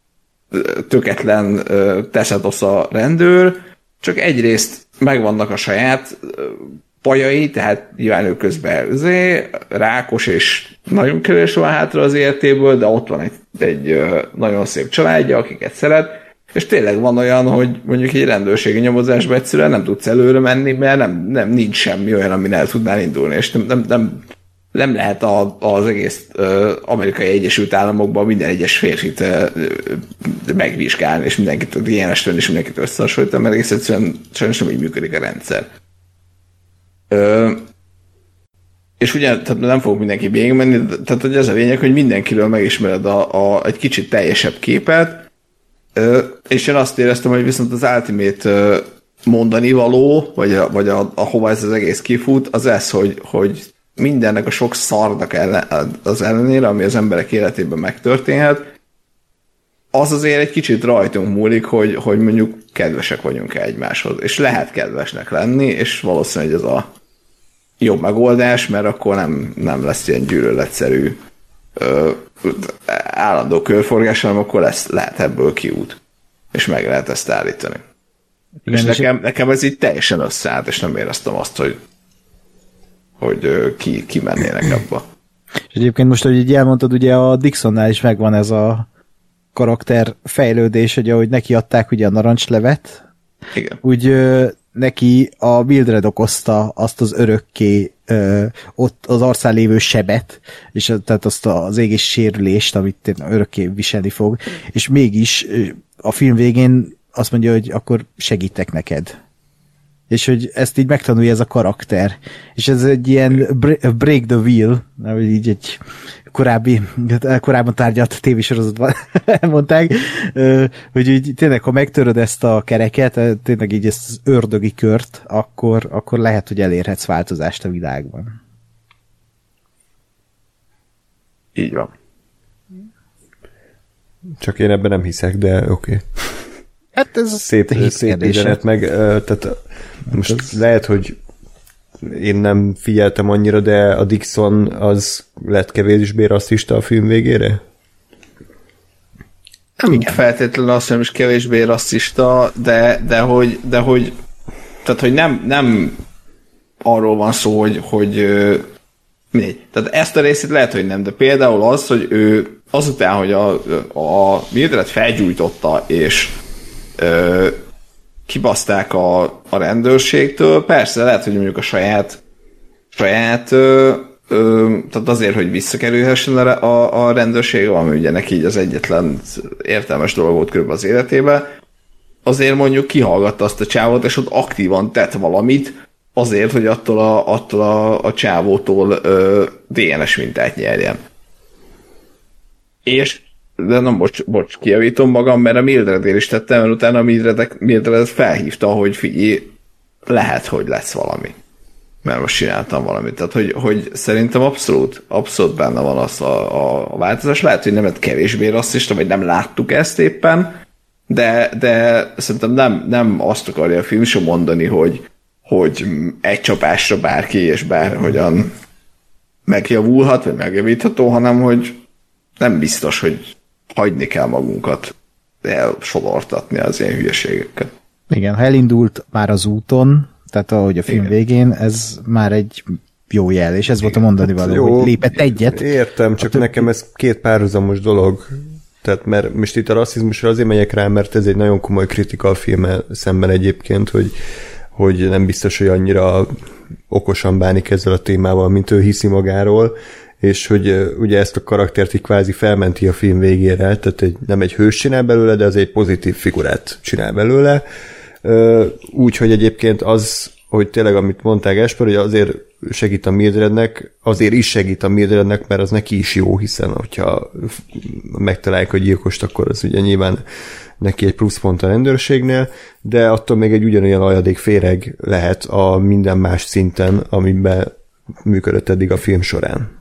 töketlen teszedosza rendőr, csak egyrészt megvannak a saját bajai, tehát nyilván ő közben azért rákos, és nagyon kevés van hátra az életéből, de ott van egy, egy nagyon szép családja, akiket szeret, és tényleg van olyan, hogy mondjuk egy rendőrségi nyomozásban egyszerűen nem tudsz előre menni, mert nem, nem nincs semmi olyan, amin el tudnál indulni, és nem, nem, nem, nem lehet a, az egész uh, Amerikai Egyesült Államokban minden egyes férfit uh, megvizsgálni, és mindenkit dé en es-től és mindenkit összehasonlítani, mert egész egyszerűen sajnos nem így működik a rendszer. Uh, és ugye, tehát nem fogok mindenki végigmenni, tehát hogy ez a lényeg, hogy mindenkiről megismered a, a, egy kicsit teljesebb képet, Uh, és én azt éreztem, hogy viszont az ultimate uh, mondani való, vagy, a, vagy a, ahova ez az egész kifut, az ez, hogy, hogy mindennek a sok szarnak ellen, az ellenére, ami az emberek életében megtörténhet, az azért egy kicsit rajtunk múlik, hogy, hogy mondjuk kedvesek vagyunk egymáshoz. És lehet kedvesnek lenni, és valószínűleg ez a jobb megoldás, mert akkor nem, nem lesz ilyen gyűlöletszerű uh, állandó körforgás, hanem akkor lesz, lehet ebből kiút. És meg lehet ezt állítani. Igen, és nekem, nekem ez így teljesen összeállt, és nem éreztem azt, hogy, hogy ki, ki mennének abba. És egyébként most, hogy így elmondtad, ugye a Dixonnál is megvan ez a karakter fejlődés, ugye, hogy neki adták ugye a narancslevet. Igen. Úgy neki a Mildred okozta azt az örökké ö, ott az arcán lévő sebet, és tehát azt az égés sérülést, amit örökké viselni fog, és mégis a film végén azt mondja, hogy akkor segítek neked. És hogy ezt így megtanulja ez a karakter. És ez egy ilyen break the wheel, hogy így egy korábbi, korábban tárgyalt tévésorozatban elmondták, hogy így tényleg, ha megtöröd ezt a kereket, tényleg így ezt az ördögi kört, akkor, akkor lehet, hogy elérhetsz változást a világban. Így van. Csak én ebben nem hiszek, de oké. Okay. Hát ez szép, szép üzenet, meg tehát most ez... lehet, hogy én nem figyeltem annyira, de a Dixon az lett kevésbé rasszista a film végére? Nem igen. Feltétlenül azt mondom, is kevésbé rasszista, de, de, hogy, de hogy tehát, hogy nem, nem arról van szó, hogy, hogy mindegy. Tehát ezt a részét lehet, hogy nem, de például az, hogy ő azután, hogy a, a Mildred felgyújtotta, és ö, kibaszták a, a rendőrségtől, persze lehet, hogy mondjuk a saját saját ö, ö, tehát azért, hogy visszakerülhessen a, a, a rendőrség, ami ugye neki így az egyetlen értelmes dolog volt körülbelül az életében, azért mondjuk kihallgatta azt a csávót, és ott aktívan tett valamit azért, hogy attól a, attól a, a csávótól ö, dé en es mintát nyerjen. És de nem, bocs, bocs, kijavítom magam, mert a Mildredért is tettem, mert utána a Mildred, Mildred felhívta, hogy figyelj, lehet, hogy lesz valami. Mert most csináltam valamit. Tehát, hogy, hogy szerintem abszolút, abszolút benne van az a, a, a változás. Lehet, hogy nem lett kevésbé rasszista, vagy nem láttuk ezt éppen, de, de szerintem nem, nem azt akarja a film sem mondani, hogy, hogy egy csapásra bárki és bárhogyan megjavulhat, vagy megjavítható, hanem hogy nem biztos, hogy hagyni kell magunkat elsodortatni az ilyen hülyeségeket. Igen, ha elindult már az úton, tehát ahogy a film igen. végén, ez már egy jó jel, és ez igen. volt a mondani való, jó, hogy lépett egyet. Értem, csak több... nekem ez két párhuzamos dolog. Tehát mert most itt a rasszizmusra azért megyek rá, mert ez egy nagyon komoly kritika a filmmel szemben egyébként, hogy, hogy nem biztos, hogy annyira okosan bánik ezzel a témával, mint ő hiszi magáról, és hogy uh, ugye ezt a karaktert így kvázi felmenti a film végére, tehát egy, nem egy hős csinál belőle, de az egy pozitív figurát csinál belőle. Uh, úgy, hogy egyébként az, hogy tényleg amit mondták Gáspár, hogy azért segít a Mildrednek, azért is segít a Mildrednek, mert az neki is jó, hiszen hogyha megtalálják a gyilkost, akkor az ugye nyilván neki egy pluszpont a rendőrségnél, de attól még egy ugyanolyan ajadék féreg lehet a minden más szinten, amiben működött eddig a film során.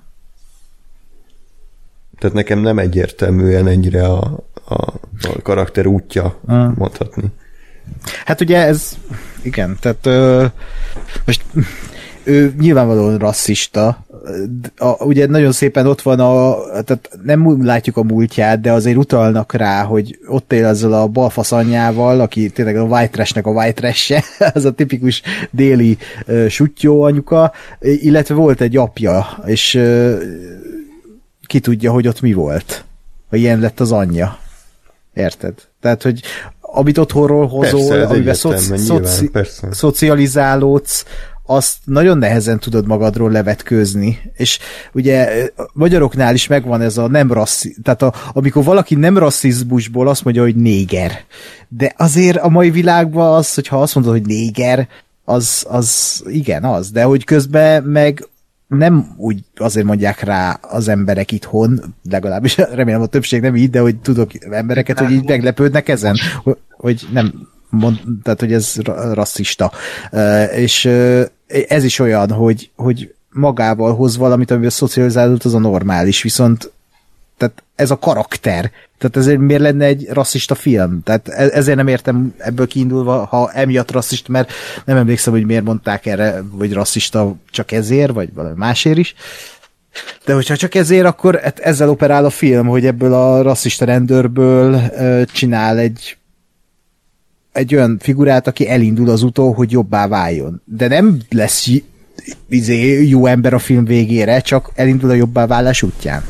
Tehát nekem nem egyértelműen ennyire a, a, a karakter útja hmm. mondhatni. Hát ugye ez, igen, tehát ö, most ő nyilvánvalóan rasszista, a, ugye nagyon szépen ott van a, tehát nem látjuk a múltját, de azért utalnak rá, hogy ott él ezzel a balfasz anyjával, aki tényleg a white trash-nek a white trash-je, az a tipikus déli uh, suttyó anyuka, illetve volt egy apja, és uh, ki tudja, hogy ott mi volt, hogy ilyen lett az anyja. Érted? Tehát, hogy amit otthonról hozol, persze, amiben szoci- szoci- szocializálódsz, azt nagyon nehezen tudod magadról levetkőzni. És ugye magyaroknál is megvan ez a nem rasszi... Tehát a, amikor valaki nem rasszizmusból azt mondja, hogy néger. De azért a mai világban az, hogyha azt mondod, hogy néger, az, az igen, az. De hogy közben meg nem úgy azért mondják rá az emberek itthon, legalábbis remélem a többség nem így, de hogy tudok embereket, hogy így meglepődnek ezen, hogy nem mond, tehát hogy ez rasszista. És ez is olyan, hogy, hogy magával hoz valamit, amivel szocializálódott, az a normális, viszont tehát ez a karakter. Tehát ezért miért lenne egy rasszista film? Tehát ezért nem értem ebből kiindulva, ha emiatt rasszista, mert nem emlékszem, hogy miért mondták erre, hogy rasszista csak ezért, vagy valami másért is. De hogyha csak ezért, akkor ezzel operál a film, hogy ebből a rasszista rendőrből csinál egy egy olyan figurát, aki elindul az úton, hogy jobbá váljon. De nem lesz izé, jó ember a film végére, csak elindul a jobbá válás útján.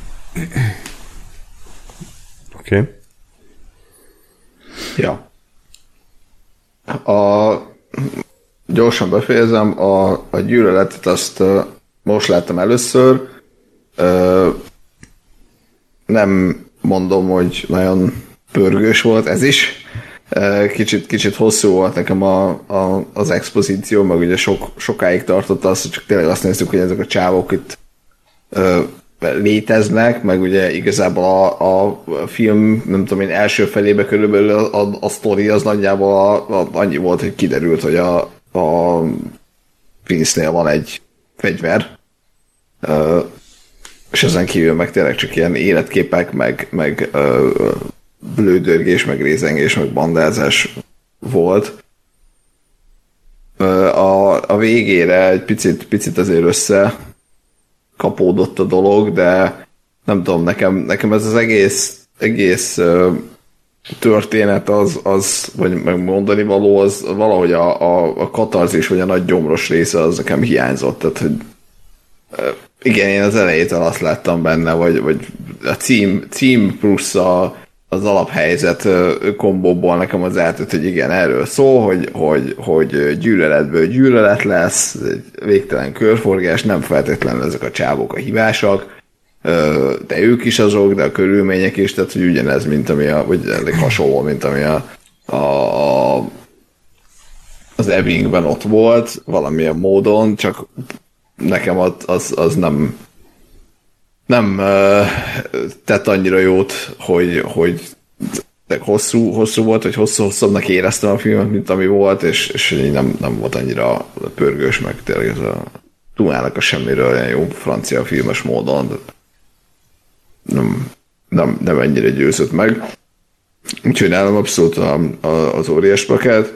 Oké. Okay. Ja. A, gyorsan befejezem, a, a gyűlöletet azt uh, most láttam először. Uh, nem mondom, hogy nagyon pörgős volt ez is. Kicsit, kicsit hosszú volt nekem a, a, az expozíció, meg ugye sok, sokáig tartott az, hogy csak tényleg azt néztük, hogy ezek a csávok itt ö, léteznek, meg ugye igazából a, a film, nem tudom én, első felébe körülbelül a, a, a sztori az nagyjából a, a, annyi volt, hogy kiderült, hogy a, a Vince-nél van egy fegyver, ö, és ezen kívül meg tényleg csak ilyen életképek, meg, meg ö, blődörgés, meg rézengés, meg bandázás volt. Ö, a, a végére egy picit, picit azért összekapódott a dolog, de nem tudom, nekem, nekem ez az egész, egész ö, történet az, az, vagy megmondani való, az valahogy a, a, a katarzis, vagy a nagy gyomros része az nekem hiányzott, tehát hogy igen, én az elejétől azt láttam benne, vagy, vagy a cím, cím plusz a, az alaphelyzet kombóból nekem az eltűnt, hogy igen, erről szól, hogy, hogy, hogy gyűlöletből gyűlölet lesz, egy végtelen körforgás, nem feltétlenül ezek a csávok a hibásak, de ők is azok, de a körülmények is, tehát hogy ugyanez, mint ami a, vagy elég hasonló, mint ami a, a, a az Ebbingben ott volt, valamilyen módon, csak nekem az, az, az nem nem uh, tett annyira jót, hogy, hogy hosszú, hosszú volt, hogy hosszú-hosszabbnak éreztem a filmet, mint ami volt, és, és nem, nem volt annyira pörgős, meg tényleg ez a Dumának a semmiről olyan jó francia filmes módon, de nem, nem, nem ennyire győzött meg. Úgyhogy nálam abszolút a, a, az óriás plakát.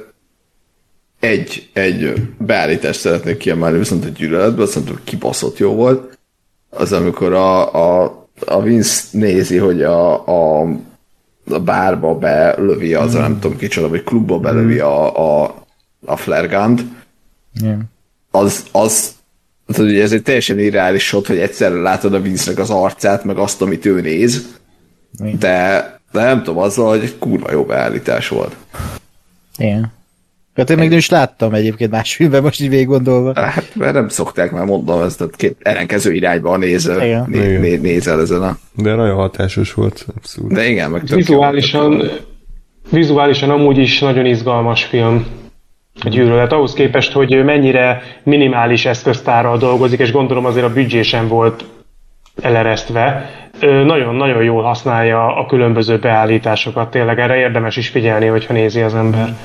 Egy, egy beállítást szeretnék kiemelni, viszont a gyűlöletben, szerintem kibaszott jó volt. Az, amikor a, a, a Vince nézi, hogy a, a, a bárba belövi az, mm. nem tudom kicsoda, vagy klubba belövi a, a, a flare gun-t. Yeah. Az, az tehát, ugye ez egy teljesen irreális shot, hogy egyszerre látod a Vince-nek az arcát, meg azt, amit ő néz, yeah. de, de nem tudom, azzal, hogy egy kurva jó beállítás volt. Igen. Hát én még nem is láttam egyébként más filmben, most így végig gondolva. Hát, mert nem szokták már mondom, ezt tehát két ellenkező irányba nézel, né, né, nézel ezen a... De nagyon hatásos volt, abszolút. De igen, meg vizuálisan, vizuálisan amúgy is nagyon izgalmas film a gyűlölet, ahhoz képest, hogy mennyire minimális eszköztárral dolgozik, és gondolom azért a büdzsé sem volt eleresztve. Nagyon-nagyon jól használja a különböző beállításokat, tényleg erre érdemes is figyelni, hogyha nézi az ember.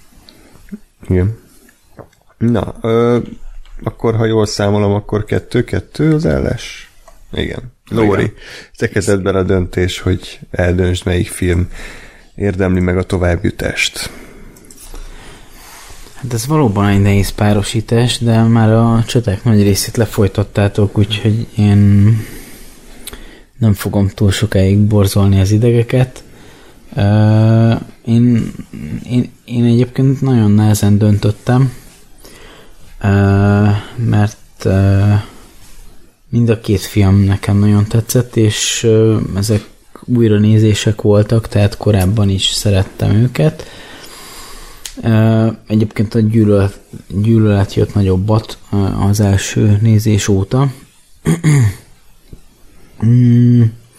Igen. Na, ö, akkor ha jól számolom, akkor kettő-kettő az ellens. Igen. Lóri, te kezedben a döntés, hogy eldöntsd, melyik film érdemli meg a továbbjutást. Hát ez valóban egy nehéz párosítás, de már a csaták nagy részét lefolytattátok, úgyhogy én nem fogom túl sokáig borzolni az idegeket. Uh, én, én, én egyébként nagyon nehezen döntöttem, uh, mert uh, mind a két film nekem nagyon tetszett, és uh, ezek újranézések voltak, tehát korábban is szerettem őket. Uh, egyébként a gyűlölet, gyűlölet jött nagyobbat uh, az első nézés óta. mm.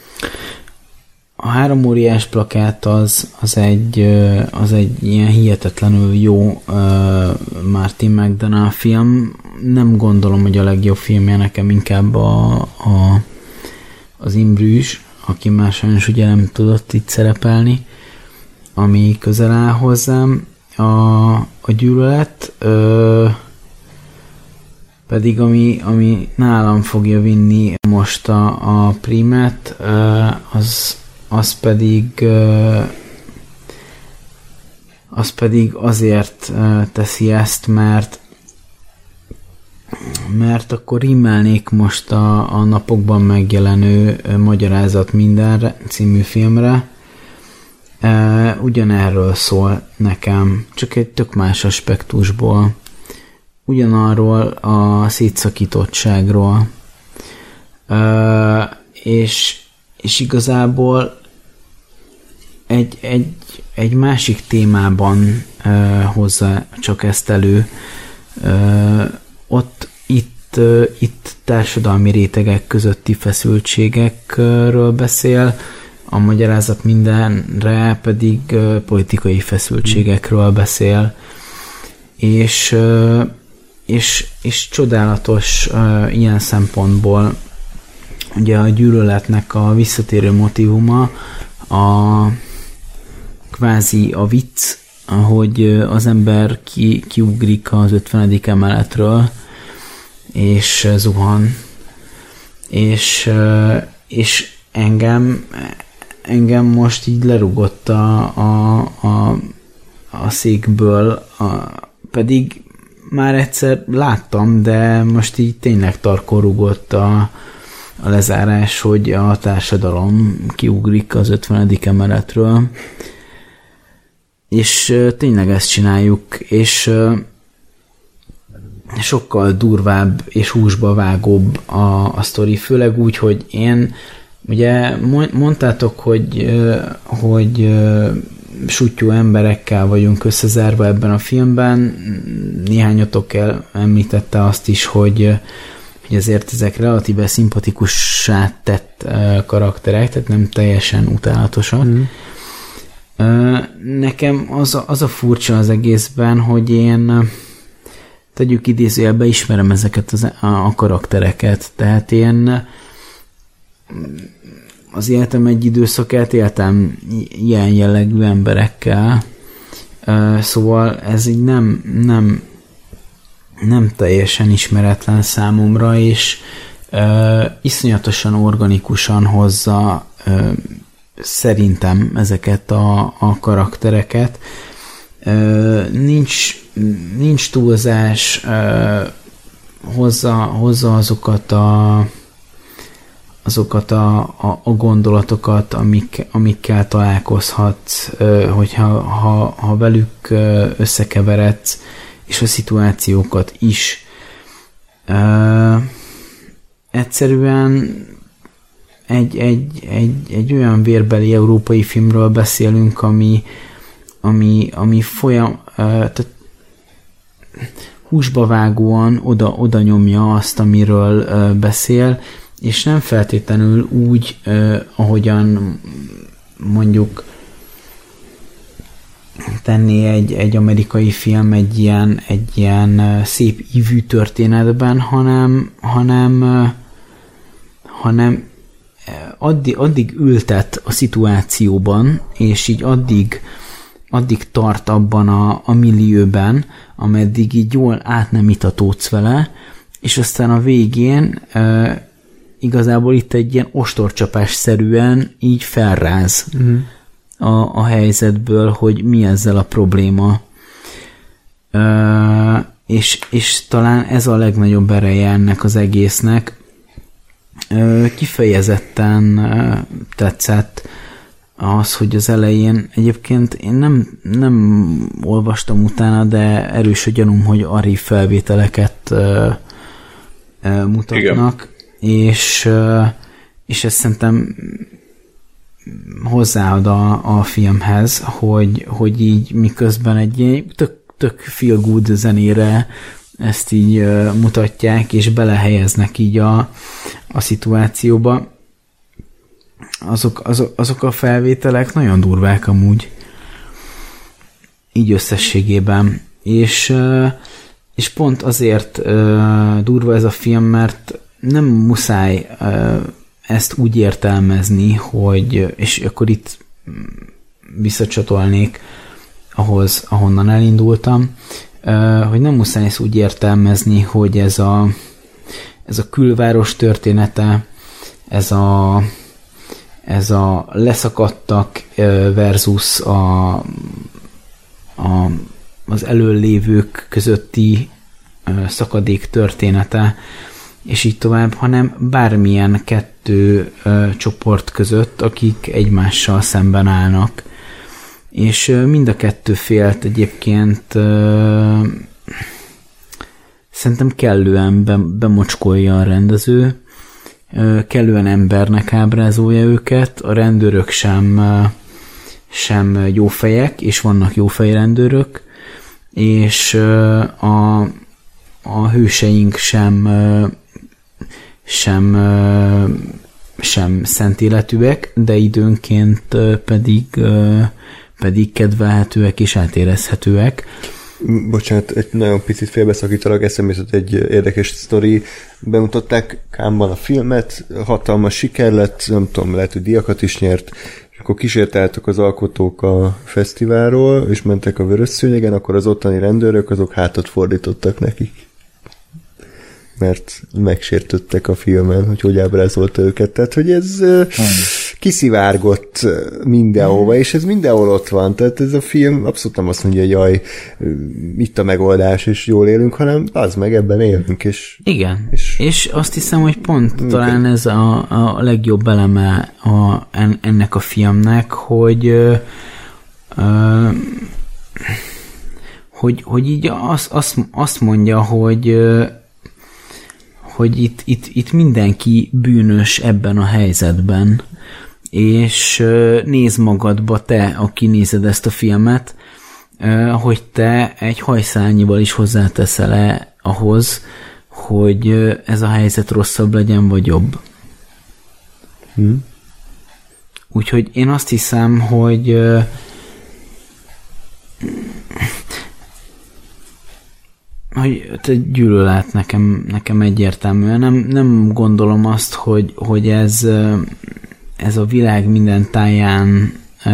A három óriás plakát az, az, egy, az egy ilyen hihetetlenül jó uh, Martin McDonagh film. Nem gondolom, hogy a legjobb filmje, nekem inkább a, a, az In Bruges, aki már sajnos ugye nem tudott itt szerepelni, ami közel áll hozzám. A, a gyűlölet uh, pedig ami, ami nálam fogja vinni most a, a prímet, uh, az az pedig az pedig azért teszi ezt, mert mert akkor rímelnék most a, a napokban megjelenő Magyarázat mindenre című filmre. Ugyanerről szól nekem, csak egy tök más aspektusból. Ugyanarról a szétszakítottságról. És és igazából egy, egy, egy másik témában uh, hozza csak ezt elő. Uh, ott itt, uh, itt társadalmi rétegek közötti feszültségekről beszél, a Magyarázat mindenre pedig uh, politikai feszültségekről beszél. És, uh, és, és csodálatos uh, ilyen szempontból. Ugye a gyűlöletnek a visszatérő motívuma a kvázi a vicc, ahogy az ember ki, kiugrik az ötvenedik emeletről, és zuhan. és, és engem, engem most így lerugott a, a, a, a székből, a, pedig már egyszer láttam, de most így tényleg tarkon rugott a, a lezárás, hogy a társadalom kiugrik az ötvenedik emeletről, és tényleg ezt csináljuk, és sokkal durvább és húsba vágóbb a, a sztori, főleg úgy, hogy én, ugye mondtátok, hogy, hogy suttyú emberekkel vagyunk összezárva ebben a filmben, néhányatok el említette azt is, hogy, hogy azért ezek relatíve szimpatikussá tett karakterek, tehát nem teljesen utálatosak. Mm. Nekem az a, az a furcsa az egészben, hogy én tegyük idézőjelbe, ismerem ezeket az, a, a karaktereket, tehát én az életem egy időszakát éltem ilyen jellegű emberekkel, szóval ez így nem, nem, nem teljesen ismeretlen számomra, és iszonyatosan organikusan hozza szerintem ezeket a, a karaktereket. Nincs, nincs túlzás, hozza, hozza azokat a azokat a, a, a gondolatokat, amik, amikkel találkozhatsz, hogyha ha, ha velük összekeveredsz, és a szituációkat is. Egyszerűen egy, egy, egy, egy olyan vérbeli európai filmről beszélünk, ami, ami, ami folyam, tehát húsba vágóan oda, oda nyomja azt, amiről beszél, és nem feltétlenül úgy, ahogyan mondjuk tenné egy, egy amerikai film egy ilyen, egy ilyen szép ívű történetben, hanem, hanem, hanem addig, addig ültet a szituációban, és így addig, addig tart abban a, a millióben, ameddig így jól át nem itatódsz vele, és aztán a végén e, igazából itt egy ilyen ostorcsapás-szerűen így felráz uh-huh. a, a helyzetből, hogy mi ezzel a probléma. E, és, és talán ez a legnagyobb ereje ennek az egésznek. E, kifejezetten e, tetszett az, hogy az elején egyébként én nem, nem olvastam utána, de erős a gyanúm, hogy Ari felvételeket e, e, mutatnak, igen. és e, és ezt szerintem hozzáad a, a filmhez, hogy, hogy így miközben egy tök, tök feel good zenére ezt így e, mutatják, és belehelyeznek így a, a szituációba. Azok, azok, azok a felvételek nagyon durvák amúgy. Így összességében. És, és pont azért durva ez a film, mert nem muszáj ezt úgy értelmezni, hogy, és akkor itt visszacsatolnék ahhoz, ahonnan elindultam, hogy nem muszáj ezt úgy értelmezni, hogy ez a, ez a külváros története, ez a ez a leszakadtak versus a, a, az előlévők közötti szakadék története, és így tovább, hanem bármilyen kettő csoport között, akik egymással szemben állnak. És mind a kettő félt egyébként szerintem kellően bemocskolja a rendező, kellően embernek ábrázolja őket, a rendőrök sem, sem jó fejek, és vannak jó fejrendőrök, és a, a hőseink sem, sem, sem szent életűek, de időnként pedig, pedig kedvelhetőek és átérezhetőek. Bocsánat, egy nagyon picit félbeszakítalak, eszembe jutott egy érdekes sztori. Bemutatták Cannes-ban a filmet, hatalmas siker lett, nem tudom, lehet, hogy díjakat is nyert, és akkor kísérteltek az alkotók a fesztiválról, és mentek a Vörös Szőnyegen, akkor az ottani rendőrök azok hátat fordítottak nekik. mert megsértődtek a filmen, hogy hogy ábrázolta őket. Tehát, hogy ez hmm. kiszivárgott mindenhova, hmm. és ez mindenhol ott van. Tehát ez a film abszolút nem azt mondja, hogy jaj, itt a megoldás, és jól élünk, hanem az meg ebben élünk. És, igen, és, és azt hiszem, hogy pont okay. talán ez a, a legjobb eleme a, ennek a filmnek, hogy ö, ö, hogy, hogy így azt, azt, azt mondja, hogy hogy itt, itt, itt mindenki bűnös ebben a helyzetben, és nézd magadba te, aki nézed ezt a filmet, hogy te egy hajszálnyival is hozzáteszel-e ahhoz, hogy ez a helyzet rosszabb legyen, vagy jobb. Hmm. Úgyhogy én azt hiszem, hogy hogy egy gyűlölet nekem, nekem egyértelműen. Nem, nem gondolom azt, hogy, hogy ez, ez a világ minden táján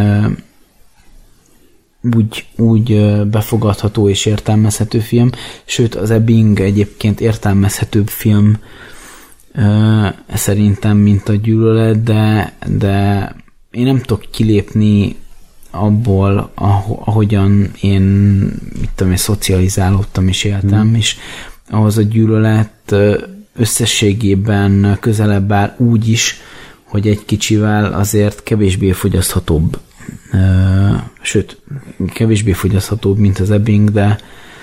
úgy, úgy befogadható és értelmezhető film, sőt az Ebbing egyébként értelmezhetőbb film szerintem, mint a gyűlölet, de, de én nem tudok kilépni abból, ahogyan én, mit tudom, én szocializálódtam és éltem, mm. és ahhoz a gyűlölet összességében közelebb áll úgy is, hogy egy kicsivel azért kevésbé fogyaszthatóbb. Sőt, kevésbé fogyaszthatóbb, mint az Ebbing, de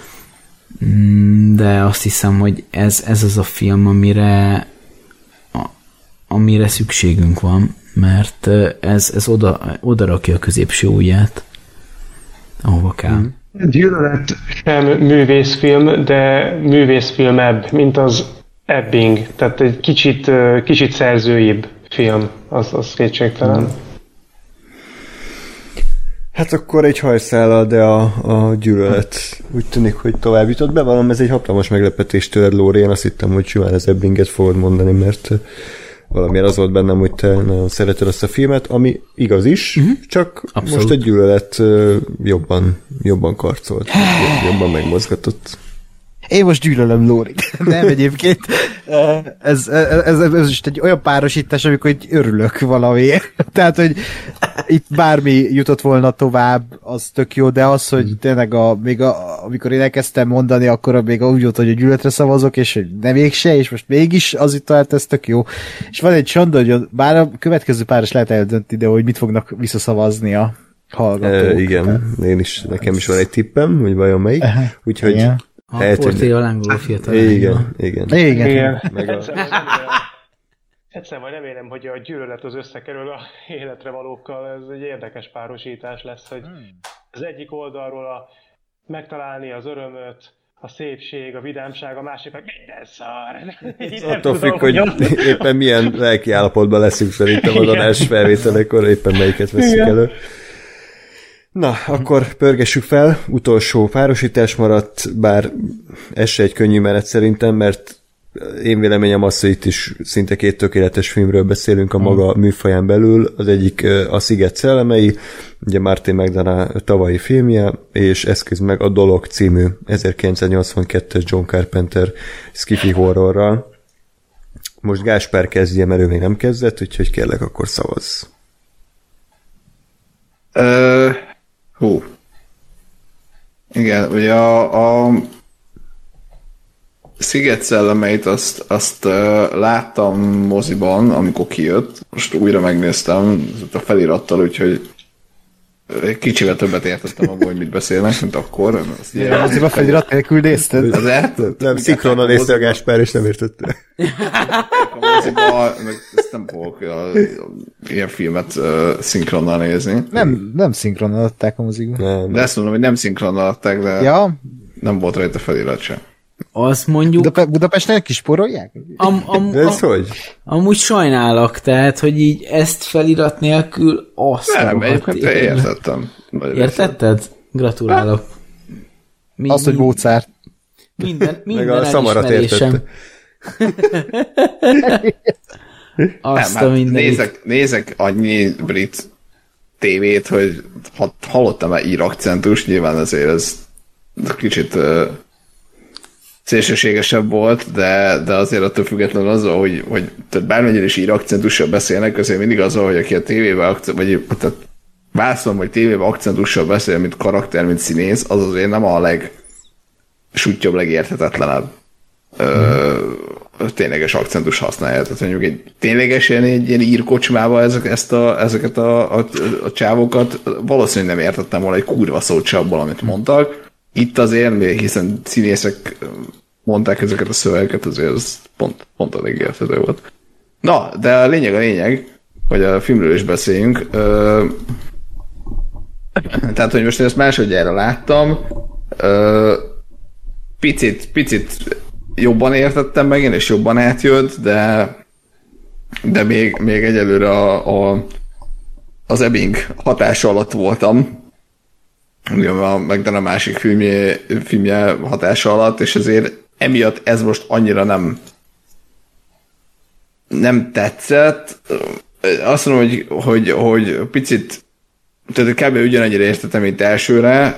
de azt hiszem, hogy ez, ez az a film, amire amire szükségünk van, mert ez, ez oda, oda rakja a középső ujját, ahova kell. Gyűlölet sem művészfilm, de művészfilmebb, mint az Ebbing. Tehát egy kicsit, kicsit szerzőibb film, az, az kétségtelen. Hmm. Hát akkor egy hajszállal, de a, a gyűlölet úgy tűnik, hogy tovább jutott. Bevallom, ez egy hatalmas meglepetés tőled, Lóri. Én azt hittem, hogy simán az Ebbinget fogod mondani, mert valamiért az volt bennem, hogy te nagyon szereted azt a filmet, ami igaz is, uh-huh. csak abszolút. Most a gyűlölet jobban, jobban karcolt, jobban megmozgatott. Én most gyűlölöm Lórit. Nem egyébként. Ez, ez, ez, ez most egy olyan párosítás, amikor így örülök valamiért. Tehát, hogy itt bármi jutott volna tovább, az tök jó, de az, hogy tényleg a, még a, amikor én elkezdtem mondani, akkor még úgy volt, hogy a gyűlöletre szavazok, és hogy ne végse, és most mégis az itt talált, ez tök jó. És van egy csonda, hogy bár a következő páros lehet eldönti, de hogy mit fognak visszaszavazni a hallgatók. E, igen, én is, nekem is van egy tippem, hogy vajon melyik. Úgyhogy igen. A Portél angolul fiatal. Igen, igen. Igen. igen. Meg a... Egyszer majd remélem, hogy a gyűlölet az összekerül a életre valókkal. Ez egy érdekes párosítás lesz, hogy az egyik oldalról a megtalálni az örömöt, a szépség, a vidámság, a másik meg minden szar. Attól függ, hogy éppen milyen lelki állapotban leszünk szerintem az adás felvételekor, éppen melyiket veszünk elő. Na, akkor pörgessük fel, utolsó párosítás maradt, bár ez se egy könnyű menet szerintem, mert én véleményem az, hogy itt is szinte két tökéletes filmről beszélünk a maga műfaján belül. Az egyik a Sziget szellemei, ugye Martin McDonagh tavalyi filmje, és eszköz meg a Dolog című ezerkilencszáznyolcvankettes John Carpenter sci-fi horrorral. Most Gáspár kezdje, mert ő még nem kezdett, úgyhogy kérlek, akkor szavazz. Uh... Hú. Igen, ugye a, a Sziget szellemeit azt, azt uh, láttam moziban, amikor kijött. Most újra megnéztem a felirattal, úgyhogy kicsivel többet értettem abból, hogy mit beszélnek, mint akkor. Igen, moziban felirat nélkül nézted? Azért? Nem, szinkronnal nézte a Gáspár, és nem értette. A moziban, meg ezt nem fogok a, a, ilyen filmet uh, szinkronnal nézni. Nem, nem szinkronnal adták a mozikban. Nem, de ezt mondom, hogy nem szinkronnal adták, de ja. Nem volt rajta felirat sem. Azt mondjuk... Budape- Budapesten kisporolják? Am, am, de ez am, hogy? Amúgy sajnálok, tehát, hogy így ezt felirat nélkül azt nem, egyébként te értettem. Értetted? Gratulálok. Mi, azt, hogy Mozart. Minden, minden meg a Szamarat értette. Azt nem, a hát nézek, nézek annyi brit tévét, hogy ha hallottam már ír akcentus, nyilván azért ez kicsit uh, szélsőségesebb volt, de, de azért attól függetlenül az, hogy, hogy tehát bármennyire is ír akcentussal beszélnek, azért mindig az, hogy aki a tévében, vagy tehát vászon vagy tévében akcentussal beszél, mint karakter, mint színész, az azért nem a legsútyobb, legérthetetlenebb ö, tényleges akcentus használja. Tehát mondjuk egy tényleges ilyen, egy ilyen írkocsmába ezek, ezt a, ezeket a, a, a csávokat valószínűleg nem értettem volna egy kurva szót se abból, amit mondtak. Itt azért, hiszen színészek mondták ezeket a szövegeket, azért az pont, pont elég érthető volt. Na, de a lényeg a lényeg, hogy a filmről is beszéljünk. Ö, tehát, hogy most én ezt másodjára láttam, ö, picit, picit jobban értettem meg én, és jobban átjött, de, de még, még egyelőre a, a, az Ebbing hatása alatt voltam. A Megden a másik filmje, filmje hatása alatt, és ezért emiatt ez most annyira nem nem tetszett. Azt mondom, hogy, hogy, hogy picit tehát kb. Ugyanennyire értettem, mint elsőre.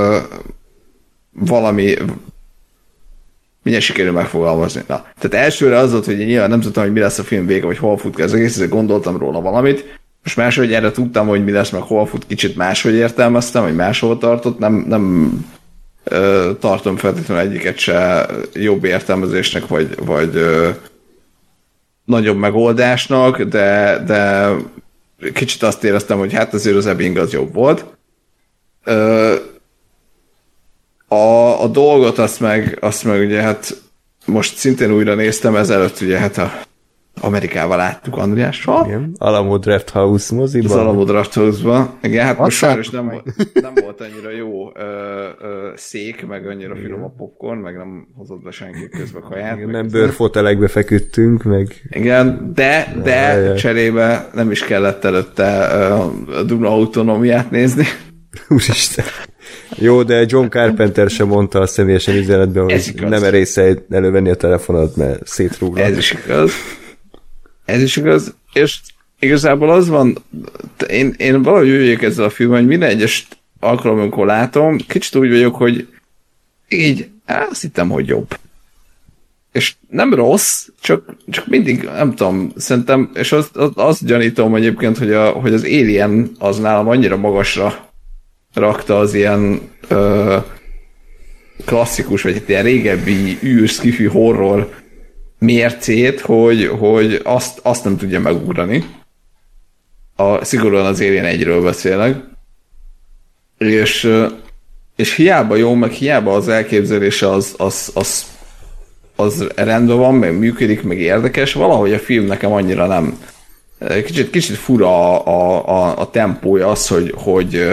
Valami mindjárt sikerül megfogalmazni. Na, tehát elsőre az volt, hogy én nyilván nem tudtam, hogy mi lesz a film vége, vagy hol fut ki az egész, ezért gondoltam róla valamit. Most máshogy erre tudtam, hogy mi lesz, meg hol fut, kicsit máshogy értelmeztem, vagy máshol tartott, nem, nem ö, tartom feltétlenül egyiket se jobb értelmezésnek, vagy, vagy ö, nagyobb megoldásnak, de, de kicsit azt éreztem, hogy hát azért az Ebbing az jobb volt. Ö, a, a dolgot azt meg, azt meg ugye hát most szintén újra néztem, ezelőtt ugye hát a Amerikával láttuk Andriással. Igen, Alamo Drafthouse moziban. Az Alamo Drafthouse-ban. Igen, hát most sajnos nem, nem volt annyira jó ö, ö, szék, meg annyira finom a popcorn, meg nem hozott be senki közbe kaját. Igen, nem bőrfotelekbe feküdtünk, meg... Igen, de, de ja, cserébe nem is kellett előtte a Duna autonómiát nézni. Úristen. Jó, de John Carpenter sem mondta a személyesen üzenetben, hogy nem erész elővenni a telefonot, mert szétrúgnak. Ez is igaz. Ez is igaz, és igazából az van, én, én valahogy úgy vagyok ezzel a filmmel, hogy minden egyes alkalommal, amikor látom, kicsit úgy vagyok, hogy így, azt hittem, hogy jobb. És nem rossz, csak, csak mindig, nem tudom, szerintem, és azt, azt, azt gyanítom egyébként, hogy, a, hogy az Alien az nálam annyira magasra rakta az ilyen ö, klasszikus, vagy ilyen régebbi űr, sci-fi horror mércét, hogy, hogy azt, azt nem tudja megugrani. A, szigorúan az Alien egyről beszélek. És, és hiába jó, meg hiába az elképzelése az, az, az, az rendben van, meg működik, meg érdekes, valahogy a film nekem annyira nem. Kicsit, kicsit fura a, a, a tempója az, hogy, hogy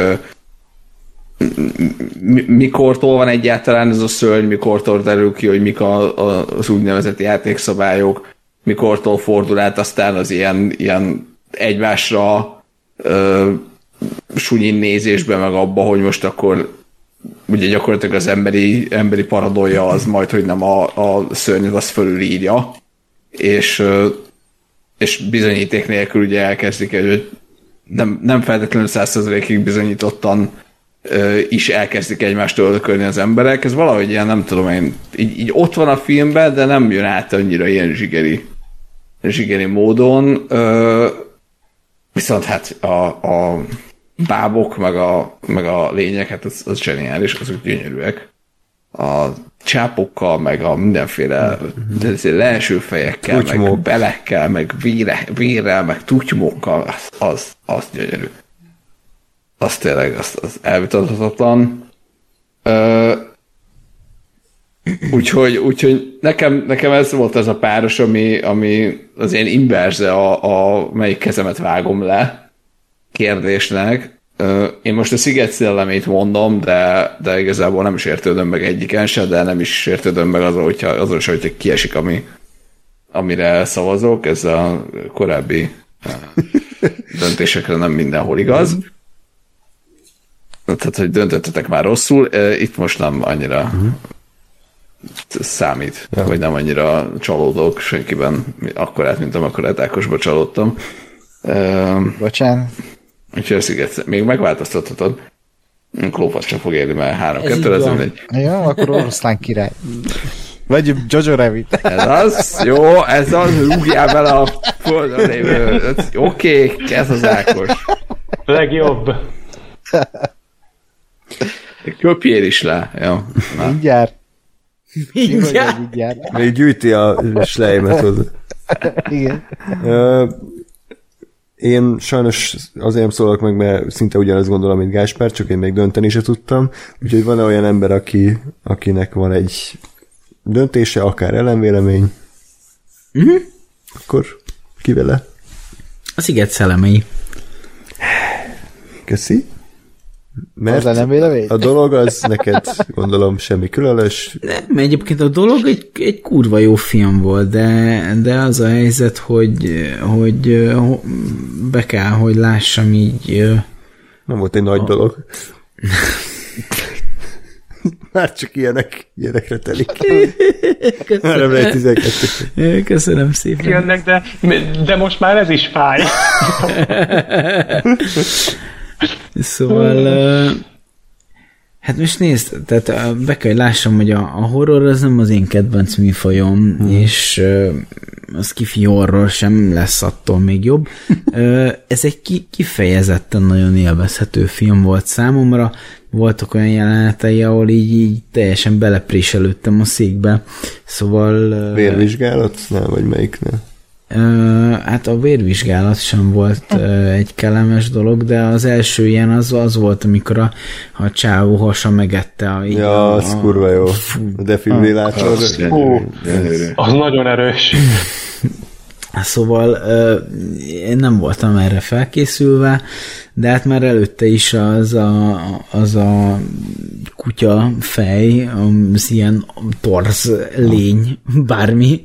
mikortól van egyáltalán ez a szörny, mikortól derül ki, hogy mik a, a, az úgynevezett játékszabályok, mikortól fordul át aztán az ilyen, ilyen egymásra ö, sunyin nézésbe, meg abba, hogy most akkor ugye gyakorlatilag az emberi, emberi paradója az majd, hogy nem a, a szörnyet az fölülírja, és, ö, és bizonyíték nélkül ugye elkezdik, hogy nem, nem feltétlenül száz százalékig bizonyítottan is elkezdik egymást öldökölni az emberek. Ez valahogy ilyen, nem tudom én, így, így ott van a filmben, de nem jön át annyira ilyen zsigeri, zsigeri módon. Ö, viszont hát a, a bábok, meg a, meg a lények, hát az, az zseniális, azok gyönyörűek. A csápokkal, meg a mindenféle leeső fejekkel, tutymok, meg belekkel, meg vére, vérrel, meg tutymókkal, az, az, az gyönyörű. Az tényleg, az, az elvitathatatlan. Ö, úgyhogy, úgyhogy nekem, nekem ez volt az a páros, ami, ami az ilyen inverze a, a melyik kezemet vágom le kérdésnek. Ö, én most a Sziget szellemét mondom, de, de igazából nem is értődöm meg egyiken se, de nem is értődöm meg azon, hogyha, azon se, hogyha kiesik, ami, amire szavazok. Ez a korábbi döntésekre nem mindenhol igaz. Tehát, hogy döntöttetek már rosszul, itt most nem annyira uh-huh. számít, ja. Vagy nem annyira csalódok senkiben, akkorát, mint amekkorát Ákosba csalódtam. Bocsánat. Úgyhogy a Sziget, még megváltoztathatod. Klófasz sem fog érni, mert három kettő, ez mindegy. Ja, akkor oroszlán király. Vagy Jojo Rabbit. Ez az, jó, ez az, rúgjál bele a fordon lévő. Oké, okay, kezd az Ákos. Legjobb. Köpjél is le. Jó. Mindjárt. Mindjárt. Mindjárt. Még gyűjti a slejmet hozzá. Igen. Uh, én sajnos azért nem szólok meg, mert szinte ugyanazt gondolom, mint Gáspár, csak én még dönteni se tudtam. Úgyhogy van olyan ember, aki, akinek van egy döntése, akár ellenvélemény, Uh-huh. akkor ki vele? A Sziget szellemei. Köszi. Mert Az nem vélemény? a dolog az neked, gondolom, semmi különös. Nem, egyébként a dolog egy, egy kurva jó film volt, de, de az a helyzet, hogy, hogy be kell, hogy lássam így... Nem volt egy nagy a... dolog. Már csak ilyenek, ilyenekre telik. Köszönöm. tizenkettő. Köszönöm szépen. Jönnek, de, de most már ez is fáj. Szóval hát most nézd, tehát be kell, hogy lássam, hogy a, a horror az nem az én kedvenc műfajom, hmm. és a skifi horror sem lesz attól még jobb. Ez egy ki, kifejezetten nagyon élvezhető film volt számomra. Voltak olyan jelenetei, ahol így, így teljesen belepréselődtem a székbe. Szóval... Vérvizsgálat? Nem, vagy melyik nem? Uh, hát a vérvizsgálat sem volt uh, egy kellemes dolog, de az első ilyen az, az volt, amikor a, a csávó hasa megette a... Ja, az a, kurva jó. A defibrillátor. Az, az nagyon erős. Szóval uh, én nem voltam erre felkészülve, de hát már előtte is az a, az a kutya fej, az ilyen torz lény, bármi,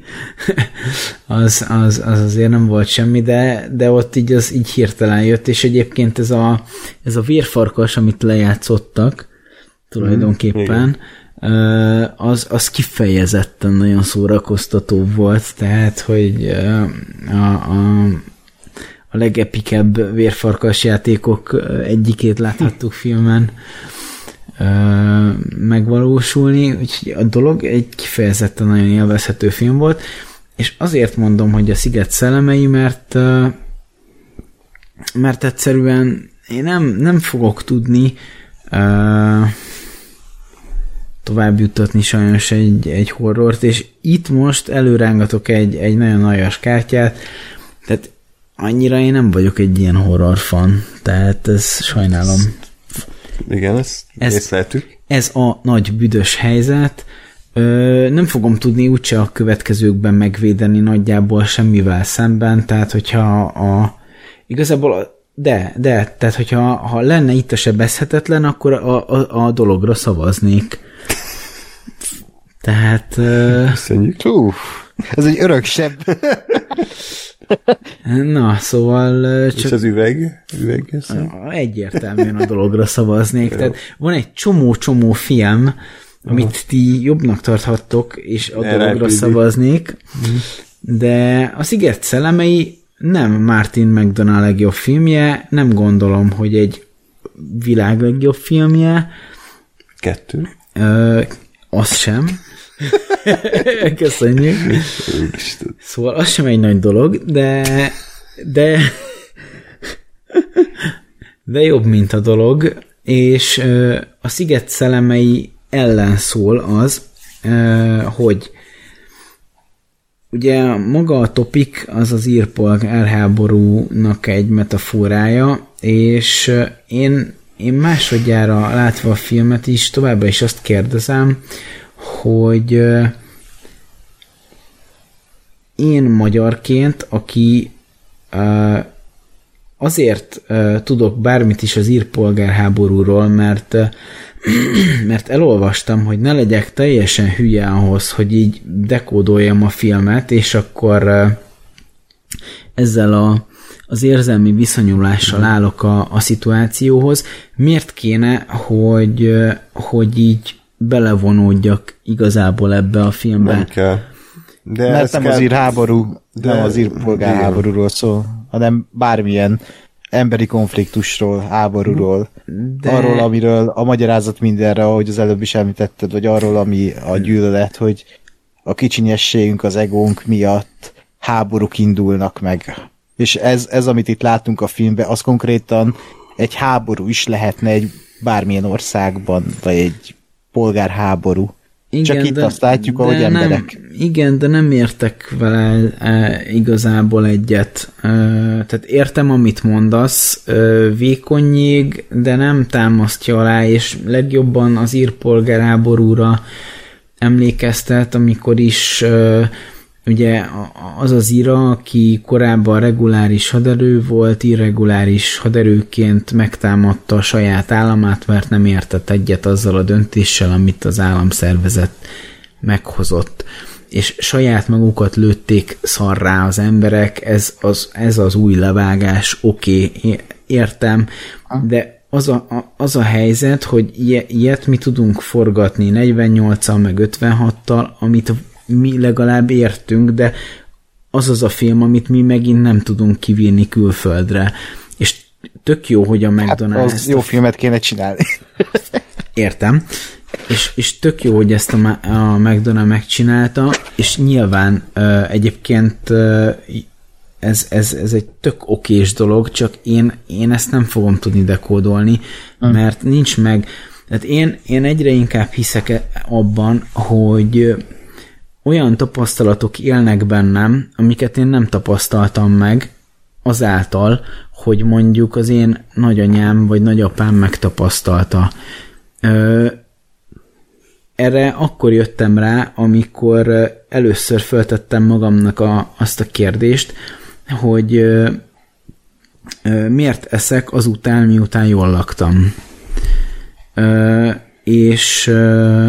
az, az, az azért nem volt semmi, de, de ott így, az így hirtelen jött, és egyébként ez a, ez a vérfarkas, amit lejátszottak tulajdonképpen, mm, az, az kifejezetten nagyon szórakoztató volt, tehát, hogy a, a a legepikebb vérfarkas játékok egyikét láthattuk filmen ö, megvalósulni, úgyhogy a dolog egy kifejezetten nagyon élvezhető film volt, és azért mondom, hogy a Sziget szellemei, mert ö, mert egyszerűen én nem, nem fogok tudni ö, tovább juttatni sajnos egy, egy horrort, és itt most előrángatok egy, egy nagyon aljas kártyát, tehát annyira én nem vagyok egy ilyen horror fan, tehát ez sajnálom. Igen, ezt ez, észleltük. Ez a nagy büdös helyzet. Ö, nem fogom tudni úgyse a következőkben megvédeni nagyjából semmivel szemben, tehát hogyha a igazából a, de, de, tehát hogyha ha lenne itt a sebezhetetlen, akkor a, a, a dologra szavaznék. Tehát... Köszönjük. Hú, ez egy örök seb. Na, szóval... Csak... És az üveg? üveg egyértelműen a dologra szavaznék. Tehát van egy csomó-csomó film, amit ti jobbnak tarthattok, és a dologra elküldi. Szavaznék, mm. de a Sziget szellemei nem Martin McDonagh legjobb filmje, nem gondolom, hogy egy világ legjobb filmje. Kettő. Ö, az sem. Köszönjük. Szóval az sem egy nagy dolog, de de de jobb, mint a dolog, és uh, a Sziget szellemei ellen szól az, uh, hogy ugye maga a topik az az írpolgárháborúnak egy metaforája, és uh, én, én másodjára látva a filmet is továbbá is azt kérdezem, hogy uh, én magyarként, aki uh, azért uh, tudok bármit is az írpolgárháborúról, mert, uh, mert elolvastam, hogy ne legyek teljesen hülye ahhoz, hogy így dekódoljam a filmet, és akkor uh, ezzel a, az érzelmi viszonyulással állok a, a szituációhoz. Miért kéne, hogy, uh, hogy így belevonódjak igazából ebbe a filmbe? Nem kell. De mert nem kell... az írháború, de... nem az írpolgárháborúról szól, hanem bármilyen emberi konfliktusról, háborúról, de... arról, amiről a magyarázat mindenre, ahogy az előbb is említetted, vagy arról, ami a gyűlölet, hogy a kicsinyességünk, az egónk miatt háborúk indulnak meg. És ez, ez, amit itt látunk a filmben, az konkrétan egy háború is lehetne egy bármilyen országban, vagy egy polgárháború. Igen, csak itt de, azt látjuk, ahogy nem, emberek. Igen, de nem értek vele e, igazából egyet. E, tehát értem, amit mondasz, e, vékonyig, de nem támasztja alá, és legjobban az ír polgárháborúra emlékeztet, amikor is e, ugye az az ira, aki korábban reguláris haderő volt, irreguláris haderőként megtámadta a saját államát, mert nem értett egyet azzal a döntéssel, amit az államszervezet meghozott. És saját magukat lőtték szarrá az emberek, ez az, ez az új levágás, oké, okay, értem, de az a, az a helyzet, hogy ilyet mi tudunk forgatni negyvennyolccal, meg ötvenhattal, amit mi legalább értünk, de az az a film, amit mi megint nem tudunk kivinni külföldre. És tök jó, hogy a McDonald's... Hát az jó filmet kéne csinálni. Értem. És, és tök jó, hogy ezt a, a McDonald's megcsinálta, és nyilván uh, egyébként uh, ez, ez, ez egy tök okés dolog, csak én, én ezt nem fogom tudni dekódolni, hmm. mert nincs meg... Tehát én, én egyre inkább hiszek abban, hogy olyan tapasztalatok élnek bennem, amiket én nem tapasztaltam meg azáltal, hogy mondjuk az én nagyanyám vagy nagyapám megtapasztalta. Ö, erre akkor jöttem rá, amikor először föltettem magamnak a, azt a kérdést, hogy ö, ö, miért eszek azután, miután jól laktam. Ö, és ö,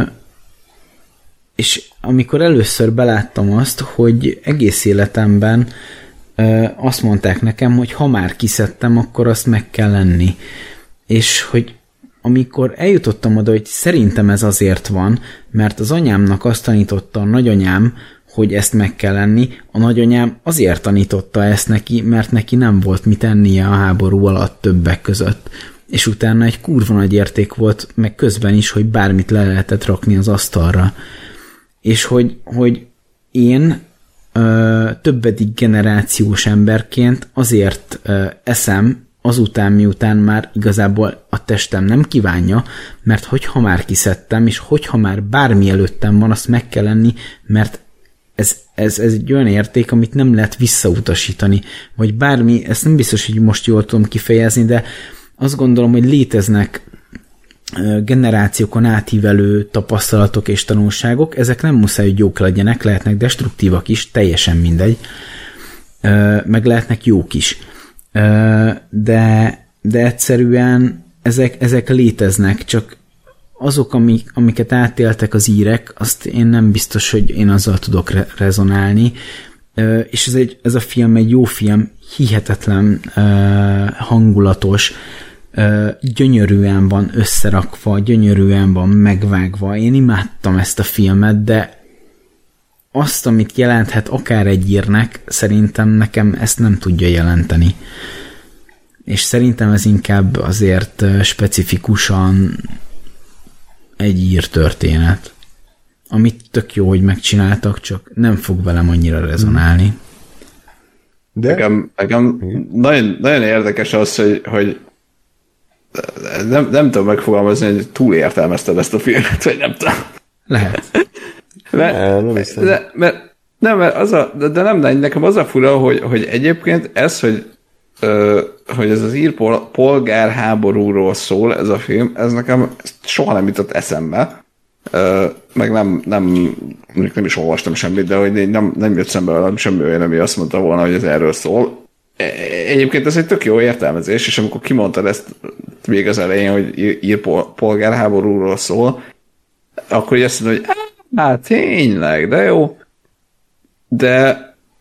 és amikor először beláttam azt, hogy egész életemben ö, azt mondták nekem, hogy ha már kiszedtem, akkor azt meg kell lenni. És hogy amikor eljutottam oda, hogy szerintem ez azért van, mert az anyámnak azt tanította a nagyanyám, hogy ezt meg kell lenni, a nagyanyám azért tanította ezt neki, mert neki nem volt mit ennie a háború alatt többek között. És utána egy kurva nagy érték volt, meg közben is, hogy bármit le lehetett rakni az asztalra. És hogy, hogy én ö, többedik generációs emberként azért ö, eszem azután, miután már igazából a testem nem kívánja, mert hogyha már kiszedtem, és hogyha már bármi előttem van, azt meg kell lenni, mert ez, ez, ez egy olyan érték, amit nem lehet visszautasítani. Vagy bármi, ezt nem biztos, hogy most jól tudom kifejezni, de azt gondolom, hogy léteznek generációkon átívelő tapasztalatok és tanulságok, ezek nem muszáj, hogy jók legyenek, lehetnek destruktívak is, teljesen mindegy, meg lehetnek jók is. De, de egyszerűen ezek, ezek léteznek, csak azok, amik, amiket átéltek az írek, azt én nem biztos, hogy én azzal tudok re- rezonálni, és ez, egy, ez a film egy jó film, hihetetlen hangulatos, gyönyörűen van összerakva, gyönyörűen van megvágva. Én imádtam ezt a filmet, de azt, amit jelenthet akár egy írnek, szerintem nekem ezt nem tudja jelenteni. És szerintem ez inkább azért specifikusan egy ír történet. Amit tök jó, hogy megcsináltak, csak nem fog velem annyira rezonálni. De? Nekem, nekem nagyon, nagyon érdekes az, hogy, hogy nem, nem tudom megfogalmazni, hogy túl értelmezted ezt a filmet, vagy nem tudom. Lehet. Mert, nem, nem de, mert, nem, mert az a, de nem, de nekem az a fura, hogy, hogy egyébként ez, hogy, ö, hogy ez az ír pol, polgárháborúról szól, ez a film, ez nekem soha nem jutott eszembe. Ö, meg nem, nem, nem is olvastam semmit, de hogy nem, nem jött szembe velem semmi olyan, ami azt mondta volna, hogy ez erről szól. Egyébként ez egy tök jó értelmezés, és amikor kimondtad ezt még az elején, hogy ír polgárháborúról szól, akkor így azt mondod, hogy hát tényleg, de jó. De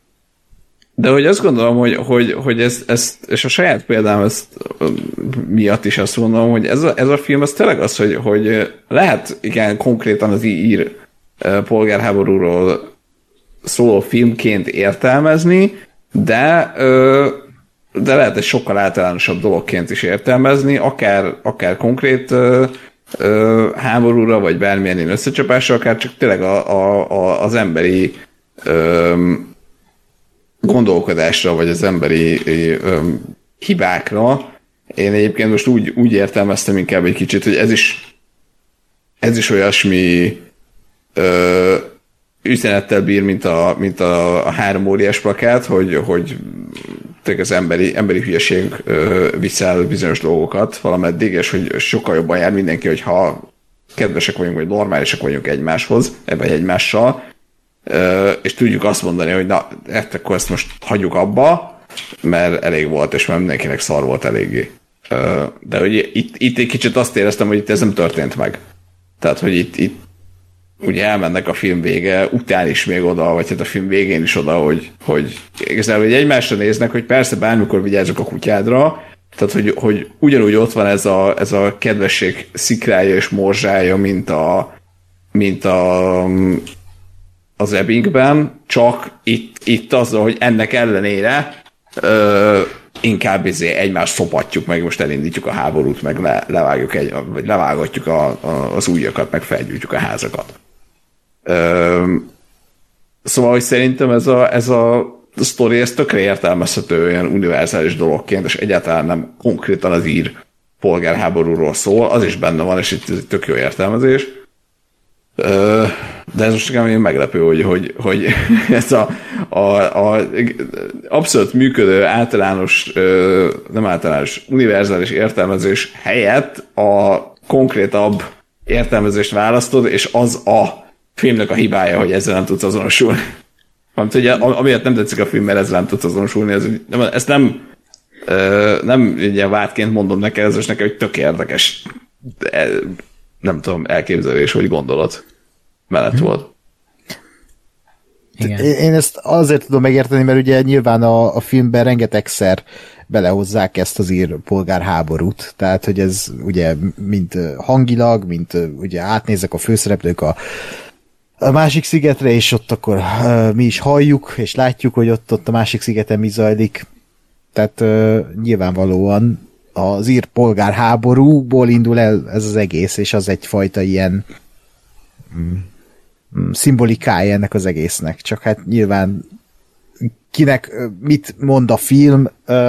de hogy azt gondolom, hogy, hogy, hogy ez, ez, és a saját példám ezt miatt is azt mondom, hogy ez a, ez a film, az tényleg az, hogy, hogy lehet igen konkrétan az ír polgárháborúról szóló filmként értelmezni, de, de lehet egy sokkal általánosabb dologként is értelmezni, akár, akár konkrét ö, háborúra, vagy bármilyen ilyen összecsapásra, akár csak tényleg a, a, a, az emberi ö, gondolkodásra, vagy az emberi ö, hibákra. Én egyébként most úgy, úgy értelmeztem inkább egy kicsit, hogy ez is ez is olyasmi ö, üzenettel bír, mint a, mint a, a három óriás plakát, hogy, hogy az emberi, emberi hülyeség ö, viszel bizonyos dolgokat valameddig, és hogy sokkal jobban jár mindenki, hogyha kedvesek vagyunk, vagy normálisak vagyunk egymáshoz, vagy egymással, ö, és tudjuk azt mondani, hogy na, ezt, akkor ezt most hagyjuk abba, mert elég volt, és már mindenkinek szar volt eléggé. Ö, de hogy itt, itt egy kicsit azt éreztem, hogy itt ez nem történt meg. Tehát, hogy itt, itt ugye elmennek a film vége, után is még oda, vagy hát a film végén is oda, hogy, hogy igazából hogy egymásra néznek, hogy persze bármikor vigyázzuk a kutyádra, tehát hogy, hogy ugyanúgy ott van ez a, ez a kedvesség szikrája és morzsája, mint a, mint a az Ebbingben, csak itt, itt az, hogy ennek ellenére ö, inkább izé egymást szopatjuk, meg most elindítjuk a háborút, meg le, levágjuk egy, vagy levágatjuk a, a, az ujjakat, meg felgyújtjuk a házakat. Ö, szóval, hogy szerintem ez a, ez a sztori, ez tökre értelmezhető olyan univerzális dologként, és egyáltalán nem konkrétan az ír polgárháborúról szól, az is benne van, és itt ez egy tök jó értelmezés. Ö, de ez most nekem meglepő, hogy, hogy, hogy ez a, a, a abszolút működő általános, nem általános, univerzális értelmezés helyett a konkrétabb értelmezést választod, és az a filmnek a hibája, hogy ezzel nem tudsz azonosulni. Amit ugye, amiért nem tetszik a film, mert ezzel nem tudsz azonosulni, ez, ezt nem nem ugye vádként mondom neked, ez most nekem egy tök érdekes nem tudom, elképzelés, hogy gondolat mellett volt. Igen. Én ezt azért tudom megérteni, mert ugye nyilván a, a filmben rengetegszer belehozzák ezt az ír polgárháborút, tehát hogy ez ugye mint hangilag, mint ugye átnézek a főszereplők a, a másik szigetre, és ott akkor uh, mi is halljuk, és látjuk, hogy ott, ott a másik szigeten mi zajlik. Tehát uh, nyilvánvalóan az ír polgárháborúból indul el ez az egész, és az egyfajta ilyen mm, szimbolikája ennek az egésznek. Csak hát nyilván kinek mit mond a film,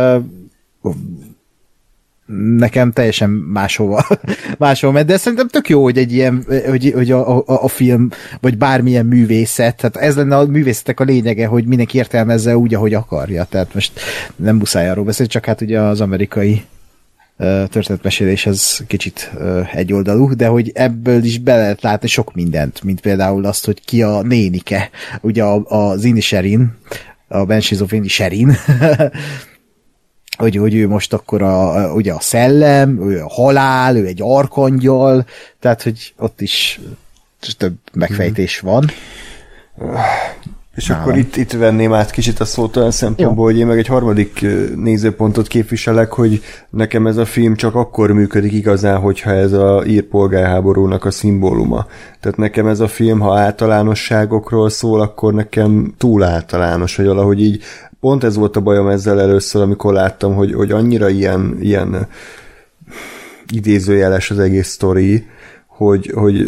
nekem teljesen máshova, máshova megy, de szerintem tök jó, hogy egy ilyen, hogy, hogy a, a, a film, vagy bármilyen művészet, tehát ez lenne a művészetek a lényege, hogy mindenki értelmezze úgy, ahogy akarja. Tehát most nem muszáj arról beszélni, csak hát ugye az amerikai történetmesélés ez kicsit egyoldalú, de hogy ebből is be lehet látni sok mindent, mint például azt, hogy ki a nénike, ugye az Inisherin, a Banshees of Inisherin, hogy, hogy ő most akkor a, ugye a szellem, ő a halál, ő egy arkangyal, tehát hogy ott is több megfejtés van. És Nálam. Akkor itt, itt venném át kicsit a szót olyan szempontból, Jó. hogy én meg egy harmadik nézőpontot képviselek, hogy nekem ez a film csak akkor működik igazán, hogyha ez a ír polgárháborúnak a szimbóluma. Tehát nekem ez a film, ha általánosságokról szól, akkor nekem túl általános, hogy valahogy így, pont ez volt a bajom ezzel először, amikor láttam, hogy, hogy annyira ilyen, ilyen idézőjeles az egész sztori, hogy, hogy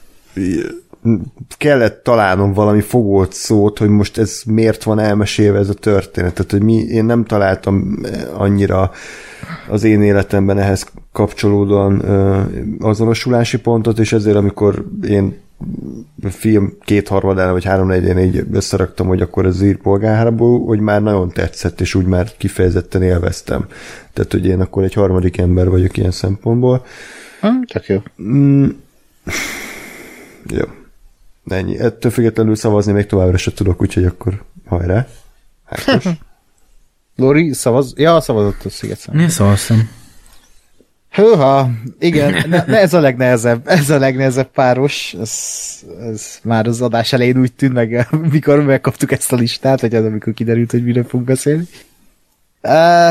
kellett találnom valami fogott szót, hogy most ez miért van elmesélve ez a történet. Tehát, hogy mi, én nem találtam annyira az én életemben ehhez kapcsolódóan ö, azonosulási pontot, és ezért, amikor én a film kétharmadára vagy háromnegyedén így összeraktam, hogy akkor ez ír polgárháború, hogy már nagyon tetszett, és úgy már kifejezetten élveztem. Tehát, hogy én akkor egy harmadik ember vagyok ilyen szempontból. Hmm, csak jó. Mm, jó. Ennyi. Ettől függetlenül szavazni még továbbra se tudok, úgyhogy akkor hajrá. Ákos. Lóri, szavaz? Ja, szavazott a Sziget-Szemben. Én szavaztam. Hőha, igen, ne, ne, ez a legnehezebb, ez a legnehezebb páros, ez, ez már az adás elején úgy tűnt meg, mikor megkaptuk ezt a listát, vagy az, amikor kiderült, hogy miről fogunk beszélni. Uh,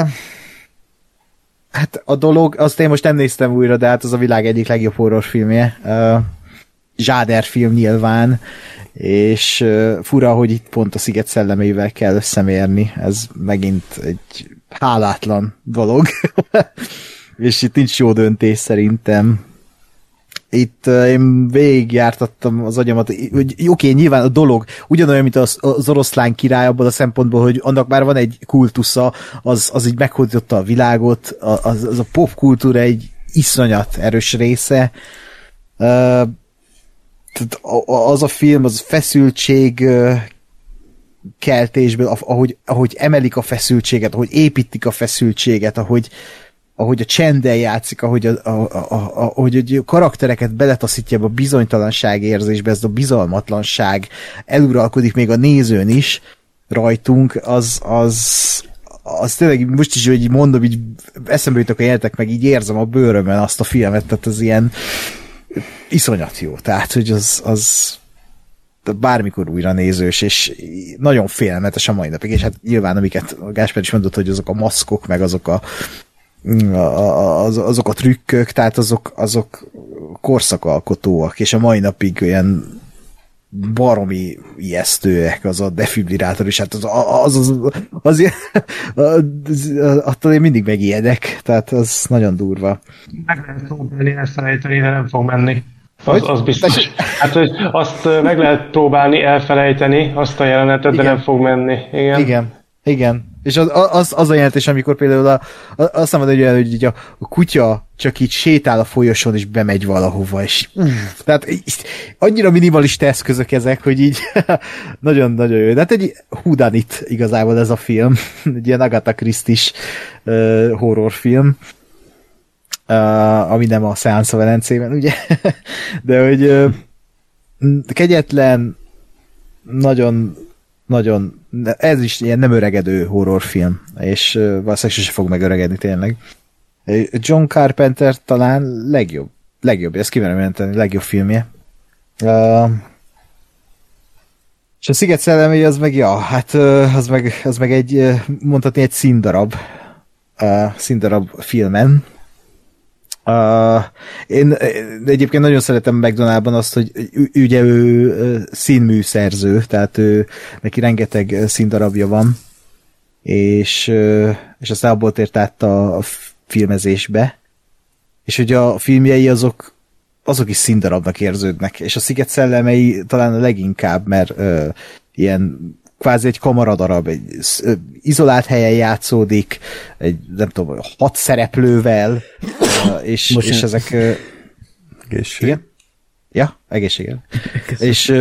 hát a dolog, azt én most nem néztem újra, de hát az a világ egyik legjobb horrorfilmje. Uh, zsáderfilm nyilván, és uh, fura, hogy itt pont a Sziget szellemével kell összemérni, ez megint egy hálátlan dolog, és itt nincs jó döntés szerintem. itt uh, én végigjártattam az agyamat, hogy oké, okay, nyilván a dolog ugyanolyan, mint az, az oroszlán király abban a szempontból, hogy annak már van egy kultusza, az, az így meghódította a világot, az, az a popkultúra egy iszonyat erős része. Uh, tehát az a film, az feszültség uh, keltésből, ahogy, ahogy emelik a feszültséget, ahogy építik a feszültséget, ahogy ahogy a csenddel játszik, ahogy a, a, a, a, ahogy a karaktereket beletaszítja ebbe a bizonytalanság érzésbe, ez a bizalmatlanság eluralkodik még a nézőn is rajtunk, az, az, az tényleg most is, hogy mondom, így eszembe jutok a jelentek, meg így érzem a bőrömön azt a filmet, tehát az ilyen iszonyat jó, tehát hogy az, az bármikor újra nézős, és nagyon félelmetes a mai napig, és hát nyilván amiket Gáspár is mondott, hogy azok a maszkok, meg azok a Az, azok a trükkök, tehát azok, azok korszakalkotóak, és a mai napig olyan baromi ijesztőek, az a defibrillátor is, hát az az, az, az, az, az attól én mindig megijedek, tehát az nagyon durva. Meg lehet próbálni elfelejteni, de nem fog menni. Az, az biztos. Hát, hogy azt meg lehet próbálni elfelejteni, azt a jelenetet, igen. De nem fog menni. Igen. Igen. Igen. És az, az, az a jelentés, amikor például a, azt mondod, hogy, hogy a, a kutya csak így sétál a folyosón, és bemegy valahova, és uff, tehát annyira minimalista eszközök ezek, hogy így nagyon-nagyon jó. De hát egy whodunit igazából ez a film, egy ilyen Agatha Christie-s uh, horrorfilm, uh, ami nem a Seansz a Velencében, ugye? De hogy uh, kegyetlen, nagyon nagyon, ez is ilyen nem öregedő horrorfilm, és uh, valószínűleg sose fog megöregedni tényleg. John Carpenter talán legjobb, legjobb, ezt kimerem jelenteni, legjobb filmje. Uh, és a Sziget szellemei az meg, ja, hát uh, az meg, az meg egy, uh, mondhatni egy színdarab, uh, színdarab filmen. Uh, én egyébként nagyon szeretem McDonaldban azt, hogy ugye ő uh, színműszerző, tehát ő, neki rengeteg színdarabja van, és, uh, és aztán abból tért át a, a filmezésbe, és ugye a filmjei azok, azok is színdarabnak érződnek, és a Sziget szellemei talán a leginkább, mert uh, ilyen kvázi egy kamaradarab, egy izolált helyen játszódik, egy nem tudom, hat szereplővel, és, és ezek... Egészség. Igen? Ja, egészséggel. és,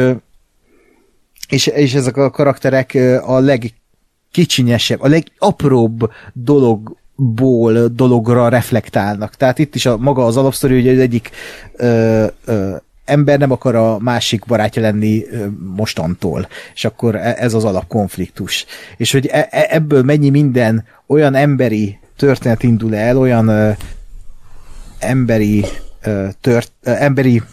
és, és ezek a karakterek a legkicsinyesebb, a legapróbb dologból dologra reflektálnak. Tehát itt is a maga az alapsztori, hogy az egyik ö, ö, ember nem akar a másik barátja lenni mostantól, és akkor ez az alapkonfliktus. És hogy ebből mennyi minden olyan emberi történet indul el, olyan ö, emberi, ö, tört, ö, emberi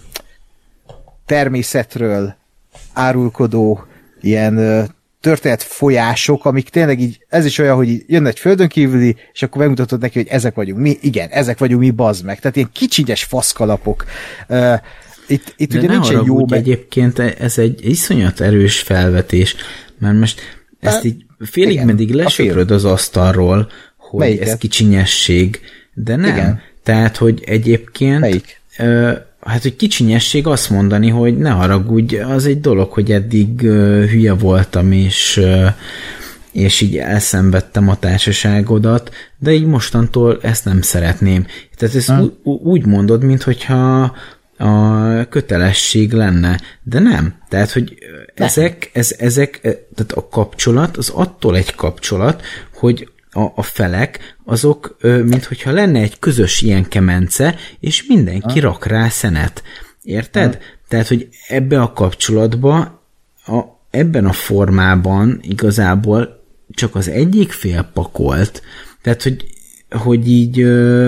természetről árulkodó ilyen ö, történetfolyások, amik tényleg így, ez is olyan, hogy jön egy földön kívüli, és akkor megmutatod neki, hogy ezek vagyunk mi, igen, ezek vagyunk mi, bazd meg. Tehát ilyen kicsinyes faszkalapok. Ö, Itt, itt de ugye ne nincs egy jó... Be... egyébként ez egy iszonyat erős felvetés, mert most ezt így félig igen, meddig lesöpröd az asztalról, hogy Melyiket? Ez kicsinyesség, de nem. Igen. Tehát, hogy egyébként Melyik? Ö, hát, hogy kicsinyesség azt mondani, hogy ne haragudj, az egy dolog, hogy eddig ö, hülye voltam, és, ö, és így elszenvedtem a társaságodat, de így mostantól ezt nem szeretném. Tehát ezt ú, úgy mondod, minthogyha a kötelesség lenne, de nem. Tehát, hogy ezek, ez, ezek, tehát a kapcsolat, az attól egy kapcsolat, hogy a, a felek, azok, minthogyha lenne egy közös ilyen kemence, és mindenki ha. rak rá szenet. Érted? Ha. Tehát, hogy ebbe a kapcsolatba, a, ebben a formában igazából csak az egyik fél pakolt. Tehát, hogy, hogy így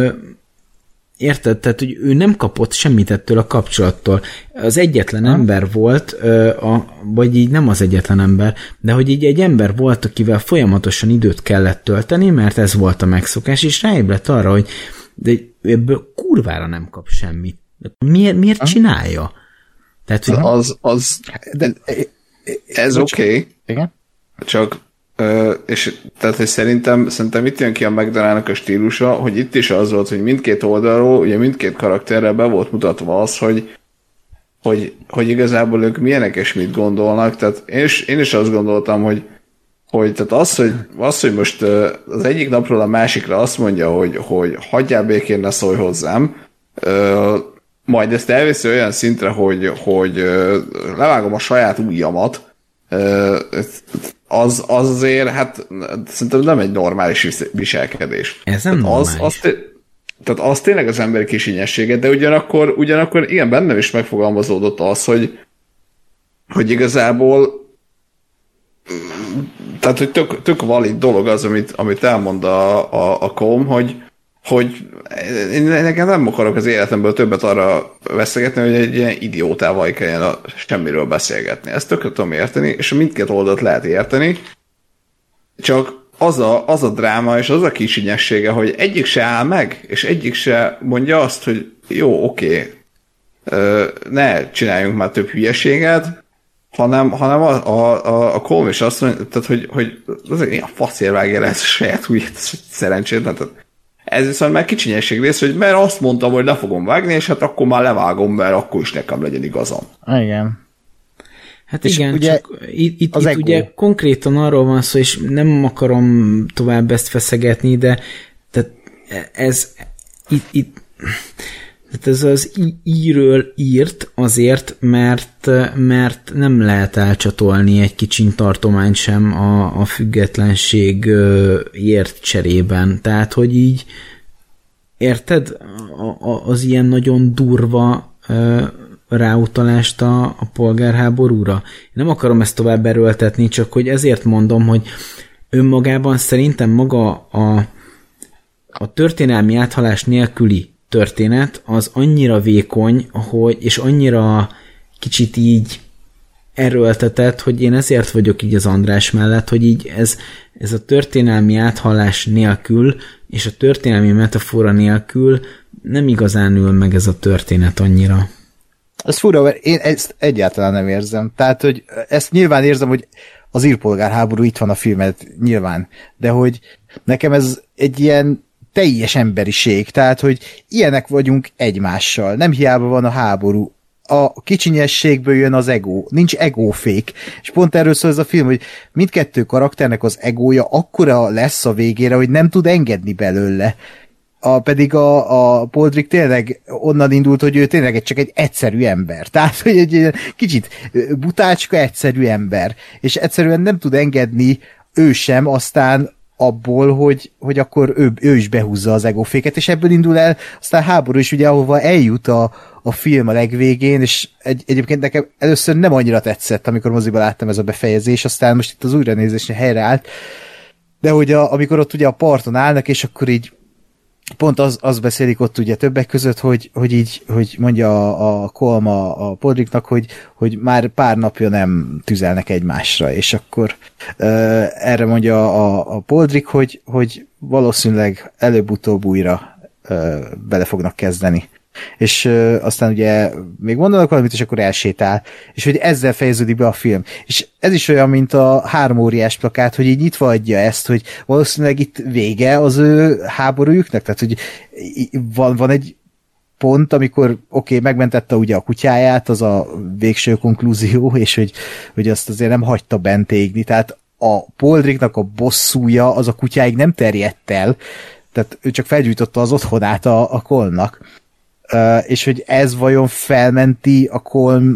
érted? Tehát, hogy ő nem kapott semmit ettől a kapcsolattól. Az egyetlen ha. ember volt, a, vagy így nem az egyetlen ember, de hogy így egy ember volt, akivel folyamatosan időt kellett tölteni, mert ez volt a megszokás, és ráébredt arra, hogy de ebből kurvára nem kap semmit. Miért, miért ha. csinálja? Tehát, hogy az, az, de, ez oké, okay. Csak Ö, és tehát, hogy szerintem, szerintem itt jön ki a McDonald's a stílusa, hogy itt is az volt, hogy mindkét oldalról, ugye mindkét karakterrel be volt mutatva az, hogy, hogy, hogy igazából ők milyenek és mit gondolnak. Tehát én is, én is azt gondoltam, hogy, hogy, tehát az, hogy, az, hogy most az egyik napról a másikra azt mondja, hogy, hogy hagyjál békén, ne szólj hozzám, ö, majd ezt elviszi olyan szintre, hogy, hogy levágom a saját ujjamat, az, az azért, hát szerintem nem egy normális viselkedés. Ez nem tehát normális. Az, az, tehát az tényleg az emberi kisinyessége, de ugyanakkor, ugyanakkor igen, bennem is megfogalmazódott az, hogy, hogy igazából tehát, hogy tök, tök valid dolog az, amit, amit elmond a, a, a kom, hogy, hogy én nekem nem akarok az életemből többet arra veszegetni, hogy egy ilyen idiótával kelljen a semmiről beszélgetni. Ezt tökre tudom érteni, és mindkét oldalt lehet érteni, csak az a, az a dráma és az a kisinyessége, hogy egyik se áll meg, és egyik se mondja azt, hogy jó, oké, ne csináljunk már több hülyeséget, hanem, hanem a, a, a, a Colm is azt mondja, tehát, hogy, hogy az ilyen faszért vágja le ezt a saját hülyét, szerencsétlen. Ez viszont már kicsinyesség rész, hogy mert azt mondtam, hogy le fogom vágni, és hát akkor már levágom, mert akkor is nekem legyen igazam. Igen. Hát és igen, ugye csak itt, itt, itt ugye konkrétan arról van szó, és nem akarom tovább ezt feszegetni, de tehát ez itt, itt tehát ez az íről írt azért, mert, mert nem lehet elcsatolni egy kicsiny tartományt sem a, a függetlenségért cserében. Tehát, hogy így érted a, a, az ilyen nagyon durva ráutalást a, a polgárháborúra? Én nem akarom ezt tovább erőltetni, csak hogy ezért mondom, hogy önmagában szerintem maga a, a történelmi áthalás nélküli történet az annyira vékony, hogy, és annyira kicsit így erőltetett, hogy én ezért vagyok így az András mellett, hogy így ez, ez a történelmi áthallás nélkül, és a történelmi metafora nélkül nem igazán ül meg ez a történet annyira. Ez fura, mert én ezt egyáltalán nem érzem. Tehát, hogy ezt nyilván érzem, hogy az írpolgárháború itt van a filmet, nyilván, de hogy nekem ez egy ilyen teljes emberiség, tehát, hogy ilyenek vagyunk egymással. Nem hiába van a háború. A kicsinyességből jön az ego. Nincs egófék. És pont erről szól ez a film, hogy mindkettő karakternek az egója akkora lesz a végére, hogy nem tud engedni belőle. A, pedig a, a Poldrick tényleg onnan indult, hogy ő tényleg csak egy egyszerű ember. Tehát, hogy egy kicsit butácska, egyszerű ember. És egyszerűen nem tud engedni ő sem, aztán abból, hogy, hogy akkor ő, ő is behúzza az egóféket, és ebből indul el aztán háború is, ugye, ahova eljut a, a film a legvégén, és egy, egyébként nekem először nem annyira tetszett, amikor moziban láttam ez a befejezés, aztán most itt az újranézésnél helyreállt, de hogy a, amikor ott ugye a parton állnak, és akkor így pont az, az beszélik ott ugye többek között, hogy, hogy így, hogy mondja a, a Colm a, a Poldricknak, hogy, hogy már pár napja nem tüzelnek egymásra, és akkor uh, erre mondja a, a Poldrick, hogy, hogy valószínűleg előbb-utóbb újra uh, bele fognak kezdeni. És uh, aztán ugye még mondanak valamit, és akkor elsétál, és hogy ezzel fejeződik be a film. És ez is olyan, mint a Három óriás plakát, hogy így nyitva adja ezt, hogy valószínűleg itt vége az ő háborújuknak, tehát hogy van, van egy pont, amikor oké, okay, megmentette ugye a kutyáját, az a végső konklúzió, és hogy, hogy azt azért nem hagyta bent égni, tehát a Poldricknak a bosszúja az a kutyáig nem terjedt el, tehát ő csak felgyújtotta az otthonát a, a Colmnak. Uh, és hogy ez vajon felmenti a Colm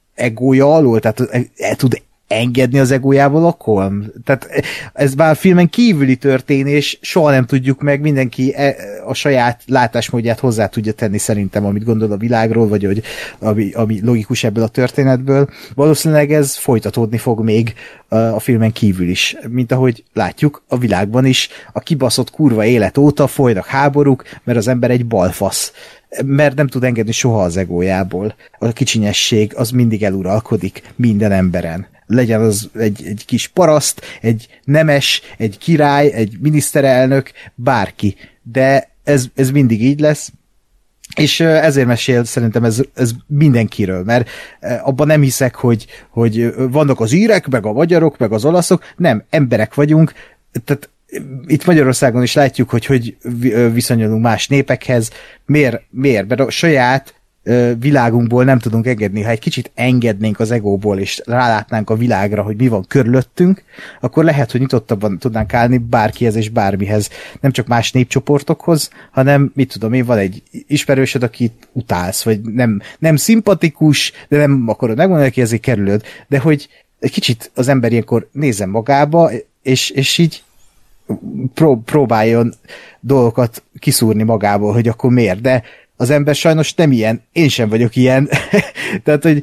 egója alól? Tehát el tud engedni az egójából a Colm? Tehát ez már filmen kívüli történés, soha nem tudjuk meg, mindenki a saját látásmódját hozzá tudja tenni szerintem, amit gondol a világról, vagy hogy, ami, ami logikus ebből a történetből. Valószínűleg ez folytatódni fog még a filmen kívül is. Mint ahogy látjuk, a világban is a kibaszott kurva élet óta folynak háborúk, mert az ember egy balfasz. Mert nem tud engedni soha az egójából. A kicsinyesség az mindig eluralkodik minden emberen. Legyen az egy, egy kis paraszt, egy nemes, egy király, egy miniszterelnök, bárki. De ez, ez mindig így lesz, És ezért mesél szerintem ez, ez mindenkiről, mert abban nem hiszek, hogy, hogy vannak az írek, meg a magyarok, meg az olaszok, nem, emberek vagyunk, tehát itt Magyarországon is látjuk, hogy hogy viszonyulunk más népekhez, miért, miért? Mert a saját világunkból nem tudunk engedni. Ha egy kicsit engednénk az egóból, és rálátnánk a világra, hogy mi van körülöttünk, akkor lehet, hogy nyitottabban tudnánk állni bárkihez és bármihez. Nem csak más népcsoportokhoz, hanem, mit tudom én, van egy ismerősöd, akit utálsz, vagy nem, nem szimpatikus, de nem akarod megmondani, hogy ezért kerülöd, de hogy egy kicsit az ember ilyenkor nézzen magába, és, és így pró- próbáljon dolgokat kiszúrni magából, hogy akkor miért, de az ember sajnos nem ilyen, én sem vagyok ilyen. Tehát, hogy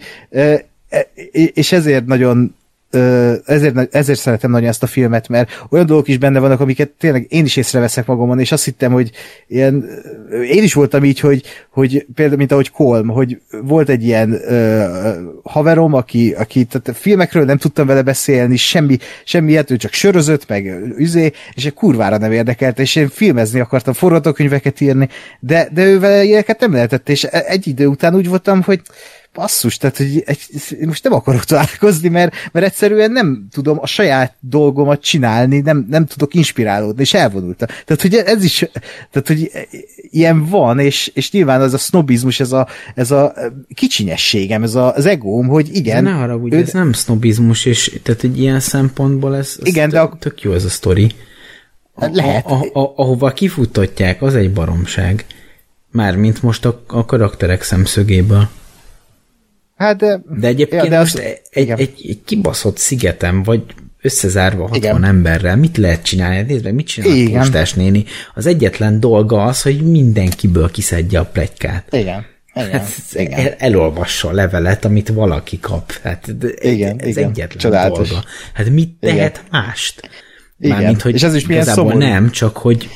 és ezért nagyon ezért, ezért szeretem nagyon ezt a filmet, mert olyan dolgok is benne vannak, amiket tényleg én is észreveszek magamon, és azt hittem, hogy ilyen, én is voltam így, hogy, hogy például, mint ahogy Colm, hogy volt egy ilyen uh, haverom, aki, aki tehát filmekről nem tudtam vele beszélni, semmi, semmi ilyet, ő csak sörözött, meg üzé, és egy kurvára nem érdekelt, és én filmezni akartam, forgatókönyveket írni, de, de ővel ilyeneket nem lehetett, és egy idő után úgy voltam, hogy basszus, tehát hogy egy, most nem akarok találkozni, mert, mert egyszerűen nem tudom a saját dolgomat csinálni, nem, nem tudok inspirálódni, és elvonultam. Tehát, hogy ez is, tehát, hogy ilyen van, és, és nyilván az a sznobizmus, ez a, ez a kicsinyességem, ez a, az egóm, hogy igen. De ne haragudj, ő... ez nem sznobizmus, és tehát egy ilyen szempontból ez, ez igen, tök, de a... tök jó ez a sztori. A, lehet. A, a, a, ahova kifutatják, az egy baromság. Mármint most a, a karakterek szemszögéből. Hát de... De egyébként ja, de most az... egy, egy, egy kibaszott szigeten, vagy összezárva hatvan igen. emberrel, mit lehet csinálni? Nézd meg, mit csinál a postás néni? Az egyetlen dolga az, hogy mindenkiből kiszedje a pletykát. Igen. Igen, hát, igen. El, elolvassa a levelet, amit valaki kap. Hát, igen, ez igen. egyetlen Csodálatos. dolga. Hát mit tehet igen. mást? Mármint, hogy és ez is milyen szomorú. Nem, csak hogy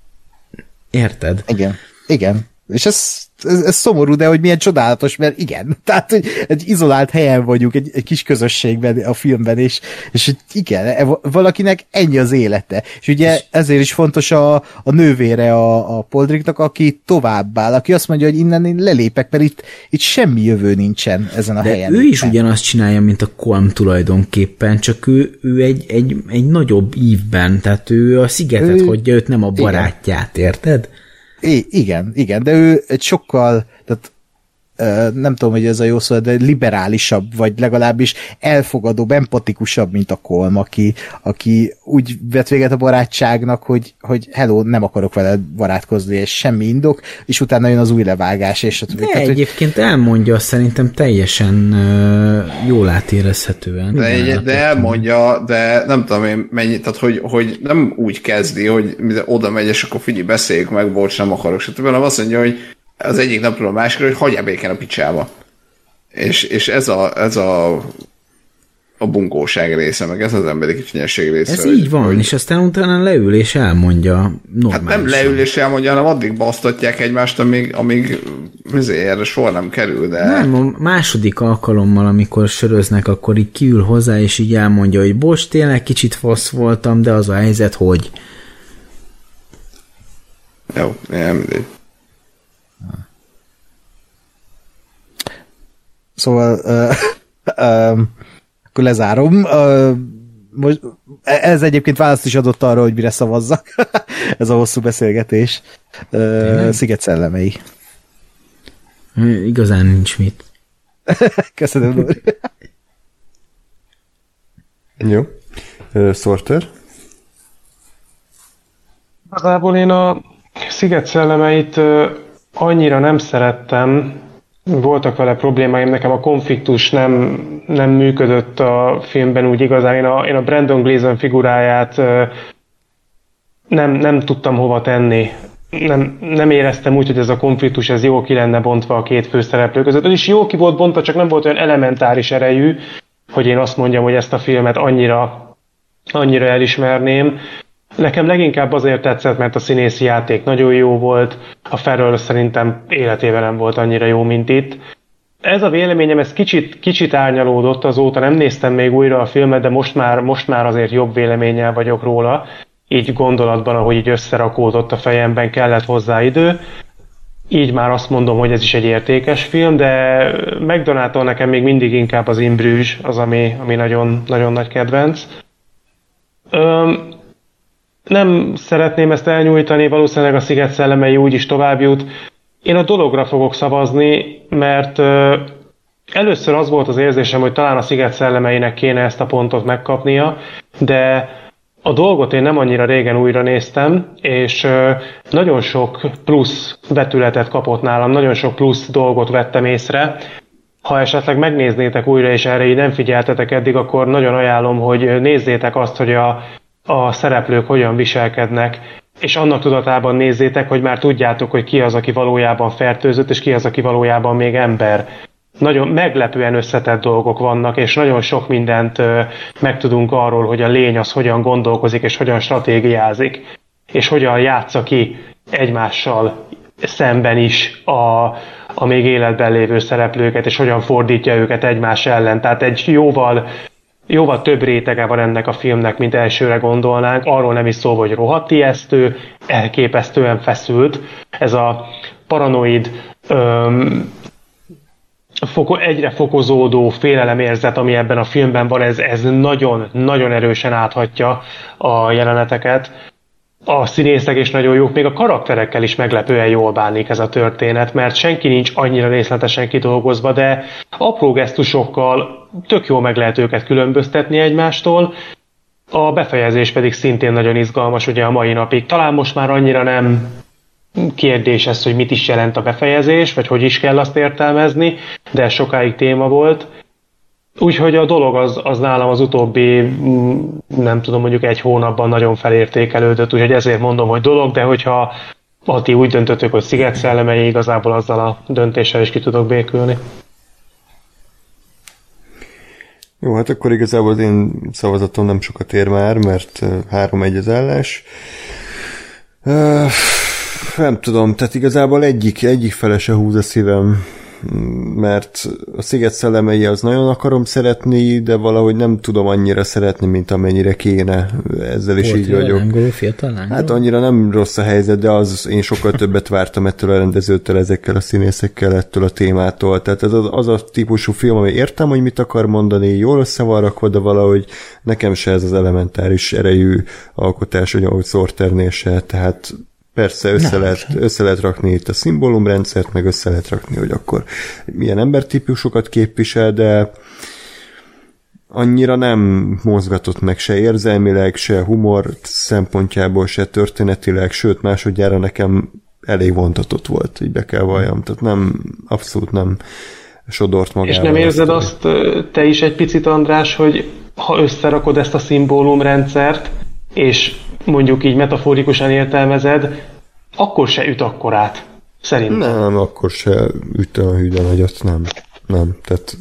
érted? Igen, igen. És ez, ez, ez szomorú, de hogy milyen csodálatos, mert igen, tehát hogy egy izolált helyen vagyunk, egy, egy kis közösségben a filmben, és, és hogy igen, valakinek ennyi az élete. És ugye ezért is fontos a, a nővére a, a Poldricknak, aki továbbáll, aki azt mondja, hogy innen én lelépek, mert itt, itt semmi jövő nincsen ezen a de helyen. ő éppen. Is ugyanazt csinálja, mint a Colm tulajdonképpen, csak ő, ő egy, egy, egy nagyobb ívben, tehát ő a szigetet ő, hagyja, őt nem a barátját, igen. érted? I- igen, igen, de ő egy sokkal, tehát nem tudom, hogy ez a jó szó, de liberálisabb, vagy legalábbis elfogadóbb, empatikusabb, mint a Colm, aki, aki úgy vett véget a barátságnak, hogy, hogy hello, nem akarok vele barátkozni, és semmi indok, és utána jön az új levágás, és de tehát, egyébként hogy... elmondja szerintem teljesen uh, jól átérezhetően. De, egy, de elmondja, de nem tudom én mennyi, tehát hogy, hogy nem úgy kezdi, hogy oda megy, és akkor figyelj, beszéljük meg, bocs, nem akarok, stb. Hanem azt mondja, hogy az egyik napról a másikra, hogy hagyjál békén a picsába. És, és ez a, ez a, a bunkóság része, meg ez az emberi kicsinyesség része. Ez hogy, így van, hogy... és aztán utána leül és elmondja normálisan. Hát nem leül és elmondja, hanem addig basztatják egymást, amíg, amíg erre soha nem kerül, de... Nem, a második alkalommal, amikor söröznek, akkor így kiül hozzá, és így elmondja, hogy bocs, tényleg kicsit fasz voltam, de az a helyzet, hogy... Jó, nem mindegy. Szóval uh, uh, akkor lezárom. Uh, most, ez egyébként választ is adott arra, hogy mire szavazzak. Ez a hosszú beszélgetés. Uh, Sziget szellemei. Igazán nincs mit. Köszönöm, Lóri. Jó. Uh, Sorter? Igazából én a Sziget szellemeit uh, annyira nem szerettem, voltak vele problémáim, nekem a konfliktus nem, nem működött a filmben úgy igazán. Én a, én a Brandon Gleeson figuráját nem, nem tudtam hova tenni. Nem, nem éreztem úgy, hogy ez a konfliktus ez jól ki lenne bontva a két főszereplő között. Az is jó ki volt bontva, csak nem volt olyan elementáris erejű, hogy én azt mondjam, hogy ezt a filmet annyira, annyira elismerném. Nekem leginkább azért tetszett, mert a színészi játék nagyon jó volt, a Farrell szerintem életében nem volt annyira jó, mint itt. Ez a véleményem, ez kicsit, kicsit árnyalódott azóta, nem néztem még újra a filmet, de most már, most már azért jobb véleménnyel vagyok róla, így gondolatban, ahogy így összerakódott a fejemben, kellett hozzá idő. így már azt mondom, hogy ez is egy értékes film, de McDonaldtól nekem még mindig inkább az In Bruges az, ami, ami nagyon, nagyon nagy kedvenc. Öm, nem szeretném ezt elnyújtani, valószínűleg a Sziget szellemei úgyis tovább jut. Én a dologra fogok szavazni, mert ö, először az volt az érzésem, hogy talán a Sziget szellemeinek kéne ezt a pontot megkapnia, de a dolgot én nem annyira régen újra néztem, és ö, nagyon sok plusz vetületet kapott nálam, nagyon sok plusz dolgot vettem észre. Ha esetleg megnéznétek újra, és erre így nem figyeltetek eddig, akkor nagyon ajánlom, hogy nézzétek azt, hogy a, a szereplők hogyan viselkednek, és annak tudatában nézzétek, hogy már tudjátok, hogy ki az, aki valójában fertőzött, és ki az, aki valójában még ember. Nagyon meglepően összetett dolgok vannak, és nagyon sok mindent ö, megtudunk arról, hogy a lény az hogyan gondolkozik, és hogyan stratégiázik, és hogyan játsza ki egymással szemben is a, a még életben lévő szereplőket, és hogyan fordítja őket egymás ellen. Tehát egy jóval, jóval több rétege van ennek a filmnek, mint elsőre gondolnánk. Arról nem is szó, hogy rohadt ijesztő, elképesztően feszült. Ez a paranoid, öm, foko, egyre fokozódó félelemérzet, ami ebben a filmben van, ez, ez nagyon, nagyon erősen áthatja a jeleneteket. A színészek is nagyon jók, még a karakterekkel is meglepően jól bánik ez a történet, mert senki nincs annyira részletesen kidolgozva, de apró gesztusokkal tök jól meg lehet őket különböztetni egymástól. A befejezés pedig szintén nagyon izgalmas ugye a mai napig. Talán most már annyira nem kérdés ez, hogy mit is jelent a befejezés, vagy hogy is kell azt értelmezni, de sokáig téma volt. Úgyhogy a dolog az, az nálam az utóbbi, nem tudom, mondjuk egy hónapban nagyon felértékelődött, úgyhogy ezért mondom, hogy dolog, de hogyha ti úgy döntöttök, hogy Sziget szellemei, igazából azzal a döntéssel is ki tudok békülni. Jó, hát akkor igazából az én szavazatom nem sokat ér már, mert három egy az állás. Uh, nem tudom, tehát igazából egyik, egyik fele se húz a szívem, mert a Sziget szellemei az nagyon akarom szeretni, de valahogy nem tudom annyira szeretni, mint amennyire kéne. Ezzel is volt így vagyok. Angolul, fiatal angolul? Hát annyira nem rossz a helyzet, de az én sokkal többet vártam ettől a rendezőtől, ezekkel a színészekkel, ettől a témától. Tehát ez az, az a típusú film, ami értem, hogy mit akar mondani, jól össze van rakva, de valahogy nekem se ez az elementáris erejű alkotás, hogy ahogy Sorternél se, tehát persze össze lehet, össze lehet rakni itt a szimbólumrendszert, meg össze lehet rakni, hogy akkor milyen embertípusokat képvisel, de annyira nem mozgatott meg se érzelmileg, se humor szempontjából, se történetileg, sőt másodjára nekem elég vontatott volt, így be kell valljam. Tehát nem, abszolút nem sodort magával. És nem érzed azt te is egy picit, András, hogy ha összerakod ezt a szimbólumrendszert, és mondjuk így metaforikusan értelmezed, akkor se üt akkorát, szerintem. Nem, akkor se üt a hűde nagyot, nem. Nem, tehát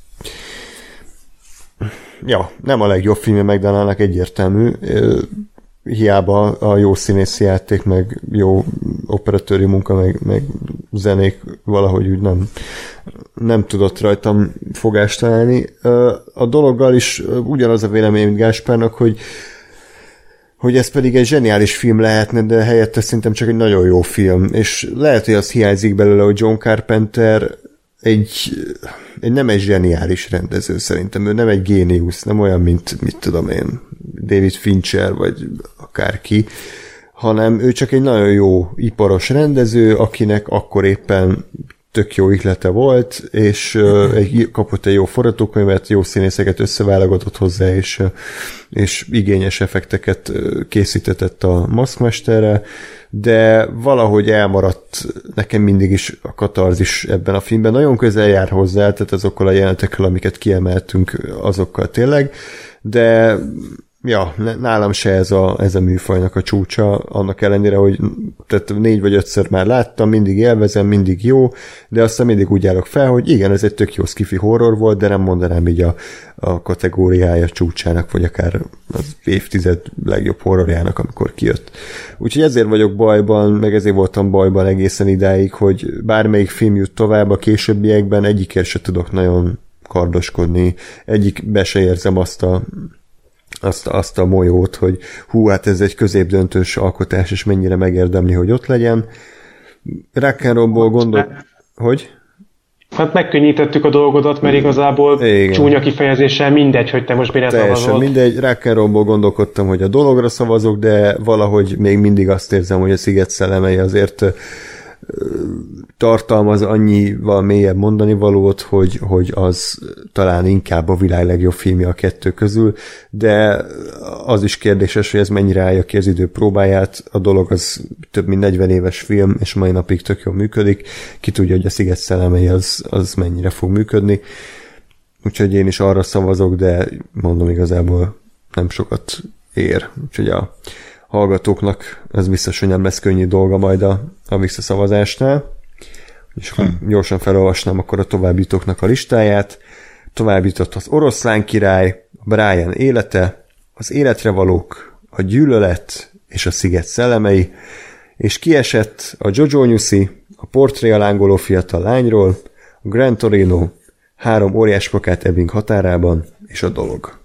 ja, nem a legjobb filmje McDonaldnak, egyértelmű. Hiába a jó színészi játék, meg jó operatőri munka, meg, meg zenék valahogy úgy nem, nem tudott rajtam fogást találni. A dologgal is ugyanaz a vélemény, mint Gáspárnak, hogy hogy ez pedig egy zseniális film lehetne, de helyette szerintem csak egy nagyon jó film. És lehet, hogy az hiányzik belőle, hogy John Carpenter egy, egy nem egy zseniális rendező szerintem. Ő nem egy géniusz, nem olyan, mint mit tudom én, David Fincher, vagy akárki, hanem ő csak egy nagyon jó iparos rendező, akinek akkor éppen tök jó ihlete volt, és uh, egy, kapott egy jó forgatókönyvet, jó színészeket összeválogatott hozzá, és, uh, és igényes effekteket uh, készítetett a maszkmesterre, de valahogy elmaradt nekem mindig is a katarzis ebben a filmben. Nagyon közel jár hozzá, tehát azokkal a jelenetekkel, amiket kiemeltünk, azokkal tényleg, de ja, nálam se ez a, ez a műfajnak a csúcsa, annak ellenére, hogy tehát négy vagy ötször már láttam, mindig élvezem, mindig jó, de aztán mindig úgy állok fel, hogy igen, ez egy tök jó sci-fi horror volt, de nem mondanám így a, a kategóriája csúcsának, vagy akár az évtized legjobb horrorjának, amikor kijött. Úgyhogy ezért vagyok bajban, meg ezért voltam bajban egészen idáig, hogy bármelyik film jut tovább a későbbiekben, egyikért se tudok nagyon kardoskodni, egyikbe se érzem azt a Azt, azt a molyót, hogy hú, hát ez egy középdöntős alkotás, és mennyire megérdemli, hogy ott legyen. rock and rollból gondol... Hogy? Hát megkönnyítettük a dolgodat, mert igazából igen. Csúnya kifejezéssel mindegy, hogy te most mire teljesen szavazol. Mindegy, rock and rollból gondolkodtam, hogy a dologra szavazok, de valahogy még mindig azt érzem, hogy a Sziget szellemei azért tartalmaz annyival mélyebb mondani valót, hogy, hogy az talán inkább a világ legjobb filmje a kettő közül, de az is kérdéses, hogy ez mennyire állja ki az idő próbáját. A dolog az több mint negyven éves film, és mai napig tök jól működik. Ki tudja, hogy a Sziget szellemei az, az mennyire fog működni. Úgyhogy én is arra szavazok, de mondom, igazából nem sokat ér. Úgyhogy a hallgatóknak ez biztos, hogy nem lesz könnyű dolga majd a, a visszaszavazásnál. És hmm. gyorsan felolvasnám akkor a továbbjutóknak a listáját. Továbbjutott az Oroszlán király, a Brian élete, az Életre valók, a Gyűlölet és a Sziget szellemei, és kiesett a Jojo Nyuszi, a Portré a lángoló fiatal lányról, a Gran Torino, Három óriás plakát Ebbing határában, és a Dolog.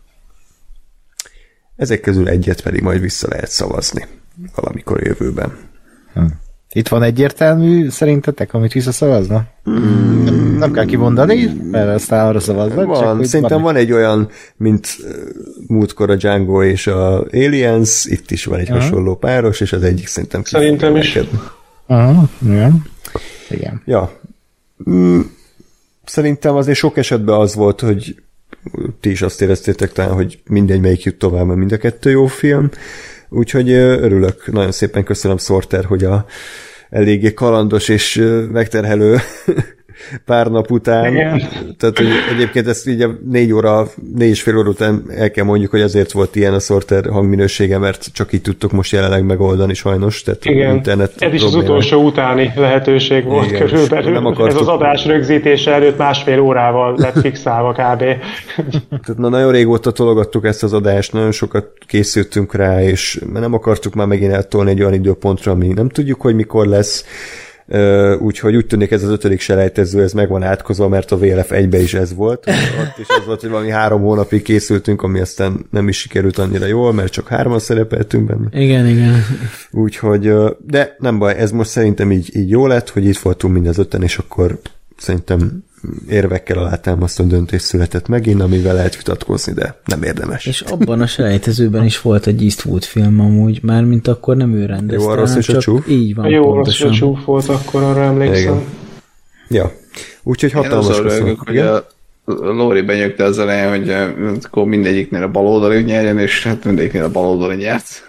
Ezek közül egyet pedig majd vissza lehet szavazni valamikor jövőben. Hm. Itt van egyértelmű szerintetek, amit visszaszavazna? Mm. Nem, nem kell kimondani, mert aztán arra szavaznak. Van, csak szerintem van egy olyan, mint múltkor a Django és a Aliens, itt is van egy uh-huh. hasonló páros, és az egyik szerintem szerintem is. Uh-huh. Igen. Igen. Ja. Mm, szerintem azért sok esetben az volt, hogy ti is azt éreztétek talán, hogy mindegy, melyik jut tovább, mert mind a kettő jó film. Úgyhogy örülök, nagyon szépen köszönöm Sorter, hogy a eléggé kalandos és megterhelő pár nap után. Igen. Tehát, hogy egyébként ezt így a négy óra, négy és fél óra után el kell mondjuk, hogy azért volt ilyen a Sorter hangminősége, mert csak így tudtok most jelenleg megoldani sajnos. Tehát igen, internet ez is az utolsó utáni lehetőség volt. Igen, körülbelül. Nem akartuk... Ez az adás rögzítése előtt másfél órával lett fixálva kb. Tehát na, nagyon régóta tologattuk ezt az adást, nagyon sokat készültünk rá, és nem akartuk már megint eltolni egy olyan időpontra, ami nem tudjuk, hogy mikor lesz. Uh, úgyhogy úgy tűnik ez az ötödik selejtező, ez meg van átkozva, mert a vé el ef egybe is ez volt. Ott is az volt, hogy valami három hónapig készültünk, ami aztán nem is sikerült annyira jól, mert csak hárman szerepeltünk benne. Igen, igen. Úgyhogy, de nem baj, ez most szerintem így, így jó lett, hogy itt voltunk mind az öten, és akkor szerintem érvekkel alátámasztó döntés született megint, amivel lehet vitatkozni, de nem érdemes. És abban a selejtezőben is volt egy Eastwood film amúgy, mármint akkor nem ő rendezte. Jó, a rossz és a csúf? Így van, jó, pontosan. Jó, rossz és a csúf volt, akkor arra emlékszem. Igen. Ja, úgyhogy hatalmas köszönöm. Hogy a Lóri benyögte az elején, hogy akkor mindegyiknél a baloldali nyerjen, és hát mindegyiknél a baloldali nyert.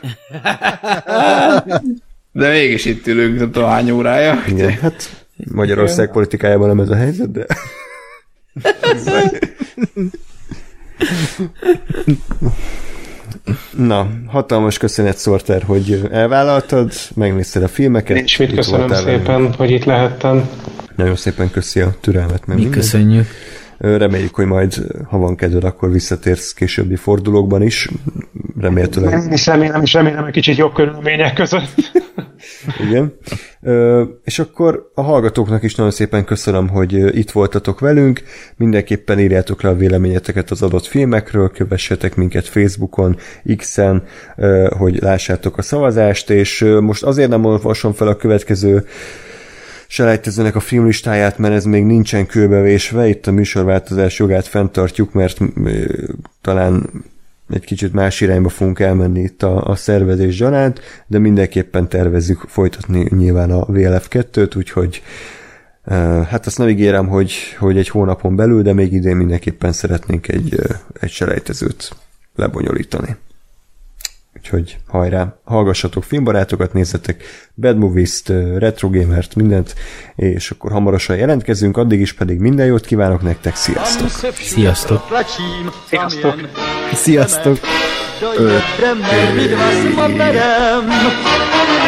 De mégis itt ülünk, nem tudom hány órája. Igen, hát Magyarország politikájában nem ez a helyzet, de... Na, hatalmas köszönet Sorter, hogy elvállaltad, megnézted a filmeket. Nincs mit, köszönöm szépen, velem. Hogy itt lehettem. Nagyon szépen köszi a türelmet. Mi köszönjük. Reméljük, hogy majd, ha van kedved, akkor visszatérsz későbbi fordulókban is. Remélhetőleg. Én is remélem, és remélem egy kicsit jobb körülmények között. Igen. Ö, és akkor a hallgatóknak is nagyon szépen köszönöm, hogy itt voltatok velünk. Mindenképpen írjátok le a véleményeteket az adott filmekről, kövessetek minket Facebookon, X-en, ö, hogy lássátok a szavazást, és ö, most azért nem olvasom fel a következő selejtezőnek a filmlistáját, mert ez még nincsen kőbevésve, itt a műsorváltozás jogát fenntartjuk, mert ö, talán egy kicsit más irányba fogunk elmenni itt a, a szervezés gyanánt, de mindenképpen tervezzük folytatni nyilván a vé el ef kettőt, úgyhogy uh, hát azt nem ígérem, hogy, hogy egy hónapon belül, de még idén mindenképpen szeretnénk egy, uh, egy selejtezőt lebonyolítani. Úgyhogy hajrá, hallgassatok filmbarátokat, nézzetek Bad Movies-t, Retro Gamert, mindent, és akkor hamarosan jelentkezünk, addig is pedig minden jót kívánok nektek, sziasztok! Sziasztok! Sziasztok! Sziasztok! Ö.